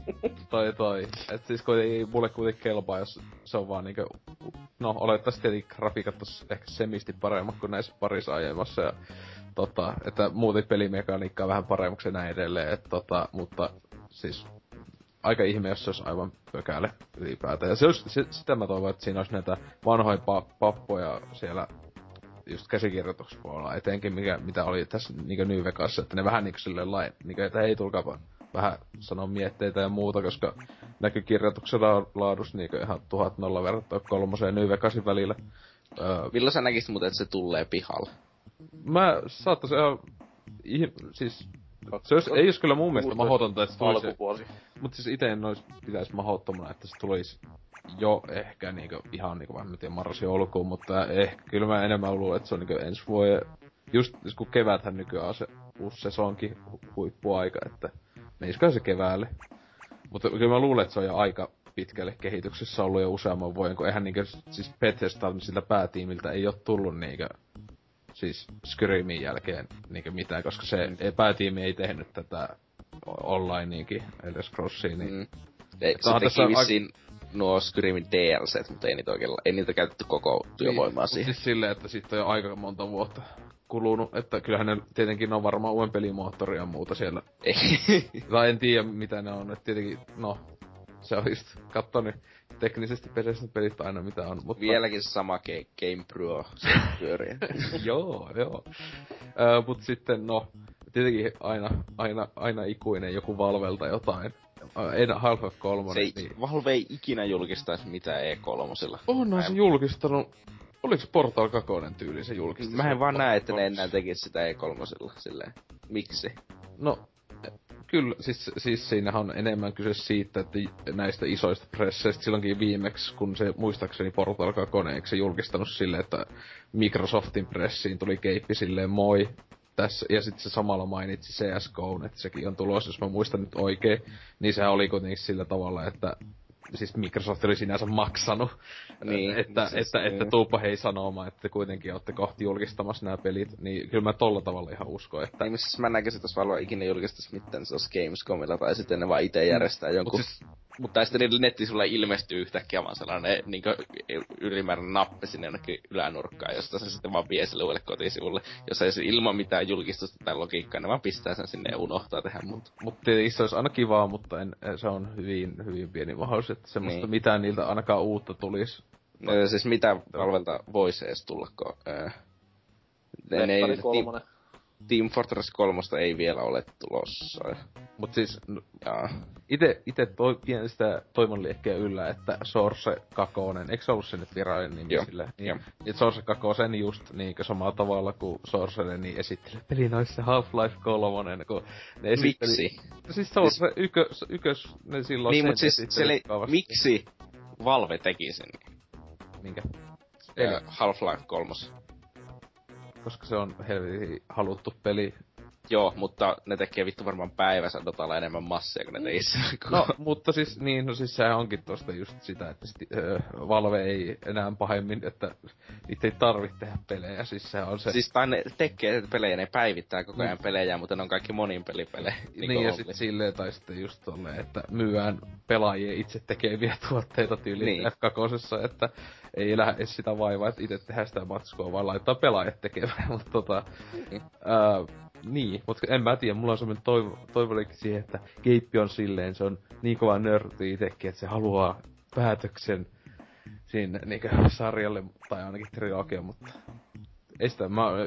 et siis mulle kuitenkin kelpaa, jos se on vaan niinkö... No, olettaisi tietenkin grafiikat tossa ehkä semisti paremmat kuin näissä parissa aiemmassa, ja että muutit pelimekaniikkaa vähän paremmaksi ja näin edelleen, mutta siis aika ihme, jos se olisi aivan pökäle ylipäätään. Ja sitä mä toivon, että siinä olisi näitä vanhoja pappoja siellä just käsikirjoituspuolella, etenkin mitä oli tässä niinku New Vegasissa, että ne vähän niinku silleen niinku, että hei, tulkaapa vähän sanoa mietteitä ja muuta, koska näkyy kirjoituksen laadus niinku ihan 1000 verrattuna 3 New Vegasin välillä. Milloin sä näkisit muuten, että se tulee pihalle? Mä saattais ihan... Siis... ei jos kyllä mun mielestä mahdotonta, että se tulisi... Mut siis ite en pitäis mahdottomana, että se tulisi jo ehkä niinku ihan niinku vähän tiedä marras-joulukuun, mutta ehkä kyllä mä enemmän luulen, että se on niinku ensi vuoden... Just kun keväthän nykyään on se uusi sesonkin huippuaika, että menisikö se keväälle. Mutta kyllä mä luulen, että se on jo aika pitkälle kehityksessä ollut jo useamman vuoden, kun eihän niinkö siis Bethesda siltä päätiimiltä ei oo tullut niinkö siis Skyrimin jälkeen niinkö mitään, koska se päätiimi ei tehnyt tätä onlineinkin Elder Scrollsia, niin... Se teki vissiin nuo Skyrimin DLCt, mutta ei niitä käytetty koko työvoimaa siihen. Siis silleen, että siitä on jo aika monta vuotta kulunut, että kyllähän ne tietenkin on varmaan uuden pelimoottori ja muuta siellä. Tai en tiedä mitä ne on, että tietenkin, no, se on just kattonut teknisesti pelit aina mitä on, mutta... Vieläkin sama Game Pro pyöriä. Joo. Mut sitten, no, tietenkin aina ikuinen joku Valvelta jotain Half-Life 3, Se ei, niin... Valve ei ikinä julkistaisi mitään E3:lla. Onhan se julkistanut... Oliks Portal 2 tyyli se julkisti? Mä en vaan näe, että ne enää tekis sitä E3:lla silleen. Miksi? No, kyllä, siis siinähän on enemmän kyse siitä, että näistä isoista presseistä silloinkin viimeksi, kun se muistaakseni Portal 2, eikö se julkistanut silleen, että Microsoftin pressiin tuli keippi silleen moi. Tässä, ja sitten se samalla mainitsi CSGO, että sekin on tulossa, jos mä muistan nyt oikein, niin sehän oli kuitenkin sillä tavalla, että siis Microsoft oli sinänsä maksanut, niin, että tuuppa hei sanomaan, että kuitenkin olette kohti julkistamassa nämä pelit, niin kyllä mä tolla tavalla ihan uskon, että... Niin, siis mä näkisin, että jos Valve ikinä julkistaisi mitään, se olisi Gamescomilla, tai sitten ne vaan itse järjestää jonkun... Mutta sitten niillä nettisivuilla ilmestyy yhtäkkiä vaan sellainen niinkö ylimääräinen nappi sinne jonnekin ylänurkkaan, josta se sitten vaan vie sille uudelle kotisivulle. Jos ei se ilman mitään julkistusta tai logiikkaa, ne vaan pistää sen sinne ja unohtaa tehdä muuta. Mutta tietenkin se olisi aina kivaa, mutta se on hyvin pieni mahdollisuus, että semmoista niin. mitään niiltä ainakaan uutta tulisi. No, siis mitä Valvelta voisi edes tulla, kun... Team Fortress 3 ei vielä ole tulossa. Mut siis, ite pidän sitä toivonliekkeä yllä, että Source 2, eikö se ollut se nyt virallinen nimi sille? Niin, että Source 2 just niinkö samalla tavalla kuin Source, niin esittelee pelinoissa Half-Life 3, kun ne esitteli... Miksi? Siis Source ykkös ne silloin niin, sen mut siis miksi Valve teki sen? Minkä? Half-Life 3. Koska se on helvetin haluttu peli. Joo, mutta ne tekee vittu varmaan päivässä Dotalla enemmän massia kuin ne teissä. No, mutta siis, niin, no siis sehän onkin tosta just sitä, että Valve ei enää pahemmin, että niitä ei tarvitse tehdä pelejä, siis se on se... Siis tai ne tekee pelejä, ne päivittää koko ajan pelejä, mutta ne on kaikki monin pelipelejä. Niin ja sit silleen, tai sitten just tolleen, että myyään pelaajien itse tekeviä tuotteita tyyliin niin. F2, että ei lähde edes sitä vaivaa, että itse tehdään sitä matskua, vaan laittaa pelaajat tekemään, mutta niin, mutta en mä tiedä, mulla on semmoinen toivollinen siihen, että Keippi on silleen, se on niin kova nörtti itekin, että se haluaa päätöksen siinä niinkö sarjalle, tai ainakin trilogia, mutta ei sitä,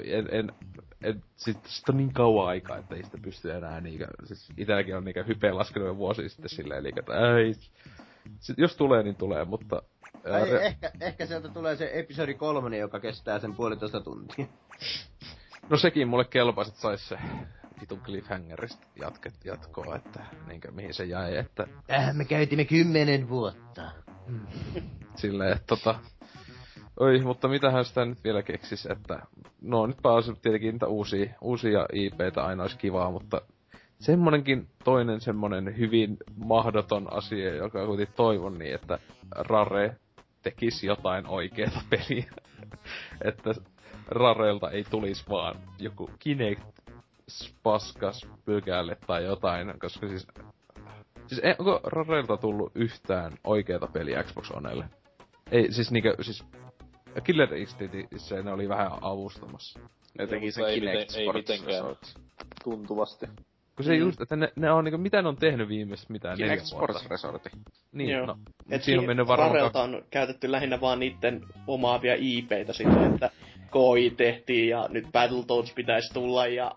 sit on niin kauan aikaa, että ei sitä pysty enää niinkö, siis itelläkin on niinkö hypeen laskenut jo vuosi sitten silleen, niinkö, että ei, sit jos tulee, niin tulee, mutta... Ehkä sieltä tulee se episodi 3, joka kestää sen 1,5 tuntia. No sekin mulle kelpasi, että sais se vitun cliffhangerista jatkoa, että niinkö mihin se jäi, että... Me käytimme 10 vuotta. Silleen, että oi, mutta mitähän sitä nyt vielä keksis, että... No nyt pääosin tietenkin niitä uusia IP:tä aina olisi kivaa, mutta... Semmonenkin toinen semmonen hyvin mahdoton asia, joka kuitenkin toivon niin, että Rare tekisi jotain oikeeta peliä. Että Rarelta ei tulisi vaan joku Kinect paskas pykäälle tai jotain, koska siis onko Rarelta tullut yhtään oikeeta peliä Xbox Onelle? Ei, siis niinkö, siis Killer Instinctissä ne oli vähän avustamassa. Ne teki sen Kinect Sports Resort. Tuntuvasti. Kun se just, että ne on niinku, mitä ne on tehnyt viimeistä mitään 4 vuotta. Kinect Sports Resorti. Niin, joo. No. Siinä on mennyt varmaan... Rarelta on käytetty lähinnä vaan niitten omaavia IP:itä silleen, että KI tehtiin ja nyt Battletoads pitäisi tulla ja...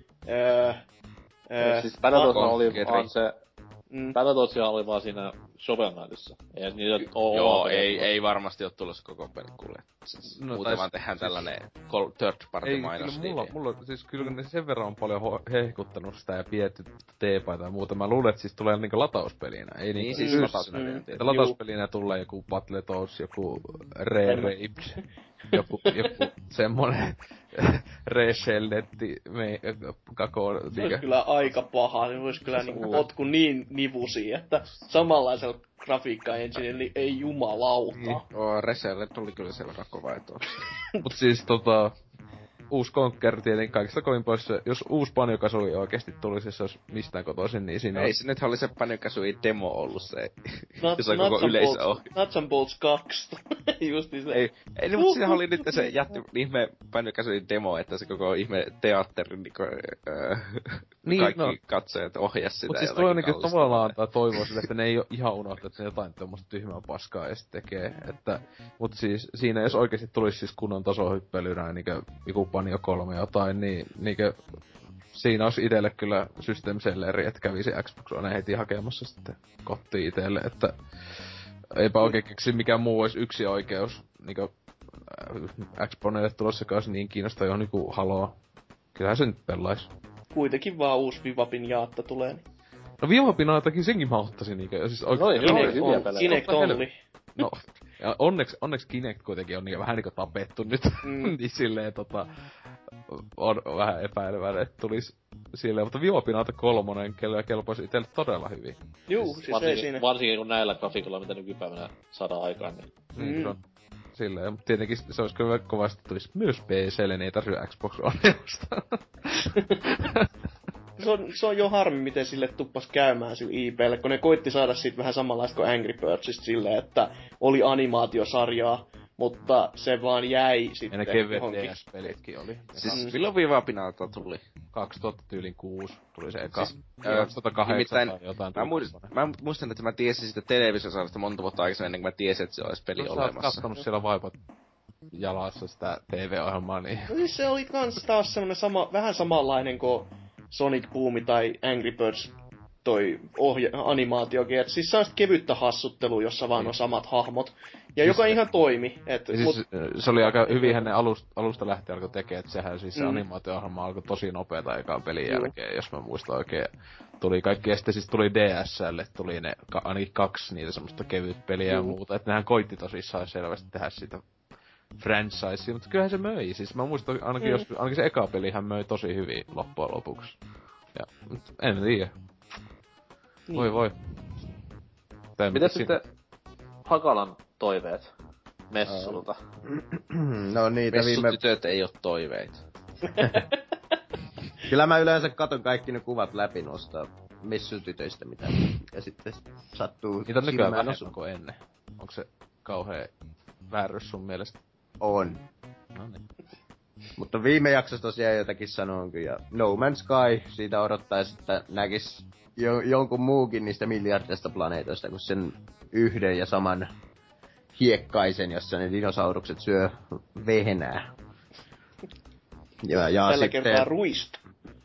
siis Battletoads oli vaan se... Battletoads oli vaan siinä Shovel Knightissa. Ei niitä joo, ei varmasti oo tulossa koko peli kuule. No, muuten vaan tehdään tällainen third party mainos. Ei, mulla siis kyllä ne sen verran on paljon hehkuttanut sitä ja pidetty teepaita ja muuta. Mä luulen, että siis tulee niinku latauspelinä. Ei niin siis latauspeliä. Latauspelinä tulee joku Battletoads, joku Re-Raped, joku semmonen Re-Shelletti kakoo. Se olisi kyllä aika paha. Se olisi kyllä niinku potku niin nivusia, että samanlaisella grafiikka-enginellä niin ei jumalauta. Re-Shellet oli kyllä sen verran kova etu. Mut siis uusi Conquer tietenkin kaikista kovin pois se, jos uusi Banjo-Kazooie oikeesti tulisi, se olisi mistään kotoisin, niin siinä ei se nyt oli se Banjo-Kazooie demo ollut se, jossa koko yleisö ohi. Nuts and Bolts 2. Justi se. Ei mutta siinä oli nyt se jätti ihme Banjo-Kazooie demo, että se koko ihme teatteri niin, kaikki katsojat ohjas sitä. Mut siis toi on niinku tavallaan antaa toivoa sille, että ne ei oo ihan unohtaa, että se jotain tommoista tyhmää paskaa edes tekee. Että, mut siis siinä jos oikeesti tulisi siis kunnon tasohyppelynä niinkö joku Banjo 3 jotain, niin niinkö Siinä olisi itelle kyllä System Selleri, että kävisi Xbox One heti hakemassa sitten kotiin itelle, että eipä oikein keksi mikään muu olisi yksi oikeus niinku Xboneille tulossakaan olisi niin kiinnostaa jo niinku Haloa. Kyllähän se nyt pelaisi. Kuitenkin vaan uusi Vivapin jaatta tulee. Niin. No Vivapinaatakin senkin mä ottaisin niinkö. Ja siis oikein Kinect only. No, ja onneksi Kinect kuitenkin on vähän niinku tapettu nyt. Niin silleen on vähän epäileväinen, että tulis silleen, mutta Vivapinaata 3 kelpoisi itselle todella hyvin. Juu, siis ei siinä. Varsinkin kun näillä grafiikoilla, mitä nykypäivänä saadaan aikaan, niin... Se on silleen, mutta tietenkin se olisi kyllä kovasti tulisi myös PC:lle, niin ei tarvitse Xbox One ostaa. Se on jo harmi, miten sille tuppas käymään sille IP:lle, kun ne koitti saada siitä vähän samanlaista kuin Angry Birdsista silleen, että oli animaatiosarjaa, mutta se vaan jäi sitten. Ja ne kevyet DS-pelitkin oli. Siis milloin Vivapinalta tuli? 2006 tuli se eka. Siis, 2008 tai jotain. Mä muistan, että mä tiesin sitä televisiosarjasta monta vuotta aikaisemmin, ennen kuin mä tiesin, että se olisi peli olemassa. Sä oot kattonut siellä vaipat jalassa sitä TV-ohjelmaa, niin... No siis se oli kans taas semmonen vähän samanlainen kuin Sonic Boom tai Angry Birds toi animaatiokin. Et siis se on kevyttä hassuttelua, jossa vaan on samat hahmot. Ja joka ihan toimi. Siis, se oli aika hyvin hänen alusta lähtien alkoi tekee, että sehän siis se animaatio-ohjelma alkoi tosi nopeeta ekaan pelin jälkeen, jos mä muistan oikein. Tuli kaikki, ja sitten siis tuli DS:lle, tuli ne ainakin 2 niitä semmoista kevyt peliä ja muuta. Että nehän koitti tosissaan selvästi tehdä siitä franchisea, mutta kyllähän se möi. Siis mä muistan ainakin se eka pelihän möi tosi hyvin loppujen lopuksi. Ja en tiedä. Voi. Mitäs sitten Hakalan toiveet messulta? No niitä Messutytöt ei oo toiveita. Kyllä mä yleensä katon kaikki ne kuvat läpi noista messutytöistä, mitä ja sitten sattuu niitä on nykyään vähemmän kuin ennen. Onko se kauhea väärys sun mielestä? On. No niin. Mutta viime jaksossa tosiaan jotakin sanoin kyllä. No Man's Sky, siitä odottais, että näkis jonkun muukin niistä miljardista planeetoista, kuin sen yhden ja saman hiekkaisen, jossa ne dinosaurukset syö vehnää. Ja tällä sitten... kertaa ruista.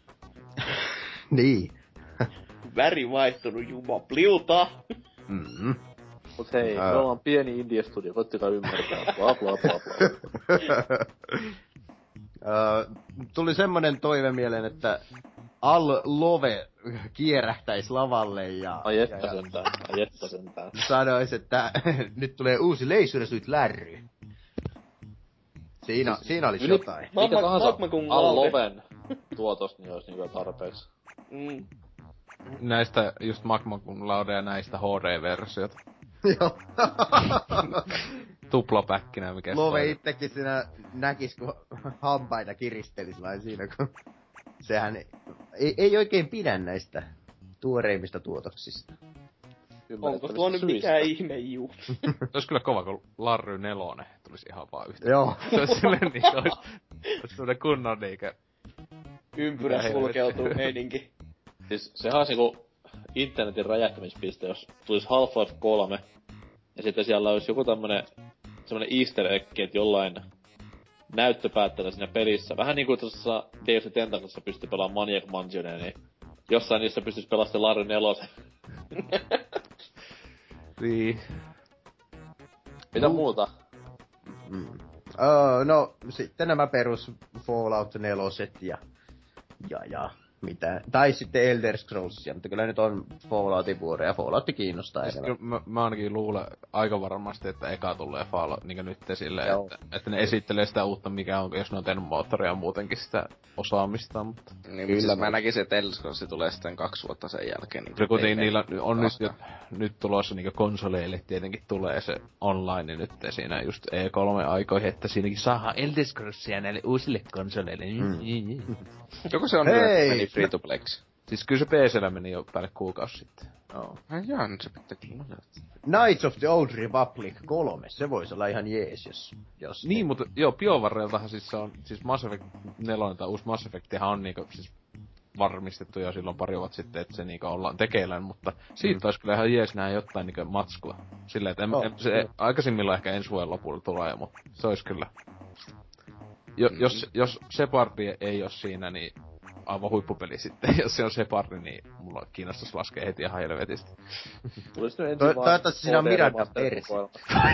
Niin. Väri vaihtunut jumapliuta. Mm-hmm. Mut hei, me ollaan pieni indie-studio, koittakaa ymmärtää. Bla bla bla bla. Tuli semmonen toive mieleen, että Love kierähtäis lavalle ja... Ai jettä sentään. Sanois, että nyt tulee uusi Leisure Suit Larry. Siinä olisi jotain. Mikä tahansa Loven tuotos, niin olisi niinku tarpeeksi. Näistä just Magma Cum Laude ja näistä HD-versiot. Joo. Tuplapäkkinä mikä Love itsekin siinä näkis, kun hampaita kiristelis vain siinä, kun... Sehän ei oikein pidä näistä tuoreimmista tuotoksista. Onko tuo nyt mikään ihme juu? Ois kyllä kova, kun Larry 4 tulisi ihan vaan yhtä. Joo. Se ois silleen niinku, ois semmonen kunnon niinkö... Ympyrä sulkeutuu meininki. Siis sehän olisi niinku internetin räjähtämispiste, jos tulis Half-Life 3, ja sitten siellä olisi joku semmonen easter egg, että jollain näyttöpäättäjällä siinä pelissä. Vähän niinku tuossa Deus Ex Tentaclessa pystyy pelaamaan Maniac Mansionia, niin jossain niissä pystyis pelaamaan se Larry 4. Niin. Mitä muuta? No, sitten nämä perus Fallout 4 ja mitä. Tai sitten Elder Scrollsia, mutta kyllä nyt on Falloutin vuoro ja Fallout kiinnostaa. Siis mä ainakin luulen aika varmasti, että eka tulee Fallout niinkö nyt silleen, että ne esittelee sitä uutta, mikä on, jos ne on tehnyt moottoria muutenkin sitä osaamista, mutta... Niin, kyllä mä näkisin, että Elder Scrolls tulee sitten 2 vuotta sen jälkeen. Niin kyllä kuitenkin niillä on nyt tulossa niinkö konsoleille tietenkin tulee se online nyt siinä just E3-aikoihin, että siinäkin saadaan Elder Scrollsia näille uusille konsoleille. Joko se on meni free to playksi? Siis kyllä se PC:llä meni jo päälle kuukausi sitten. Joo. Jaa, nyt se pitää kyllä. Knights of the Old Republic 3, se voisi olla ihan jees, jos... Niin, mutta joo, BioWareltahan siis se on, siis Mass Effect 4 tai uusi Mass Effectihan on niinku siis varmistettu jo silloin pari vuotta sitten, että se niinku ollaan tekeillään, mutta siitä olisi kyllä ihan jees nähdä jotain niinku matskua. Silleen, että se aikaisimmillaan ehkä ensi vuoden lopulla tulee, mutta se olisi kyllä... Jos Separdi ei oo siinä, niin aivan huippupeli sitten. Jos se on Shepard, niin mulla kiinnostus laskee heti ihan helvetisti. Tulis nyt ensin vaan Toivottavasti siinä on HD Miranda remaster persi. kokoelma.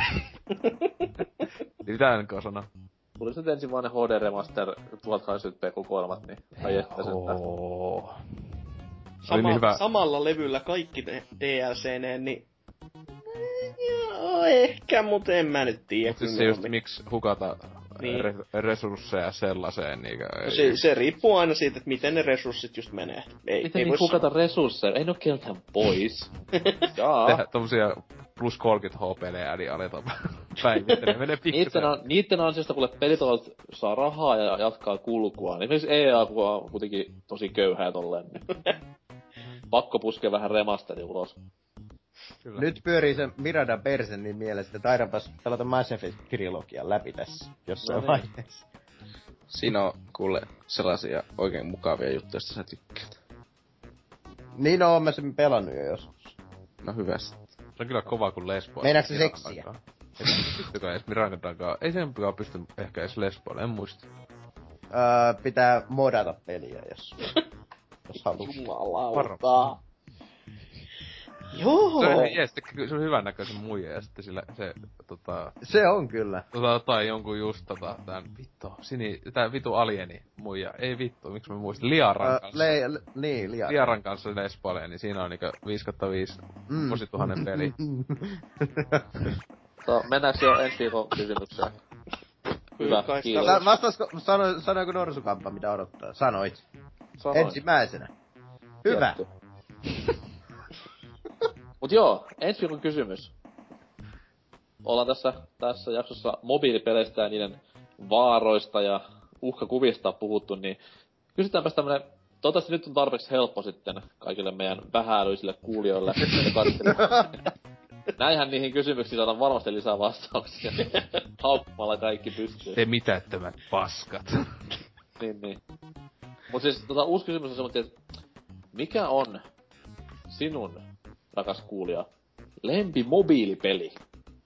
Mitä enkä sanoa? Tulis nyt ensin vaan ne HD Remaster 1080p-kokoelmat, niin ai että sentään. Oli niin hyvä. Samalla levyllä kaikki DLC-neen, niin... Joo, ehkä, mut en mä nyt tiedä. Mut siis se just miksi hukata niin. resursseja sellaiseen niinkö... Se riippuu aina siitä, että miten ne resurssit just menee. Miten niin hukata resursseja? Ei ne oo keltään pois. Jaa. Tehdä tommosia plus 30 HP-pelejä, niin aletaan päivittää. Menee pikkusen. Niitten ansiosta, kuule pelitaloudet saa rahaa ja jatkaa kulkua. Niin esimerkiksi EA, kun on kuitenkin tosi köyhää tolleen, niin pakko puskea vähän remasteri ulos. Kyllä. Nyt pyörii se Miranda Persen niin mielestä, että taidaanpas pelata Mass Effect-trilogian läpi tässä jossain vaiheessa. Siinä on kuule sellaisia oikein mukavia juttuja, joista sä tykkäät. Niin oon mä sen pelannut jo joskus. No hyvä sitten. Se on kyllä kova kuin lesboa. Meinaatko se seksiä? Pystykö edes Mirandakaan? Ei sen pysty ehkä edes lesboille, en muista. Pitää modata peliä, jos haluu. Jumalauta. Joo. Se on hyvän näköisen muija ja sitten sillä se Se on kyllä. Tai jonkun just tän tää vitu alieni muija. Ei vittu, miksi mä muistin Liaran kanssa. Liaran kanssa lesboilee, niin siinä on niinkö 5/5 vuosituhannen peli. Mennäänkö jo ensi viikon kysymykseen? Hyvä, kiitos. Sanoiko Norsukampa mitä odottaa? Sanoit. Sanoin. Ensimmäisenä. Hyvä. Mut joo, ensi viikon kysymys. Ollaan tässä jaksossa mobiilipeleistä ja niiden vaaroista ja uhkakuvista puhuttu, niin kysytäänpäs tämmönen, toivottavasti nyt on tarpeeksi helppo sitten kaikille meidän vähäilyisille kuulijoille ja katselijoille. Näinhän niihin kysymyksiin saadaan varmasti lisää vastauksia. Haukkumalla kaikki pystyy. Te mitättömät paskat. niin. Mut siis uusi kysymys on semmoinen, että mikä on sinun, rakas kuulija, lempi mobiilipeli?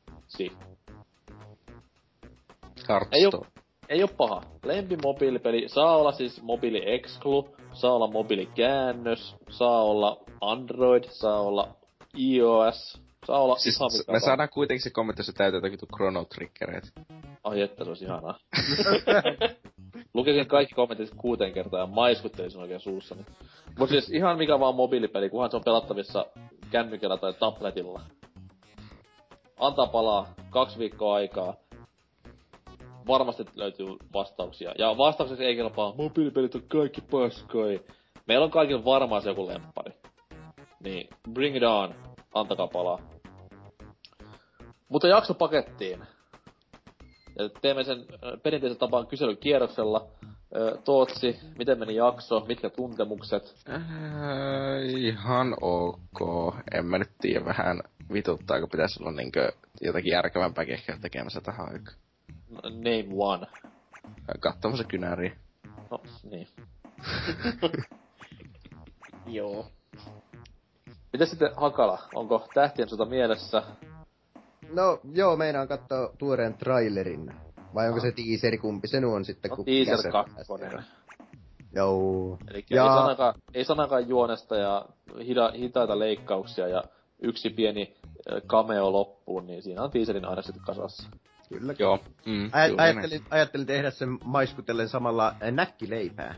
Hearthstone. Ei oo paha. Lempi mobiilipeli saa olla siis mobiili exclu, saa olla mobiilikäännös, saa olla Android, saa olla iOS, saa olla siis ihan me saadaan kuitenkin se kommentti, jos se täytyy jotakin Chrono Triggereitä. Ai että, se olisi ihanaa. Lukisin kaikki kommentit 6 kertaa ja maiskuttelin oikein suussani. Mut siis ihan mikä vaan mobiilipeli, kunhan se on pelattavissa kännykällä tai tabletilla. Antaa palaa, 2 viikkoa aikaa. Varmasti löytyy vastauksia. Ja vastaukseksi ei kelpaa, mobiilipelit on kaikki paskoi. Meillä on kaikilla varmaan se joku lemppari. Niin, bring it on. Antakaa palaa. Mutta jakso pakettiin. Ja teemme sen perinteisen tapaan kyselykierroksella. Tootsi, miten meni jakso, mitkä tuntemukset? Ihan ok. En mä nyt tiedä, vähän vituttaako pitäisi olla niinkö jotakin järkevämpää kehkeä tekemässä tähän aikaan. Name one. Kattomassa kynäriä. No, niin. Joo. Mites sitten Hakala? Onko Tähtien sota mielessä? No joo, meinaan kattoo tuoreen trailerin. Vai onko se teaseri, kumpi se nu on sitten? No teaser 2. Joo. Elikkä ei sanakaan juonesta ja hitaita leikkauksia ja yksi pieni cameo loppuun, niin siinä on teaserin aina sitten kasassa. Kyllä. Joo. Ajattelin tehdä sen maiskutellen samalla näkkileipää.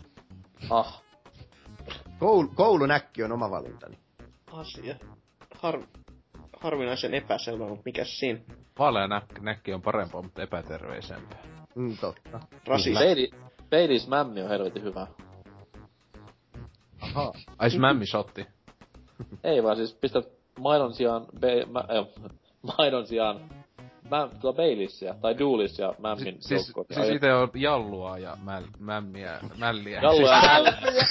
Koulunäkki on oma valintani. Asia. Harvinaisen epäselvä, mutta mikäs siinä? Vaalea näkki on parempaa, mutta epäterveisempää. Totta. Baileys mämmi on helvetin hyvä. Ahaa. Ais mämmi shotti. Ei vaan siis pistät maidon sijaan Baileysia tai Doolisia mämmin joukkoon. Siis ite on jallua ja mälliä. Jallua ja mälliä!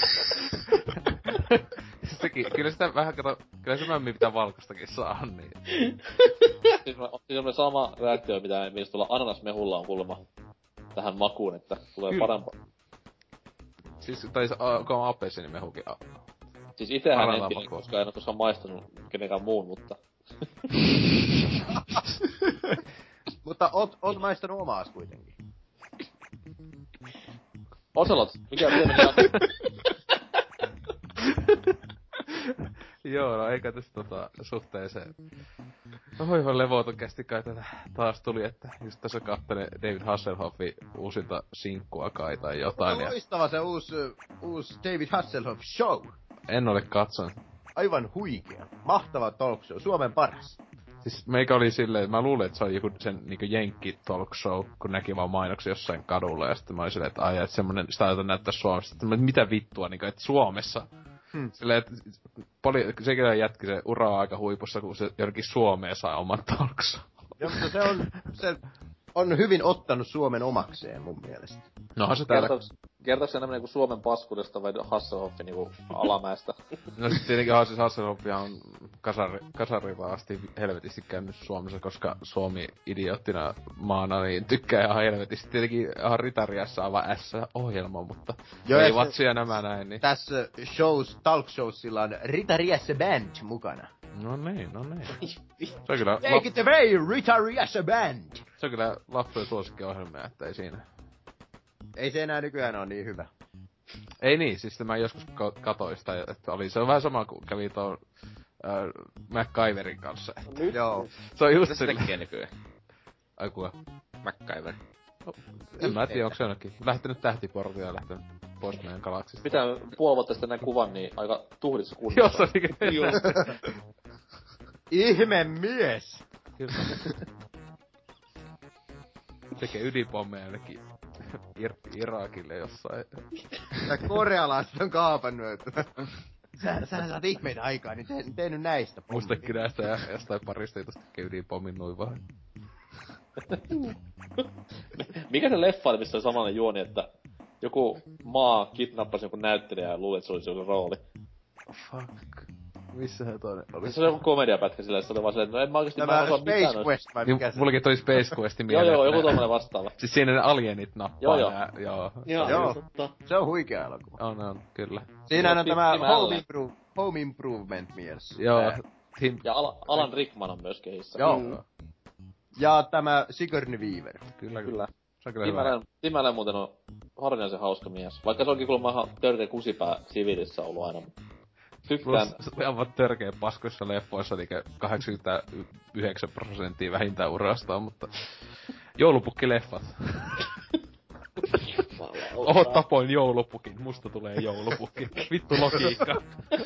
Kyllä sitä vähän kyllä se mämmi pitää valkostakin saa, niin. Siis on sama reaktio, mistä tuolla ananasmehulla on kuulemma tähän makuun, että tulee parempaa. Siis, tai onko on appelsiinimehukin? Siis itehän en tiedä, koska en oo koskaan maistanut kenenkään muun, mutta... Mutta oot maistanut omaas kuitenkin. Ocelot, miten meni Joo, no eikä tästä suhteeseen. Voi levoton kästi kai tätä taas tuli, että just tässä kattelin David Hasselhoffin uusinta sinkkua kai tai jotain. On loistava se uusi David Hasselhoff show. En ole katsonut. Aivan huikea. Mahtava talk show. Suomen paras. Siis meikä oli silleen, mä luulin, että se on joku sen niinku jenkki talk show, kun näki vaan mainoksia jossain kadulla, ja sitten mä olin silleen, että ai, että semmonen, sitä aletaan näyttää Suomessa. Sitten mitä vittua, niinku, että Suomessa. Silleen, että sekin jätki se ura on aika huipussa, kun se jonnekin Suomeen saa oman talk show. Joo, mutta se on hyvin ottanut Suomen omakseen mun mielestä. Nohan se täällä... Kertooko se enemmän niinku Suomen paskuudesta vai Hasselhoffin niinku alamäestä? No sit tietenkin siis Hasselhoffia on kasarivaa asti helvetisti käynyt Suomessa, koska Suomi idioottina maana niin tykkää ihan helvetisti. Tietenkin ihan Ritariassa aivan S-ohjelma, mutta joo, ei vatsia nämä näin. Niin. Tässä talk showsilla on Ritariassa Band mukana. No niin. Se on kyllä... Take it away, Ritariassa Band! Se on kyllä lapsujen suosikkiohjelmia, että ei siinä... Ei se enää nykyään ole niin hyvä. Ei niin, siis mä joskus katoin sitä, että se on vähän sama kuin kävi tuon MacGyverin kanssa. Nyt? Joo. Se on just se tekee nykyään? Ai kuka? MacGyver. No, en mä tiedä, onko se jonnekin. Lähtenyt tähtiportia ja lähtenyt pois meidän galaksista. Mitä puoli vuotta sitten näin kuvan, niin aika tuhdissa kunnossa. Joo, se Ihme mies! Kyllä. Tekee ydinpommeja jonnekin Irakille jossain. Tää korealaiset on kaapannut, että... Sä saat ihmeitä aikaa, niin tee nyt näistä pommeja. Mustekynästä ja jostain parista jutusta tekee ydinpommin noin vaan. Mikä se leffa oli, missä oli samanlainen juoni, että joku maa kidnappasi jonkun näyttelijä ja luuli, että se olisi joku rooli? Fuck. Missähän toinen oli? Se on joku komediapätkä sillä, se oli vaan silleen, että no en mä oikeesti mä osaa mitään Space Quest vai mikä se? Mullakin tuli Space Questin mieleen. Joo, joku tommonen vastaava. Siis siinä ne alienit nappaa Joo. Se on huikea elokuva. On, kyllä. Siinä on tämä Home Improvement mies. Joo. Ja Alan Rickman on myös kehissä. Joo. Ja tämä Sigourney Weaver. Kyllä. Se on kyllä hyvä. Tim Allen muuten on harvinaisen hauska mies. Vaikka se onkin kuulemma ihan törkeä kusipää Civilissä ollut aina. Tykkään. Se on aivan törkeä paskoissa leffoissa, eli 89% vähintään urasta, mutta joulupukkileffat. Oho, tapoin joulupukin, musta tulee joulupukki. Vittu logiikka.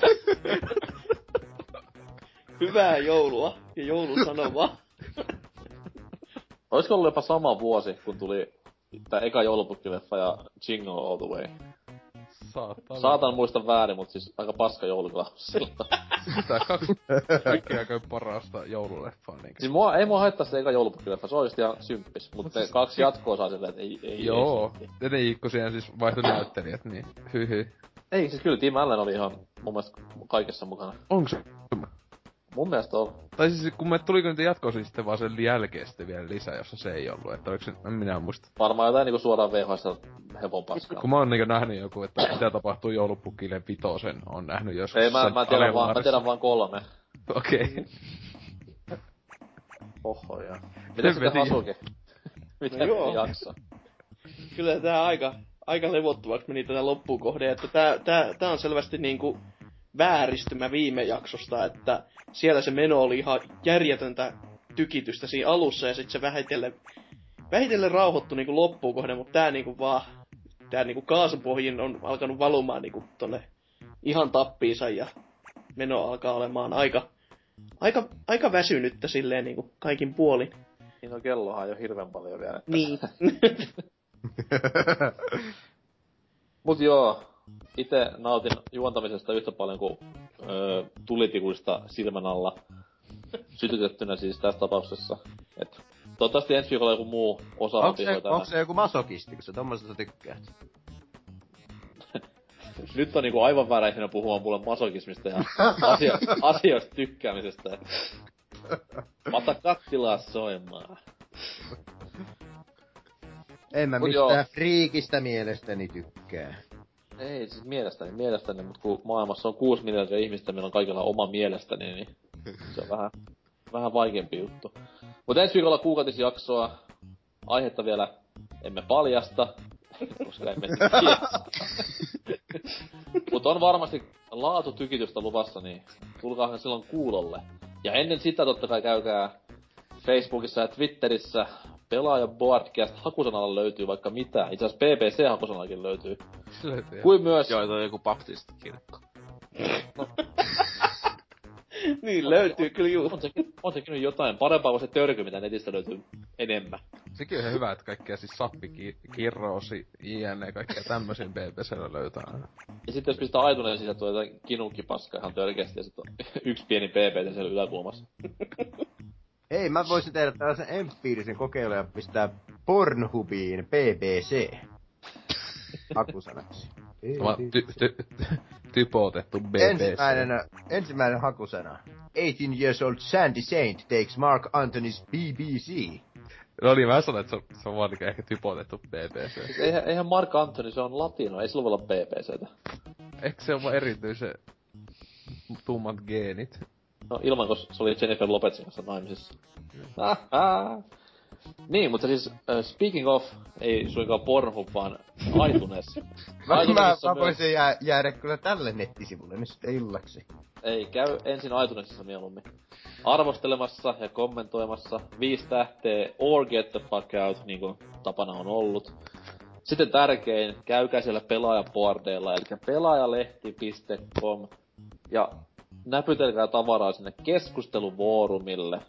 Hyvää joulua ja joulusanomaa. Olisiko ollut jopa sama vuosi, kun tuli tää eka joulupukkileffa ja Jingle All The Way? Saatan muista väärin, mut siis aika paska jouluklaus siltä. Tää kaikki aika parasta joululeffaa niinkö? Siis ei mua haittaa se eka joulupukkileffa, se on oikeesti ihan symppis. Mut siis... 2 jatkoa saa silleen, et ei. Joo, etenkin kun siihen siis vaihtoi näyttelijät, niin hyhy. Ei, siis kyllä Tim Allen oli ihan mun mielestä kaikessa mukana. Onks? Mun mielestä on. Tai siis kun tuliko niitä jatkoa sitten vaan sen jälkeen sitten vielä lisää, jossa se ei ollut, että oliko se, en minä muista. Varmaan jotain niinku suoraan VHS hevon paskaa. Kun mä oon niinku nähnyt joku, että mitä tapahtuu joulupukille vitosen, on nähnyt joskus. Ei, mä tiedän vaan 3. Okei. Oho, joo. Miten sitten Hasuki? Miten jaksaa? Kyllä tää aika levottomaksi meni tätä loppuun kohden, että tää on selvästi niinku vääristymä viime jaksosta, että siellä se meno oli ihan järjetöntä tykitystä siinä alussa ja sit se vähitellen rauhoittui niinku loppuun kohden, mutta tää niinku vaan tää niinku kaasupohjin on alkanut valumaan niinku tonne ihan tappiinsa ja meno alkaa olemaan aika väsynyttä silleen niinku kaikin puolin. Niin no kellohan jo hirveän paljon vielä. Että... Niin. Mut joo, ite nautin juontamisesta yhtä paljon kuin tulitikuista silmän alla sytytettynä siis tässä tapauksessa. Et toivottavasti ensi viikolla joku muu osaampi hoitaa. Onko se joku masokisti, kun sä tommosesta tykkäät? Nyt on niinku aivan väärä ihminen puhumaan mulle masokismista ja asioista tykkäämisestä. Ota kattilaa soimaan. En mä mistään friikistä mielestäni tykkää. Ei, siis mielestäni, mutta kun maailmassa on 6 miljardia ihmistä, meillä on kaikilla oma mielestäni, niin se on vähän vaikeampi juttu. Mutta ensi viikolla kuukautisjaksoa, aihetta vielä emme paljasta, koska emme tiedä. Mutta on varmasti laatutykitystä luvassa, niin tulkaahan silloin kuulolle. Ja ennen sitä totta kai käykää Facebookissa ja Twitterissä Pelaaja Boardcast hakusanalla löytyy vaikka mitä. Itse asiassa PPC-hakusanallakin löytyy. Löytyy. Kuin myös... Joo, toi on joku baptistikirkko. Niin löytyy kyllä juu. On sekin nyt jotain parempaa kuin se törky, mitä netistä löytyy enemmän. Sekin on ihan hyvä, että kaikkea siis sappi, kirroosi, jne. Kaikkea tämmösiä BBC:llä löytää aina. Ja sitten jos pistää aituneen sisään, tulee jotain kinukkipaskaa ihan törkeästi ja sit on yksi pieni BBC siellä yläkulmassa. Ei, mä voisin tehdä tällaisen empiirisen kokeilun ja pistää Pornhubiin BBC hakusanaksi. Sama typotettu BBC. Ensimmäinen hakusana. 18 years old Sandy Saint takes Mark Anthony's BBC. No niin, mä sanoin, että se on vaan ehkä typotettu BBC. Eihän Mark Anthony, se on latino, ei sillä voi olla BBCtä. Ehkä se on vaan erityisen tummat geenit. No ilman, koska se oli Jennifer Lopezin kanssa naimisissa. Niin, mutta siis speaking of, ei suinkaan Pornhub, vaan iTunes. Mä voisin jäädä kyllä tälle nettisivulle nyt sitten illaksi. Ei, käy ensin iTunesissa mieluummin. Arvostelemassa ja kommentoimassa 5 tähteä or get the fuck out, niin kuin tapana on ollut. Sitten tärkein, käykää siellä pelaajaboardeilla, eli pelaajalehti.com ja näpytelkää tavaraa sinne keskustelufoorumille,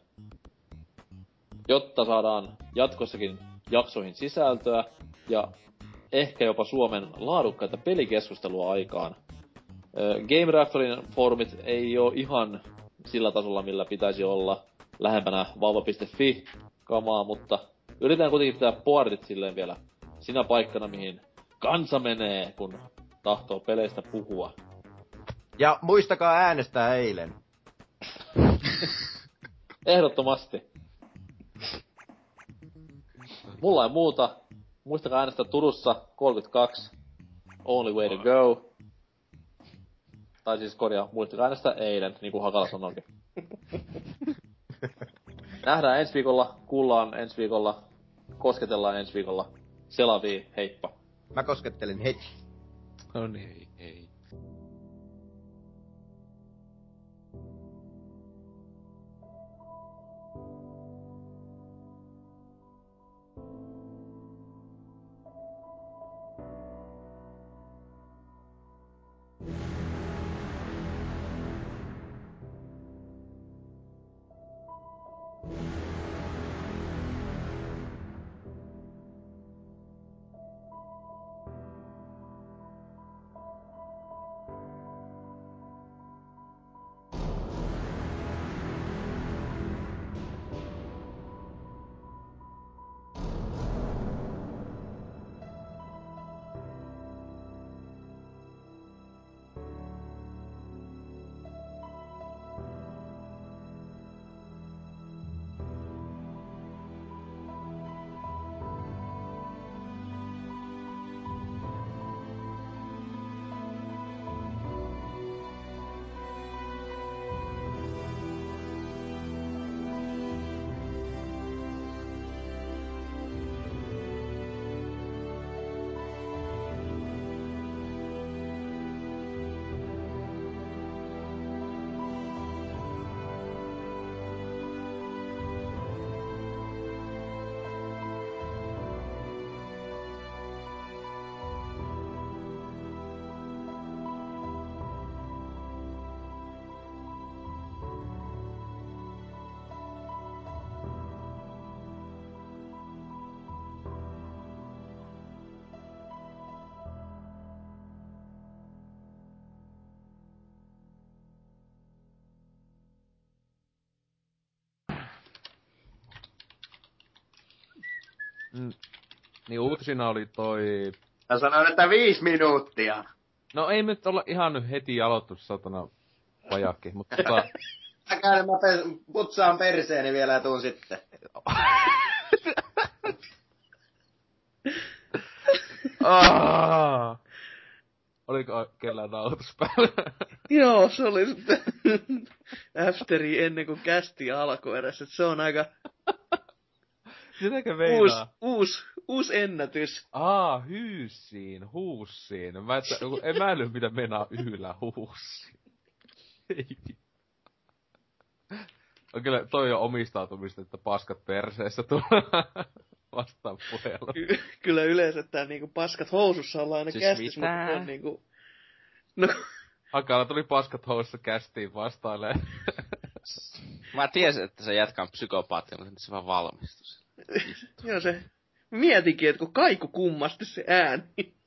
jotta saadaan jatkossakin jaksoihin sisältöä ja ehkä jopa Suomen laadukkaita pelikeskustelua aikaan. Game Raptorin foorumit ei oo ihan sillä tasolla, millä pitäisi olla lähempänä vauva.fi kamaa, mutta yritetään kuitenkin pitää boardit silleen vielä sinä paikkana, mihin kansa menee, kun tahtoo peleistä puhua. Ja muistakaa äänestää eilen. Ehdottomasti. Mulla ei muuta. Muistakaa äänestää Turussa 32. Only way to go. Tai siis muistakaa äänestää eilen, niin kuin Hakala sanoikin. Nähdään ensi viikolla, kuullaan ensi viikolla, kosketellaan ensi viikolla. Selavii, heippa. Mä koskettelin heti. No niin, ei. Niin uutisina oli toi... Mä sanoin, että 5 minuuttia. No ei nyt olla ihan nyt heti aloittu, satana vajakki, mutta Mä käyn, mä putsaan perseeni vielä ja tuun sitten. Oliko kellään nauhoitus päällä? Joo, se oli sitten afteri ennen kuin kästi alkoi edes, et se on aika... Sitäkö meinaa? Uusi ennätys. Huussiin. En mä äly mitä meinaa yhdellä huussiin. Ei. On kyllä, toi on omistautumista, että paskat perseessä tuolla vastaan puheella. Kyllä yleensä tää niinku paskat housussa ollaan aina Siis kästis, mitä? mutta on niinku... No... Hakala tuli paskat housussa kästiin vastailee. Mä tiesin, että se jätkä on psykopaatti, mutta se vaan valmistus. Joo se... Mietinkin, että kun kaiku kummasti se ääni.